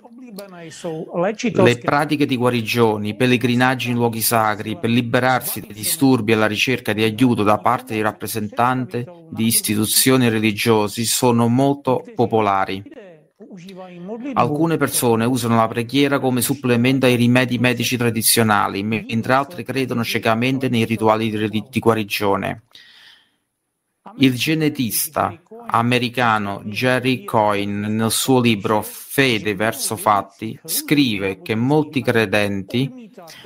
Le pratiche di guarigione, i pellegrinaggi in luoghi sacri per liberarsi dai disturbi e la ricerca di aiuto da parte di rappresentanti di istituzioni religiose sono molto popolari. Alcune persone usano la preghiera come supplemento ai rimedi medici tradizionali, mentre altre credono ciecamente nei rituali di guarigione. Il genetista americano Jerry Coyne, nel suo libro Fede verso fatti, scrive che molti credenti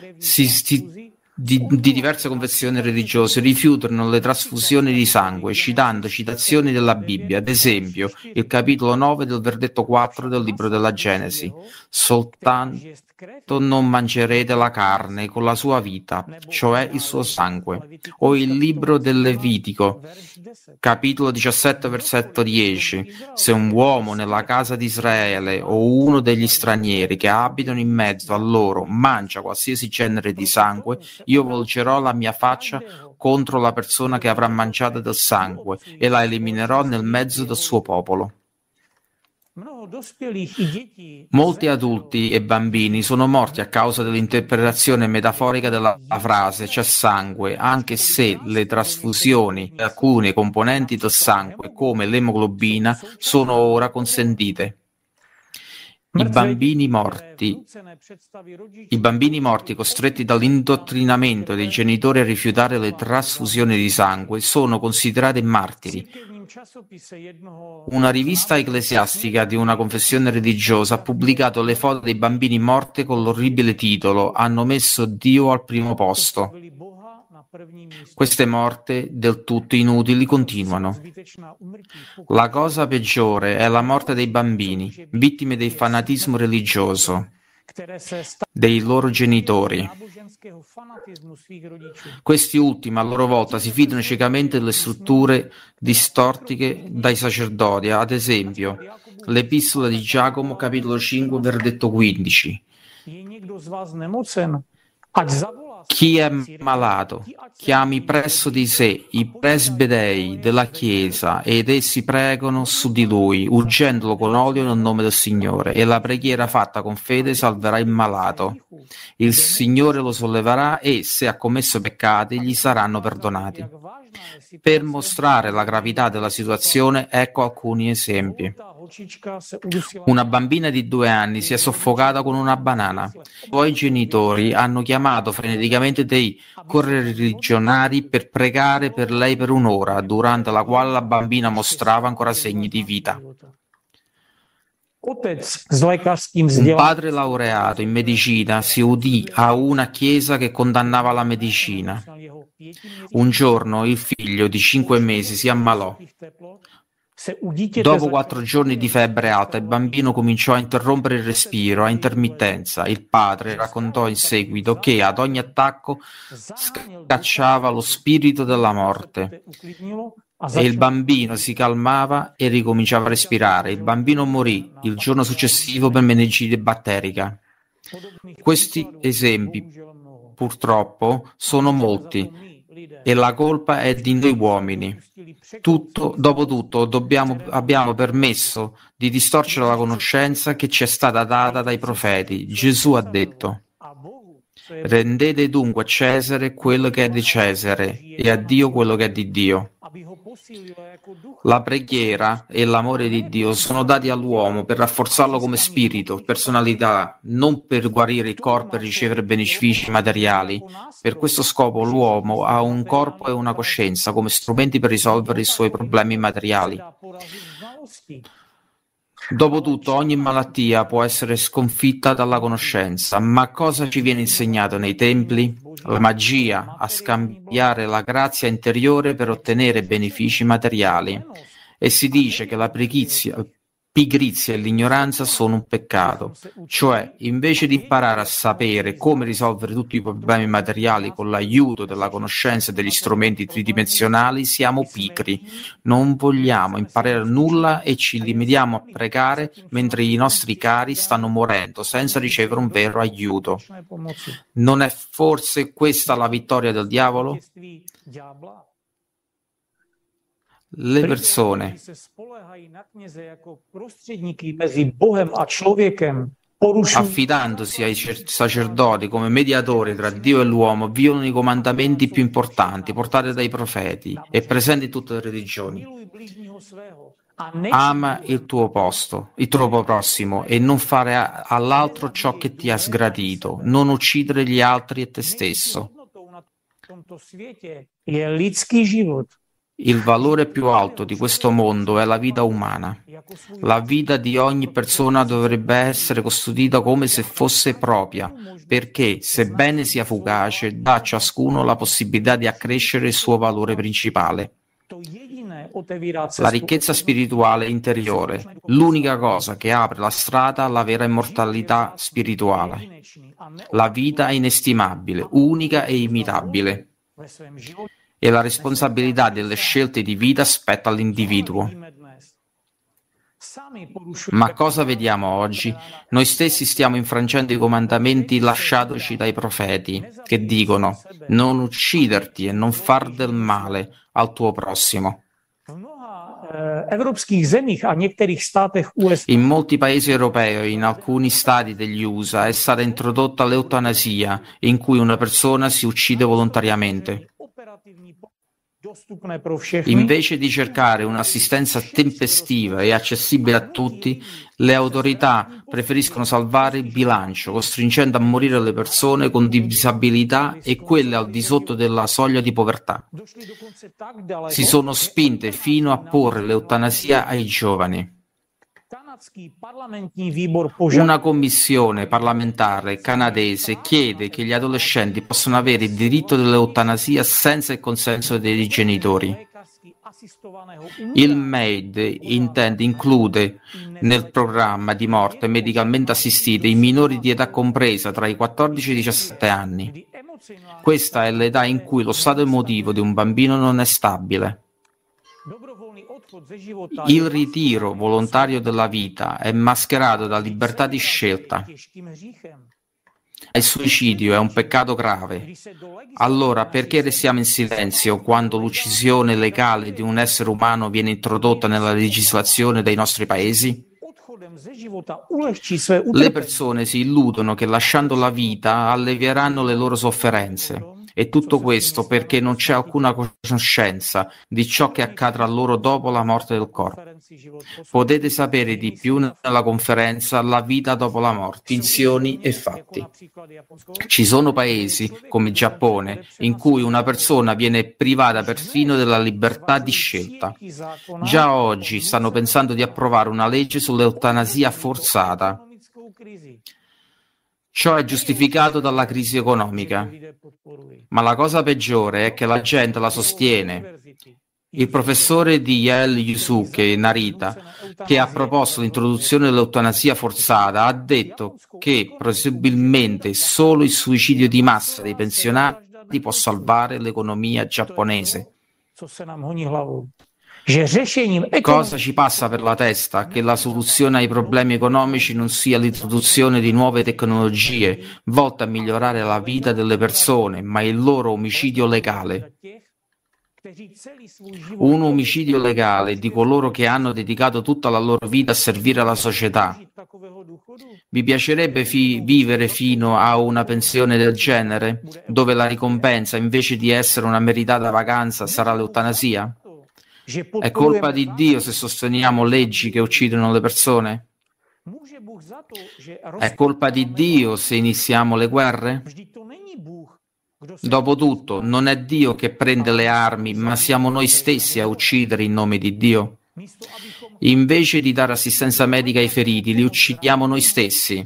di diverse confessioni religiose rifiutano le trasfusioni di sangue, citando citazioni della Bibbia, ad esempio il capitolo 9 del verdetto 4 del libro della Genesi: soltanto non mangerete la carne con la sua vita, cioè il suo sangue, o il libro del Levitico, capitolo 17 versetto 10: se un uomo nella casa di Israele o uno degli stranieri che abitano in mezzo a loro mangia qualsiasi genere di sangue, io volgerò la mia faccia contro la persona che avrà mangiato del sangue e la eliminerò nel mezzo del suo popolo. Molti adulti e bambini sono morti a causa dell'interpretazione metaforica della frase "c'è sangue", anche se le trasfusioni di alcune componenti del sangue, come l'emoglobina, sono ora consentite. I bambini morti costretti dall'indottrinamento dei genitori a rifiutare le trasfusioni di sangue sono considerati martiri. Una rivista ecclesiastica di una confessione religiosa ha pubblicato le foto dei bambini morti con l'orribile titolo "Hanno messo Dio al primo posto". Queste morte del tutto inutili continuano. La cosa peggiore è la morte dei bambini, vittime del fanatismo religioso dei loro genitori. Questi ultimi, a loro volta, si fidano ciecamente delle strutture distortiche dai sacerdoti, ad esempio, l'Epistola di Giacomo, capitolo 5, verdetto 15. Chi è malato, chiami presso di sé i presbiteri della Chiesa ed essi pregano su di lui, ungendolo con olio nel nome del Signore, e la preghiera fatta con fede salverà il malato. Il Signore lo solleverà e, se ha commesso peccati, gli saranno perdonati. Per mostrare la gravità della situazione, ecco alcuni esempi. Una bambina di 2 anni si è soffocata con una banana. I suoi genitori hanno chiamato freneticamente dei correligionari per pregare per lei per un'ora, durante la quale la bambina mostrava ancora segni di vita. Un padre laureato in medicina si udì a una chiesa che condannava la medicina. Un giorno il figlio di 5 mesi si ammalò. Dopo 4 giorni di febbre alta, il bambino cominciò a interrompere il respiro a intermittenza. Il padre raccontò in seguito che ad ogni attacco scacciava lo spirito della morte e il bambino si calmava e ricominciava a respirare. Il bambino morì il giorno successivo per meningite batterica. Questi esempi, purtroppo, sono molti. E la colpa è di noi uomini. Dopotutto abbiamo permesso di distorcere la conoscenza che ci è stata data dai profeti. Gesù ha detto: rendete dunque a Cesare quello che è di Cesare e a Dio quello che è di Dio. La preghiera e l'amore di Dio sono dati all'uomo per rafforzarlo come spirito, personalità, non per guarire il corpo e ricevere benefici materiali. Per questo scopo l'uomo ha un corpo e una coscienza come strumenti per risolvere i suoi problemi materiali. Dopotutto, ogni malattia può essere sconfitta dalla conoscenza, ma cosa ci viene insegnato nei templi? La magia, a scambiare la grazia interiore per ottenere benefici materiali. E si dice che la pigrizia e l'ignoranza sono un peccato, cioè invece di imparare a sapere come risolvere tutti i problemi materiali con l'aiuto della conoscenza e degli strumenti tridimensionali, siamo pigri, non vogliamo imparare nulla e ci limitiamo a pregare mentre i nostri cari stanno morendo senza ricevere un vero aiuto. Non è forse questa la vittoria del diavolo? Le persone affidandosi ai sacerdoti come mediatori tra Dio e l'uomo violano i comandamenti più importanti portati dai profeti e presenti in tutte le religioni. Ama il tuo prossimo e non fare all'altro ciò che ti ha sgradito, non uccidere gli altri e te stesso. Il valore più alto di questo mondo è la vita umana. La vita di ogni persona dovrebbe essere custodita come se fosse propria, perché, sebbene sia fugace, dà a ciascuno la possibilità di accrescere il suo valore principale. La ricchezza spirituale interiore, l'unica cosa che apre la strada alla vera immortalità spirituale. La vita è inestimabile, unica e imitabile. E la responsabilità delle scelte di vita spetta all'individuo. Ma cosa vediamo oggi? Noi stessi stiamo infrangendo i comandamenti lasciatoci dai profeti, che dicono: non ucciderti e non far del male al tuo prossimo. In molti paesi europei e in alcuni stati degli USA è stata introdotta l'eutanasia, in cui una persona si uccide volontariamente. Invece di cercare un'assistenza tempestiva e accessibile a tutti, le autorità preferiscono salvare il bilancio, costringendo a morire le persone con disabilità e quelle al di sotto della soglia di povertà. Si sono spinte fino a porre l'eutanasia ai giovani. Una commissione parlamentare canadese chiede che gli adolescenti possano avere il diritto dell'eutanasia senza il consenso dei genitori. Il MAID include nel programma di morte medicalmente assistita i minori di età compresa tra i 14 e i 17 anni. Questa è l'età in cui lo stato emotivo di un bambino non è stabile. Il ritiro volontario della vita è mascherato da libertà di scelta. Il suicidio è un peccato grave. Allora perché restiamo in silenzio quando l'uccisione legale di un essere umano viene introdotta nella legislazione dei nostri paesi? Le persone si illudono che lasciando la vita allevieranno le loro sofferenze. E tutto questo perché non c'è alcuna conoscenza di ciò che accadrà loro dopo la morte del corpo. Potete sapere di più nella conferenza La vita dopo la morte, finzioni e fatti. Ci sono paesi, come il Giappone, in cui una persona viene privata perfino della libertà di scelta. Già oggi stanno pensando di approvare una legge sull'eutanasia forzata. Ciò è giustificato dalla crisi economica, ma la cosa peggiore è che la gente la sostiene. Il professore di Yale Yusuke Narita, che ha proposto l'introduzione dell'eutanasia forzata, ha detto che presumibilmente solo il suicidio di massa dei pensionati può salvare l'economia giapponese. Cosa ci passa per la testa? Che la soluzione ai problemi economici non sia l'introduzione di nuove tecnologie volte a migliorare la vita delle persone, ma il loro omicidio legale. Un omicidio legale di coloro che hanno dedicato tutta la loro vita a servire la società. Vi piacerebbe vivere fino a una pensione del genere, dove la ricompensa, invece di essere una meritata vacanza, sarà l'eutanasia? È colpa di Dio se sosteniamo leggi che uccidono le persone? È colpa di Dio se iniziamo le guerre? Dopotutto, non è Dio che prende le armi, ma siamo noi stessi a uccidere in nome di Dio. Invece di dare assistenza medica ai feriti, li uccidiamo noi stessi.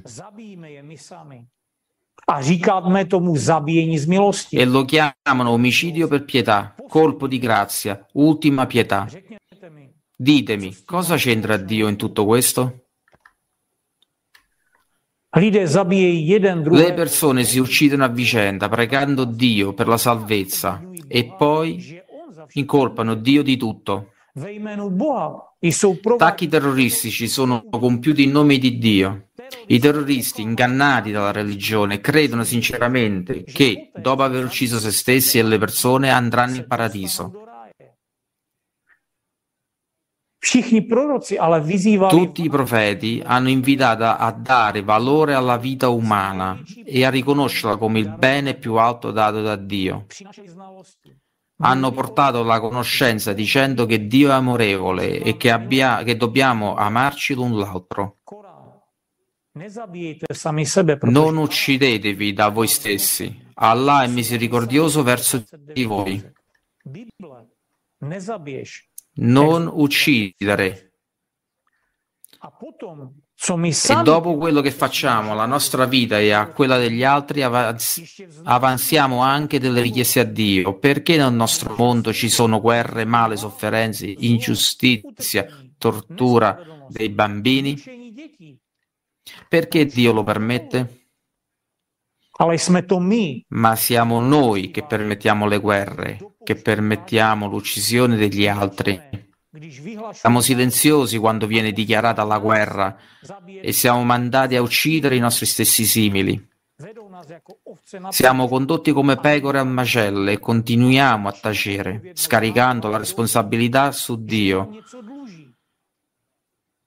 E lo chiamano omicidio per pietà, colpo di grazia, ultima pietà. Ditemi, cosa c'entra Dio in tutto questo? Le persone si uccidono a vicenda pregando Dio per la salvezza e poi incolpano Dio di tutto. Attacchi terroristici sono compiuti in nome di Dio. I terroristi, ingannati dalla religione, credono sinceramente che, dopo aver ucciso se stessi e le persone, andranno in paradiso. Tutti i profeti hanno invitato a dare valore alla vita umana e a riconoscerla come il bene più alto dato da Dio. Hanno portato la conoscenza dicendo che Dio è amorevole e che dobbiamo amarci l'un l'altro. Non uccidetevi da voi stessi. Allah è misericordioso verso di voi. Non uccidere. E dopo quello che facciamo alla nostra vita e a quella degli altri, avanziamo anche delle richieste a Dio. Perché nel nostro mondo ci sono guerre, male, sofferenze, ingiustizia, tortura dei bambini? Perché Dio lo permette? Ma siamo noi che permettiamo le guerre, che permettiamo l'uccisione degli altri. Siamo silenziosi quando viene dichiarata la guerra e siamo mandati a uccidere i nostri stessi simili. Siamo condotti come pecore al macello e continuiamo a tacere, scaricando la responsabilità su Dio.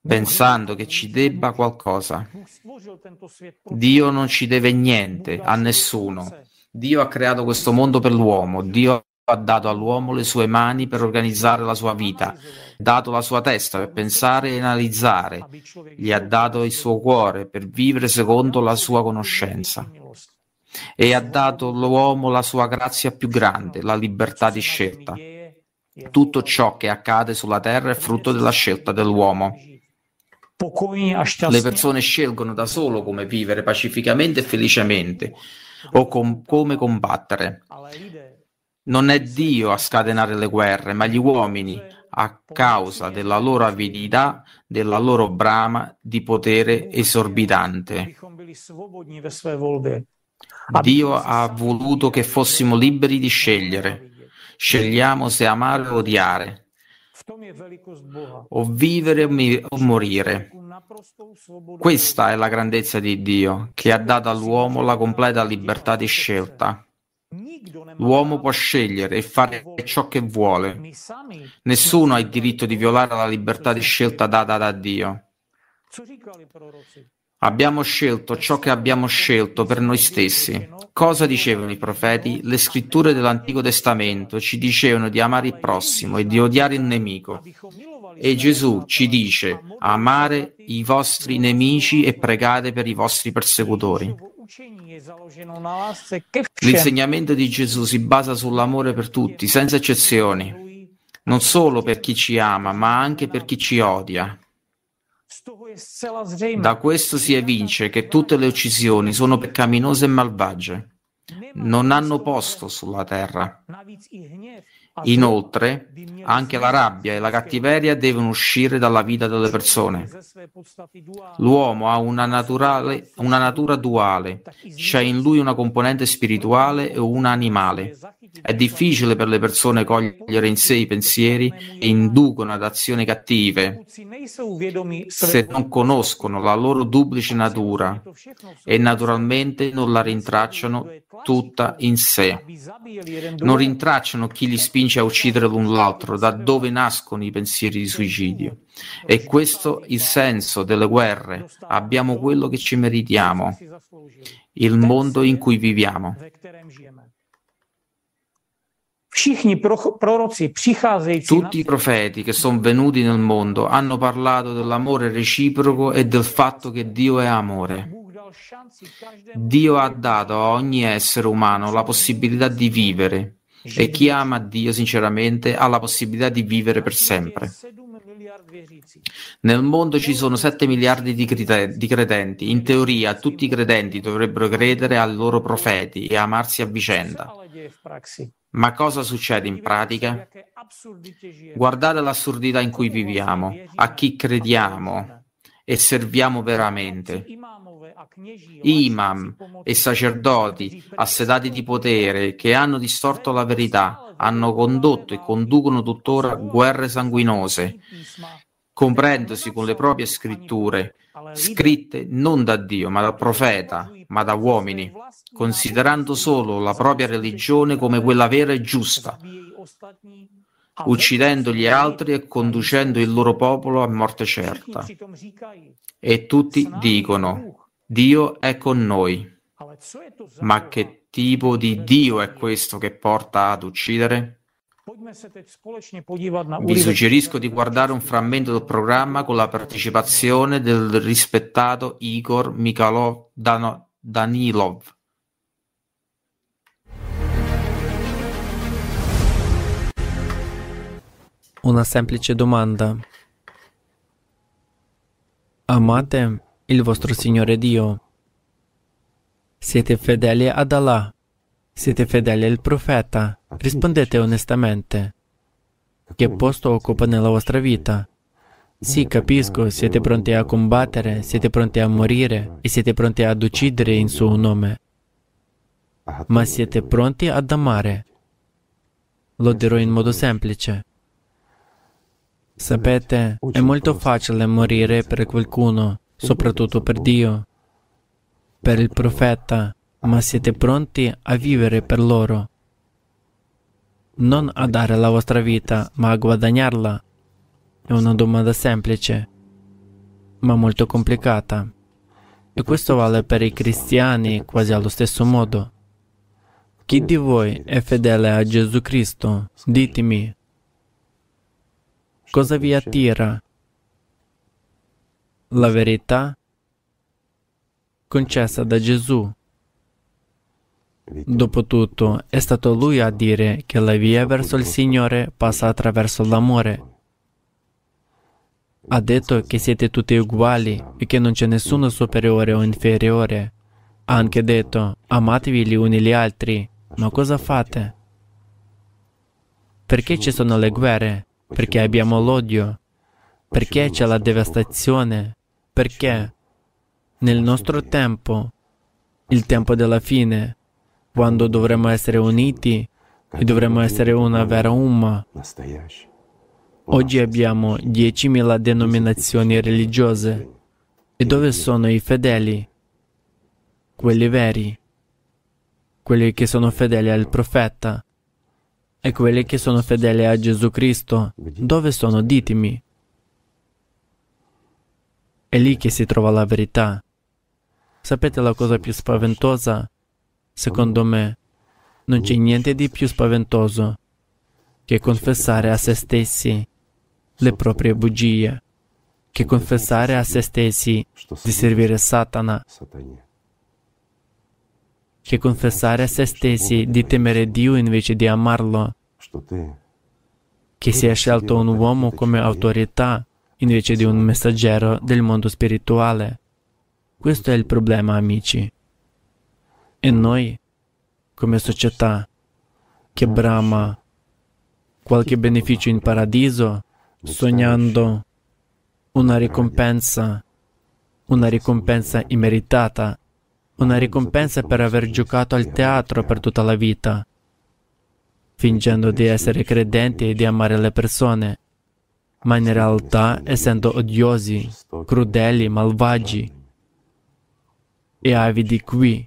pensando che ci debba qualcosa. Dio non ci deve niente, a nessuno. Dio ha creato questo mondo per l'uomo. Dio ha dato all'uomo le sue mani per organizzare la sua vita, ha dato la sua testa per pensare e analizzare, gli ha dato il suo cuore per vivere secondo la sua conoscenza e ha dato all'uomo la sua grazia più grande, la libertà di scelta. Tutto ciò che accade sulla terra è frutto della scelta dell'uomo. Le persone scelgono da solo come vivere pacificamente e felicemente o come combattere. Non è Dio a scatenare le guerre, ma gli uomini, a causa della loro avidità, della loro brama di potere esorbitante. Dio ha voluto che fossimo liberi di scegliere. Scegliamo se amare o odiare, o vivere o morire. Questa è la grandezza di Dio, che ha dato all'uomo la completa libertà di scelta. L'uomo può scegliere e fare ciò che vuole. Nessuno ha il diritto di violare la libertà di scelta data da Dio. Abbiamo scelto ciò che abbiamo scelto per noi stessi. Cosa dicevano i profeti? Le scritture dell'Antico Testamento ci dicevano di amare il prossimo e di odiare il nemico. E Gesù ci dice: amare i vostri nemici e pregate per i vostri persecutori. L'insegnamento di Gesù si basa sull'amore per tutti, senza eccezioni, non solo per chi ci ama, ma anche per chi ci odia. Da questo si evince che tutte le uccisioni sono peccaminose e malvagie, non hanno posto sulla terra. Inoltre, anche la rabbia e la cattiveria devono uscire dalla vita delle persone. L'uomo ha una natura duale, c'è in lui una componente spirituale e una animale. È difficile per le persone cogliere in sé i pensieri che inducono ad azioni cattive se non conoscono la loro duplice natura e naturalmente non la rintracciano tutta in sé. Non rintracciano chi li spinge a uccidere l'un l'altro, da dove nascono i pensieri di suicidio. E questo il senso delle guerre. Abbiamo quello che ci meritiamo, il mondo in cui viviamo. Tutti i profeti che sono venuti nel mondo hanno parlato dell'amore reciproco e del fatto che Dio è amore. Dio ha dato a ogni essere umano la possibilità di vivere e chi ama Dio sinceramente ha la possibilità di vivere per sempre. Nel mondo ci sono 7 miliardi di credenti. In teoria tutti i credenti dovrebbero credere ai loro profeti e amarsi a vicenda. Ma cosa succede in pratica? Guardate l'assurdità in cui viviamo, a chi crediamo e serviamo veramente. Imam e sacerdoti assetati di potere che hanno distorto la verità, hanno condotto e conducono tuttora guerre sanguinose, comprendosi con le proprie scritture, scritte non da Dio, ma dal profeta, ma da uomini, considerando solo la propria religione come quella vera e giusta, uccidendo gli altri e conducendo il loro popolo a morte certa. E tutti dicono: Dio è con noi. Ma che tipo di Dio è questo che porta ad uccidere? Vi suggerisco di guardare un frammento del programma con la partecipazione del rispettato Igor Mikhailov Danilov. Una semplice domanda. Amate il vostro Signore Dio? Siete fedeli ad Allah? Siete fedeli al profeta? Rispondete onestamente. Che posto occupa nella vostra vita? Sì, capisco, siete pronti a combattere, siete pronti a morire e siete pronti ad uccidere in suo nome. Ma siete pronti ad amare? Lo dirò in modo semplice. Sapete, è molto facile morire per qualcuno, soprattutto per Dio, per il profeta, ma siete pronti a vivere per loro? Non a dare la vostra vita, ma a guadagnarla? È una domanda semplice. ma molto complicata. E questo vale per i cristiani quasi allo stesso modo. Chi di voi è fedele a Gesù Cristo? Ditemi. Cosa vi attira? La verità concessa da Gesù. Dopotutto, è stato Lui a dire che la via verso il Signore passa attraverso l'amore. Ha detto che siete tutti uguali e che non c'è nessuno superiore o inferiore. Ha anche detto, amatevi gli uni gli altri. Ma cosa fate? Perché ci sono le guerre? Perché abbiamo l'odio? Perché c'è la devastazione? Perché nel nostro tempo, il tempo della fine, quando dovremmo essere uniti e dovremmo essere una vera umma, oggi abbiamo 10.000 denominazioni religiose. E dove sono i fedeli? Quelli veri. Quelli che sono fedeli al profeta. E quelli che sono fedeli a Gesù Cristo. Dove sono? Ditemi. È lì che si trova la verità. Sapete la cosa più spaventosa? Secondo me, non c'è niente di più spaventoso che confessare a se stessi le proprie bugie, che confessare a se stessi di servire Satana, che confessare a se stessi di temere Dio invece di amarlo, che si è scelto un uomo come autorità invece di un messaggero del mondo spirituale. Questo è il problema, amici. E noi, come società, che brama qualche beneficio in paradiso, sognando una ricompensa immeritata, una ricompensa per aver giocato al teatro per tutta la vita, fingendo di essere credenti e di amare le persone, ma in realtà essendo odiosi, crudeli, malvagi e avidi qui.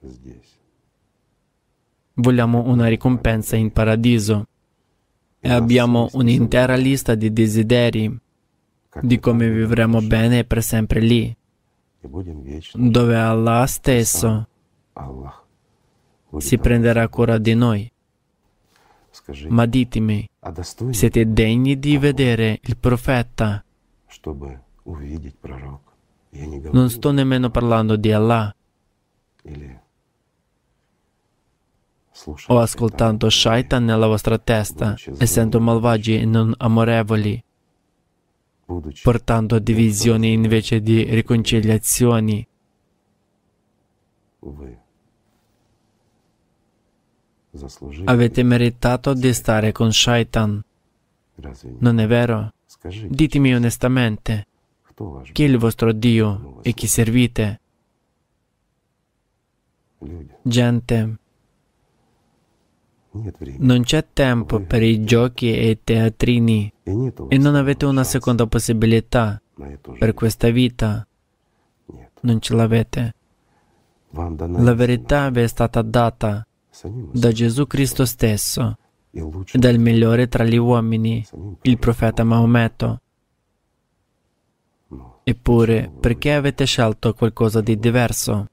Vogliamo una ricompensa in paradiso e abbiamo un'intera lista di desideri di come vivremo bene per sempre lì, dove Allah stesso si prenderà cura di noi. Ma ditemi, siete degni di vedere il profeta? Non sto nemmeno parlando di Allah. O ascoltando Shaitan nella vostra testa, essendo malvagi e non amorevoli, portando divisioni invece di riconciliazioni. Avete meritato di stare con Shaitan. Non è vero? Ditemi onestamente, chi è il vostro Dio e chi servite? Gente, non c'è tempo per i giochi e i teatrini e non avete una seconda possibilità per questa vita. Non ce l'avete. La verità vi è stata data da Gesù Cristo stesso e dal migliore tra gli uomini, il profeta Maometto. Eppure, perché avete scelto qualcosa di diverso?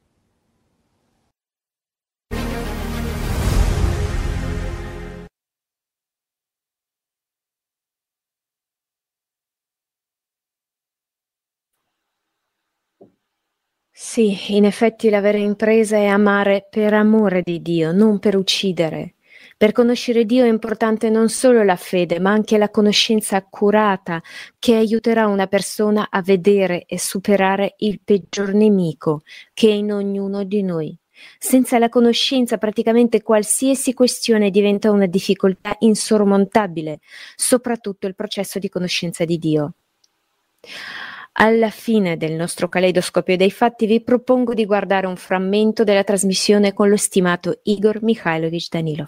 Sì, in effetti la vera impresa è amare per amore di Dio, non per uccidere. Per conoscere Dio è importante non solo la fede, ma anche la conoscenza accurata che aiuterà una persona a vedere e superare il peggior nemico che è in ognuno di noi. Senza la conoscenza praticamente qualsiasi questione diventa una difficoltà insormontabile, soprattutto il processo di conoscenza di Dio. Alla fine del nostro caleidoscopio dei fatti vi propongo di guardare un frammento della trasmissione con lo stimato Igor Mikhailovich Danilov.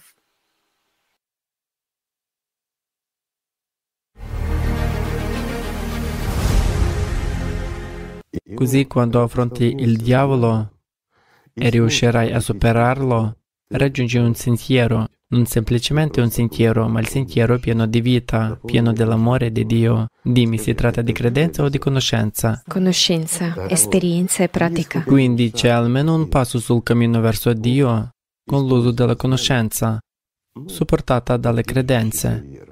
Così quando affronti il diavolo e riuscirai a superarlo, raggiungi un sentiero, non semplicemente un sentiero, ma il sentiero pieno di vita, pieno dell'amore di Dio. Dimmi, si tratta di credenza o di conoscenza? Conoscenza, esperienza e pratica. Quindi c'è almeno un passo sul cammino verso Dio con l'uso della conoscenza, supportata dalle credenze.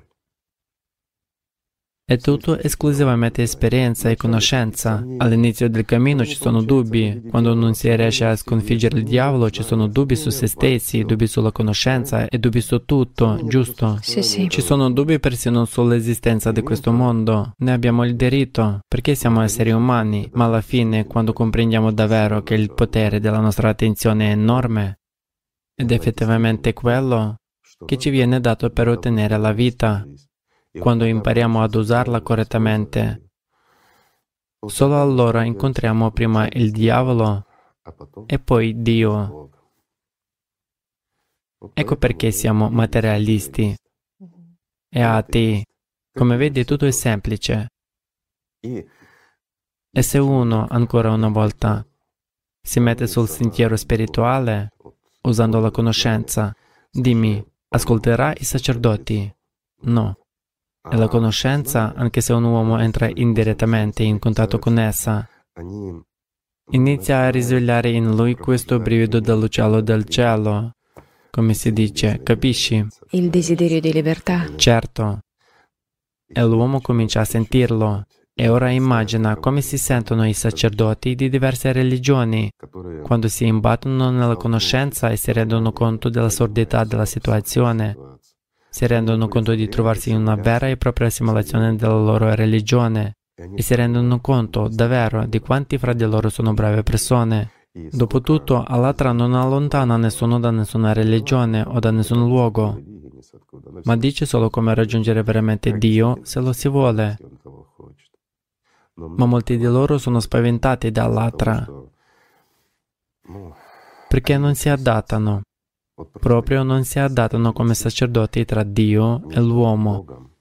È tutto esclusivamente esperienza e conoscenza. All'inizio del cammino ci sono dubbi. Quando non si riesce a sconfiggere il diavolo, ci sono dubbi su se stessi, dubbi sulla conoscenza e dubbi su tutto, giusto? Sì. Ci sono dubbi persino sull'esistenza di questo mondo. Ne abbiamo il diritto, perché siamo esseri umani, ma alla fine, quando comprendiamo davvero che il potere della nostra attenzione è enorme, ed effettivamente quello che ci viene dato per ottenere la vita, quando impariamo ad usarla correttamente, solo allora incontriamo prima il diavolo e poi Dio. Ecco perché siamo materialisti e atei. Come vedi, tutto è semplice. E se uno, ancora una volta, si mette sul sentiero spirituale, usando la conoscenza, dimmi, ascolterà i sacerdoti? No. E la conoscenza, anche se un uomo entra indirettamente in contatto con essa, inizia a risvegliare in lui questo brivido dell'uccello del cielo, come si dice, capisci? Il desiderio di libertà. Certo. E l'uomo comincia a sentirlo. E ora immagina come si sentono i sacerdoti di diverse religioni quando si imbattono nella conoscenza e si rendono conto dell'assurdità della situazione. Si rendono conto di trovarsi in una vera e propria simulazione della loro religione e si rendono conto davvero di quanti fra di loro sono brave persone. Dopotutto, Allatra non allontana nessuno da nessuna religione o da nessun luogo, ma dice solo come raggiungere veramente Dio se lo si vuole. Ma molti di loro sono spaventati da Allatra perché non si adattano. Proprio non si adattano come sacerdoti tra Dio e l'uomo.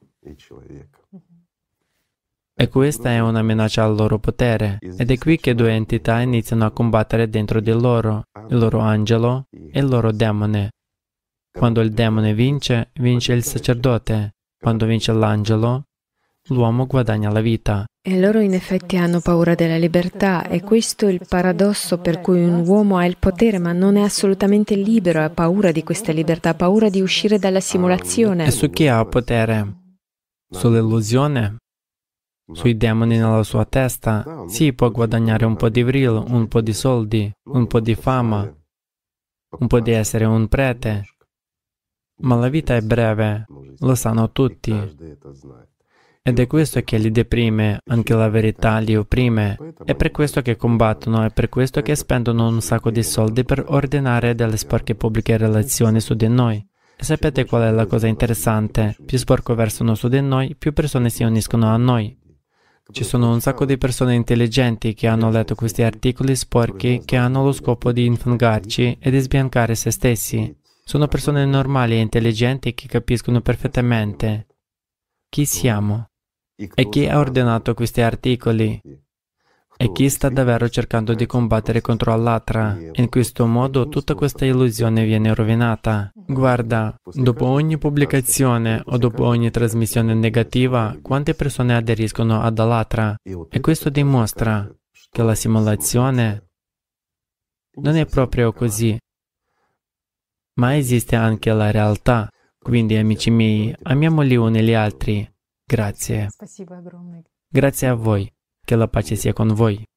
E questa è una minaccia al loro potere. Ed è qui che due entità iniziano a combattere dentro di loro, il loro angelo e il loro demone. Quando il demone vince, vince il sacerdote. Quando vince l'angelo, l'uomo guadagna la vita. E loro in effetti hanno paura della libertà, e questo è il paradosso per cui un uomo ha il potere ma non è assolutamente libero, ha paura di questa libertà, ha paura di uscire dalla simulazione. E su chi ha potere? Sull'illusione? Sui demoni nella sua testa? Sì, può guadagnare un po' di vril, un po' di soldi, un po' di fama, un po' di essere un prete. Ma la vita è breve, lo sanno tutti. Ed è questo che li deprime, anche la verità li opprime. È per questo che combattono, è per questo che spendono un sacco di soldi per ordinare delle sporche pubbliche relazioni su di noi. E sapete qual è la cosa interessante? Più sporco versano su di noi, più persone si uniscono a noi. Ci sono un sacco di persone intelligenti che hanno letto questi articoli sporchi che hanno lo scopo di infangarci e di sbiancare se stessi. Sono persone normali e intelligenti che capiscono perfettamente chi siamo. E chi ha ordinato questi articoli? E chi sta davvero cercando di combattere contro Allatra? In questo modo tutta questa illusione viene rovinata. Guarda, dopo ogni pubblicazione o dopo ogni trasmissione negativa, quante persone aderiscono ad Allatra? E questo dimostra che la simulazione non è proprio così, ma esiste anche la realtà. Quindi, amici miei, amiamo gli uni gli altri. Grazie. Grazie a voi. Che la pace sia con voi.